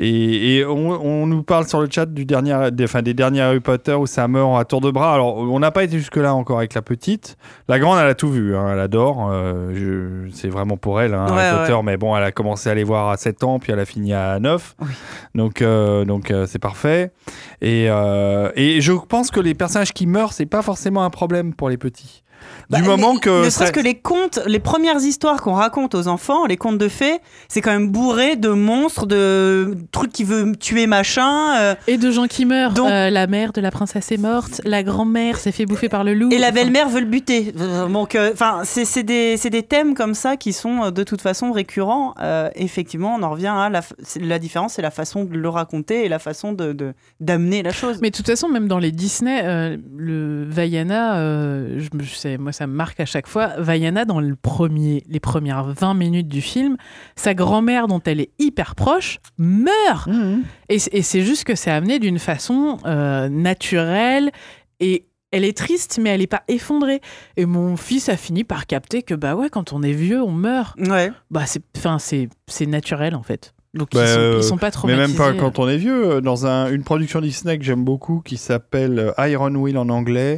on nous parle sur le chat des derniers Harry Potter où ça meurt à tour de bras. Alors, on n'a pas été jusque-là encore avec la petite. La grande, elle a tout vu. Hein, elle adore. C'est vraiment pour elle, Harry Potter. Mais bon, elle a commencé à les voir à 7 ans, puis elle a fini à 9. Oui. Donc c'est parfait. Et je pense que les personnages qui meurent, c'est pas forcément un problème pour les petits. Moment que... Ne serait-ce que les contes, les premières histoires qu'on raconte aux enfants, les contes de fées, c'est quand même bourré de monstres, de trucs qui veulent tuer machin. Et de gens qui meurent. Donc... la mère de la princesse est morte, la grand-mère s'est fait bouffer par le loup. Et la belle-mère veut le buter. Donc, c'est des thèmes comme ça qui sont de toute façon récurrents. Effectivement, on en revient à la différence, c'est la façon de le raconter et la façon d'amener la chose. Mais de toute façon, même dans les Disney, le Vaiana, moi ça me marque à chaque fois, Vaiana dans les premières 20 minutes du film, sa grand-mère dont elle est hyper proche meurt. Et c'est juste que c'est amené d'une façon naturelle et elle est triste mais elle est pas effondrée. Et mon fils a fini par capter que quand on est vieux on meurt. Ouais. C'est naturel en fait. Donc ils sont pas traumatisés. Mais même pas quand on est vieux. Dans une production Disney que j'aime beaucoup qui s'appelle Iron Will en anglais.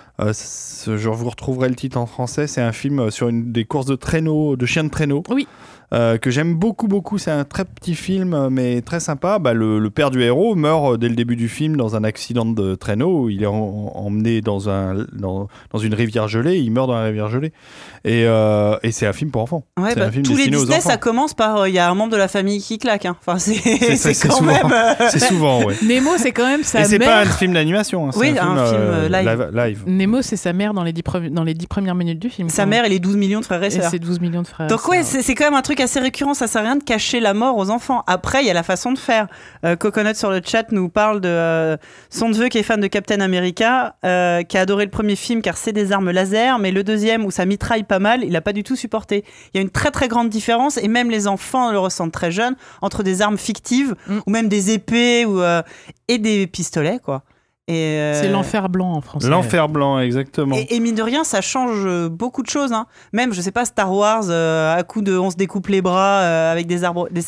Je vous retrouverai le titre en français. C'est un film sur des courses de traîneau, de chiens de traîneau. Oui. Que j'aime beaucoup. C'est un très petit film, mais très sympa. Le père du héros meurt dès le début du film dans un accident de traîneau. Il est emmené dans une rivière gelée. Il meurt dans la rivière gelée. Et c'est un film pour enfants. Ouais, c'est un film tous les destiné aux Disney, enfants. ça commence par il y a un membre de la famille qui claque. Hein. Enfin, c'est quand souvent, même. C'est souvent, ouais. Nemo, c'est quand même sa mère. Et c'est pas un film d'animation. C'est un film live. Nemo, c'est sa mère dans les 10 premières minutes du film. Sa mère et les 12 millions de frères et sœurs. Et ses 12 millions de frères. Donc ouais, c'est quand même un truc assez récurrent. Ça sert à rien de cacher la mort aux enfants. Après, il y a la façon de faire. Coconut sur le chat nous parle de son neveu qui est fan de Captain America, qui a adoré le premier film car c'est des armes laser, mais le deuxième où ça mitraille pas mal, il a pas du tout supporté. Il y a une très très grande différence et même les enfants le ressentent très jeunes entre des armes fictives ou même des épées et des pistolets quoi. C'est l'enfer blanc en français. L'enfer blanc, exactement. Et mine de rien, ça change beaucoup de choses. Hein. Même, je sais pas, Star Wars, à coup de on se découpe les bras avec des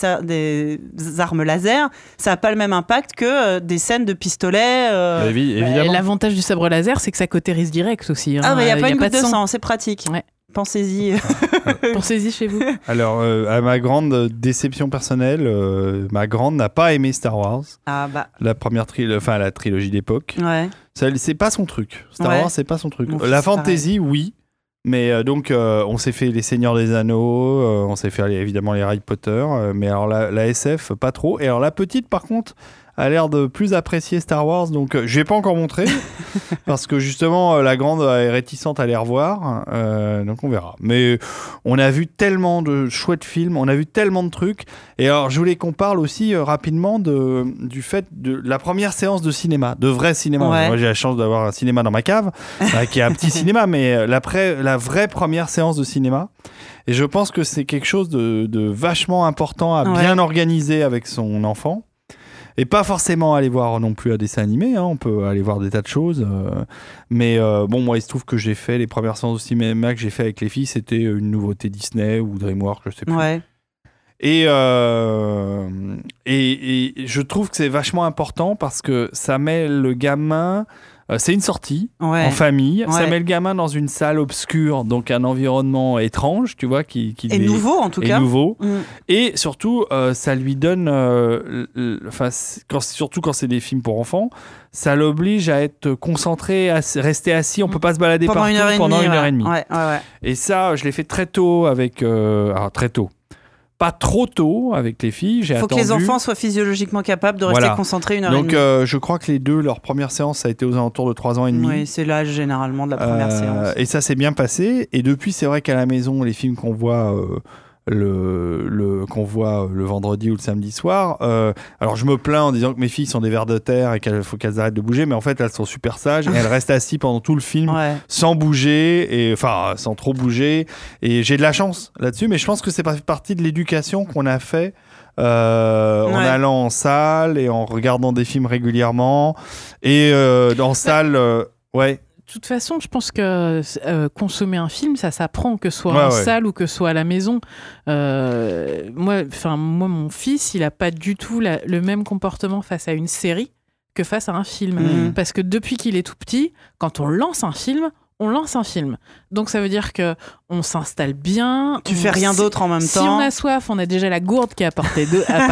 armes laser, ça a pas le même impact que des scènes de pistolets. Évidemment. Et l'avantage du sabre laser, c'est que ça cautérise direct aussi. Hein. Ah, mais il n'y a pas une goutte de sang, c'est pratique. Ouais. Pensez-y. Pensez-y chez vous. Alors, à ma grande déception personnelle, ma grande n'a pas aimé Star Wars. Ah bah. La première la trilogie d'époque. Ouais. C'est pas son truc. Star Wars, c'est pas son truc. La fantasy, oui. Mais on s'est fait les Seigneurs des Anneaux, on s'est fait évidemment les Harry Potter, mais alors la SF, pas trop. Et alors la petite, par contre, a l'air de plus apprécier Star Wars, donc je vais pas encore montrer parce que justement la grande est réticente à les revoir, donc on verra. Mais on a vu tellement de chouettes films, on a vu tellement de trucs, et alors je voulais qu'on parle aussi rapidement du fait de la première séance de cinéma, de vrai cinéma. Ouais. Moi j'ai la chance d'avoir un cinéma dans ma cave, qui est un petit cinéma, mais la vraie première séance de cinéma. Et je pense que c'est quelque chose de vachement important à bien organiser avec son enfant. Et pas forcément aller voir non plus un dessin animé, hein. On peut aller voir des tas de choses. Mais moi, il se trouve que j'ai fait les premières séances de cinéma que j'ai fait avec les filles, c'était une nouveauté Disney ou DreamWorks, je sais plus. Ouais. Et je trouve que c'est vachement important parce que ça met le gamin... c'est une sortie en famille. Ça met le gamin dans une salle obscure, donc un environnement étrange, tu vois, qui est nouveau en tout cas. Nouveau. Et surtout, ça lui donne, surtout quand c'est des films pour enfants, ça l'oblige à être concentré, à rester assis. On peut pas se balader pendant partout pendant une heure et demie. Ouais. Et ça, je l'ai fait très tôt avec. Très tôt. Pas trop tôt avec les filles. Il faut que les enfants soient physiologiquement capables de rester concentrés une heure et demie. Donc je crois que les deux, leur première séance, ça a été aux alentours de 3 ans et demi. Oui, c'est l'âge généralement de la première séance. Et ça s'est bien passé. Et depuis, c'est vrai qu'à la maison, les films qu'on voit, qu'on voit le vendredi ou le samedi soir. Alors je me plains en disant que mes filles sont des vers de terre et qu'il faut qu'elles arrêtent de bouger, mais en fait elles sont super sages et elles restent assises pendant tout le film sans bouger, enfin sans trop bouger, et j'ai de la chance là-dessus, mais je pense que c'est partie de l'éducation qu'on a fait en allant en salle et en regardant des films régulièrement et en salle De toute façon, je pense que consommer un film, ça s'apprend, que ce soit en salle ou que ce soit à la maison. Moi, mon fils, il n'a pas du tout le même comportement face à une série que face à un film. Parce que depuis qu'il est tout petit, quand on lance un film, donc ça veut dire que on s'installe bien. Tu fais rien d'autre en même temps. Si on a soif, on a déjà la gourde qui est à portée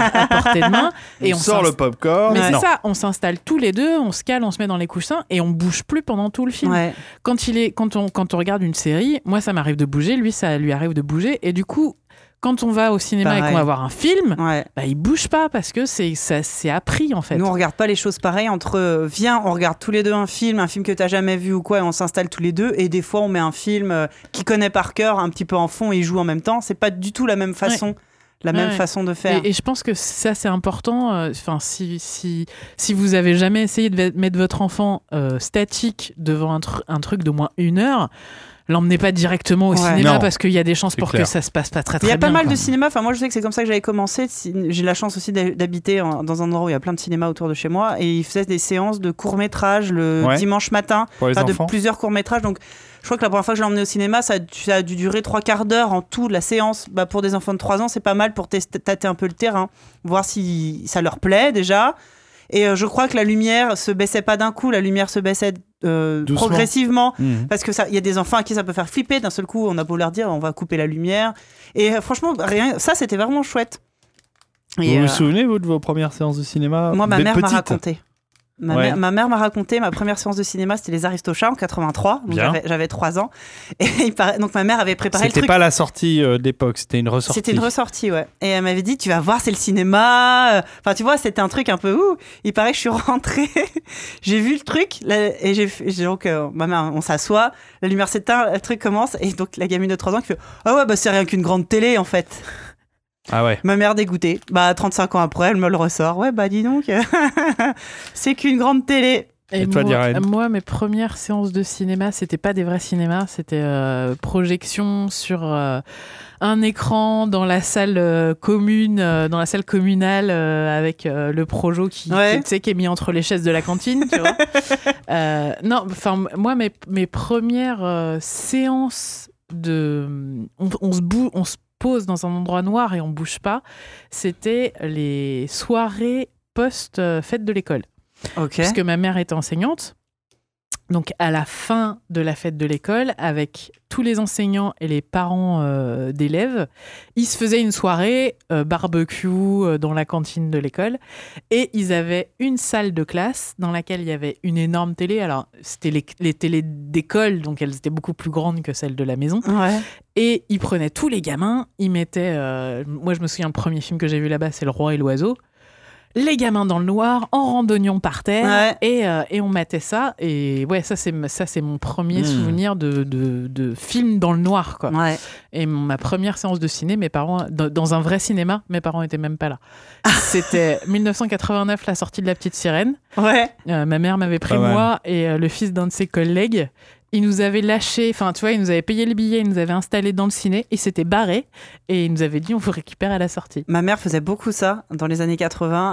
de main. Et on sort le popcorn. Mais c'est ça, on s'installe tous les deux, on se cale, on se met dans les coussins et on bouge plus pendant tout le film. Quand on regarde une série, moi ça m'arrive de bouger, lui ça lui arrive de bouger, et du coup quand on va au cinéma et qu'on va voir un film, il bouge pas parce que c'est appris en fait. Nous on regarde pas les choses pareilles entre viens, on regarde tous les deux un film que t'as jamais vu ou quoi, et on s'installe tous les deux, et des fois on met un film qu'il connaît par cœur un petit peu en fond et il joue en même temps. C'est pas du tout la même façon. Même façon de faire. Et je pense que ça, c'est important. Si vous avez jamais essayé de mettre votre enfant statique devant un truc d'au moins 1 heure, l'emmenez pas directement au cinéma parce qu'il y a des chances pour que ça se passe pas très très bien. Il y a pas mal de cinémas. Enfin, moi, je sais que c'est comme ça que j'avais commencé. J'ai la chance aussi d'habiter dans un endroit où il y a plein de cinémas autour de chez moi, et ils faisaient des séances de courts-métrages le dimanche matin, de plusieurs courts-métrages. Donc, je crois que la première fois que je l'ai emmené au cinéma, ça a dû durer 3/4 d'heure en tout, la séance. Pour des enfants de 3 ans, c'est pas mal pour tâter un peu le terrain, voir si ça leur plaît déjà. Et je crois que la lumière se baissait pas d'un coup, la lumière se baissait progressivement, parce que il y a des enfants à qui ça peut faire flipper d'un seul coup. On a beau leur dire on va couper la lumière, et franchement ça c'était vraiment chouette. Vous vous souvenez vous de vos premières séances de cinéma? Moi, ma mère m'a raconté. Ma mère m'a raconté ma première séance de cinéma, c'était les Aristochats en 83, donc j'avais 3 ans, et donc ma mère avait préparé le truc. C'était pas la sortie d'époque, c'était une ressortie. C'était une ressortie, ouais. Et elle m'avait dit tu vas voir, c'est le cinéma. Enfin tu vois, c'était un truc un peu il paraît que je suis rentrée, j'ai vu le truc et donc ma mère, on s'assoit, la lumière s'éteint, le truc commence, et donc la gamine de 3 ans qui fait c'est rien qu'une grande télé en fait. Ah ouais. Ma mère dégoûtée. 35 ans après, elle me le ressort. Dis donc, c'est qu'une grande télé. Et toi, moi, mes premières séances de cinéma, c'était pas des vrais cinémas, c'était projection sur un écran dans la salle commune, dans la salle communale, avec le projo qui est mis entre les chaises de la cantine, tu vois. Moi, mes premières séances on se pose dans un endroit noir et on bouge pas, c'était les soirées post-fête de l'école. Parce que ma mère était enseignante, donc à la fin de la fête de l'école, avec tous les enseignants et les parents d'élèves, ils se faisaient une soirée barbecue dans la cantine de l'école, et ils avaient une salle de classe dans laquelle il y avait une énorme télé. Alors c'était les télés d'école, donc elles étaient beaucoup plus grandes que celles de la maison. Et ils prenaient tous les gamins, ils mettaient moi je me souviens, le premier film que j'ai vu là-bas, c'est Le Roi et l'Oiseau. Les gamins dans le noir, en randonnion par terre, et on matait ça. Et ça c'est mon premier souvenir de film dans le noir, quoi. Et ma première séance de ciné, mes parents, dans un vrai cinéma, mes parents étaient même pas là. C'était 1989, la sortie de La Petite Sirène. Ma mère m'avait pris moi et le fils d'un de ses collègues. Il nous avait lâché, il nous avait payé le billet, il nous avait installé dans le ciné, il s'était barré et il nous avait dit on vous récupère à la sortie. Ma mère faisait beaucoup ça dans les années 80.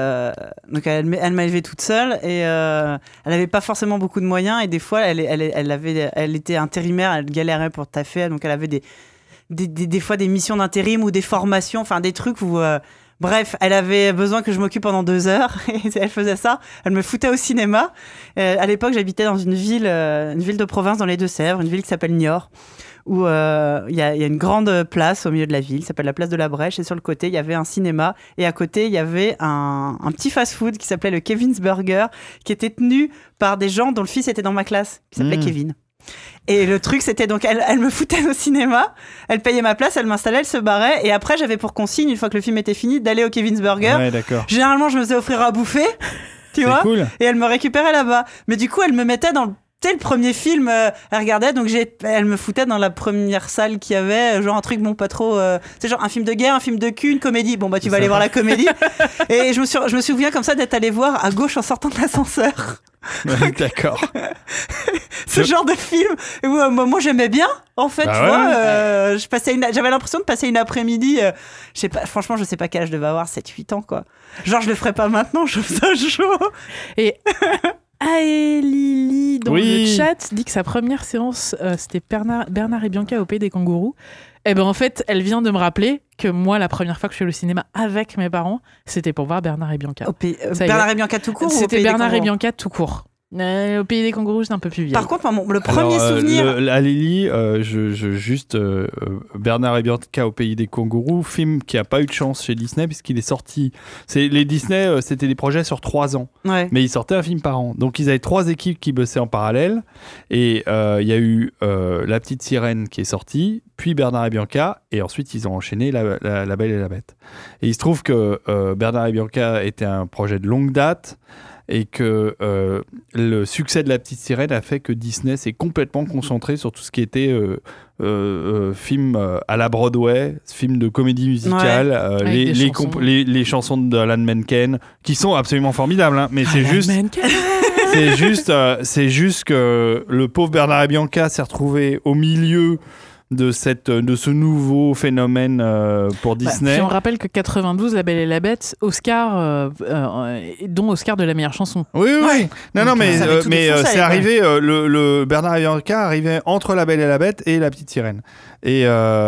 Elle m'a élevée toute seule, et elle n'avait pas forcément beaucoup de moyens, et des fois elle était intérimaire, elle galérait pour taffer, donc elle avait des fois des missions d'intérim ou des formations, des trucs où bref, elle avait besoin que je m'occupe pendant 2 heures, et elle faisait ça. Elle me foutait au cinéma. À l'époque, j'habitais dans une ville de province dans les Deux-Sèvres, une ville qui s'appelle Niort, où il y a une grande place au milieu de la ville, qui s'appelle la place de la Brèche, et sur le côté, il y avait un cinéma, et à côté, il y avait un petit fast-food qui s'appelait le Kevin's Burger, qui était tenu par des gens dont le fils était dans ma classe, qui s'appelait Kevin. Et le truc, c'était donc, elle me foutait au cinéma, elle payait ma place, elle m'installait, elle se barrait, et après, j'avais pour consigne, une fois que le film était fini, d'aller au Kevin's Burger. Généralement, je me faisais offrir à bouffer, tu vois, cool. Et elle me récupérait là-bas. Mais du coup, elle me mettait Tu sais, le premier film, elle regardait, donc elle me foutait dans la première salle qu'il y avait, genre un truc, bon, pas trop... c'est genre un film de guerre, un film de cul, une comédie. Bon, bah, tu vas aller voir la comédie. Et je me souviens comme ça d'être allé voir à gauche en sortant de l'ascenseur. D'accord. Ce genre de film. Et moi, j'aimais bien, en fait, tu vois. J'avais l'impression de passer une après-midi. Je sais pas, franchement, je sais pas quel âge je devais avoir, 7-8 ans, quoi. Genre, je le ferais pas maintenant, je trouve ça chaud. Et... Lily dans le chat dit que sa première séance c'était Bernard et Bianca au Pays des Kangourous. Et ben en fait elle vient de me rappeler que moi la première fois que je suis allée au cinéma avec mes parents c'était pour voir Bernard et Bianca. Bernard et Bianca tout court. C'était Bernard et Bianca tout court. Au Pays des Kangourous, c'est un peu plus vieille. Par contre, le premier souvenir... à Lily, Bernard et Bianca au Pays des Kangourous, film qui n'a pas eu de chance chez Disney, puisqu'il est sorti... Les Disney, c'était des projets sur 3 ans. Ouais. Mais ils sortaient un film par an. Donc, ils avaient 3 équipes qui bossaient en parallèle. Et il y a eu La Petite Sirène qui est sortie, puis Bernard et Bianca, et ensuite, ils ont enchaîné La Belle et la Bête. Et il se trouve que Bernard et Bianca était un projet de longue date, et que le succès de La Petite Sirène a fait que Disney s'est complètement concentré sur tout ce qui était film à la Broadway, film de comédie musicale, les chansons d'Alan Menken, qui sont absolument formidables, hein, mais c'est juste que le pauvre Bernard et Bianca s'est retrouvé au milieu de ce nouveau phénomène pour Disney. Puis on rappelle que 92, La Belle et la Bête, Oscar, dont Oscar de la meilleure chanson. Oui. Non, mais c'est arrivé. Le Bernard et Bianca arrivait entre La Belle et la Bête et La Petite Sirène. Et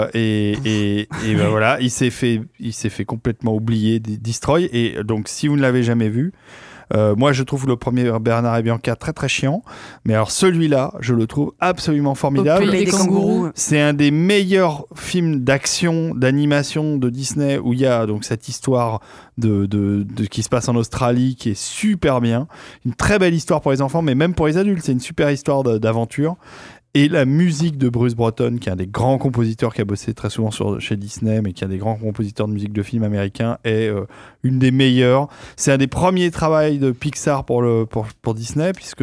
ben voilà, il s'est fait complètement oublier, destroy. Et donc, si vous ne l'avez jamais vu. Moi, je trouve le premier Bernard et Bianca très très chiant, mais alors celui-là, je le trouve absolument formidable. Au Pays des Kangourous. C'est un des meilleurs films d'action, d'animation de Disney où il y a donc cette histoire de qui se passe en Australie qui est super bien, une très belle histoire pour les enfants, mais même pour les adultes, c'est une super histoire d'aventure. Et la musique de Bruce Broughton, qui est un des grands compositeurs qui a bossé très souvent chez Disney, mais qui est un des grands compositeurs de musique de films américains, est une des meilleures. C'est un des premiers travaux de Pixar pour Disney, puisque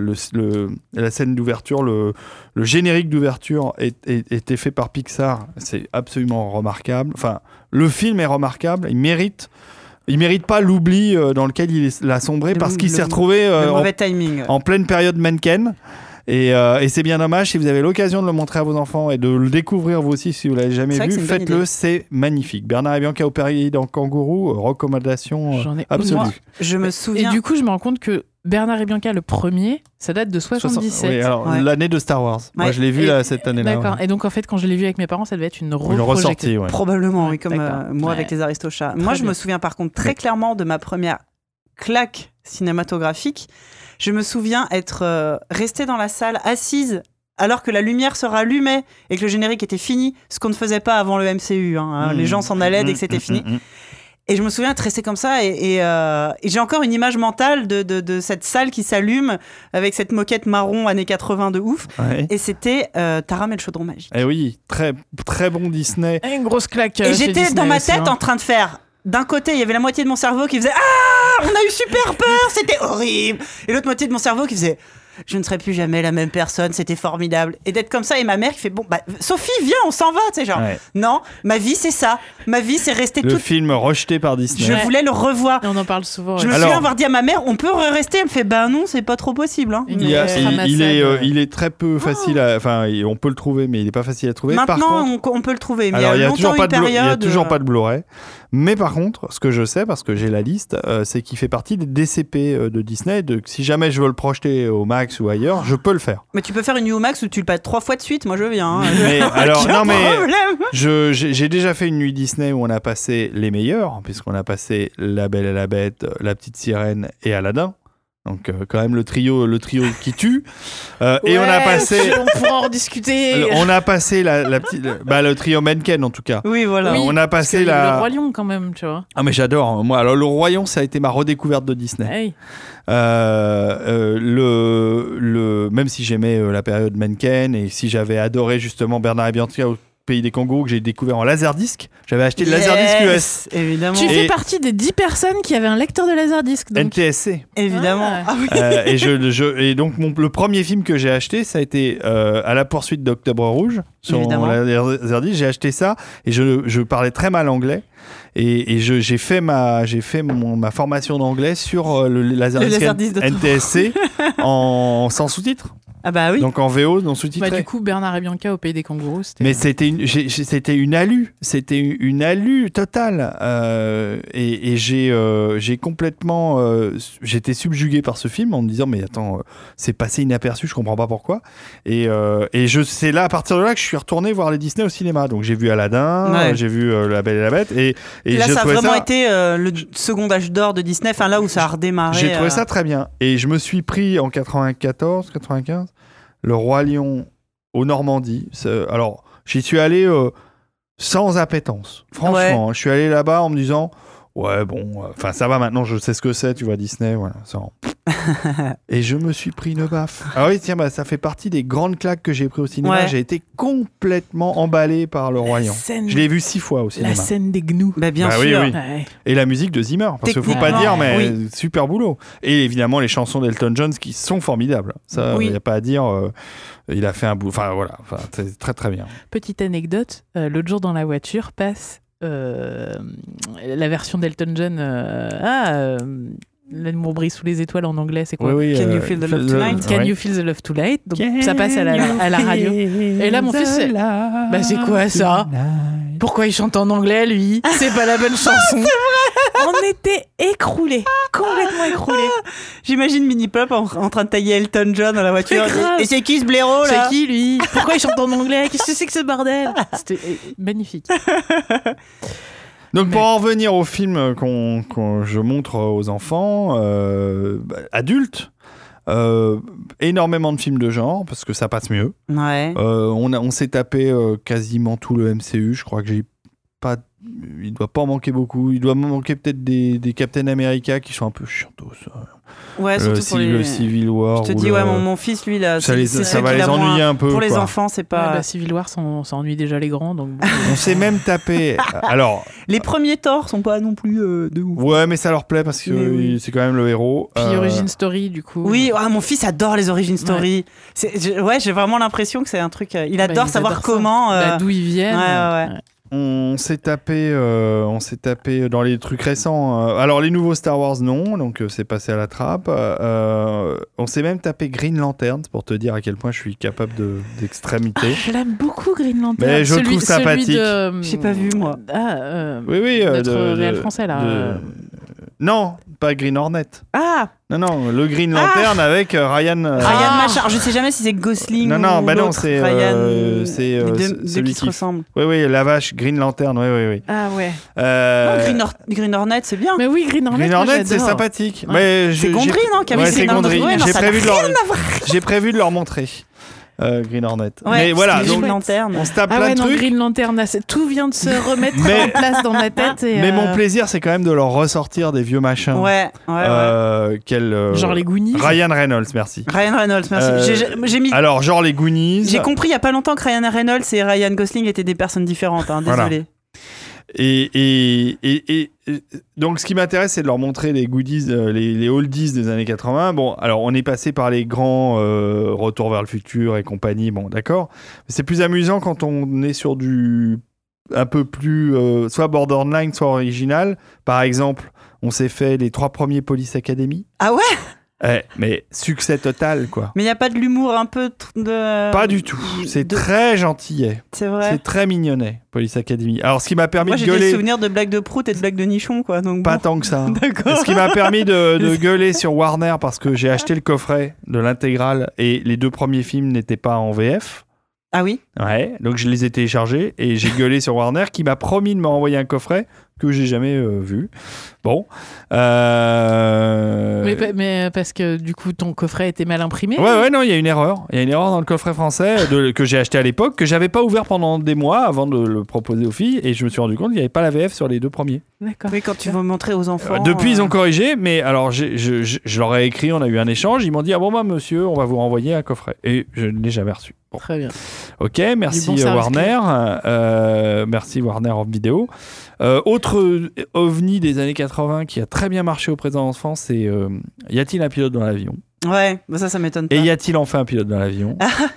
la scène d'ouverture, le générique d'ouverture était fait par Pixar. C'est absolument remarquable. Enfin, le film est remarquable. Il mérite pas l'oubli dans lequel il a sombré, parce qu'il s'est retrouvé mauvais timing. En pleine période Menken. Et c'est bien dommage. Si vous avez l'occasion de le montrer à vos enfants et de le découvrir vous aussi si vous l'avez jamais vu, faites-le, c'est magnifique. Bernard et Bianca au Pays des Kangourous, recommandation absolue. Moi, je me souviens. Et du coup, je me rends compte que Bernard et Bianca, le premier, ça date de 77. Oui, alors l'année de Star Wars. Ouais. Moi, je l'ai vu cette année-là. D'accord. Ouais. Et donc, en fait, quand je l'ai vu avec mes parents, ça devait être une ressortie. Ouais. Probablement, oui, comme moi avec les Aristochats. Moi, je me souviens par contre très clairement de ma première claque cinématographique. Je me souviens être restée dans la salle, assise, alors que la lumière se rallumait et que le générique était fini, ce qu'on ne faisait pas avant le MCU. Les gens s'en allaient dès que c'était fini. Et je me souviens être restée comme ça et j'ai encore une image mentale de cette salle qui s'allume avec cette moquette marron années 80 de ouf. Ouais. Et c'était Taram et le chaudron magique. Et oui, très, très bon Disney. Et une grosse claque. Et j'étais Disney dans ma tête en train de faire... D'un côté, il y avait la moitié de mon cerveau qui faisait « Ah, on a eu super peur, c'était horrible !» Et l'autre moitié de mon cerveau qui faisait « Je ne serai plus jamais la même personne, c'était formidable !» Et d'être comme ça, et ma mère qui fait « Bon, bah, Sophie, viens, on s'en va !» Tu sais, genre, non, ma vie, c'est ça. Ma vie, c'est rester le film rejeté par Disney. Je voulais le revoir. Et on en parle souvent. Je me souviens avoir dit à ma mère « On peut rester ?» Elle me fait « Ben non, c'est pas trop possible. Hein. » il est très peu facile enfin, on peut le trouver, mais il n'est pas facile à trouver. Maintenant, par contre, on peut le trouver, mais alors, il y a longtemps une période... Il n'y a toujours pas de Blu-ray. Mais par contre, ce que je sais, parce que j'ai la liste, c'est qu'il fait partie des DCP de Disney. Si jamais je veux le projeter au Max ou ailleurs, je peux le faire. Mais tu peux faire une Nuit au Max où tu le payes 3 fois de suite. Moi, je viens. Mais alors, non, mais j'ai déjà fait une nuit Disney où on a passé les meilleurs, puisqu'on a passé La Belle et la Bête, La Petite Sirène et Aladdin. Donc quand même le trio qui tue. Et on a passé. On pourra en rediscuter. On a passé le trio Menken en tout cas. Oui voilà. Oui, on a passé le Roi Lion quand même, tu vois. Ah mais j'adore. Moi alors le Roi Lion ça a été ma redécouverte de Disney. Hey. Même si j'aimais la période Menken et si j'avais adoré justement Bernard et Bianca Pays des Kangourous que j'ai découvert en laserdisc. J'avais acheté le laserdisc US. Évidemment. Tu fais partie des 10 personnes qui avaient un lecteur de laserdisc. Donc. NTSC. Évidemment. Ah. Ah oui. Et donc le premier film que j'ai acheté, ça a été À la poursuite d'Octobre Rouge sur laserdisc. J'ai acheté ça et je parlais très mal anglais. Et j'ai fait ma formation d'anglais sur le laserdisc NTSC sans sous-titres. Ah bah oui. Donc en VO, non sous-titré. Du coup, Bernard et Bianca au Pays des Kangourous. Mais c'était une alu totale. Et j'ai complètement... j'étais subjugué par ce film en me disant, mais attends, c'est passé inaperçu, je comprends pas pourquoi. Et c'est là, à partir de là, que je suis retourné voir les Disney au cinéma. Donc j'ai vu Aladdin, j'ai vu La Belle et la Bête. Et là, ça a vraiment été le second âge d'or de Disney, enfin là où ça a redémarré. J'ai trouvé ça très bien. Et je me suis pris en 95, Le Roi Lion au Normandie. Alors, j'y suis allé sans appétence. Franchement, je suis allé là-bas en me disant, ouais, bon, enfin, ça va maintenant, je sais ce que c'est, tu vois, Disney, voilà. Et je me suis pris une baffe. Ah oui, tiens, ça fait partie des grandes claques que j'ai pris au cinéma. Ouais. J'ai été complètement emballé par Le Roi Lion. Je l'ai vu 6 fois au cinéma. La scène des gnous. Bah, bien sûr. Oui. Ouais. Et la musique de Zimmer, parce qu'il ne faut pas dire, mais super boulot. Et évidemment, les chansons d'Elton John qui sont formidables. Ça, il n'y a pas à dire. Il a fait un bout. Enfin, voilà. C'est très, très bien. Petite anecdote. L'autre jour, dans la voiture, passe la version d'Elton John. L'amour brille sous les étoiles en anglais, c'est quoi? Can you feel the love tonight? Can you feel the love tonight? Donc ça passe à la radio. Et là, mon fils, c'est quoi ça? Pourquoi il chante en anglais, lui? C'est pas la bonne chanson. C'est vrai. On était écroulés, complètement écroulés. J'imagine Mini Pop en train de tailler Elton John dans la voiture. Et c'est qui ce blaireau là? C'est qui lui? Pourquoi il chante en anglais? Qu'est-ce que c'est que ce bordel? C'était magnifique. Donc pour en revenir au film qu'on je montre aux enfants adultes, énormément de films de genre parce que ça passe mieux. Ouais. On s'est tapé quasiment tout le MCU. Je crois que il doit pas en manquer beaucoup. Il doit me manquer peut-être des Captain America qui sont un peu chiantos. Ouais, surtout pour le Civil War. Je te dis, mon fils, lui, là, ça va les ennuyer un peu. Pour les enfants, c'est pas. Civil War, ça ennuie déjà les grands. Donc... On s'est même tapé. Alors. Les premiers Thor sont pas non plus de ouf. Ouais, mais ça leur plaît parce que c'est quand même le héros. Puis Origin Story, du coup. Oui, mon fils adore les Origin Story. Ouais, j'ai vraiment l'impression que c'est un truc. Il adore savoir comment. D'où ils viennent. Ouais. On s'est tapé dans les trucs récents. Alors les nouveaux Star Wars non, donc c'est passé à la trappe. On s'est même tapé Green Lantern pour te dire à quel point je suis capable d'extrémité. Je l'aime beaucoup Green Lantern. Mais je le trouve sympathique. J'ai pas vu moi. Oui. Notre réel français là. Non, pas Green Hornet. Ah. Non, le Green Lantern avec Ryan machin. Je sais jamais si c'est Gosling ou non, c'est Ryan. C'est deux qui se ressemblent. Oui, la vache, Green Lantern, oui. Ah ouais. Green Hornet, c'est bien. Mais oui, Green Hornet, c'est sympathique. Ouais. Mais c'est Gondry, non, qui avait c'est Gondry. J'ai prévu de leur montrer. Green Hornet. Ouais, mais voilà, donc Lanterne. On se tape plein de trucs. Green Lantern, tout vient de se remettre en place dans ma tête. Mais mon plaisir, c'est quand même de leur ressortir des vieux machins. Ouais. Genre les Goonies. Ryan Reynolds, merci. J'ai mis. Alors, genre les Goonies. J'ai compris il y a pas longtemps que Ryan Reynolds et Ryan Gosling étaient des personnes différentes. Désolé. Voilà. Et donc ce qui m'intéresse, c'est de leur montrer les goodies, les oldies des années 80. Bon, alors on est passé par les grands Retour vers le futur et compagnie, bon d'accord. Mais c'est plus amusant quand on est sur du un peu plus soit borderline, soit original. Par exemple, on s'est fait les 3 premiers Police Academy. Ah ouais? Mais succès total, quoi. Mais il n'y a pas de l'humour un peu de... Pas du tout. C'est très gentillet. C'est vrai. C'est très mignonnet, Police Academy. Alors, ce qui m'a permis de gueuler... Moi, j'ai des souvenirs de blagues de prout et de blagues de nichon, quoi. Donc pas tant que ça. D'accord. Ce qui m'a permis de gueuler sur Warner, parce que j'ai acheté le coffret de l'intégrale et les 2 premiers films n'étaient pas en VF. Ah oui? Ouais, donc je les ai téléchargés et j'ai gueulé sur Warner qui m'a promis de m'envoyer un coffret que j'ai jamais vu. Bon. Mais parce que du coup ton coffret était mal imprimé. Ouais, non, il y a une erreur. Il y a une erreur dans le coffret français que j'ai acheté à l'époque, que j'avais pas ouvert pendant des mois avant de le proposer aux filles, et je me suis rendu compte qu'il n'y avait pas la VF sur les 2 premiers. D'accord. Oui, quand tu veux montrer aux enfants. Depuis, ils ont corrigé, mais alors je leur ai écrit, on a eu un échange, ils m'ont dit ah bon bah monsieur, on va vous renvoyer un coffret, et je ne l'ai jamais reçu. Bon. Très bien. Ok, merci bon Warner. Merci Warner Home Video. Autre ovni des années 80 qui a très bien marché auprès des enfants, c'est Y a-t-il un pilote dans l'avion ? Ouais, bah ça m'étonne pas. Et y a-t-il enfin un pilote dans l'avion ?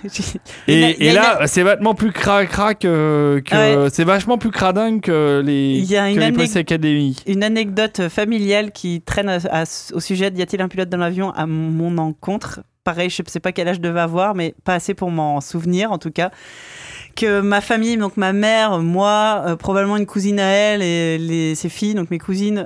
Et là, c'est vachement plus c'est vachement plus cradingue que les Police Academy. Une anecdote familiale qui traîne au sujet de Y a-t-il un pilote dans l'avion à mon encontre. Pareil, je ne sais pas quel âge je devais avoir, mais pas assez pour m'en souvenir en tout cas. Que ma famille, donc ma mère, moi, probablement une cousine à elle et ses filles, donc mes cousines,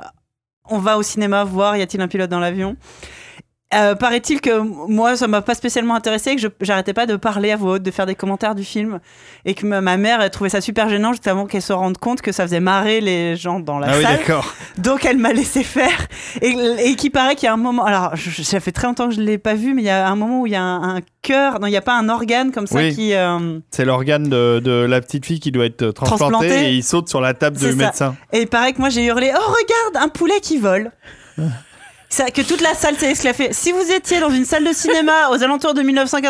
on va au cinéma voir Y a-t-il un pilote dans l'avion ? Paraît-il que moi ça m'a pas spécialement intéressé, que j'arrêtais pas de parler à voix haute, de faire des commentaires du film, et que ma mère elle trouvait ça super gênant juste avant qu'elle se rende compte que ça faisait marrer les gens dans la salle. Oui, d'accord. Donc elle m'a laissé faire, et qu'il paraît qu'il y a un moment, alors ça fait très longtemps que je l'ai pas vu, mais il y a un moment où il y a un cœur, non il y a pas un organe comme ça qui c'est l'organe de la petite fille qui doit être transplantée et il saute sur la table du médecin. Et il paraît que moi j'ai hurlé « Oh regarde, un poulet qui vole !» que toute la salle s'est esclaffée. Si vous étiez dans une salle de cinéma aux alentours de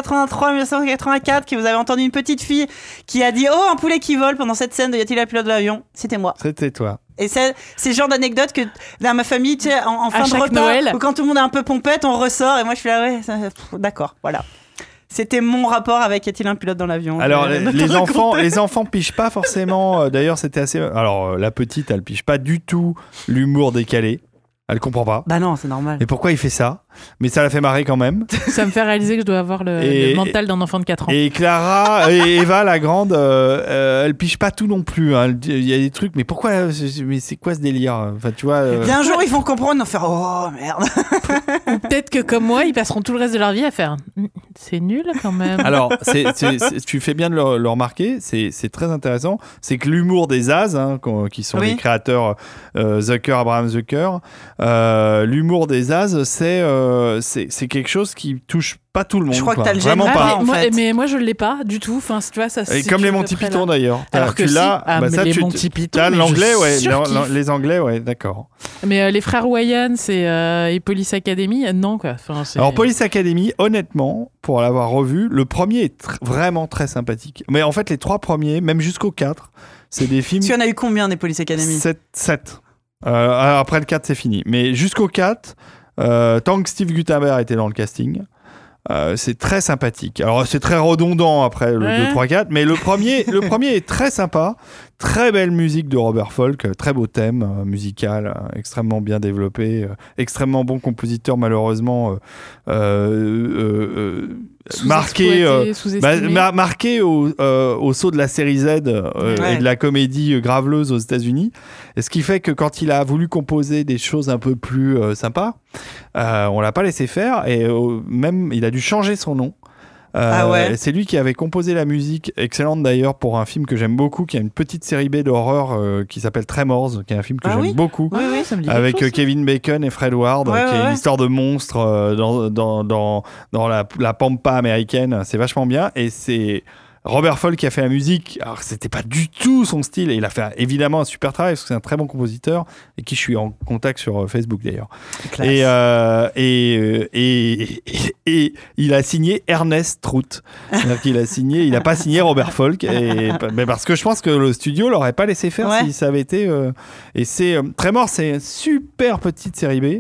1983-1984, que vous avez entendu une petite fille qui a dit « Oh, un poulet qui vole !» pendant cette scène de « Y a-t-il un pilote de l'avion ?» C'était moi. C'était toi. Et c'est le genre d'anecdote que dans ma famille, tu sais, en fin de repas, Noël, ou quand tout le monde est un peu pompette, on ressort et moi je suis là, ouais, d'accord, voilà. C'était mon rapport avec Y a-t-il un pilote dans l'avion. Alors les enfants pigent pas forcément. D'ailleurs, c'était assez. Alors la petite, elle pige pas du tout l'humour décalé. Elle comprend pas. Bah non, c'est normal. Et pourquoi il fait ça ? Mais ça la fait marrer quand même. Ça me fait réaliser que je dois avoir le mental d'un enfant de 4 ans. Et Clara et Eva, la grande, elle piche pas tout non plus. Hein. Il y a des trucs, mais pourquoi ? Mais c'est quoi ce délire ? Enfin, tu vois. Et un jour, ils vont comprendre, ils vont faire oh merde. Ou peut-être que comme moi, ils passeront tout le reste de leur vie à faire. C'est nul quand même. Alors, tu fais bien de le remarquer. C'est très intéressant. C'est que l'humour des As, hein, qui sont les créateurs Abraham Zucker, l'humour des As, c'est quelque chose qui touche pas tout le monde. Je crois que t'as le vraiment pas. Mais moi je l'ai pas du tout. Enfin, tu vois, ça. Et comme les Monty Python d'ailleurs. Alors que tu l'as. Les Monty Python. T'as l'anglais, les anglais, ouais, d'accord. Mais les frères Wayans et Police Academy, non quoi. Enfin, alors Police Academy, honnêtement, pour l'avoir revu, le premier est vraiment très sympathique. Mais en fait, les 3 premiers, même jusqu'au 4, c'est des films. Tu en as eu combien des Police Academy ? 7. Après le 4, c'est fini. Mais jusqu'au 4. Tant que Steve Guttenberg était dans le casting, c'est très sympathique. Alors c'est très redondant après le 2, 3, 4, mais le premier est très sympa. Très belle musique de Robert Folk, très beau thème musical, extrêmement bien développé, extrêmement bon compositeur, malheureusement marqué au saut de la série Z et de la comédie graveleuse aux États-Unis. Et ce qui fait que quand il a voulu composer des choses un peu plus sympas, on l'a pas laissé faire et même il a dû changer son nom. C'est lui qui avait composé la musique, excellente d'ailleurs, pour un film que j'aime beaucoup, qui a une petite série B d'horreur qui s'appelle Tremors, qui est un film que j'aime beaucoup, ça me dit avec chose, Kevin Bacon et Fred Ward, qui est une histoire de monstre dans la pampa américaine. C'est vachement bien et c'est Robert Folk qui a fait la musique. Alors c'était pas du tout son style et il a fait évidemment un super travail parce que c'est un très bon compositeur et qui je suis en contact sur Facebook d'ailleurs. Et il a signé Ernest Trout. Il a pas signé Robert Folk mais parce que je pense que le studio l'aurait pas laissé faire si ça avait été et c'est Tremors, c'est une super petite série B.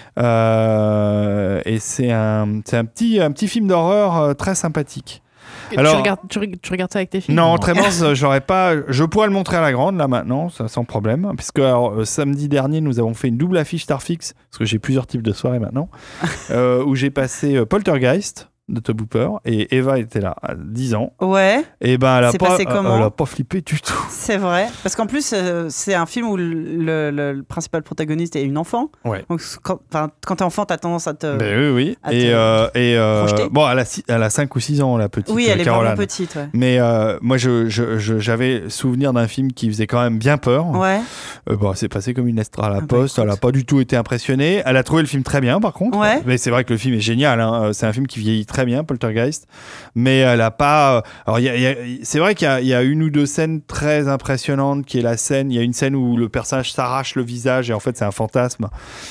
Et c'est un petit film d'horreur très sympathique. Alors, tu regardes ça avec tes filles ? Non, Tremors, j'aurais pas. Je pourrais le montrer à la grande là maintenant, sans problème. Puisque samedi dernier, nous avons fait une double affiche Starfix, parce que j'ai plusieurs types de soirées maintenant, où j'ai passé Poltergeist de Tobe Hooper et Eva était là à 10 ans. Ouais. Et ben elle a pas flippé du tout. C'est vrai, parce qu'en plus c'est un film où le principal protagoniste est une enfant. Ouais. Donc quand t'es enfant, t'as tendance à te. Ben oui. Bon, elle a 5 ou 6 ans la petite. Oui, elle est Caroline. vraiment petite. Ouais. Mais moi j'avais souvenir d'un film qui faisait quand même bien peur. Ouais. C'est passé comme une lettre à la poste. Elle a pas du tout été impressionnée. Elle a trouvé le film très bien par contre. Ouais. Mais c'est vrai que le film est génial. Hein. C'est un film qui vieillit très bien, Poltergeist, mais elle a pas. Alors c'est vrai qu'il y a une ou deux scènes très impressionnantes, qui est la scène. Il y a une scène où le personnage s'arrache le visage et en fait c'est un fantasme.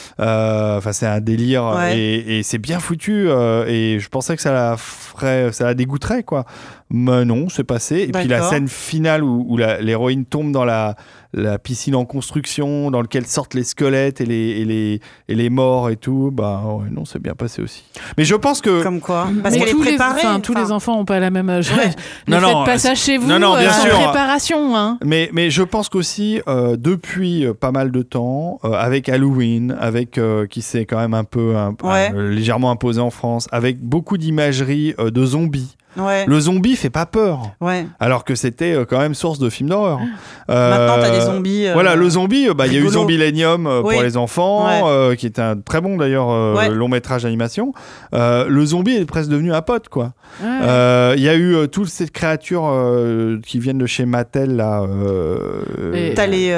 Enfin c'est un délire et c'est bien foutu et je pensais que ça la dégoûterait quoi. Mais non, c'est passé. Et puis la scène finale où l'héroïne tombe dans la piscine en construction, dans laquelle sortent les squelettes et les morts et tout, non, c'est bien passé aussi. Mais je pense que... Comme quoi parce qu'elle est préparée. Tous les enfants n'ont pas la même âge. Ouais. Non, faites pas ça chez vous, bien sûr. Préparation. Hein. Mais je pense qu'aussi, depuis pas mal de temps, avec Halloween, qui s'est quand même un peu légèrement imposé en France, avec beaucoup d'imagerie de zombies. Ouais. Le zombie fait pas peur, alors que c'était quand même source de films d'horreur. Maintenant, t'as des zombies. Voilà, le zombie, il y a eu Zombielenium pour les enfants, qui est un très bon d'ailleurs long métrage d'animation. Le zombie est presque devenu un pote, quoi. Il y a eu toutes ces créatures qui viennent de chez Mattel là. T'as les.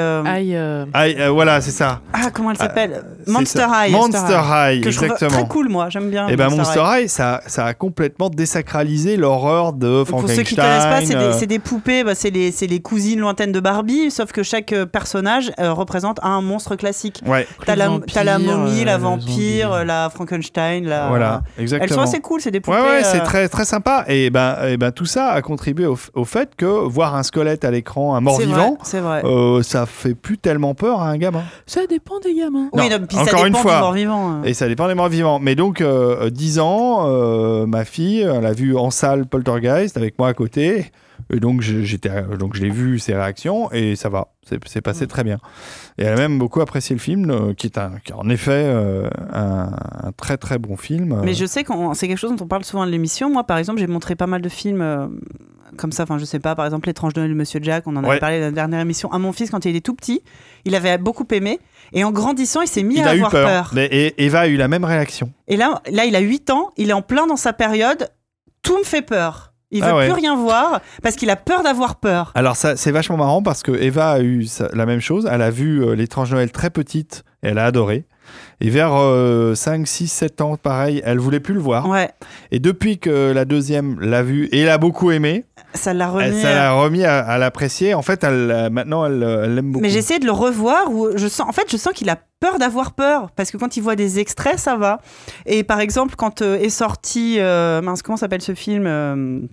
Voilà, c'est ça. Ah, comment elle s'appelle Monster High. Monster High, que exactement. Je trouve très cool, moi. J'aime bien. Et Monster High, ça a complètement désacralisé l'horreur de Frankenstein. Pour ceux qui ne connaissent pas, c'est des poupées, c'est les cousines lointaines de Barbie, sauf que chaque personnage représente un monstre classique. Ouais. T'as la momie, la vampire, la Frankenstein. Voilà, exactement. Elles sont assez cool, c'est des poupées. Ouais, c'est très, très sympa. Et tout ça a contribué au fait que voir un squelette à l'écran, un mort-vivant, c'est vrai. Ça fait plus tellement peur à un gamin. Ça dépend des gamins. Oui, puis ça dépend du mort-vivant. Et ça dépend des morts-vivants. Mais donc, 10 ans, ma fille, elle a vu en salle Poltergeist avec moi à côté et donc je l'ai vu ses réactions et ça va, c'est passé très bien et elle a même beaucoup apprécié le film qui est en effet un très très bon film. Mais je sais que c'est quelque chose dont on parle souvent de l'émission. Moi par exemple j'ai montré pas mal de films comme ça, enfin je sais pas, par exemple L'étrange Noël de Monsieur Jack, on en avait parlé dans la dernière émission, à mon fils quand il était tout petit, il avait beaucoup aimé et en grandissant il s'est mis à avoir peur. Et Eva a eu la même réaction. Et là il a 8 ans, il est en plein dans sa période tout me fait peur. Il veut plus rien voir parce qu'il a peur d'avoir peur. Alors ça, c'est vachement marrant parce que Eva a eu la même chose. Elle a vu L'étrange Noël très petite et elle a adoré. Et vers 5, 6, 7 ans, pareil, elle voulait plus le voir. Ouais. Et depuis que la deuxième l'a vu et l'a beaucoup aimé, ça l'a remis à l'apprécier. En fait, maintenant, elle l'aime beaucoup. Mais j'ai essayé de le revoir où je sens qu'il a peur d'avoir peur parce que quand il voit des extraits, ça va. Et par exemple, quand est sorti, comment s'appelle ce film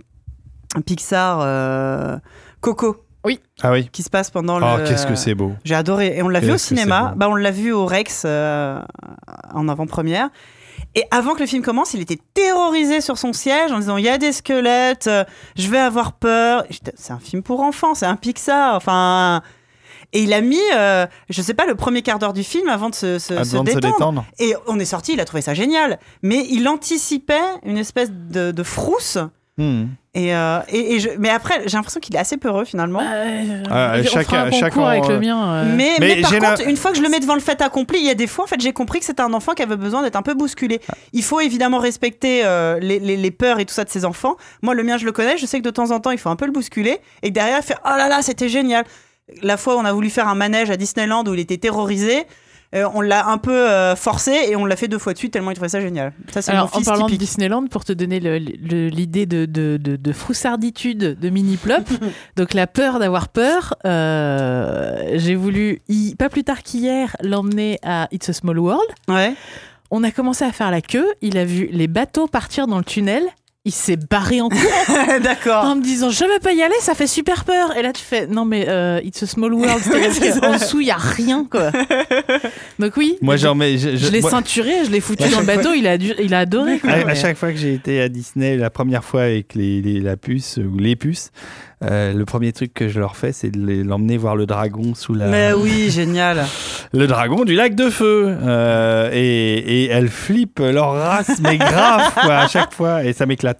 Pixar, Coco. Oui. Ah oui. Qui se passe pendant qu'est-ce que c'est beau. J'ai adoré. Et on l'a vu au cinéma. On l'a vu au Rex en avant-première. Et avant que le film commence, il était terrorisé sur son siège en disant « Il y a des squelettes, je vais avoir peur. » C'est un film pour enfants, c'est un Pixar. Enfin... Et il a mis, je sais pas, le premier quart d'heure du film avant de se détendre. Et on est sorti, il a trouvé ça génial. Mais il anticipait une espèce de frousse. Mais après, j'ai l'impression qu'il est assez peureux finalement. Chacun avec le mien. Mais par contre, une fois que je le mets devant le fait accompli, il y a des fois, en fait, j'ai compris que c'était un enfant qui avait besoin d'être un peu bousculé. Il faut évidemment respecter les peurs et tout ça de ses enfants. Moi, le mien, je le connais. Je sais que de temps en temps, il faut un peu le bousculer et que derrière, il fait « Oh là là, c'était génial !» La fois où on a voulu faire un manège à Disneyland où il était terrorisé, on l'a un peu forcé et on l'a fait 2 fois de suite tellement il trouvait ça génial. Ça, c'est alors, mon fils en parlant typique. de Disneyland, pour te donner l'idée de froussarditude de Mini Plop, donc la peur d'avoir peur, j'ai voulu, pas plus tard qu'hier, l'emmener à It's a Small World. Ouais. On a commencé à faire la queue, il a vu les bateaux partir dans le tunnel. Il s'est barré en courant. D'accord. En me disant, je veux pas y aller, ça fait super peur. Et là, tu fais, non, mais It's a Small World. C'est-à-dire qu'en dessous, il n'y a rien, quoi. Donc, oui. Moi, je l'ai ceinturé, je l'ai foutu dans le bateau. Il a adoré. Quoi. À chaque fois que j'ai été à Disney, la première fois avec la puce ou les puces, le premier truc que je leur fais, c'est de l'emmener voir le dragon sous la... Mais oui, génial. Le dragon du lac de feu. Et elles flippent leur race, mais grave, quoi, à chaque fois. Et ça m'éclate.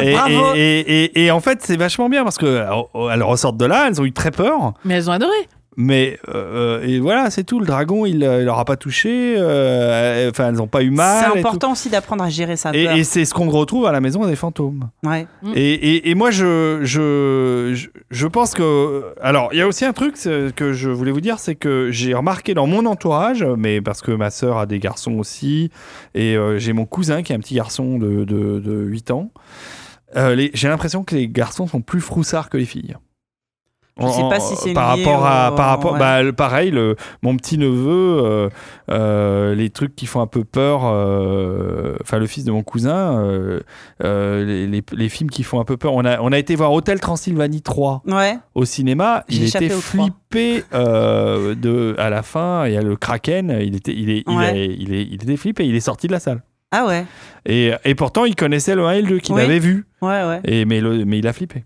Et en fait, c'est vachement bien parce qu'elles ressortent de là, elles ont eu très peur. Mais elles ont adoré. Mais et voilà, c'est tout. Le dragon, il leur a pas touché. Enfin, elles n'ont pas eu mal. C'est important aussi d'apprendre à gérer sa peur. Et c'est ce qu'on retrouve à la maison des fantômes. Ouais. Et moi, je pense que... Alors, il y a aussi un truc que je voulais vous dire, c'est que j'ai remarqué dans mon entourage, mais parce que ma sœur a des garçons aussi, et j'ai mon cousin qui est un petit garçon de 8 ans, j'ai l'impression que les garçons sont plus froussards que les filles. Je sais pas si c'est par lié rapport ouais. Pareil, mon petit neveu, les trucs qui font un peu peur, enfin le fils de mon cousin, les films qui font un peu peur. On a été voir Hôtel Transylvanie 3 au cinéma. Il était flippé à la fin. Il y a le Kraken. Il était flippé. Il est sorti de la salle. Ah ouais. Et pourtant il connaissait le 1 et le 2 qu'il avait vu. Ouais. Mais il a flippé.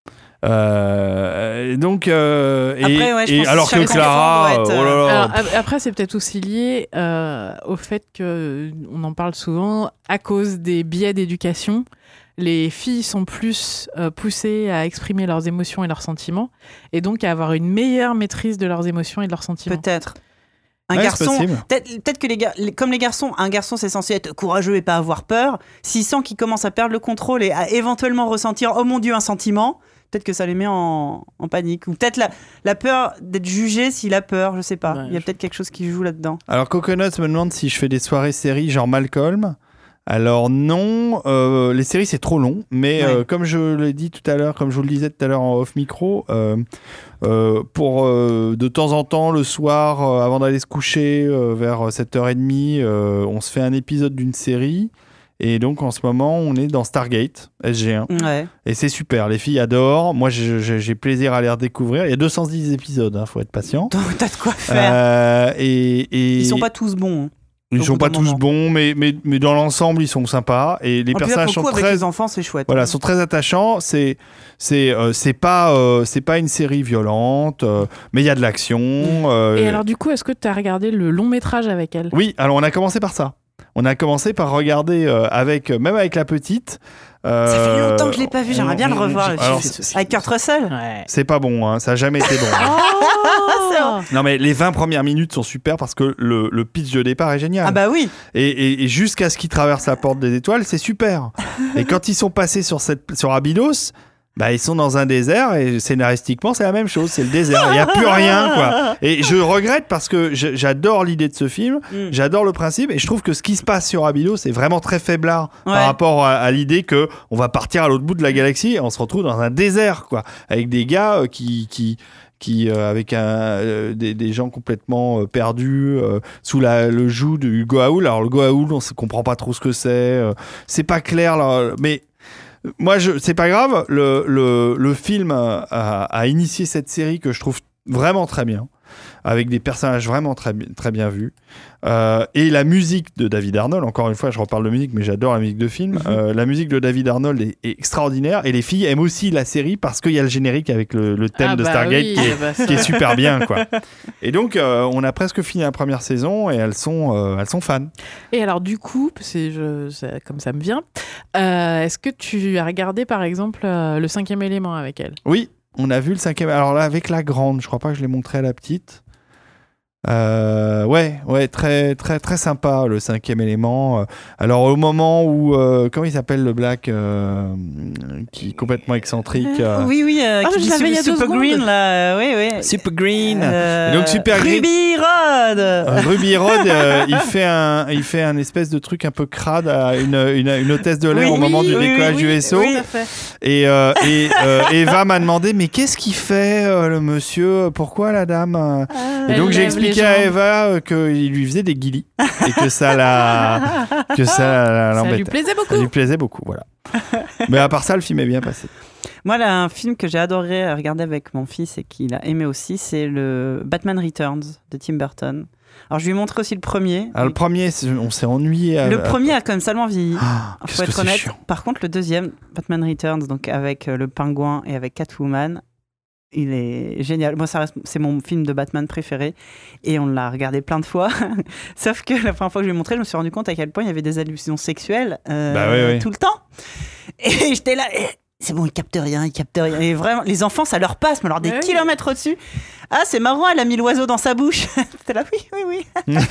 Donc après, alors que Clara Alors, après c'est peut-être aussi lié au fait que on en parle souvent à cause des biais d'éducation, les filles sont plus poussées à exprimer leurs émotions et leurs sentiments et donc à avoir une meilleure maîtrise de leurs émotions et de leurs sentiments. Peut-être. Garçon, peut-être que comme les garçons, un garçon c'est censé être courageux et pas avoir peur. S'il sent qu'il commence à perdre le contrôle et à éventuellement ressentir oh mon Dieu un sentiment, peut-être que ça les met en panique. Ou peut-être la peur d'être jugé s'il a peur, je sais pas. Ouais, il y a peut-être quelque chose qui joue là-dedans. Alors Coconuts me demande si je fais des soirées séries genre Malcolm. Alors non, les séries c'est trop long, mais comme je l'ai dit tout à l'heure, comme je vous le disais tout à l'heure en off micro, pour de temps en temps le soir, avant d'aller se coucher vers 7h30, on se fait un épisode d'une série. Et donc en ce moment, on est dans Stargate SG1. Ouais. Et c'est super, les filles adorent. Moi, j'ai plaisir à les redécouvrir. Il y a 210 épisodes, faut être patient. Donc t'as de quoi faire. Ils sont pas tous bons. Hein. Ils sont pas tous bons, mais dans l'ensemble, ils sont sympas. Et les personnages sont très... avec les enfants, c'est chouette. Voilà, sont très attachants. C'est pas une série violente, mais il y a de l'action. Et alors du coup, est-ce que tu as regardé le long métrage avec elle ? Oui, alors on a commencé par ça. On a commencé par regarder même avec la petite. Ça fait longtemps que je l'ai pas vu, j'aimerais bien le revoir. Avec Kurt Russell. Ouais. C'est pas bon, hein, ça a jamais été bon. Non mais les 20 premières minutes sont super parce que le pitch de départ est génial. Ah bah oui. Et jusqu'à ce qu'ils traversent la porte des étoiles, c'est super. Et quand ils sont passés sur Abydos, bah, ils sont dans un désert et scénaristiquement c'est la même chose, c'est le désert, il n'y a plus rien quoi. Et je regrette parce que j'adore l'idée de ce film, j'adore le principe et je trouve que ce qui se passe sur Abydos c'est vraiment très faiblard par rapport à l'idée qu'on va partir à l'autre bout de la galaxie et on se retrouve dans un désert quoi, avec des gars qui avec des gens complètement perdus sous le joug du Goa'uld. Alors le Goa'uld on ne comprend pas trop ce que c'est pas clair là, mais moi, c'est pas grave. Le film a initié cette série que je trouve vraiment très bien, avec des personnages vraiment très, très bien vus. Et la musique de David Arnold, encore une fois, je reparle de musique, mais j'adore la musique de film. La musique de David Arnold est extraordinaire. Et les filles aiment aussi la série parce qu'il y a le générique avec le thème de Stargate qui est super bien, quoi. Et donc, on a presque fini la première saison et elles sont fans. Et alors, du coup, comme ça me vient, est-ce que tu as regardé, par exemple, le 5e élément avec elle ? Oui. On a vu le 5e. Alors là, avec la grande, je crois pas que je l'ai montré à la petite. Ouais, très, très, très sympa le 5e élément. Alors au moment où, comment il s'appelle le black qui est complètement excentrique. Oui, qui dit Super Green là, oui. Super Green. Donc Super Green. Ruby Rhod. Ruby Rhod, il fait un espèce de truc un peu crade à une hôtesse de l'air au moment du décollage du vaisseau. Oui, et Eva m'a demandé mais qu'est-ce qu'il fait le monsieur, pourquoi la dame et donc j'ai expliqué à Eva qu'il lui faisait des guilis et que ça l'embêtait. Ça lui plaisait beaucoup. Ça lui plaisait beaucoup, voilà. Mais à part ça, le film est bien passé. Moi, là, un film que j'ai adoré regarder avec mon fils et qu'il a aimé aussi, c'est le Batman Returns de Tim Burton. Alors, je lui ai montré aussi le premier. Alors, le premier, on s'est ennuyé. Le premier a quand même salement vieilli. Faut être honnête. Chiant. Par contre, le deuxième, Batman Returns, donc avec le pingouin et avec Catwoman, il est génial. Moi, c'est mon film de Batman préféré et on l'a regardé plein de fois. Sauf que la première fois que je lui ai montré, je me suis rendu compte à quel point il y avait des allusions sexuelles tout le temps. Et j'étais là. c'est bon, ils captent rien. Et vraiment, les enfants, ça leur passe, mais alors des kilomètres au-dessus. Ah, c'est marrant, elle a mis l'oiseau dans sa bouche. T'es là, oui.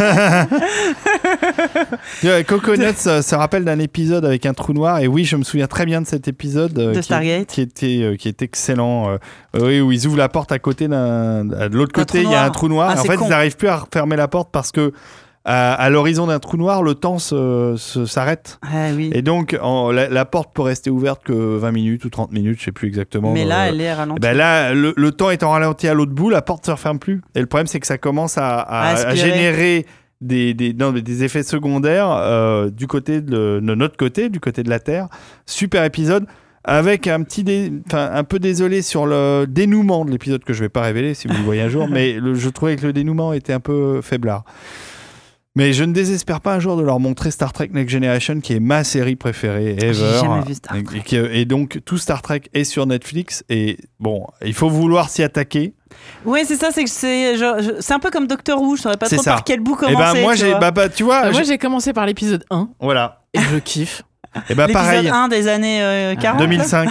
Coconut, ça rappelle d'un épisode avec un trou noir. Et oui, je me souviens très bien de cet épisode de Stargate. qui est excellent. Oui, où ils ouvrent la porte à côté de l'autre côté, il y a un trou noir. En fait, ils n'arrivent plus à refermer la porte parce que à l'horizon d'un trou noir, le temps s'arrête. Ah, oui. Et donc, la porte peut rester ouverte que 20 minutes ou 30 minutes, je ne sais plus exactement. Mais là, elle est ralentie. Ben là, le temps étant ralenti à l'autre bout, la porte ne se referme plus. Et le problème, c'est que ça commence à générer des effets secondaires du côté de notre côté, du côté de la Terre. Super épisode. Avec un peu désolé sur le dénouement de l'épisode que je ne vais pas révéler si vous le voyez un jour, mais je trouvais que le dénouement était un peu faiblard. Mais je ne désespère pas un jour de leur montrer Star Trek Next Generation, qui est ma série préférée ever. J'ai jamais vu Star Trek. Et donc, tout Star Trek est sur Netflix. Et bon, il faut vouloir s'y attaquer. Oui, c'est ça. C'est un peu comme Doctor Who. Je ne saurais pas trop par quel bout commencer. Moi, tu vois, moi, j'ai commencé par l'épisode 1. Voilà. Et je kiffe. Et bah pareil. L'épisode 1 des années 40. 2005.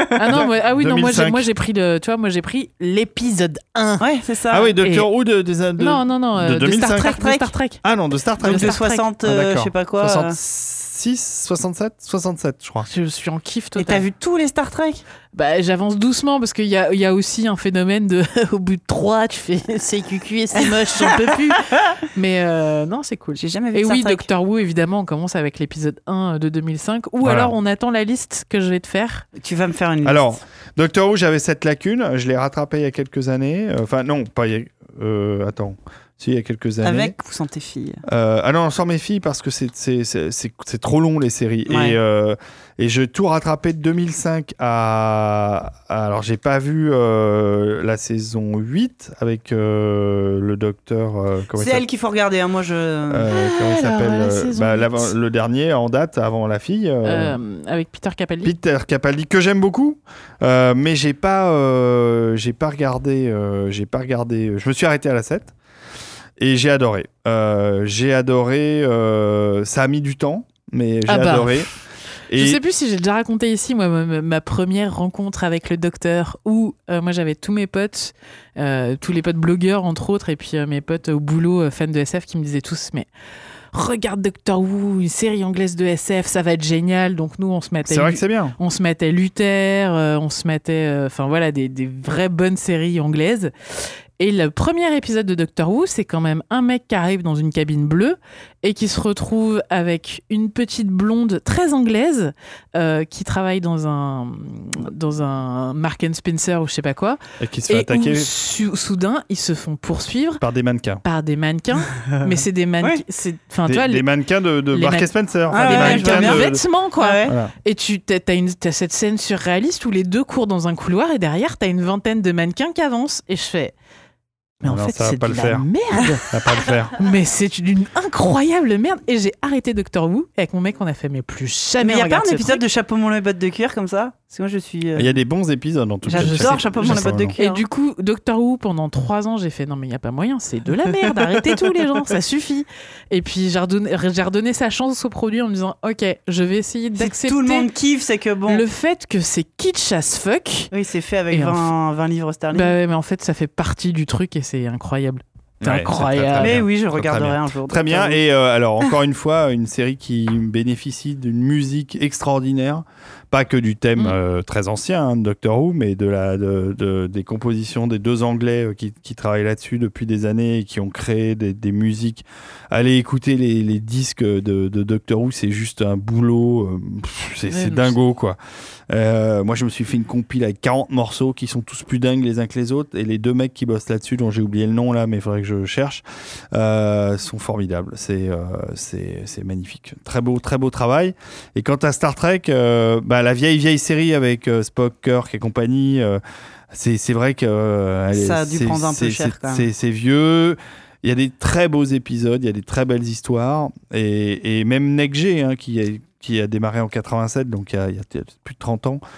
Moi j'ai pris l'épisode 1. Ouais, c'est ça. Ah oui, Doctor Who des années Non, de 2005. de Star Trek. Ah non, de Star Trek. Donc de 60 je sais pas quoi. 66, 67, je crois. Je suis en kiff total. Et t'as vu tous les Star Trek? Bah, j'avance doucement parce qu'il y a aussi un phénomène de au bout de 3, tu fais c'est cucu et c'est moche, j'en peux plus. Mais non, c'est cool. J'ai jamais vu et Star oui, Trek. Doctor Who, évidemment, on commence avec l'épisode 1 de 2005. Ou alors on attend la liste que je vais te faire. Tu vas me faire une liste. Alors, Doctor Who, j'avais cette lacune. Je l'ai rattrapé il y a quelques années. Enfin, non, pas il y a... Attends. Si, il y a quelques années. Avec ou sans tes filles? Ah non, sans mes filles, parce que c'est trop long, les séries. Ouais. Et j'ai tout rattrapé de 2005 à... Alors, j'ai pas vu la saison 8 avec le docteur... c'est elle qu'il faut regarder, hein. Moi, je... comment il s'appelle le dernier en date, avant la fille. Avec Peter Capaldi. Peter Capaldi, que j'aime beaucoup. Mais j'ai pas regardé... Je me suis arrêté à la 7. Et j'ai adoré. Ça a mis du temps, mais j'ai adoré. Et... Je sais plus si j'ai déjà raconté ici, moi, ma première rencontre avec le docteur, où moi j'avais tous mes potes, tous les potes blogueurs entre autres, et puis mes potes au boulot, fans de SF, qui me disaient tous, mais regarde Doctor Who, une série anglaise de SF, ça va être génial. Donc nous, on se mettait... C'est vrai que c'est bien. On se mettait Luther, on se mettait... Enfin voilà, des vraies bonnes séries anglaises. Et le premier épisode de Doctor Who, c'est quand même un mec qui arrive dans une cabine bleue et qui se retrouve avec une petite blonde très anglaise qui travaille dans un Marks & Spencer ou je sais pas quoi. Et qui se fait attaquer. Soudain, ils se font poursuivre par des mannequins. Mais c'est des mannequins. Des mannequins de Marks & Spencer. Des mannequins de vêtements, quoi. Ouais. Voilà. Et t'as cette scène surréaliste où les deux courent dans un couloir et derrière, t'as une vingtaine de mannequins qui avancent. Et je fais... Mais en fait, c'est de la merde. Ça va pas le faire. Mais c'est une incroyable merde. Et j'ai arrêté Doctor Who. Et avec mon mec, on a fait, mais plus jamais. Mais il n'y a pas un épisode truc. de Chapeau melon et bottes de cuir comme ça? Parce que moi, je suis... Il y a des bons épisodes en tout cas. J'adore Chapeau melon et bottes de cuir. Et du coup, Doctor Who, pendant 3 ans, j'ai fait, non, mais il n'y a pas moyen. C'est de la merde. Arrêtez tout, les gens. Ça suffit. Et puis, j'ai redonné sa chance au produit en me disant, OK, je vais essayer d'accepter. Tout le monde kiffe, c'est que bon. Le fait que c'est kitsch as fuck. Oui, c'est fait avec 20 livres sterling. Bah, mais en fait, ça fait partie du truc et c'est incroyable. C'est incroyable. Mais oui, je regarderai un jour. Très bien. Et alors, encore une fois, une série qui bénéficie d'une musique extraordinaire. Pas que du thème très ancien de Doctor Who, mais des compositions des deux Anglais qui travaillent là-dessus depuis des années et qui ont créé des musiques. Allez écouter les disques de Doctor Who, c'est juste un boulot. C'est dingo, quoi. Moi, je me suis fait une compile avec 40 morceaux qui sont tous plus dingues les uns que les autres. Et les deux mecs qui bossent là-dessus, dont j'ai oublié le nom là, mais il faudrait que je cherche, sont formidables. C'est magnifique. Très beau travail. Et quant à Star Trek, la vieille série avec Spock, Kirk et compagnie, c'est vrai que ça a dû prendre un peu cher quand même. C'est vieux. Il y a des très beaux épisodes, il y a des très belles histoires, et même Next G, hein, qui a démarré en 87, donc il y a plus de 30 ans.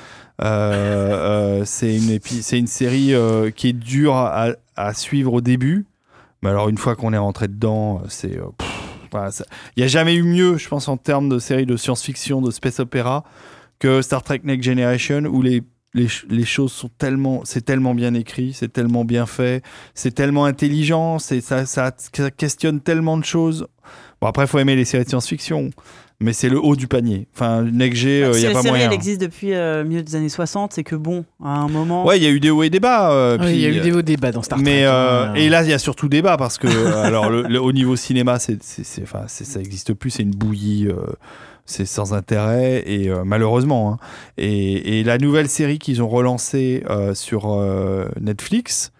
C'est une série qui est dure à suivre au début, mais alors une fois qu'on est rentré dedans, c'est... il n'y a jamais eu mieux, je pense, en termes de série de science-fiction, de space opéra, que Star Trek Next Generation, où les choses sont c'est tellement bien écrit, c'est tellement bien fait, c'est tellement intelligent, ça questionne tellement de choses. Bon, après, il faut aimer les séries de science-fiction, mais c'est le haut du panier. Enfin, Next G, il n'y a pas moyen. La série, elle existe depuis milieu des années 60, c'est que bon, à un moment... Ouais, il y a eu des hauts et des bas. Il y a eu des hauts et des bas dans Star Trek. Mais, et là, il y a surtout des bas, parce que alors, au niveau cinéma, ça n'existe plus, c'est une bouillie... c'est sans intérêt et malheureusement. Hein. Et la nouvelle série qu'ils ont relancée sur Netflix.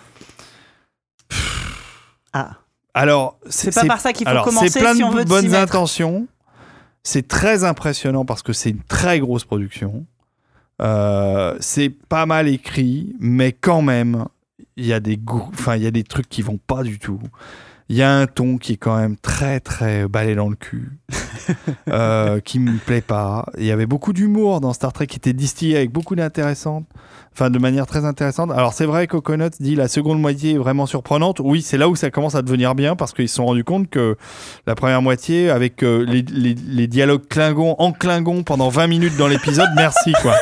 Alors, c'est pas par ça qu'il faut commencer. C'est plein si on veut de bonnes intentions. C'est très impressionnant parce que c'est une très grosse production. C'est pas mal écrit, mais quand même, il y a des trucs qui vont pas du tout. Il y a un ton qui est quand même très très balai dans le cul, qui me plaît pas. Il y avait beaucoup d'humour dans Star Trek qui était distillé avec beaucoup de manière très intéressante. Alors c'est vrai, Coconut dit la seconde moitié est vraiment surprenante. Oui, c'est là où ça commence à devenir bien parce qu'ils se sont rendus compte que la première moitié, avec les dialogues Klingon en Klingon pendant 20 minutes dans l'épisode, merci quoi.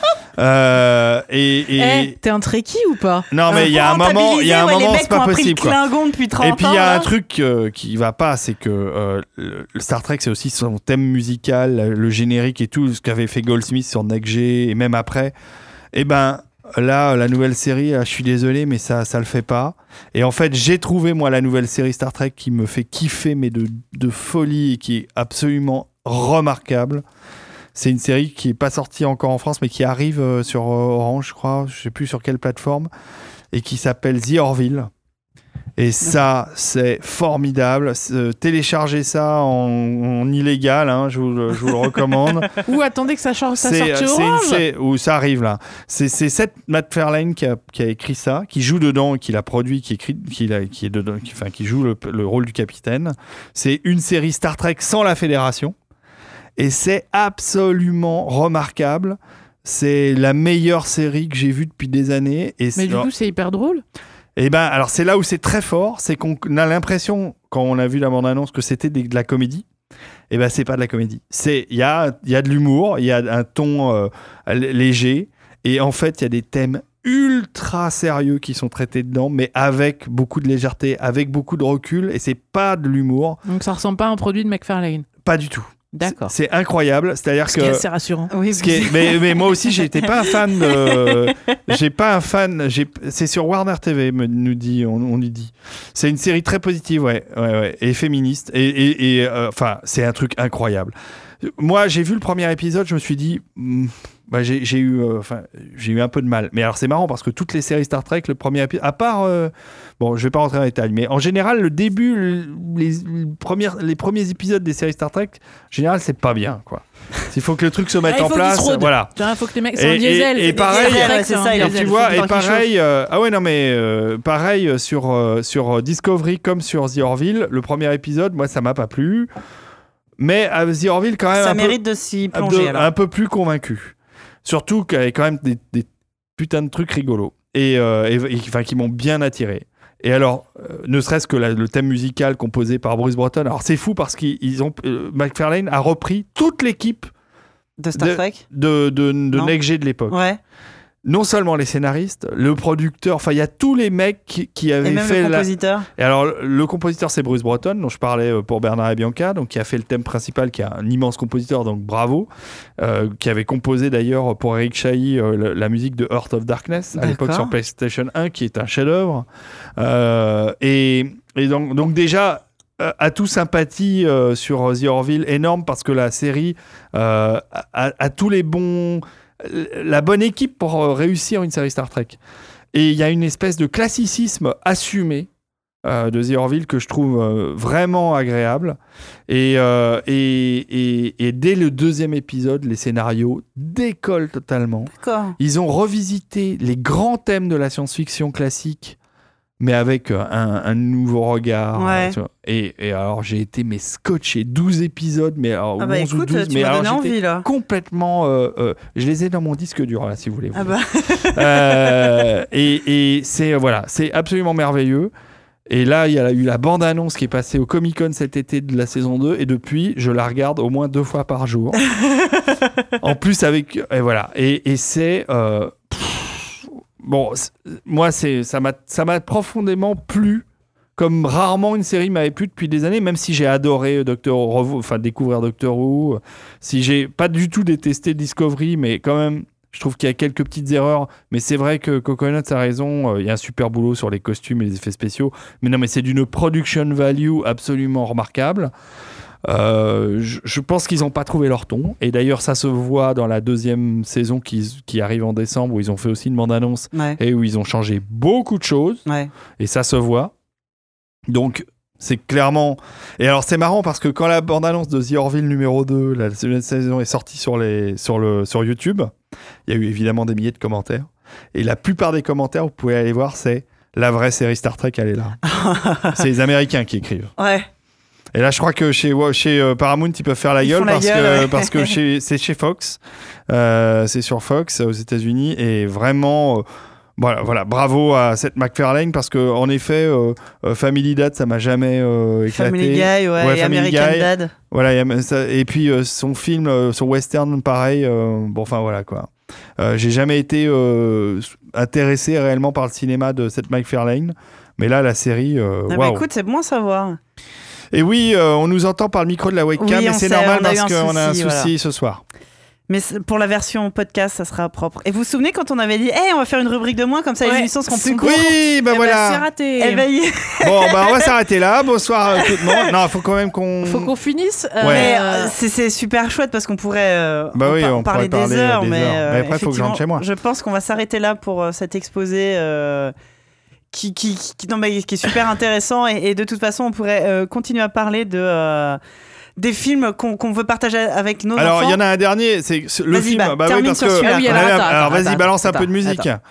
T'es un Trekkie ou pas? Non, mais il y a un moment, c'est pas possible. Depuis 30 et puis il y a un truc qui va pas, c'est que le Star Trek, c'est aussi son thème musical, le générique et tout, ce qu'avait fait Goldsmith sur Next G et même après. Et ben là, la nouvelle série, je suis désolé, mais ça le fait pas. Et en fait, j'ai trouvé moi la nouvelle série Star Trek qui me fait kiffer, mais de folie, et qui est absolument remarquable. C'est une série qui n'est pas sortie encore en France, mais qui arrive sur Orange, je crois, je ne sais plus sur quelle plateforme, et qui s'appelle The Orville. Et ça, c'est formidable. Téléchargez ça en illégal, hein, je vous le recommande. Ou attendez que ça sorte sur Orange. Où ça arrive là. C'est Seth MacFarlane qui a écrit ça, qui joue dedans, qui l'a produit, qui joue le rôle du capitaine. C'est une série Star Trek sans la Fédération. Et c'est absolument remarquable. C'est la meilleure série que j'ai vue depuis des années. Mais du coup, c'est hyper drôle. Et ben, alors c'est là où c'est très fort, c'est qu'on a l'impression, quand on a vu la bande-annonce, que c'était de la comédie. Et ben, c'est pas de la comédie. Il y a de l'humour, il y a un ton léger. Et en fait, il y a des thèmes ultra sérieux qui sont traités dedans, mais avec beaucoup de légèreté, avec beaucoup de recul. Et c'est pas de l'humour. Donc ça ressemble pas à un produit de MacFarlane. Pas du tout. D'accord. C'est incroyable, c'est-à-dire que c'est rassurant. Oui, mais moi aussi j'étais pas un fan c'est sur Warner TV on nous dit. C'est une série très positive, ouais, et féministe et enfin c'est un truc incroyable. Moi, j'ai vu le premier épisode, je me suis dit j'ai eu un peu de mal. Mais alors c'est marrant parce que toutes les séries Star Trek, le premier épisode, à part je vais pas rentrer dans les détails, mais en général le début, les premiers épisodes des séries Star Trek, en général c'est pas bien quoi. Il faut que le truc se mette en place, voilà. Il faut que les mecs soient en diesel. Et pareil, c'est ça, tu vois, et pareil, pareil sur Discovery comme sur The Orville, le premier épisode, moi ça m'a pas plu. Mais à The Orville, quand même, ça mérite de s'y plonger. Un peu plus convaincu. Surtout qu'il y avait quand même des putains de trucs rigolos et qui m'ont bien attiré. Et alors, ne serait-ce que le thème musical composé par Bruce Broughton. Alors c'est fou parce qu'ils ont MacFarlane a repris toute l'équipe de Star Trek de Next G de l'époque. Ouais. Non seulement les scénaristes, le producteur, enfin il y a tous les mecs qui avaient fait le compositeur. Et alors le compositeur c'est Bruce Broughton, dont je parlais pour Bernard et Bianca, donc qui a fait le thème principal, qui est un immense compositeur, donc bravo, qui avait composé d'ailleurs pour Eric Chahi la musique de Heart of Darkness à l'époque sur PlayStation 1, qui est un chef-d'œuvre. Et donc déjà à tout sympathie sur The Orville, énorme parce que la série a tous les bons. La bonne équipe pour réussir une série Star Trek. Et il y a une espèce de classicisme assumé de The Orville que je trouve vraiment agréable. Et dès le deuxième épisode, les scénarios décollent totalement. D'accord. Ils ont revisité les grands thèmes de la science-fiction classique, mais avec un nouveau regard. Ouais. Tu vois. Et alors, j'ai été scotché 12 épisodes, mais alors, 11 écoute, ou 12. tu m'as donné envie, là. Complètement... je les ai dans mon disque dur, là, si vous voulez. Ah bah. Et c'est absolument merveilleux. Et là, il y a eu la bande-annonce qui est passée au Comic-Con cet été de la saison 2. Et depuis, je la regarde au moins 2 fois par jour. En plus, avec... Et voilà. Et c'est... bon, moi, ça m'a profondément plu. Comme rarement une série m'avait plu depuis des années, même si j'ai adoré découvrir Doctor Who. Si j'ai pas du tout détesté Discovery, mais quand même... Je trouve qu'il y a quelques petites erreurs, mais c'est vrai que Coconut a raison. Il y a un super boulot sur les costumes et les effets spéciaux. Mais non, mais c'est d'une production value absolument remarquable. Je pense qu'ils n'ont pas trouvé leur ton. Et d'ailleurs, ça se voit dans la 2e saison qui arrive en décembre, où ils ont fait aussi une bande-annonce et où ils ont changé beaucoup de choses. Ouais. Et ça se voit. Donc... c'est clairement... Et alors, c'est marrant parce que quand la bande-annonce de The Orville numéro 2, la deuxième saison, est sortie sur YouTube, il y a eu évidemment des milliers de commentaires. Et la plupart des commentaires, vous pouvez aller voir, c'est la vraie série Star Trek, elle est là. C'est les Américains qui écrivent. Ouais. Et là, je crois que chez Paramount, ils peuvent faire la gueule parce que c'est chez Fox. C'est sur Fox aux États-Unis. Et vraiment... Voilà, bravo à Seth MacFarlane parce que en effet, Family Dad, ça m'a jamais éclaté. Family Guy, et American Dad. Voilà, et puis son film, son western, pareil. Voilà quoi. J'ai jamais été intéressé réellement par le cinéma de Seth MacFarlane, mais là, la série. Écoute, c'est bon à savoir. Et oui, on nous entend par le micro de la webcam, mais c'est normal parce qu'on a un souci ce soir. Mais pour la version podcast, ça sera propre. Et vous vous souvenez quand on avait dit on va faire une rubrique de moins, comme ça les émissions seront plus courtes. Oui, voilà. C'est raté. Bon, on va s'arrêter là. Bonsoir tout le monde. Non, il faut quand même qu'on... Faut qu'on finisse. Mais c'est super chouette parce qu'on pourrait on parler des heures. Mais après, il faut que je rentre chez moi. Je pense qu'on va s'arrêter là pour cet exposé qui est super intéressant. Et de toute façon, on pourrait continuer à parler des films qu'on veut partager avec nos enfants. Alors, il y en a un dernier, c'est le film. Termine sur celui-là. Alors, vas-y, balance un peu de musique. Attends.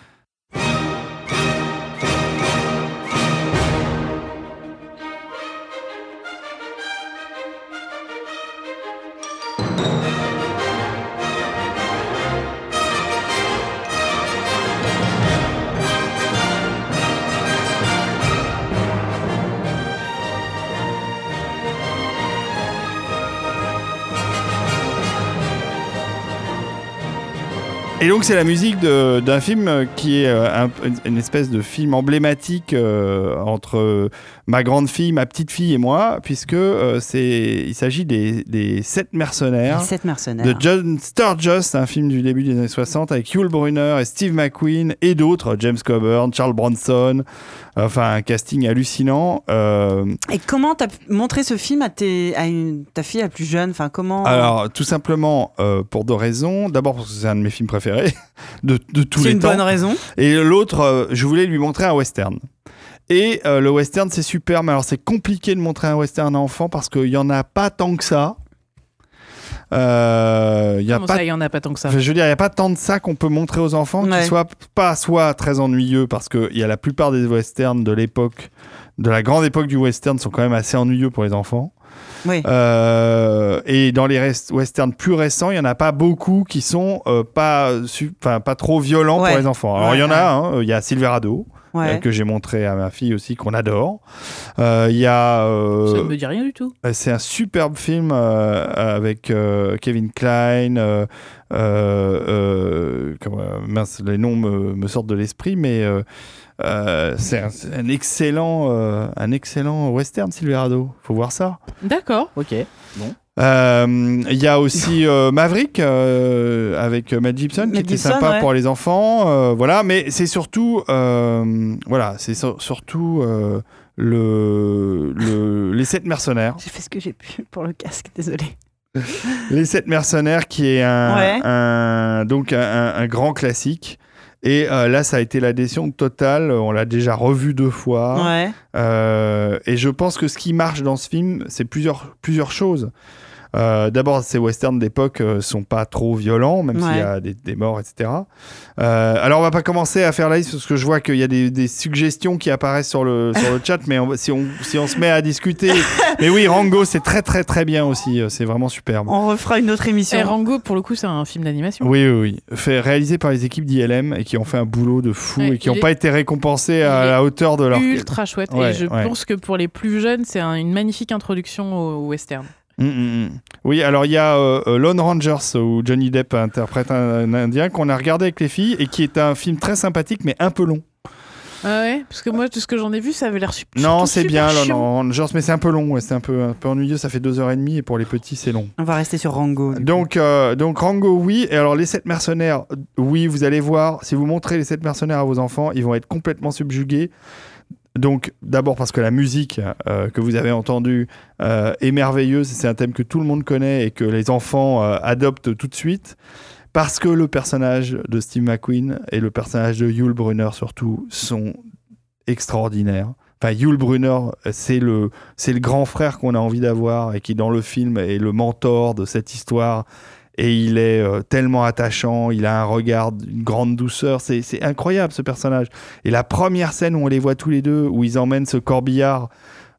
Et donc c'est la musique d'un film qui est une espèce de film emblématique entre ma grande fille, ma petite fille et moi, puisque il s'agit des 7 mercenaires. Les 7 mercenaires. De John Sturges, un film du début des années 60 avec Yul Brynner et Steve McQueen et d'autres, James Coburn, Charles Bronson, enfin un casting hallucinant. Et comment t'as montré ce film à ta fille la plus jeune, enfin comment... Alors tout simplement pour 2 raisons. D'abord parce que c'est un de mes films préférés de tous les temps. C'est une bonne raison. Et l'autre, je voulais lui montrer un western. Et le western, c'est super, mais alors c'est compliqué de montrer un western à enfant parce qu'il n'y en a pas tant que ça. Comment ça, il n'y en a pas tant que ça ? Je veux dire, il n'y a pas tant de ça qu'on peut montrer aux enfants qui soit très ennuyeux parce qu'il y a la plupart des westerns de l'époque, de la grande époque du western, sont quand même assez ennuyeux pour les enfants. Oui. Et dans les westerns plus récents, il n'y en a pas beaucoup qui sont pas trop violents pour les enfants. Alors il y en a, il y a Silverado. Que j'ai montré à ma fille aussi, qu'on adore. Il y a... ça ne me dit rien du tout. C'est un superbe film avec Kevin Kline. Mince, les noms me sortent de l'esprit, mais c'est un excellent western, Silverado. Faut voir ça. D'accord, ok. Bon. Il y a aussi Maverick avec Mel Gibson qui était sympa pour les enfants, voilà, mais c'est surtout les 7 mercenaires. J'ai fait ce que j'ai pu pour le casque, désolé. Les 7 mercenaires qui est un grand classique. Et là, ça a été l'adhésion totale. On l'a déjà revu 2 fois. Ouais. Et je pense que ce qui marche dans ce film, c'est plusieurs choses. D'abord, ces westerns d'époque sont pas trop violents, même s'il y a des morts, etc. Alors, on va pas commencer à faire la liste parce que je vois qu'il y a des suggestions qui apparaissent sur le chat, mais si on se met à discuter... Mais oui, Rango, c'est très très très bien aussi, c'est vraiment superbe. On refera une autre émission. Et Rango, pour le coup, c'est un film d'animation. Oui. Réalisé par les équipes d'ILM et qui ont fait un boulot de fou et qui n'ont pas été récompensés à la hauteur de leur... Ultra chouette. Et je pense que pour les plus jeunes, c'est une magnifique introduction au western. Oui, alors il y a Lone Rangers où Johnny Depp interprète un Indien qu'on a regardé avec les filles et qui est un film très sympathique mais un peu long. Ah ouais, parce que moi, tout ce que j'en ai vu, ça avait l'air super. Non, c'est bien Lone Rangers, mais c'est un peu long, c'est un peu ennuyeux, ça fait 2h30 et pour les petits, c'est long. On va rester sur Rango. Donc Rango, oui. Et alors, les 7 mercenaires, oui, vous allez voir, si vous montrez les 7 mercenaires à vos enfants, ils vont être complètement subjugués. Donc, d'abord parce que la musique que vous avez entendue est merveilleuse, c'est un thème que tout le monde connaît et que les enfants adoptent tout de suite. Parce que le personnage de Steve McQueen et le personnage de Yul Brynner surtout sont extraordinaires. Enfin, Yul Brynner, c'est le grand frère qu'on a envie d'avoir et qui dans le film est le mentor de cette histoire. Et il est tellement attachant, il a un regard d'une grande douceur, c'est incroyable ce personnage. Et la première scène où on les voit tous les deux, où ils emmènent ce corbillard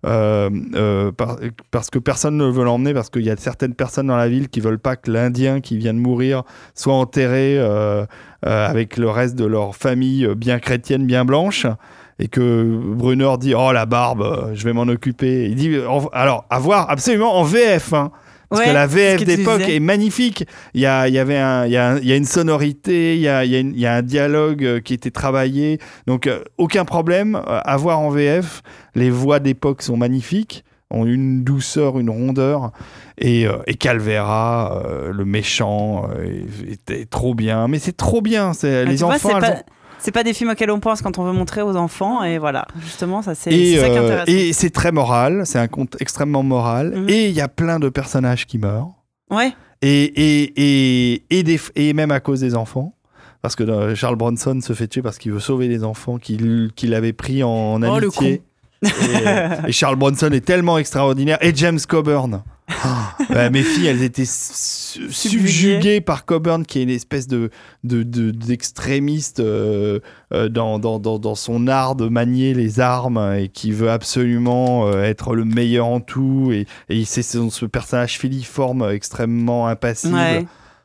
parce que personne ne veut l'emmener, parce qu'il y a certaines personnes dans la ville qui veulent pas que l'Indien qui vient de mourir soit enterré avec le reste de leur famille bien chrétienne, bien blanche, et que Brunner dit « Oh la barbe, je vais m'en occuper ». Il dit alors à voir absolument en VF, hein. Parce que la VF d'époque est magnifique. Il y a une sonorité, il y a un dialogue qui était travaillé. Donc, aucun problème à voir en VF. Les voix d'époque sont magnifiques, ont une douceur, une rondeur. Et Calvera, le méchant, est trop bien. Mais c'est trop bien. Les enfants... C'est pas des films auxquels on pense quand on veut montrer aux enfants, et voilà, justement, c'est ça qui est intéressant. Et c'est très moral, c'est un conte extrêmement moral, et il y a plein de personnages qui meurent. Ouais. Et même à cause des enfants, parce que Charles Bronson se fait tuer parce qu'il veut sauver les enfants qu'il avait pris en amitié. Et Charles Bronson est tellement extraordinaire, et James Coburn. Mes filles, elles étaient subjuguées par Coburn, qui est une espèce d'extrémiste dans son art de manier les armes et qui veut absolument être le meilleur en tout. Et c'est ce personnage filiforme extrêmement impassible. Ouais.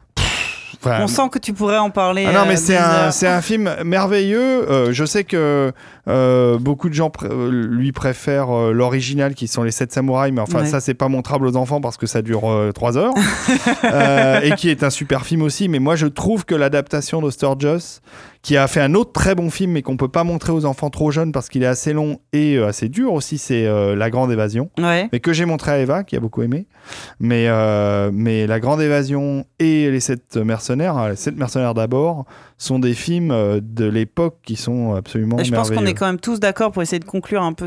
On sent que tu pourrais en parler. Ah non, mais c'est un film merveilleux. Je sais que beaucoup de gens lui préfèrent l'original, qui sont les 7 samouraïs, mais enfin ça c'est pas montrable aux enfants parce que ça dure 3 heures et qui est un super film aussi. Mais moi je trouve que l'adaptation de Sturges, qui a fait un autre très bon film mais qu'on peut pas montrer aux enfants trop jeunes parce qu'il est assez long et assez dur aussi, c'est La Grande Évasion, mais que j'ai montré à Eva qui a beaucoup aimé. Mais La Grande Évasion et les 7 mercenaires, les 7 mercenaires d'abord, sont des films de l'époque qui sont absolument merveilleux. Je pense qu'on est quand même tous d'accord, pour essayer de conclure un peu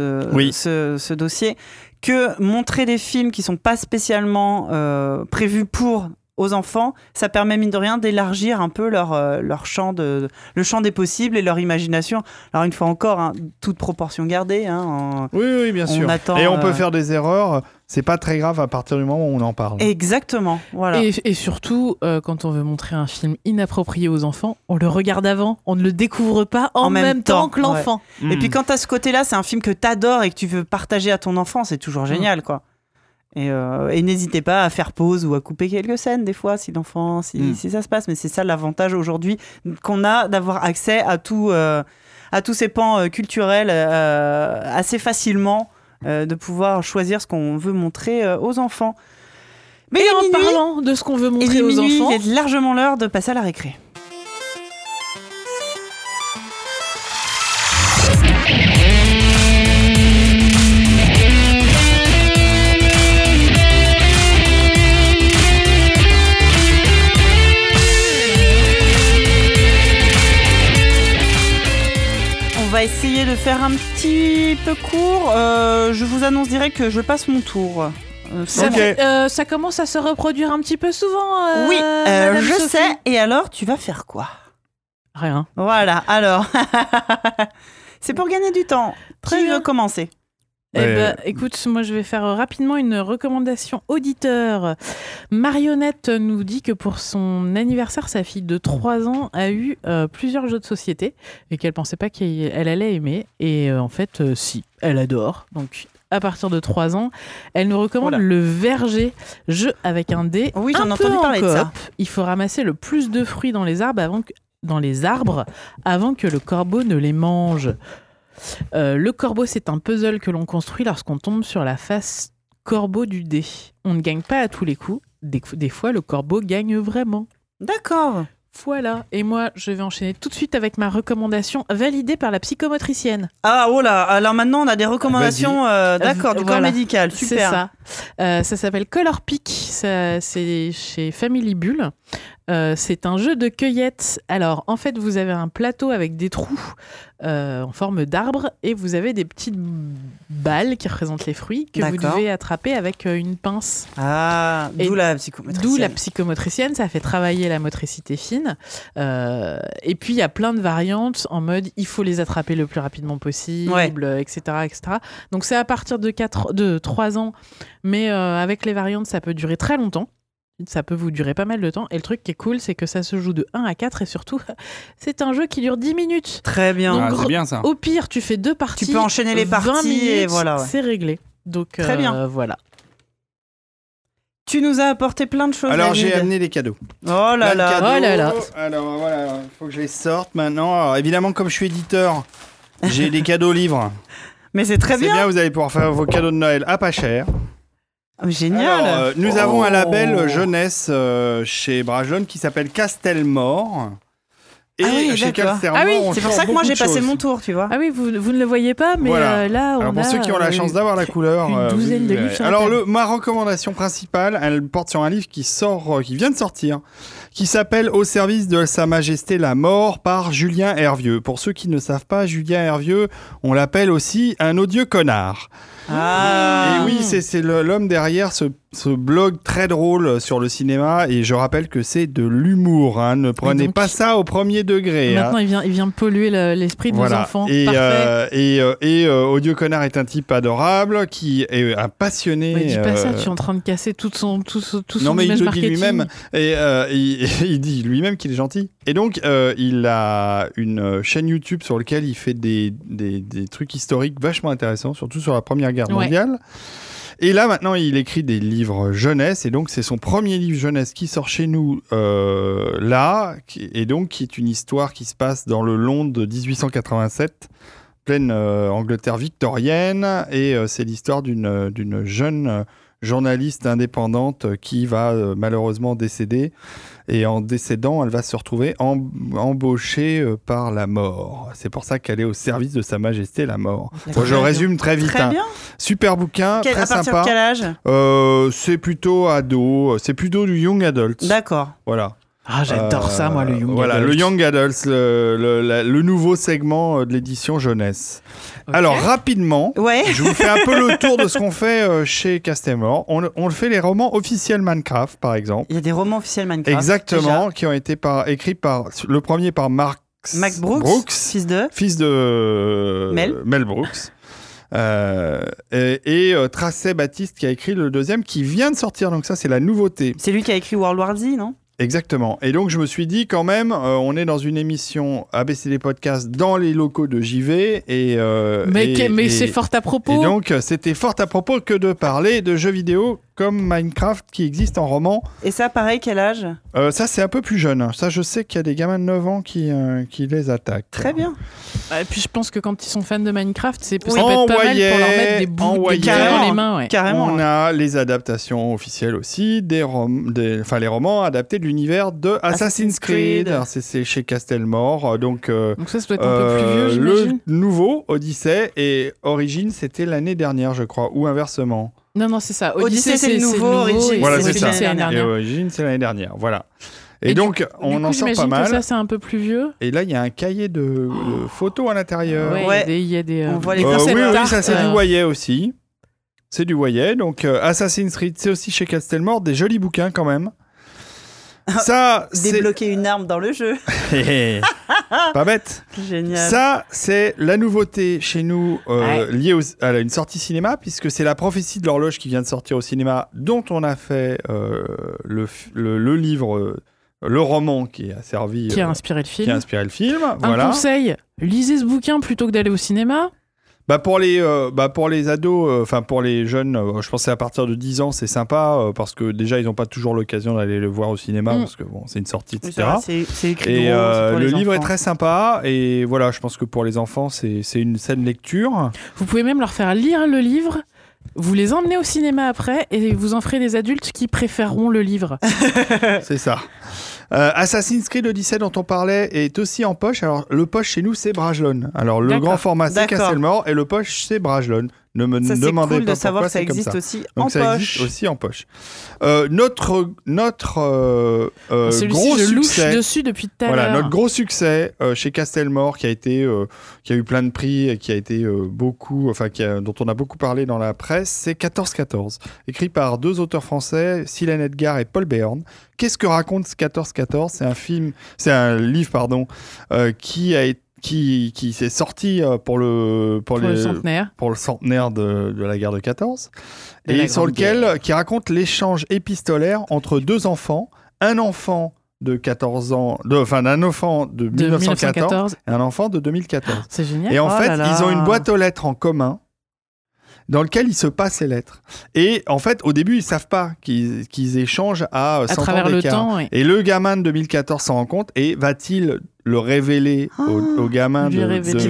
ce dossier, que montrer des films qui sont pas spécialement prévus aux enfants, ça permet mine de rien d'élargir un peu leur champ le champ des possibles et leur imagination. Alors une fois encore, hein, toute proportion gardée. Hein, oui, bien sûr. Et on peut faire des erreurs. C'est pas très grave à partir du moment où on en parle. Exactement. Voilà. Et surtout, quand on veut montrer un film inapproprié aux enfants, on le regarde avant, on ne le découvre pas en même temps que l'enfant. Ouais. Et puis quand t'as ce côté-là, c'est un film que t'adores et que tu veux partager à ton enfant, c'est toujours génial, quoi. Et n'hésitez pas à faire pause ou à couper quelques scènes des fois si ça se passe. Mais c'est ça l'avantage aujourd'hui qu'on a, d'avoir accès à tous ces pans culturels assez facilement, de pouvoir choisir ce qu'on veut montrer aux enfants. Mais en parlant de ce qu'on veut montrer aux enfants, il est largement l'heure de passer à la récré. On va essayer de faire un petit peu court. Je vous annonce direct que je passe mon tour. Ça commence à se reproduire un petit peu souvent. Oui, je Sophie. sais. Et alors, tu vas faire quoi ? Rien. Voilà, alors. C'est pour gagner du temps. Qui veut commencer ? Écoute, moi je vais faire rapidement une recommandation auditeur. Marionnette nous dit que pour son anniversaire, sa fille de 3 ans a eu plusieurs jeux de société et qu'elle pensait pas qu'elle allait aimer. Et en fait, si, elle adore. Donc à partir de 3 ans, elle nous recommande le verger, jeu avec un dé. Oui, j'en ai entendu parler de ça. Il faut ramasser le plus de fruits dans les arbres avant que le corbeau ne les mange. Le corbeau, c'est un puzzle que l'on construit lorsqu'on tombe sur la face corbeau du dé. On ne gagne pas à tous les coups. Des fois, le corbeau gagne vraiment. D'accord. Voilà. Et moi, je vais enchaîner tout de suite avec ma recommandation validée par la psychomotricienne. Ah, oh là. Alors maintenant, on a des recommandations du corps médical. Super. C'est ça. Ça s'appelle Color Pick. C'est chez Family Bull. C'est un jeu de cueillette. Alors, en fait, vous avez un plateau avec des trous en forme d'arbre et vous avez des petites balles qui représentent les fruits que vous devez attraper avec une pince. Ah, d'où la psychomotricienne. D'où la psychomotricienne, ça fait travailler la motricité fine. Et puis, il y a plein de variantes en mode il faut les attraper le plus rapidement possible, etc., etc. Donc, c'est à partir de 3 ans, mais avec les variantes, ça peut durer très longtemps. Ça peut vous durer pas mal de temps. Et le truc qui est cool, c'est que ça se joue de 1 à 4 et surtout, c'est un jeu qui dure 10 minutes. Très bien. Donc, c'est bien ça. Au pire, tu fais 2 parties. Tu peux enchaîner les parties 20 minutes, et voilà. C'est réglé. Donc, très bien. Voilà. Tu nous as apporté plein de choses. Alors, David. j'ai amené les cadeaux. Oh là là. Oh là là. Alors, voilà, il faut que je les sorte maintenant. Alors, évidemment, comme je suis éditeur, j'ai des cadeaux livres. Mais c'est très bien. C'est bien, vous allez pouvoir faire vos cadeaux de Noël à pas cher. Oh, génial. Alors, nous avons un label jeunesse chez Brajlon qui s'appelle Castelmore. Et chez Castelmore, c'est pour ça que moi j'ai passé mon tour, tu vois. Ah oui, vous ne le voyez pas, mais là, on Alors, pour ceux qui ont la chance d'avoir la couleur, une douzaine de livres. Alors, ma recommandation principale, elle porte sur un livre qui vient de sortir, qui s'appelle Au service de Sa Majesté la Mort par Julien Hervieux. Pour ceux qui ne savent pas, Julien Hervieux, on l'appelle aussi un odieux connard. Ah. Et oui, c'est l'homme derrière ce blog très drôle sur le cinéma, et je rappelle que c'est de l'humour, hein. Ne prenez pas ça au premier degré. Maintenant, il vient polluer l'esprit de nos enfants. Et Odieux Connard est un type adorable qui est un passionné. Mais dis pas ça, tu es en train de casser tout son image marketing. Dit lui-même, et il dit lui-même qu'il est gentil. Et donc, il a une chaîne YouTube sur laquelle il fait des trucs historiques vachement intéressants, surtout sur la Première Guerre mondiale. Et là, maintenant, il écrit des livres jeunesse, et donc c'est son premier livre jeunesse qui sort chez nous et donc qui est une histoire qui se passe dans le Londres de 1887, pleine Angleterre victorienne, et c'est l'histoire d'une jeune journaliste indépendante qui va malheureusement décéder. Et en décédant, elle va se retrouver embauchée par la mort. C'est pour ça qu'elle est au service de Sa Majesté la Mort. Bon, je résume très vite. Très bien. Super bouquin, très sympa. À partir de quel âge C'est plutôt ado. C'est plutôt du young adult. D'accord. Voilà. Ah, j'adore ça, moi, le Young Adult. Le Young Adults, le nouveau segment de l'édition jeunesse. Okay. Alors, rapidement, je vous fais un peu le tour de ce qu'on fait chez Castelmore. On fait les romans officiels Minecraft, par exemple. Il y a des romans officiels Minecraft. Exactement, qui ont été écrits le premier par Mac Brooks, fils de Mel Brooks. Et Tracey Baptiste qui a écrit le deuxième qui vient de sortir, donc ça c'est la nouveauté. C'est lui qui a écrit World War Z, non ? Exactement. Et donc, je me suis dit, quand même, on est dans une émission ABCD Podcast dans les locaux de JV. Mais c'est fort à propos. Et donc, c'était fort à propos que de parler de jeux vidéo comme Minecraft qui existe en roman. Et ça, pareil, quel âge ? Ça, c'est un peu plus jeune. Ça, je sais qu'il y a des gamins de 9 ans qui les attaquent. Très bien. Et puis, je pense que quand ils sont fans de Minecraft, ça peut être pas mal pour leur mettre des bouts dans les mains. Ouais. Carrément. On a les adaptations officielles aussi, les romans adaptés de l'univers de Assassin's Creed. Alors, c'est chez Castelmore. Donc ça doit être un peu plus vieux, j'imagine. Le nouveau, Odyssey, et Origins, c'était l'année dernière, je crois, ou inversement. Non, c'est ça. Odyssey, c'est le nouveau. Origins, voilà, c'est ça. l'année dernière. Et Origins, c'est l'année dernière. Voilà. Et donc, on en sort pas mal. Que ça, c'est un peu plus vieux. Et là, il y a un cahier de photos à l'intérieur. Il y a des on voit les concepts oui, ça, c'est du Wayet aussi. C'est du Wayet. Donc, Assassin's Creed, c'est aussi chez Castelmore. Des jolis bouquins, quand même. Ça, débloquer une arme dans le jeu. Pas bête. Génial. Ça, c'est la nouveauté chez nous liée à une sortie cinéma, puisque c'est La prophétie de l'horloge qui vient de sortir au cinéma, dont on a fait le livre, le roman qui a servi... Qui a inspiré le film. Voilà. Un conseil, lisez ce bouquin plutôt que d'aller au cinéma. Pour les ados, pour les jeunes, je pense que à partir de 10 ans, c'est sympa, parce que déjà, ils n'ont pas toujours l'occasion d'aller le voir au cinéma, parce que c'est une sortie, etc. C'est écrit et gros, le les livre enfants. est très sympa, et voilà, je pense que pour les enfants, c'est une saine lecture. Vous pouvez même leur faire lire le livre, vous les emmenez au cinéma après, et vous en ferez des adultes qui préféreront le livre. C'est ça. Assassin's Creed Odyssey dont on parlait est aussi en poche. Alors le poche chez nous c'est Brajlon. Alors le grand format c'est Castelmore et le poche c'est Brajlon. Ne me ça, demandez cool pas de savoir pourquoi que ça c'est comme existe ça. aussi donc en ça poche. existe aussi en poche. Notre Celui-ci, gros je louche succès dessus depuis tout à l'heure. voilà, notre gros succès chez Castelmore qui a eu plein de prix et qui a été dont on a beaucoup parlé dans la presse, c'est 1414, écrit par 2 auteurs français, Silène Edgar et Paul Béorn. Qu'est-ce que raconte 1414 ? C'est un livre qui s'est sorti pour le centenaire de la guerre de 14 et sur lequel qui raconte l'échange épistolaire entre 2 enfants, un enfant de 14 ans, d'un enfant de 1914 et un enfant de 2014. C'est génial. Et en fait, ils ont une boîte aux lettres en commun dans lequel ils se passent les lettres. Et en fait, au début, ils savent pas qu'ils échangent à 100 travers ans le d'écart. temps. Oui. Et le gamin de 2014 s'en rend compte et va-t-il le révéler au gamin de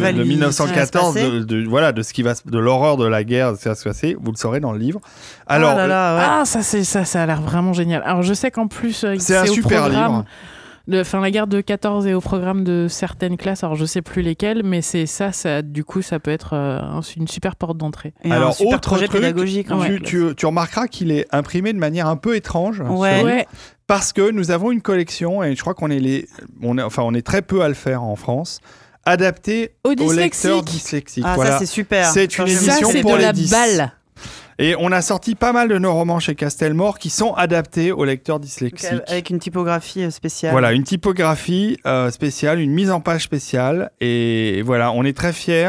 1914 de ce qui va de l'horreur de la guerre, de ce qui va se passer. Vous le saurez dans le livre. Alors, ça a l'air vraiment génial. Alors je sais qu'en plus c'est un super livre. La guerre de 14 est au programme de certaines classes, alors je sais plus lesquelles, mais c'est ça du coup ça peut être une super porte d'entrée. Et alors, un super projet pédagogique. Tu remarqueras qu'il est imprimé de manière un peu étrange. Ouais. Parce que nous avons une collection, et je crois qu'on est très peu à le faire en France, adapté aux lecteurs dyslexiques. Ah, ça c'est super. C'est une édition c'est pour de les la 10. balle. Et on a sorti pas mal de nos romans chez Castelmore qui sont adaptés aux lecteurs dyslexiques. Avec une typographie spéciale. Voilà, une typographie spéciale, une mise en page spéciale. Et voilà, on est très fiers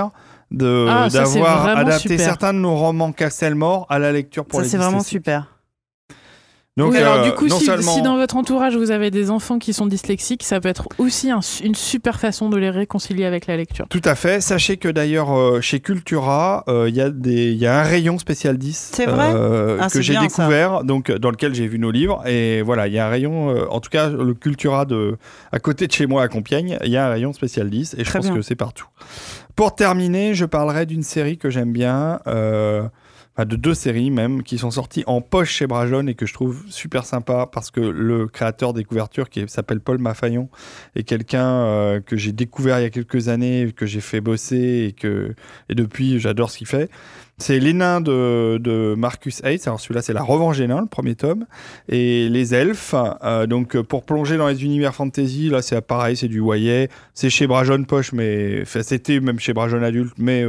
d'avoir adapté certains de nos romans Castelmore à la lecture pour les dyslexiques. Ça, c'est vraiment super. Donc, alors du coup, si dans votre entourage vous avez des enfants qui sont dyslexiques, ça peut être aussi une super façon de les réconcilier avec la lecture. Tout à fait. Sachez que d'ailleurs chez Cultura, il y a un rayon spécial 10 que j'ai découvert, donc dans lequel j'ai vu nos livres. Et voilà, il y a un rayon, en tout cas le Cultura à côté de chez moi à Compiègne, il y a un rayon spécial 10 et je pense que c'est partout. Pour terminer, je parlerai d'une série que j'aime bien. De 2 séries même qui sont sorties en poche chez Brajlon et que je trouve super sympa parce que le créateur des couvertures qui s'appelle Paul Maffaillon est quelqu'un que j'ai découvert il y a quelques années, que j'ai fait bosser et depuis j'adore ce qu'il fait. C'est Les Nains de Marcus Hayes. Alors celui-là c'est La Revanche des Nains, le premier tome, et Les Elfes. Donc pour plonger dans les univers fantasy, là c'est pareil, c'est du YA. C'est chez Poche, mais c'était même chez Brajlon adulte, mais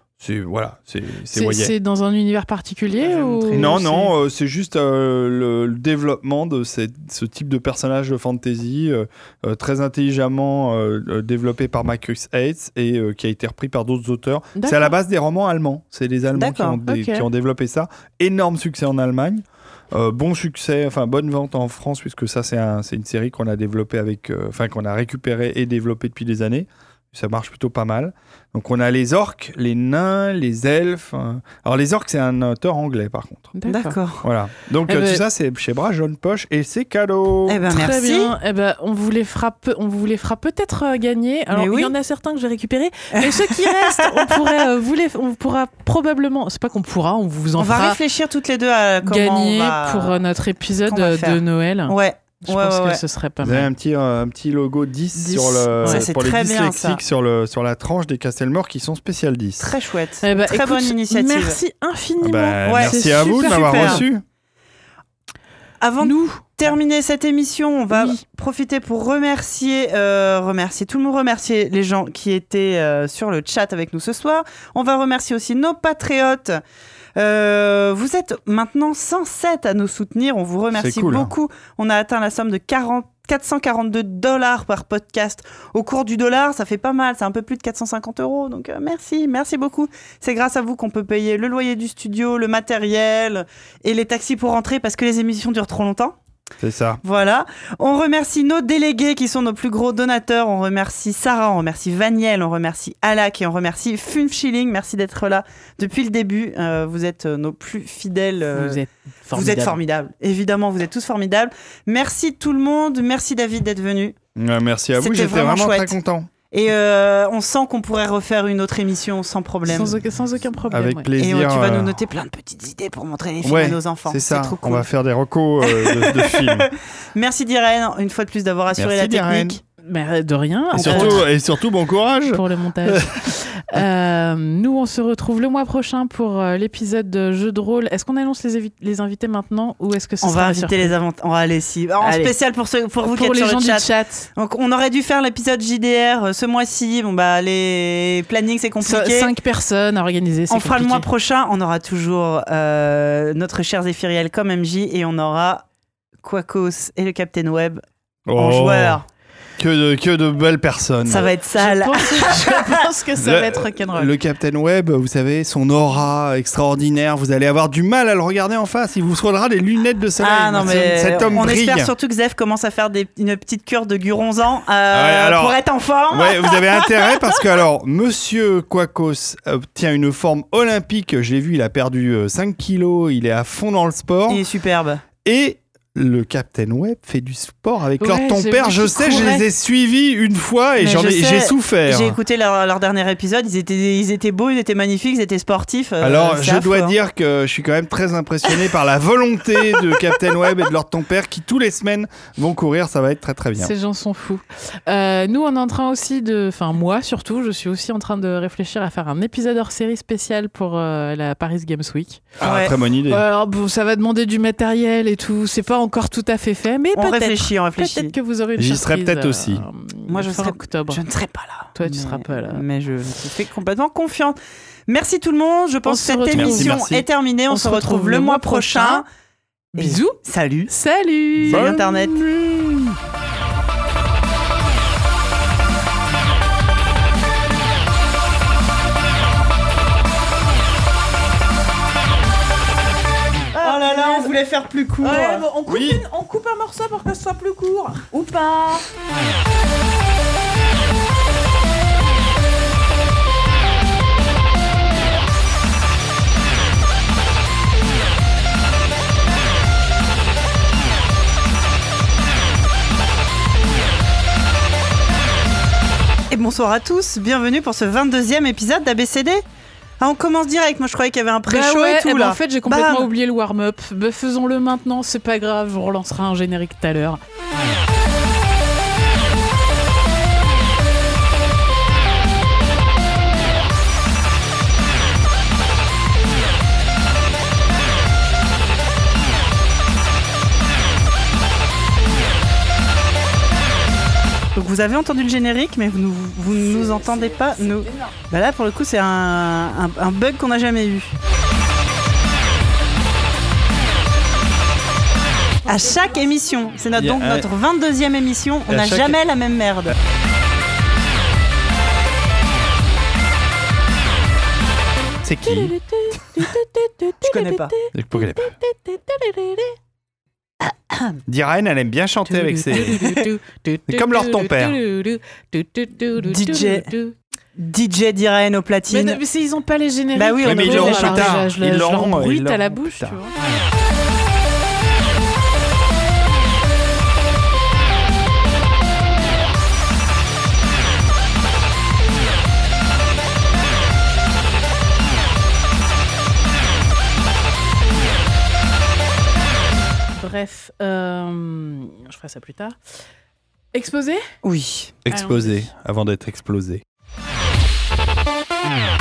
c'est dans un univers particulier ou... Non, c'est juste le développement de ce type de personnage de fantasy très intelligemment développé par Marcus Hayes et qui a été repris par d'autres auteurs. D'accord. C'est à la base des romans allemands. C'est les Allemands qui ont développé ça. Énorme succès en Allemagne. Bon succès, bonne vente en France puisque ça c'est une série qu'on a développée qu'on a récupérée et développée depuis des années. Ça marche plutôt pas mal. Donc on a les orques, les nains, les elfes. Alors les orques, c'est un auteur anglais par contre. D'accord. Voilà. Donc tout ça, c'est chez Brajlon Poche et c'est cadeau. Très merci. Bien. On vous les fera peut-être gagner. Alors il y en a certains que j'ai récupérés, mais ceux qui restent, on pourra probablement. C'est pas qu'on pourra, on vous en fera. On va réfléchir toutes les deux à comment gagner pour notre épisode de Noël. Ouais. Je pense que ce serait pas mal. Vous avez un petit logo 10 pour les dyslexiques sur la tranche des Castelmore qui sont spécial 10. Très chouette. Très bonne initiative. Merci infiniment. Merci à vous de m'avoir reçu. Avant de terminer cette émission, on va profiter pour remercier tout le monde, remercier les gens qui étaient sur le chat avec nous ce soir. On va remercier aussi nos patriotes. Vous êtes maintenant 107 à nous soutenir. On vous remercie beaucoup. On a atteint la somme de $442 par podcast. Au cours du dollar, ça fait pas mal. C'est un peu plus de 450 €. Donc merci beaucoup. C'est grâce à vous qu'on peut payer le loyer du studio, le matériel et les taxis pour rentrer parce que les émissions durent trop longtemps. C'est ça. Voilà. On remercie nos délégués qui sont nos plus gros donateurs. On remercie Sarah, on remercie Vaniel, on remercie Alak et on remercie Funfshilling. Merci d'être là depuis le début. Vous êtes nos plus fidèles. Vous êtes formidables. Évidemment, vous êtes tous formidables. Merci tout le monde. Merci David d'être venu. Merci à vous. J'étais vraiment très content. Et on sent qu'on pourrait refaire une autre émission sans problème. Sans aucun problème. Avec plaisir. Et tu vas nous noter plein de petites idées pour montrer les films à nos enfants. C'est ça. Trop cool. On va faire des recos de films. Merci d'Irène, une fois de plus, d'avoir assuré la technique. Mais de rien. Et surtout, bon courage pour le montage. Nous, on se retrouve le mois prochain pour l'épisode de jeu de rôle. Est-ce qu'on annonce les invités maintenant ou est-ce que on va inviter les invités. On va aller spécial pour vous qui êtes les sur gens le chat. Du chat. Donc, on aurait dû faire l'épisode JDR ce mois-ci. Bon bah les plannings c'est compliqué. 5 personnes à organiser. On fera le mois prochain. On aura toujours notre cher Zéphiriel comme MJ et on aura Quacos et le Captain Web en joueur. Que de belles personnes. Ça va être sale. Je pense que ça va être rock'n'roll. Le Captain Web, vous savez, son aura extraordinaire, vous allez avoir du mal à le regarder en face. Il vous faudra des lunettes de soleil. Ah non, mais cet homme brille. Espère surtout que Zef commence à faire une petite cure de Guronzan pour être en forme. Ouais, vous avez intérêt parce que alors, Monsieur Quacos tient une forme olympique. Je l'ai vu, il a perdu 5 kilos. Il est à fond dans le sport. Il est superbe. Et le Captain Web fait du sport avec leur ton père. Je sais, je les ai suivis une fois et j'ai souffert. J'ai écouté leur dernier épisode. Ils étaient beaux, ils étaient magnifiques, ils étaient sportifs. Alors, je dois dire que je suis quand même très impressionné par la volonté de Captain Web et de leur ton père qui, tous les semaines, vont courir. Ça va être très, très bien. Ces gens sont fous. Nous, on est en train aussi moi, surtout, je suis aussi en train de réfléchir à faire un épisode hors série spécial pour la Paris Games Week. Très bonne idée. Ça va demander du matériel et tout. C'est pas encore tout à fait fait, mais on réfléchit. Peut-être que vous aurez une surprise. J'y serai peut-être aussi. Moi, je serai octobre. Je ne serai pas là. Toi, tu seras pas là. Mais je te fais complètement confiance. Merci tout le monde. Je pense que cette émission est terminée. On se retrouve le mois prochain. Bisous. Salut. Salut Internet. On voulait faire plus court. On coupe un morceau pour que ce soit plus court. Ou pas. Et bonsoir à tous. Bienvenue pour ce 22e épisode d'ABCD. Ah, on commence direct. Moi, je croyais qu'il y avait un pré-show et tout là. En fait, j'ai complètement oublié le warm-up. Faisons-le maintenant, c'est pas grave. On relancera un générique tout à l'heure. Donc vous avez entendu le générique, mais vous ne nous entendez pas. Nous. Bah là, pour le coup, c'est un bug qu'on n'a jamais eu. À chaque émission, c'est notre 22e émission, on n'a jamais la même merde. C'est qui? Je connais pas. Je connais pas. Diren, elle aime bien chanter avec ses... C'est comme leur ton père. DJ Diren au platine. Mais ils ont pas les génériques. Bah oui, mais ils l'auront plus tard. Ils l'auront bruit à la bouche, tu vois. Bref, je ferai ça plus tard. Exposé ? Oui. Exposé, avant d'être explosé.